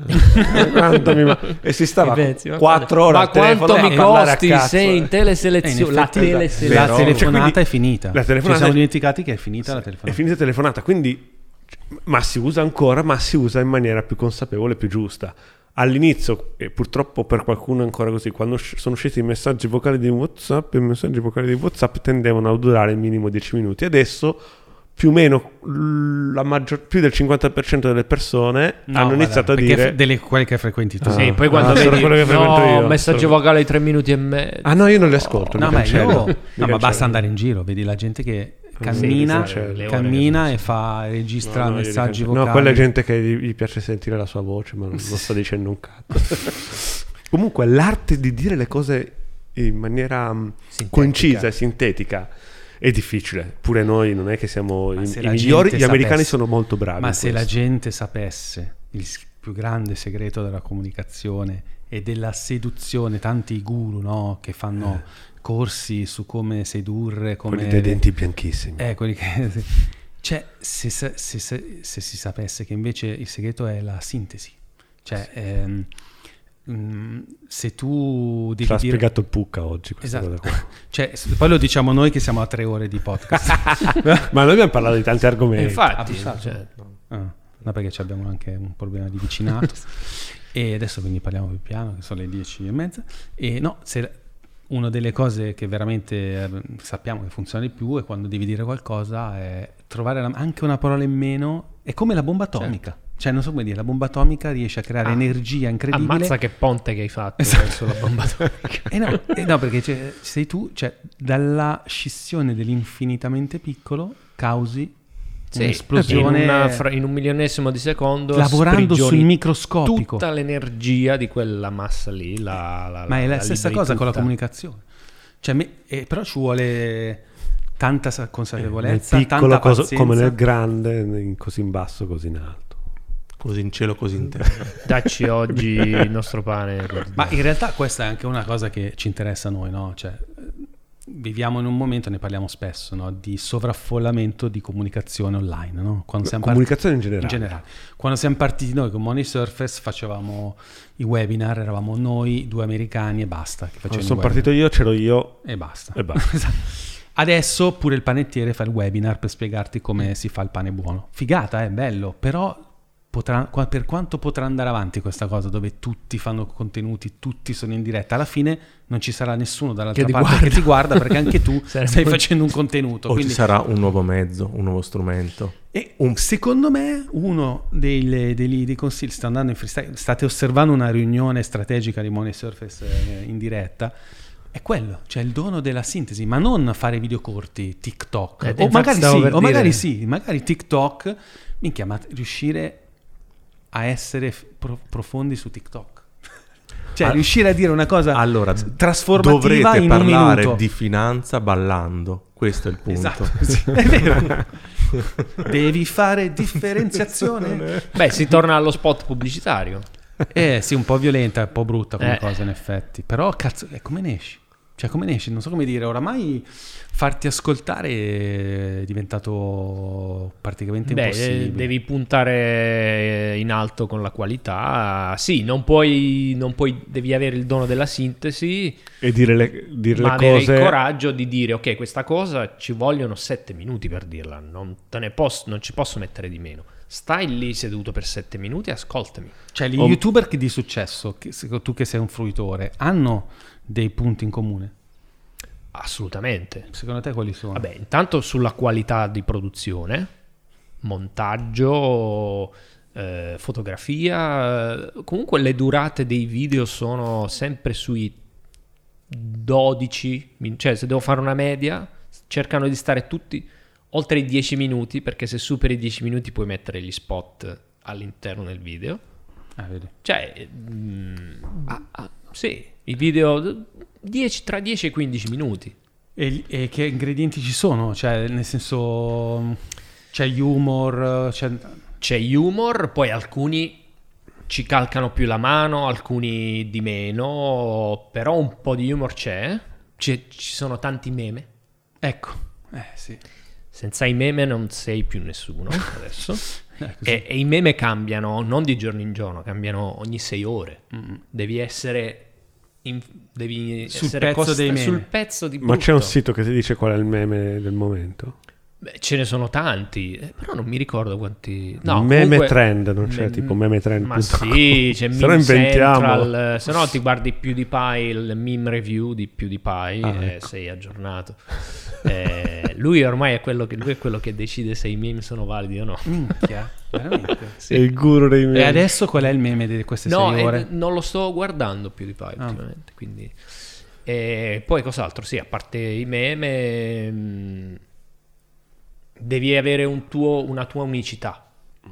[SPEAKER 3] e si stava 4 ore
[SPEAKER 2] ma
[SPEAKER 3] al telefono.
[SPEAKER 2] Quanto mi costi se in teleselezione? La
[SPEAKER 1] telefonata è finita.
[SPEAKER 3] La telefonata
[SPEAKER 1] ci siamo dimenticati che è finita la telefonata.
[SPEAKER 3] È finita la telefonata, quindi ma si usa ancora, ma si usa in maniera più consapevole, più giusta. All'inizio, e purtroppo per qualcuno è ancora così, quando sono usciti i messaggi vocali di WhatsApp, tendevano a durare minimo 10 minuti. Adesso più o meno più del 50% delle persone hanno iniziato a dire
[SPEAKER 1] quelle che frequenti tu.
[SPEAKER 2] Sì, poi quando vedi messaggio vocale di 3 minuti e mezzo.
[SPEAKER 3] No, io non li ascolto.
[SPEAKER 1] Ma basta andare in giro, vedi la gente che cammina e registra messaggi vocali.
[SPEAKER 3] No, quella è gente che gli piace sentire la sua voce, ma non sto dicendo un cazzo. Comunque l'arte di dire le cose in maniera concisa e sintetica è difficile, pure noi non è che siamo i migliori, gli americani sono molto bravi.
[SPEAKER 1] Ma se la gente sapesse il più grande segreto della comunicazione e della seduzione, tanti guru, no, che fanno corsi su come sedurre, come
[SPEAKER 3] quelli dei denti bianchissimi.
[SPEAKER 1] Quelli che se si sapesse che invece il segreto è la sintesi, se tu devi
[SPEAKER 3] ci ha spiegato il Pucca oggi questa cosa qua.
[SPEAKER 1] Poi lo diciamo noi che siamo a 3 ore di podcast.
[SPEAKER 3] Ma noi abbiamo parlato di tanti argomenti.
[SPEAKER 2] Infatti
[SPEAKER 1] no, perché abbiamo anche un problema di vicinato. E adesso quindi parliamo più piano, che sono le 10:30. E no, una delle cose che veramente sappiamo che funziona di più è quando devi dire qualcosa, è trovare anche una parola in meno. È come la bomba atomica. Non so come dire, la bomba atomica riesce a creare energia incredibile.
[SPEAKER 2] Ammazza che ponte che hai fatto verso la bomba atomica.
[SPEAKER 1] No, perché sei tu, dalla scissione dell'infinitamente piccolo causi un'esplosione
[SPEAKER 2] in un milionesimo di secondo,
[SPEAKER 1] lavorando sul microscopico
[SPEAKER 2] tutta l'energia di quella massa lì. Ma
[SPEAKER 1] è la stessa cosa con la comunicazione, cioè, però ci vuole tanta consapevolezza,
[SPEAKER 3] nel piccolo,
[SPEAKER 1] tanta pazienza,
[SPEAKER 3] come nel grande, così in basso, così in alto,
[SPEAKER 4] così in cielo, così in terra.
[SPEAKER 2] Dacci oggi il nostro pane.
[SPEAKER 1] Ma in realtà questa è anche una cosa che ci interessa a noi, no? Cioè, viviamo in un momento, ne parliamo spesso, no? Di sovraffollamento di comunicazione online, no? Quando siamo
[SPEAKER 3] comunicazione in generale.
[SPEAKER 1] Quando siamo partiti noi con Money Surface facevamo i webinar, eravamo noi, 2 americani e basta.
[SPEAKER 3] Quando sono partito io, c'ero io
[SPEAKER 1] e basta.
[SPEAKER 3] Esatto.
[SPEAKER 1] Adesso pure il panettiere fa il webinar per spiegarti come si fa il pane buono. Figata, è bello, però per quanto potrà andare avanti questa cosa dove tutti fanno contenuti, tutti sono in diretta, alla fine non ci sarà nessuno dall'altra parte che ti guarda, perché anche tu stai facendo un contenuto.
[SPEAKER 4] O quindi ci sarà un nuovo mezzo, un nuovo strumento.
[SPEAKER 1] E secondo me uno dei consigli, sta andando in freestyle, state osservando una riunione strategica di Money Surface in diretta, è quello, cioè il dono della sintesi, ma non fare video corti, TikTok, magari TikTok, minchia, ma riuscire a essere profondi su TikTok, cioè riuscire a dire una cosa trasformativa
[SPEAKER 4] dovrete
[SPEAKER 1] in
[SPEAKER 4] parlare
[SPEAKER 1] un minuto
[SPEAKER 4] di finanza ballando, questo è il punto.
[SPEAKER 1] Esatto, sì, è vero. Devi fare differenziazione.
[SPEAKER 2] Beh, si torna allo spot pubblicitario.
[SPEAKER 1] Sì, un po' violenta, un po' brutta come cosa in effetti, però cazzo, come ne esci? Cioè, come ne esci? Non so come dire, oramai farti ascoltare è diventato praticamente impossibile.
[SPEAKER 2] Devi puntare in alto con la qualità. Sì, non puoi, devi avere il dono della sintesi
[SPEAKER 3] e dire le cose,
[SPEAKER 2] avere il coraggio di dire ok, questa cosa ci vogliono 7 minuti per dirla, non ci posso mettere di meno. Stai lì seduto per 7 minuti e ascoltami.
[SPEAKER 1] Cioè, gli youtuber di successo, tu che sei un fruitore, hanno dei punti in comune?
[SPEAKER 2] Assolutamente.
[SPEAKER 1] Secondo te quali sono?
[SPEAKER 2] Vabbè, intanto sulla qualità di produzione, montaggio, fotografia. Comunque le durate dei video sono sempre sui 12, cioè se devo fare una media cercano di stare tutti oltre i 10 minuti, perché se superi i 10 minuti puoi mettere gli spot all'interno del video.
[SPEAKER 1] Vedi.
[SPEAKER 2] Cioè sì, i video tra 10 e 15 minuti.
[SPEAKER 1] E che ingredienti ci sono? Cioè, nel senso, c'è humor,
[SPEAKER 2] c'è humor, poi alcuni ci calcano più la mano, alcuni di meno, però un po' di humor c'è. Ci sono tanti meme.
[SPEAKER 1] Ecco, sì.
[SPEAKER 2] Senza i meme non sei più nessuno adesso. E i meme cambiano non di giorno in giorno, cambiano ogni 6 ore. Devi essere
[SPEAKER 1] sul pezzo dei meme.
[SPEAKER 2] Sul pezzo di brutto.
[SPEAKER 3] Ma c'è un sito che ti dice qual è il meme del momento?
[SPEAKER 2] Beh, ce ne sono tanti, però non mi ricordo quanti. No,
[SPEAKER 3] meme
[SPEAKER 2] comunque,
[SPEAKER 3] trend, non c'è tipo meme trend.
[SPEAKER 2] Ma sì, c'è Meme Central. Se no ti guardi PewDiePie, il meme review di PewDiePie, ecco. Sei aggiornato. Lui ormai è quello che decide se i meme sono validi o no.
[SPEAKER 1] Minchia, veramente.
[SPEAKER 3] Sì. È il guru dei meme.
[SPEAKER 1] E adesso qual è il meme di queste 6 ore?
[SPEAKER 2] Non lo sto guardando PewDiePie ultimamente, quindi. Poi cos'altro? Sì, a parte i meme, devi avere una tua unicità.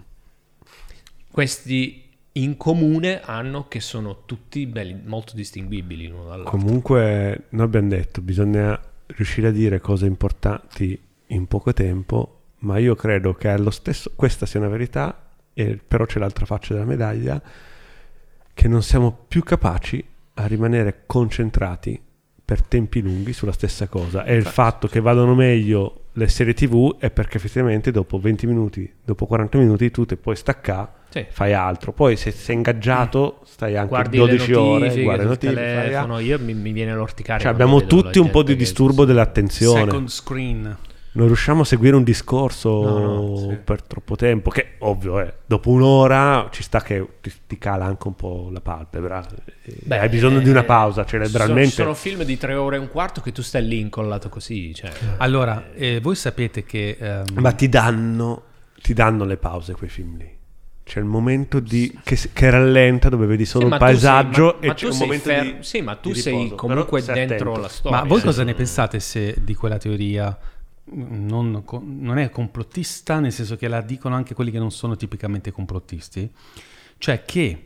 [SPEAKER 2] Questi in comune hanno che sono tutti belli, molto distinguibili l'uno dall'altro.
[SPEAKER 3] Comunque noi abbiamo detto bisogna riuscire a dire cose importanti in poco tempo, ma io credo che allo stesso questa sia una verità, però c'è l'altra faccia della medaglia, che non siamo più capaci a rimanere concentrati per tempi lunghi sulla stessa cosa. E il fatto che vadano meglio le serie TV è perché effettivamente dopo 20 minuti, dopo 40 minuti tu te puoi staccare, fai altro. Poi se sei ingaggiato stai anche
[SPEAKER 2] guardi
[SPEAKER 3] 12 ore, guardi le notifiche,
[SPEAKER 2] io mi viene l'orticaria.
[SPEAKER 3] Cioè abbiamo tutti un po' di disturbo dell'attenzione.
[SPEAKER 1] Second screen.
[SPEAKER 3] Non riusciamo a seguire un discorso per troppo tempo, che ovvio è, dopo un'ora ci sta che ti cala anche un po' la palpebra. Hai bisogno di una pausa cerebralmente.
[SPEAKER 2] Sono film di 3 ore e un quarto che tu stai lì incollato così, cioè.
[SPEAKER 1] Allora, voi sapete che
[SPEAKER 3] ma ti danno le pause quei film lì. C'è il momento che rallenta, dove vedi solo il paesaggio e c'è un momento di
[SPEAKER 2] Sì, ma tu sei comunque dentro la storia.
[SPEAKER 1] Ma voi cosa ne pensate di quella teoria non è complottista, nel senso che la dicono anche quelli che non sono tipicamente complottisti, cioè che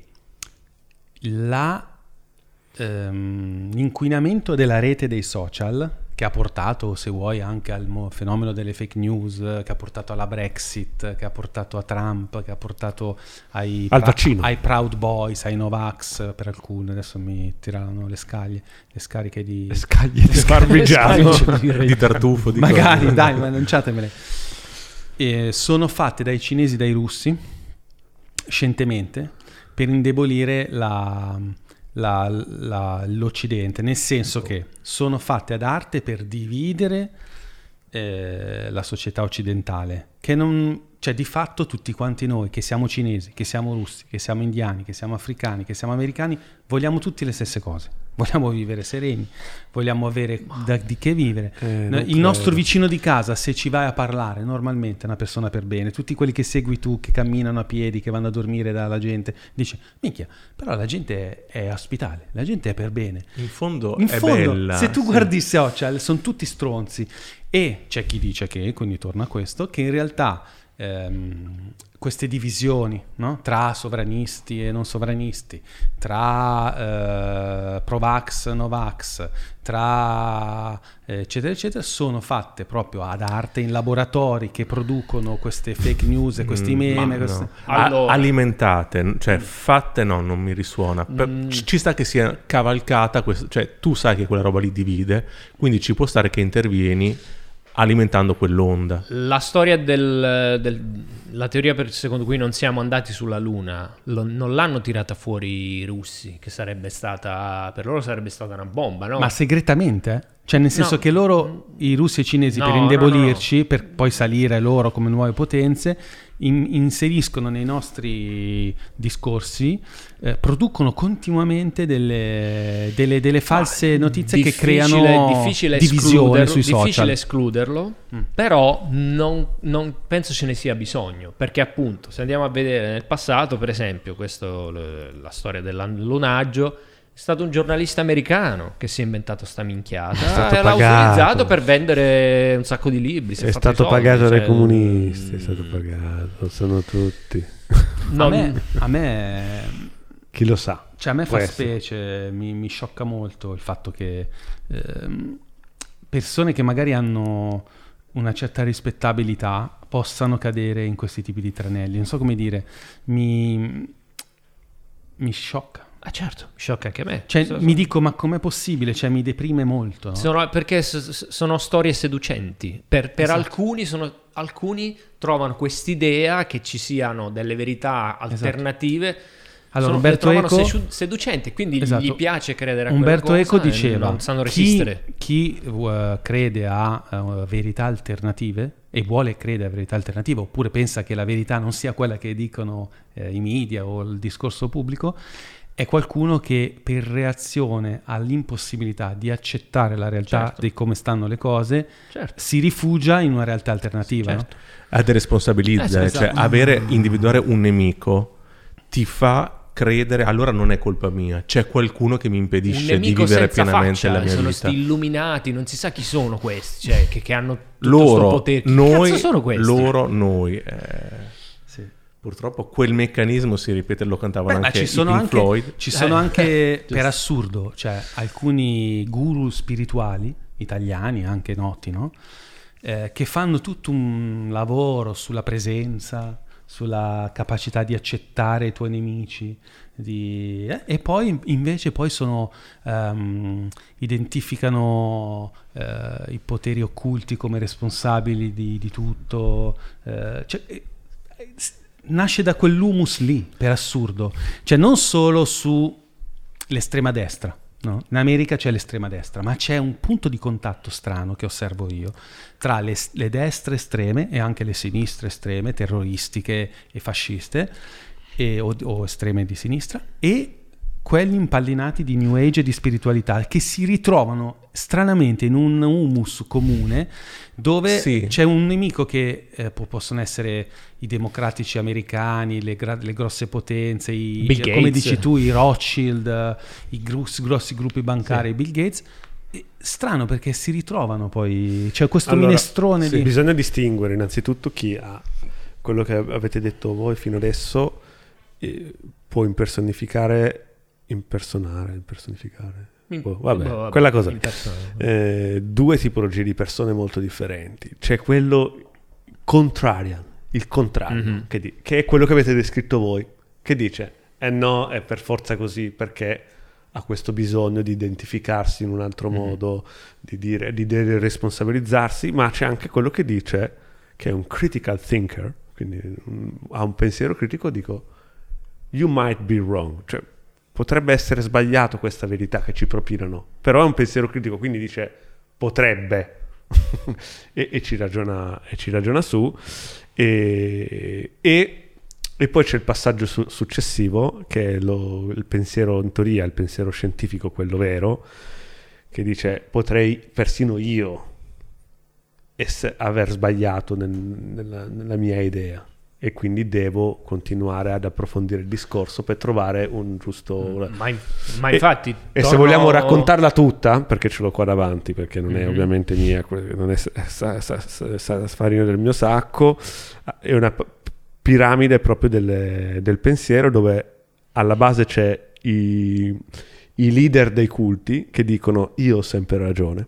[SPEAKER 1] l'inquinamento della rete dei social, che ha portato, se vuoi, anche al fenomeno delle fake news, che ha portato alla Brexit, che ha portato a Trump, che ha portato ai Proud Boys, ai Novax per alcuni, adesso mi tiravano le scariche di
[SPEAKER 3] parmigiano,
[SPEAKER 4] di tartufo, di
[SPEAKER 1] magari, dai, ma lanciatemele. Sono fatte dai cinesi, dai russi, scientemente, per indebolire l'Occidente, nel senso che sono fatte ad arte per dividere la società occidentale, che non, cioè di fatto tutti quanti noi, che siamo cinesi, che siamo russi, che siamo indiani, che siamo africani, che siamo americani, vogliamo tutti le stesse cose. Vogliamo vivere sereni, vogliamo avere di che vivere. Il nostro vicino di casa, se ci vai a parlare, normalmente è una persona per bene. Tutti quelli che segui tu, che camminano a piedi, che vanno a dormire dalla gente, dice, minchia, però la gente è ospitale, la gente è per bene.
[SPEAKER 4] In fondo è bella.
[SPEAKER 1] Se tu guardi i social, sono tutti stronzi. E c'è chi dice che, quindi torna a questo, che in realtà queste divisioni, no? Tra sovranisti e non sovranisti, tra pro-vax, no-vax, tra eccetera eccetera, sono fatte proprio ad arte in laboratori che producono queste fake news e questi meme.
[SPEAKER 4] No. Allora, alimentate, cioè fatte non mi risuona. Ci sta che sia cavalcata, cioè tu sai che quella roba li divide, quindi ci può stare che intervieni alimentando quell'onda.
[SPEAKER 2] La storia la teoria secondo cui non siamo andati sulla Luna non l'hanno tirata fuori i russi, che sarebbe stata, per loro sarebbe stata una bomba, no?
[SPEAKER 1] Ma segretamente? Cioè nel senso che loro, i russi e i cinesi, per indebolirci, per poi salire loro come nuove potenze, inseriscono nei nostri discorsi, producono continuamente delle false notizie che creano divisione sui social.
[SPEAKER 2] Difficile escluderlo, però non penso ce ne sia bisogno, perché appunto se andiamo a vedere nel passato, per esempio, la storia dell'allunaggio, è stato un giornalista americano che si è inventato sta minchiata e l'ha utilizzato per vendere un sacco di libri.
[SPEAKER 3] È stato pagato dai comunisti, è stato pagato, sono tutti.
[SPEAKER 1] A me
[SPEAKER 3] chi lo sa.
[SPEAKER 1] Cioè a me fa specie, mi sciocca molto il fatto che persone che magari hanno una certa rispettabilità possano cadere in questi tipi di tranelli. Non so come dire, mi sciocca.
[SPEAKER 2] Ah certo, mi sciocca anche a me.
[SPEAKER 1] Cioè, mi dico, ma com'è possibile? Cioè, mi deprime molto. No?
[SPEAKER 2] Perché sono storie seducenti. Per esatto. Alcuni trovano quest'idea che ci siano delle verità alternative. Esatto.
[SPEAKER 1] Allora, Umberto Eco
[SPEAKER 2] seducenti, quindi gli piace credere a
[SPEAKER 1] Umberto
[SPEAKER 2] quella cosa.
[SPEAKER 1] Eco diceva:
[SPEAKER 2] non sanno resistere.
[SPEAKER 1] Chi crede a verità alternative e vuole credere a verità alternative, oppure pensa che la verità non sia quella che dicono i media o il discorso pubblico, è qualcuno che per reazione all'impossibilità di accettare la realtà di come stanno le cose si rifugia in una realtà alternativa.
[SPEAKER 2] Certo.
[SPEAKER 1] No?
[SPEAKER 4] Deresponsabilizza, cioè individuare un nemico ti fa credere, allora non è colpa mia, c'è qualcuno che mi impedisce di vivere pienamente la mia
[SPEAKER 2] sono
[SPEAKER 4] vita.
[SPEAKER 2] Sono sti illuminati, non si sa chi sono questi, cioè che hanno tutto sto potere. Che cazzo sono questi?
[SPEAKER 4] Noi. Purtroppo quel meccanismo si ripete, lo cantavano anche i Pink Floyd.
[SPEAKER 1] Ci sono anche, per assurdo, cioè alcuni guru spirituali italiani, anche noti, no? Che fanno tutto un lavoro sulla presenza, sulla capacità di accettare i tuoi nemici, e poi invece sono identificano i poteri occulti come responsabili di tutto. Nasce da quell'humus lì, per assurdo, cioè non solo sull'estrema destra, no? In America c'è l'estrema destra, ma c'è un punto di contatto strano che osservo io tra le destre estreme e anche le sinistre estreme, terroristiche e fasciste o estreme di sinistra, e quelli impallinati di New Age e di spiritualità, che si ritrovano stranamente in un humus comune dove c'è un nemico che possono essere i democratici americani, le grosse potenze, come dici tu, i Rothschild, i grossi gruppi bancari, Bill Gates, strano perché si ritrovano poi, c'è questo minestrone
[SPEAKER 3] di... Bisogna distinguere innanzitutto chi ha quello che avete detto voi fino adesso, può impersonificare. Quella cosa. Due tipologie di persone molto differenti. C'è quello contrarian, il contrario, che è quello che avete descritto voi, che dice no, è per forza così perché ha questo bisogno di identificarsi in un altro modo, di responsabilizzarsi, ma c'è anche quello che dice che è un critical thinker, quindi ha un pensiero critico, dico you might be wrong, cioè potrebbe essere sbagliato questa verità che ci propinano, però è un pensiero critico, quindi dice potrebbe e ci ragiona su e poi c'è il passaggio successivo che è il pensiero, in teoria il pensiero scientifico, quello vero, che dice potrei persino io aver sbagliato nella mia idea e quindi devo continuare ad approfondire il discorso per trovare un giusto...
[SPEAKER 2] Ma infatti...
[SPEAKER 3] E se vogliamo raccontarla tutta, perché ce l'ho qua davanti, perché non è ovviamente mia, non è farina del mio sacco, è una piramide proprio del pensiero dove alla base c'è i leader dei culti che dicono io ho sempre ragione.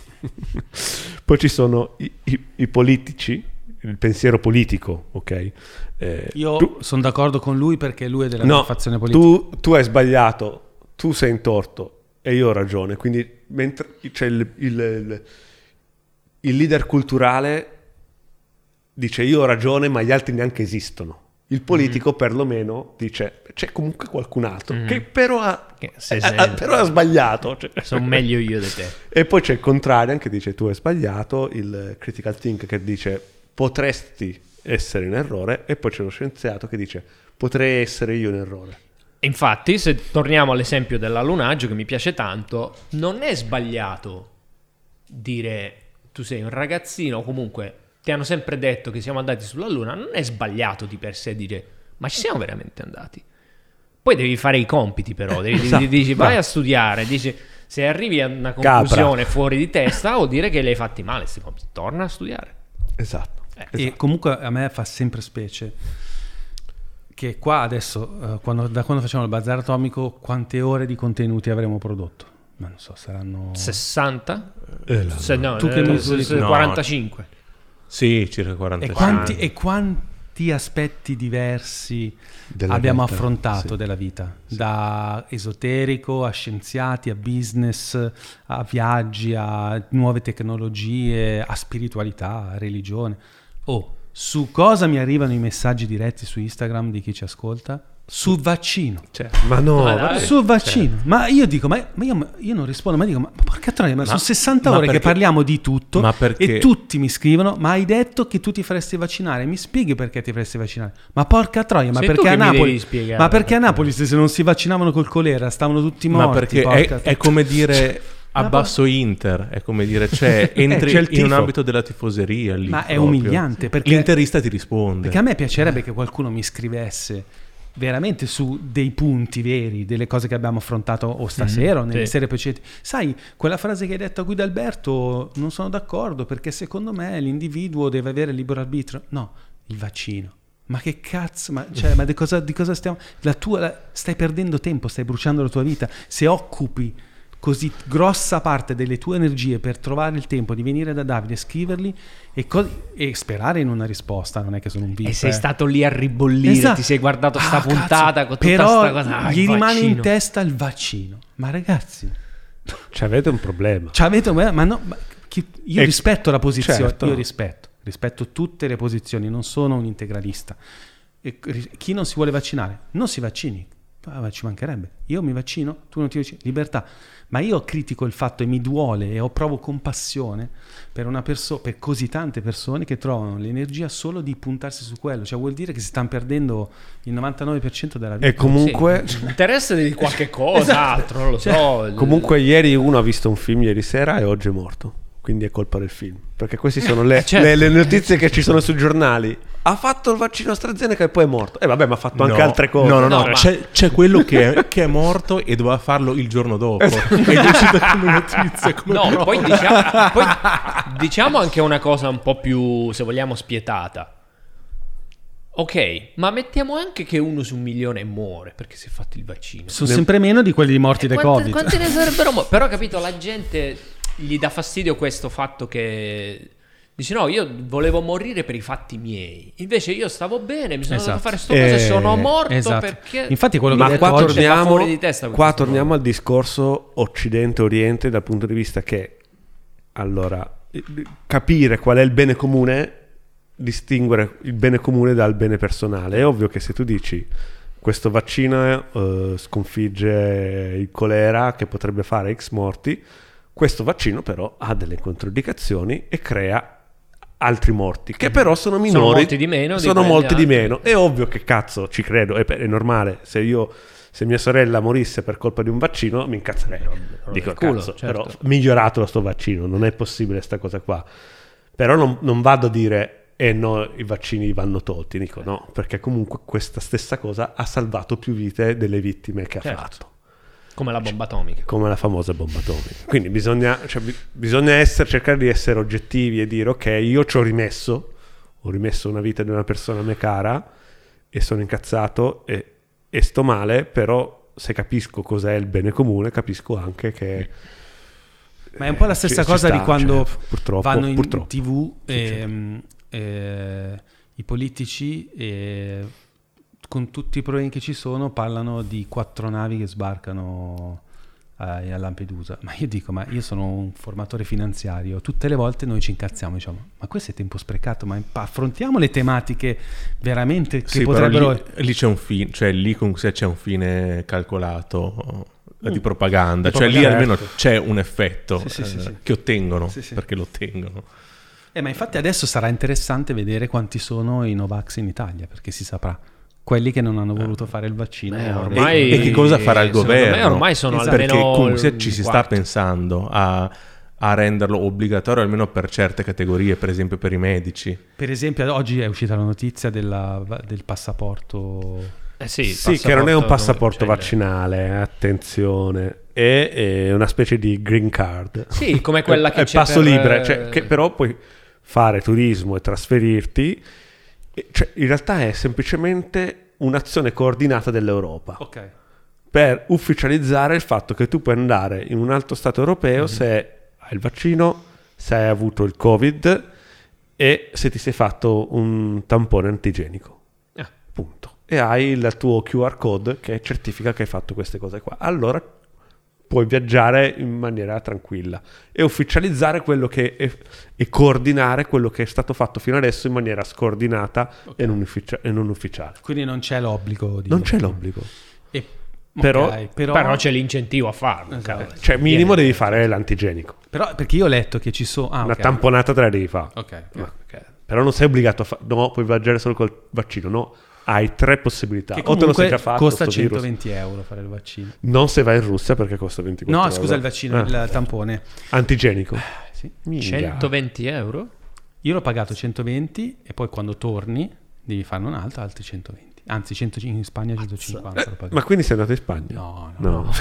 [SPEAKER 3] Poi ci sono i politici, il pensiero politico, ok?
[SPEAKER 1] Io sono d'accordo con lui perché lui è della mia fazione politica.
[SPEAKER 3] Tu hai sbagliato, tu sei in torto e io ho ragione. Quindi mentre c'è il leader culturale dice io ho ragione ma gli altri neanche esistono. Il politico perlomeno dice c'è comunque qualcun altro che però ha sbagliato. Cioè.
[SPEAKER 2] Sono meglio io di te.
[SPEAKER 3] E poi c'è il contrario che dice tu hai sbagliato, il critical think che dice potresti essere in errore, e poi c'è lo scienziato che dice potrei essere io in errore.
[SPEAKER 2] Infatti, se torniamo all'esempio dell'allunaggio che mi piace tanto, non è sbagliato dire tu sei un ragazzino, comunque ti hanno sempre detto che siamo andati sulla Luna, non è sbagliato di per sé dire ma ci siamo veramente andati. Poi devi fare i compiti, però dici vai a studiare, dici se arrivi a una conclusione fuori di testa vuol dire che li hai fatti male questi compiti, torna a studiare.
[SPEAKER 3] Esatto.
[SPEAKER 1] E comunque a me fa sempre specie che qua adesso da quando facciamo il bazar atomico quante ore di contenuti avremo prodotto? Ma non so, saranno
[SPEAKER 2] 60?
[SPEAKER 1] Tu che misuri?
[SPEAKER 2] 45.
[SPEAKER 4] Sì, circa 45.
[SPEAKER 1] E quanti aspetti diversi abbiamo affrontato della vita? Sì. Da esoterico a scienziati, a business, a viaggi, a nuove tecnologie, a spiritualità, a religione. Su cosa mi arrivano i messaggi diretti su Instagram di chi ci ascolta? Sul vaccino. Sul vaccino. Ma io dico, io non rispondo, ma dico, ma porca troia, ma sono 60 ore che parliamo di tutto e tutti mi scrivono, ma hai detto che tu ti faresti vaccinare, mi spieghi perché ti faresti vaccinare? Ma porca troia, ma perché a Napoli? Ma perché a Napoli se non si vaccinavano col colera stavano tutti morti?
[SPEAKER 4] Ma perché è come dire abbasso Inter, è come dire entri in un ambito della tifoseria lì.
[SPEAKER 1] Ma è umiliante perché
[SPEAKER 4] l'interista ti risponde.
[SPEAKER 1] Perché a me piacerebbe che qualcuno mi scrivesse veramente su dei punti veri, delle cose che abbiamo affrontato o stasera o nelle serie precedenti. Sai, quella frase che hai detto a Guido Alberto non sono d'accordo perché secondo me l'individuo deve avere libero arbitrio. No, il vaccino. Ma che cazzo, ma di cosa stiamo? Stai perdendo tempo, stai bruciando la tua vita. Se occupi così grossa parte delle tue energie per trovare il tempo di venire da Davide, scriverli e sperare in una risposta, non è che sono un video.
[SPEAKER 2] E sei stato lì a ribollire, ti sei guardato sta puntata con tutta sta cosa.
[SPEAKER 1] Gli rimane in testa il vaccino. Ma ragazzi,
[SPEAKER 3] avete un problema.
[SPEAKER 1] Io rispetto la posizione,
[SPEAKER 3] certo.
[SPEAKER 1] Io rispetto tutte le posizioni, non sono un integralista. E chi non si vuole vaccinare, non si vaccini. Ci mancherebbe, io mi vaccino, tu non ti vaccini, libertà. Ma io critico il fatto e mi duole e provo compassione per per così tante persone che trovano l'energia solo di puntarsi su quello, cioè vuol dire che si stanno perdendo il 99% della vita.
[SPEAKER 3] E comunque
[SPEAKER 2] interessa di qualche cosa altro, non lo so.
[SPEAKER 3] Comunque ieri uno ha visto un film ieri sera e oggi è morto, quindi è colpa del film, perché queste sono le notizie che ci sono sui giornali. ha fatto il vaccino AstraZeneca e poi è morto. Vabbè, ma ha fatto anche altre cose.
[SPEAKER 4] No, c'è quello che è morto e doveva farlo il giorno dopo. Ed è uscita come notizia.
[SPEAKER 2] Poi diciamo anche una cosa un po' più, se vogliamo, spietata. Ok, ma mettiamo anche che 1 su 1.000.000 muore perché si è fatto il vaccino.
[SPEAKER 1] Sono sempre meno di quelli morti da Covid.
[SPEAKER 2] Quanti ne sarebbero Però, capito, la gente gli dà fastidio questo fatto che dice no, io volevo morire per i fatti miei, invece io stavo bene, mi sono dovuto fare sto cosa e sono morto perché...
[SPEAKER 1] Infatti quello che
[SPEAKER 3] qua
[SPEAKER 1] torniamo,
[SPEAKER 2] fuori di testa.
[SPEAKER 3] Qua torniamo al discorso Occidente-Oriente dal punto di vista che, allora, capire qual è il bene comune, distinguere il bene comune dal bene personale. È ovvio che se tu dici questo vaccino sconfigge il colera che potrebbe fare X morti, questo vaccino però ha delle controindicazioni e crea altri morti che però sono minori,
[SPEAKER 2] sono molti di meno,
[SPEAKER 3] sono molti di meno. È ovvio che cazzo ci credo, è normale. Se mia sorella morisse per colpa di un vaccino mi incazserei, dico cazzo,
[SPEAKER 2] certo.
[SPEAKER 3] però migliorato sto vaccino, non è possibile sta cosa qua. Però non vado a dire no, i vaccini vanno tolti, dico no, perché comunque questa stessa cosa ha salvato più vite delle vittime che ha fatto.
[SPEAKER 2] Come la bomba atomica. Come
[SPEAKER 3] la famosa bomba atomica. Quindi bisogna cercare di essere oggettivi e dire ok, io ci ho rimesso una vita di una persona a me cara e sono incazzato e sto male, però se capisco cos'è il bene comune capisco anche che...
[SPEAKER 1] Ma è un po' la stessa cosa di quando vanno in
[SPEAKER 3] purtroppo.
[SPEAKER 1] TV i politici con tutti i problemi che ci sono parlano di 4 navi che sbarcano a Lampedusa. Ma io dico, ma io sono un formatore finanziario, tutte le volte noi ci incazziamo, diciamo, ma questo è tempo sprecato, ma affrontiamo le tematiche veramente che potrebbero...
[SPEAKER 4] Lì c'è un fine, cioè lì comunque c'è un fine calcolato di propaganda, cioè lì almeno c'è un effetto che ottengono, perché lo ottengono.
[SPEAKER 1] Ma infatti adesso sarà interessante vedere quanti sono i Novax in Italia, perché si saprà. Quelli che non hanno voluto fare il vaccino
[SPEAKER 4] ormai, e che cosa farà il governo?
[SPEAKER 2] Ormai sono
[SPEAKER 4] perché comunque ci si sta pensando a renderlo obbligatorio almeno per certe categorie, per esempio per i medici.
[SPEAKER 1] Per esempio oggi è uscita la notizia del passaporto.
[SPEAKER 3] Sì, che non è un passaporto vaccinale, attenzione, è una specie di green card.
[SPEAKER 2] Sì, come quella che
[SPEAKER 3] è
[SPEAKER 2] c'è
[SPEAKER 3] passo libero, cioè, che però puoi fare turismo e trasferirti. Cioè, in realtà è semplicemente un'azione coordinata dell'Europa per ufficializzare il fatto che tu puoi andare in un altro stato europeo se hai il vaccino, se hai avuto il Covid e se ti sei fatto un tampone antigenico. Punto. E hai il tuo QR code che certifica che hai fatto queste cose qua. Allora puoi viaggiare in maniera tranquilla e ufficializzare quello che e coordinare quello che è stato fatto fino adesso in maniera scordinata e non ufficiale.
[SPEAKER 1] Quindi non c'è l'obbligo
[SPEAKER 3] non c'è l'obbligo.
[SPEAKER 2] Però c'è l'incentivo a farlo.
[SPEAKER 1] Esatto.
[SPEAKER 3] Cioè minimo devi fare l'antigenico.
[SPEAKER 1] Però perché io ho letto che ci sono
[SPEAKER 3] una tamponata te la devi fare. Però non sei obbligato a fare. No, puoi viaggiare solo col vaccino. No, hai 3 possibilità.
[SPEAKER 1] Che comunque o te lo sei già fatto, costa 120 euro fare il vaccino.
[SPEAKER 3] Non se vai in Russia perché costa 24 euro.
[SPEAKER 1] No, scusa, il vaccino, il tampone
[SPEAKER 3] antigenico.
[SPEAKER 1] Sì.
[SPEAKER 2] 120 euro?
[SPEAKER 1] Io l'ho pagato 120 e poi quando torni devi farne un altro, altri 120. Anzi, in Spagna 150.
[SPEAKER 3] Ma quindi sei andato in Spagna?
[SPEAKER 1] No.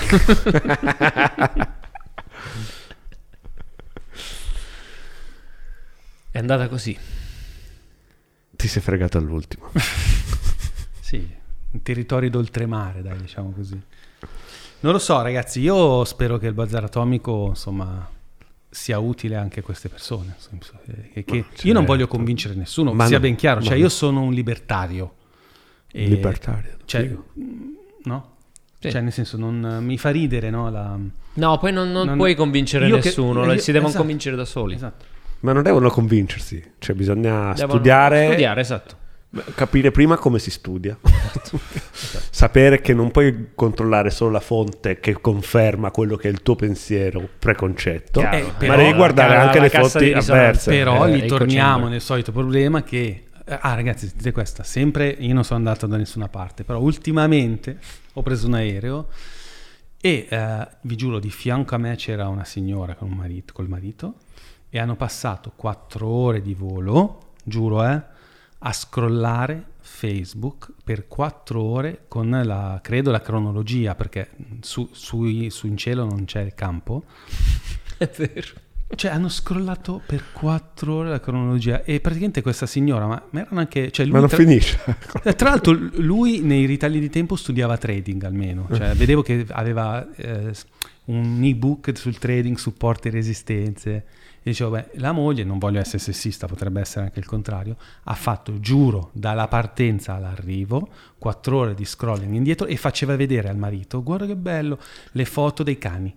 [SPEAKER 2] È andata così.
[SPEAKER 3] Ti sei fregato all'ultimo.
[SPEAKER 1] Sì, in territori d'oltremare, dai, diciamo così. Non lo so, ragazzi, io spero che il bazar atomico, insomma, sia utile anche a queste persone. Io non voglio convincere nessuno, sia ben chiaro. Cioè, io sono un libertario.
[SPEAKER 3] Libertario?
[SPEAKER 1] Cioè, no? Sì. Cioè, nel senso, non mi fa ridere, no?
[SPEAKER 2] No, poi non puoi convincere nessuno, si devono convincere da soli.
[SPEAKER 1] Esatto.
[SPEAKER 3] Ma non devono convincersi, cioè bisogna studiare,
[SPEAKER 2] esatto.
[SPEAKER 3] Capire prima come si studia, sapere che non puoi controllare solo la fonte che conferma quello che è il tuo pensiero preconcetto, ma devi guardare anche le fonti avverse.
[SPEAKER 1] Però lì torniamo nel solito problema che ragazzi, dite questa, sempre io non sono andato da nessuna parte, però ultimamente ho preso un aereo e vi giuro, di fianco a me c'era una signora col marito e hanno passato 4 ore di volo, giuro, a scrollare Facebook per 4 ore con credo la cronologia, perché su in cielo non c'è il campo.
[SPEAKER 2] È vero.
[SPEAKER 1] Cioè hanno scrollato per 4 ore la cronologia e praticamente questa signora, ma erano anche... Cioè, lui
[SPEAKER 3] ma non finisce.
[SPEAKER 1] Tra l'altro lui nei ritagli di tempo studiava trading almeno, cioè vedevo che aveva un ebook sul trading, supporti e resistenze, e dicevo, beh, la moglie, non voglio essere sessista, potrebbe essere anche il contrario, ha fatto, giuro, dalla partenza all'arrivo 4 ore di scrolling indietro e faceva vedere al marito, guarda che bello, le foto dei cani.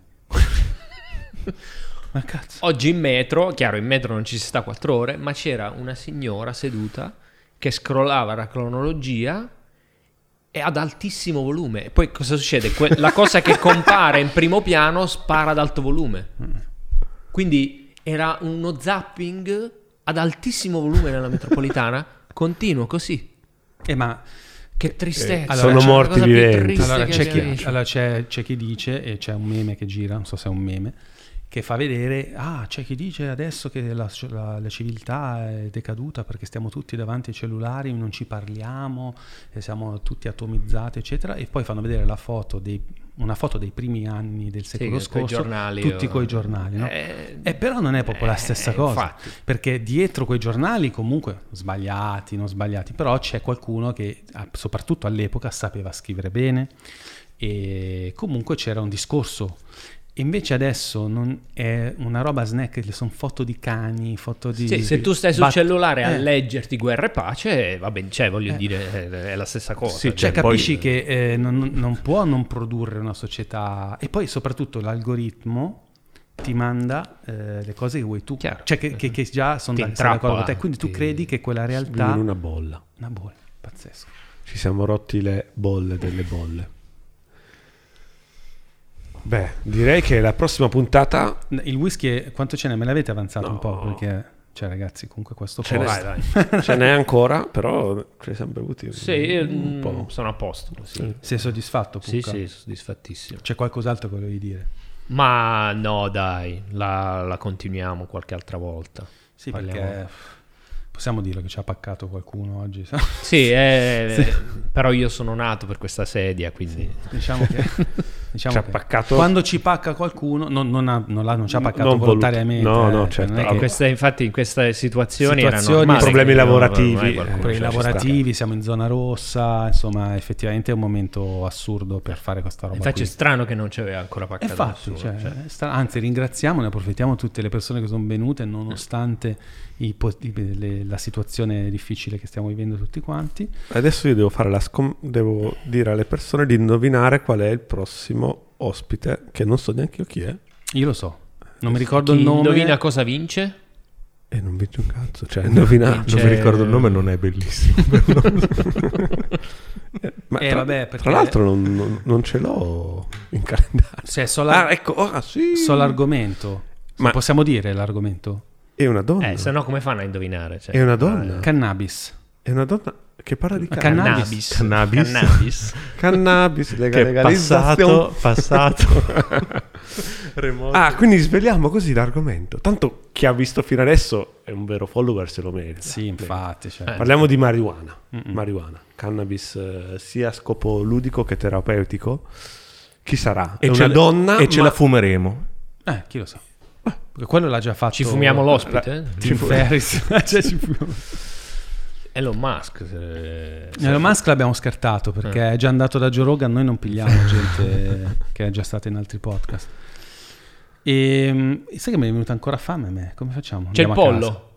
[SPEAKER 1] Ma cazzo.
[SPEAKER 2] Oggi in metro, chiaro, in metro non ci si sta 4 ore, ma c'era una signora seduta che scrollava la cronologia e ad altissimo volume. E poi cosa succede? La cosa che compare in primo piano spara ad alto volume. Quindi era uno zapping ad altissimo volume nella metropolitana, continuo così.
[SPEAKER 1] Ma
[SPEAKER 2] che tristezza.
[SPEAKER 3] Sono morti viventi.
[SPEAKER 1] Allora c'è chi dice, e c'è un meme che gira, non so se è un meme, che fa vedere, c'è chi dice adesso che la civiltà è decaduta perché stiamo tutti davanti ai cellulari, non ci parliamo, siamo tutti atomizzati, eccetera, e poi fanno vedere una foto dei primi anni del secolo scorso,
[SPEAKER 2] giornali,
[SPEAKER 1] tutti coi giornali, no? Però non è proprio la stessa cosa, infatti. Perché dietro quei giornali comunque, sbagliati, non sbagliati, però c'è qualcuno che, soprattutto all'epoca, sapeva scrivere bene e comunque c'era un discorso. Invece adesso non è una roba snack, sono foto di cani, foto di...
[SPEAKER 2] Sì, se tu stai sul cellulare a leggerti Guerra e Pace, va bene, cioè voglio dire, è la stessa cosa.
[SPEAKER 1] Sì, cioè capisci che non può non produrre una società, e poi soprattutto l'algoritmo ti manda le cose che vuoi tu,
[SPEAKER 2] chiaro.
[SPEAKER 1] Cioè che già sono d'accordo con te, quindi tu credi che quella realtà...
[SPEAKER 3] In una bolla.
[SPEAKER 1] Una bolla, pazzesco.
[SPEAKER 3] Ci siamo rotti le bolle delle bolle. Beh, direi che la prossima puntata...
[SPEAKER 1] Il whisky, quanto ce n'è? Me l'avete avanzato un po'? Perché, cioè ragazzi, comunque questo
[SPEAKER 3] ce n'è ancora, però ce ne siamo bevuti
[SPEAKER 2] un po'. Sono a posto. Sì.
[SPEAKER 1] Sei soddisfatto, Pucca?
[SPEAKER 2] Sì, soddisfattissimo.
[SPEAKER 1] C'è qualcos'altro che volevi dire?
[SPEAKER 2] Ma no, dai, la continuiamo qualche altra volta.
[SPEAKER 1] Sì, perché... Possiamo dirlo che ci ha paccato qualcuno oggi?
[SPEAKER 2] Sì, però io sono nato per questa sedia, quindi...
[SPEAKER 1] Sì, diciamo che
[SPEAKER 3] ci ha paccato...
[SPEAKER 1] Quando ci pacca qualcuno, non ci ha paccato volontariamente.
[SPEAKER 3] No, certo.
[SPEAKER 2] Infatti in queste situazioni erano
[SPEAKER 3] problemi lavorativi.
[SPEAKER 1] Problemi lavorativi, siamo in zona rossa, insomma, effettivamente è un momento assurdo per fare questa roba.
[SPEAKER 2] Infatti è strano che non ci aveva ancora paccato nessuno.
[SPEAKER 1] Anzi, ringraziamo, ne approfittiamo tutte le persone che sono venute, nonostante la situazione difficile che stiamo vivendo tutti quanti.
[SPEAKER 3] Adesso io devo dire alle persone di indovinare qual è il prossimo ospite, che non so neanche io chi è.
[SPEAKER 1] Io lo so, non mi ricordo il nome.
[SPEAKER 2] Indovina cosa vince?
[SPEAKER 3] E non vince un cazzo, cioè indovinare.
[SPEAKER 4] Non mi ricordo il nome, non è bellissimo.
[SPEAKER 3] Ma tra l'altro non ce l'ho in calendario.
[SPEAKER 1] Ecco,
[SPEAKER 3] sì.
[SPEAKER 1] So l'argomento. Ma possiamo dire l'argomento?
[SPEAKER 3] È una donna.
[SPEAKER 2] Se no come fanno a indovinare? Cioè,
[SPEAKER 3] è una donna.
[SPEAKER 1] Cannabis.
[SPEAKER 3] È una donna che parla di
[SPEAKER 2] cannabis.
[SPEAKER 3] Cannabis, legalizzazione.
[SPEAKER 4] Passato.
[SPEAKER 3] Remoto. Quindi sveliamo così l'argomento. Tanto chi ha visto fino adesso è un vero follower, se lo merita.
[SPEAKER 1] Sì, infatti.
[SPEAKER 3] Parliamo di marijuana. Marijuana. Cannabis sia a scopo ludico che terapeutico. Chi sarà? È una donna.
[SPEAKER 4] E ce la fumeremo.
[SPEAKER 1] Chi lo sa. Perché quello l'ha già fatto.
[SPEAKER 2] Ci fumiamo l'ospite?
[SPEAKER 1] Tim Ferriss. Ci fumiamo.
[SPEAKER 2] Elon Musk.
[SPEAKER 1] Elon Musk l'abbiamo scartato perché è già andato da Joe Rogan. Noi non pigliamo gente che è già stata in altri podcast. E sai che mi è venuta ancora fame a me? Come facciamo?
[SPEAKER 2] C'è il pollo.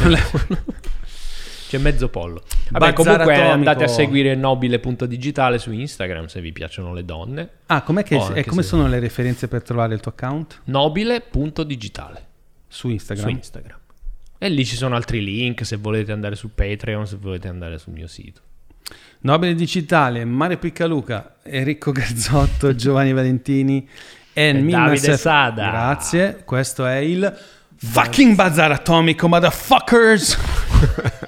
[SPEAKER 2] C'è mezzo pollo. Vabbè, comunque andate a seguire nobile.digitale su Instagram se vi piacciono le donne.
[SPEAKER 1] Come sono le referenze per trovare il tuo account?
[SPEAKER 2] Nobile.digitale
[SPEAKER 1] su Instagram.
[SPEAKER 2] E lì ci sono altri link se volete andare su Patreon, se volete andare sul mio sito.
[SPEAKER 1] Nobile Digitale, Mario Piccaluca, Enrico Garzotto, Giovanni Valentini e
[SPEAKER 2] Davide Sada.
[SPEAKER 1] Grazie, questo è il fucking Bazar Atomico, motherfuckers!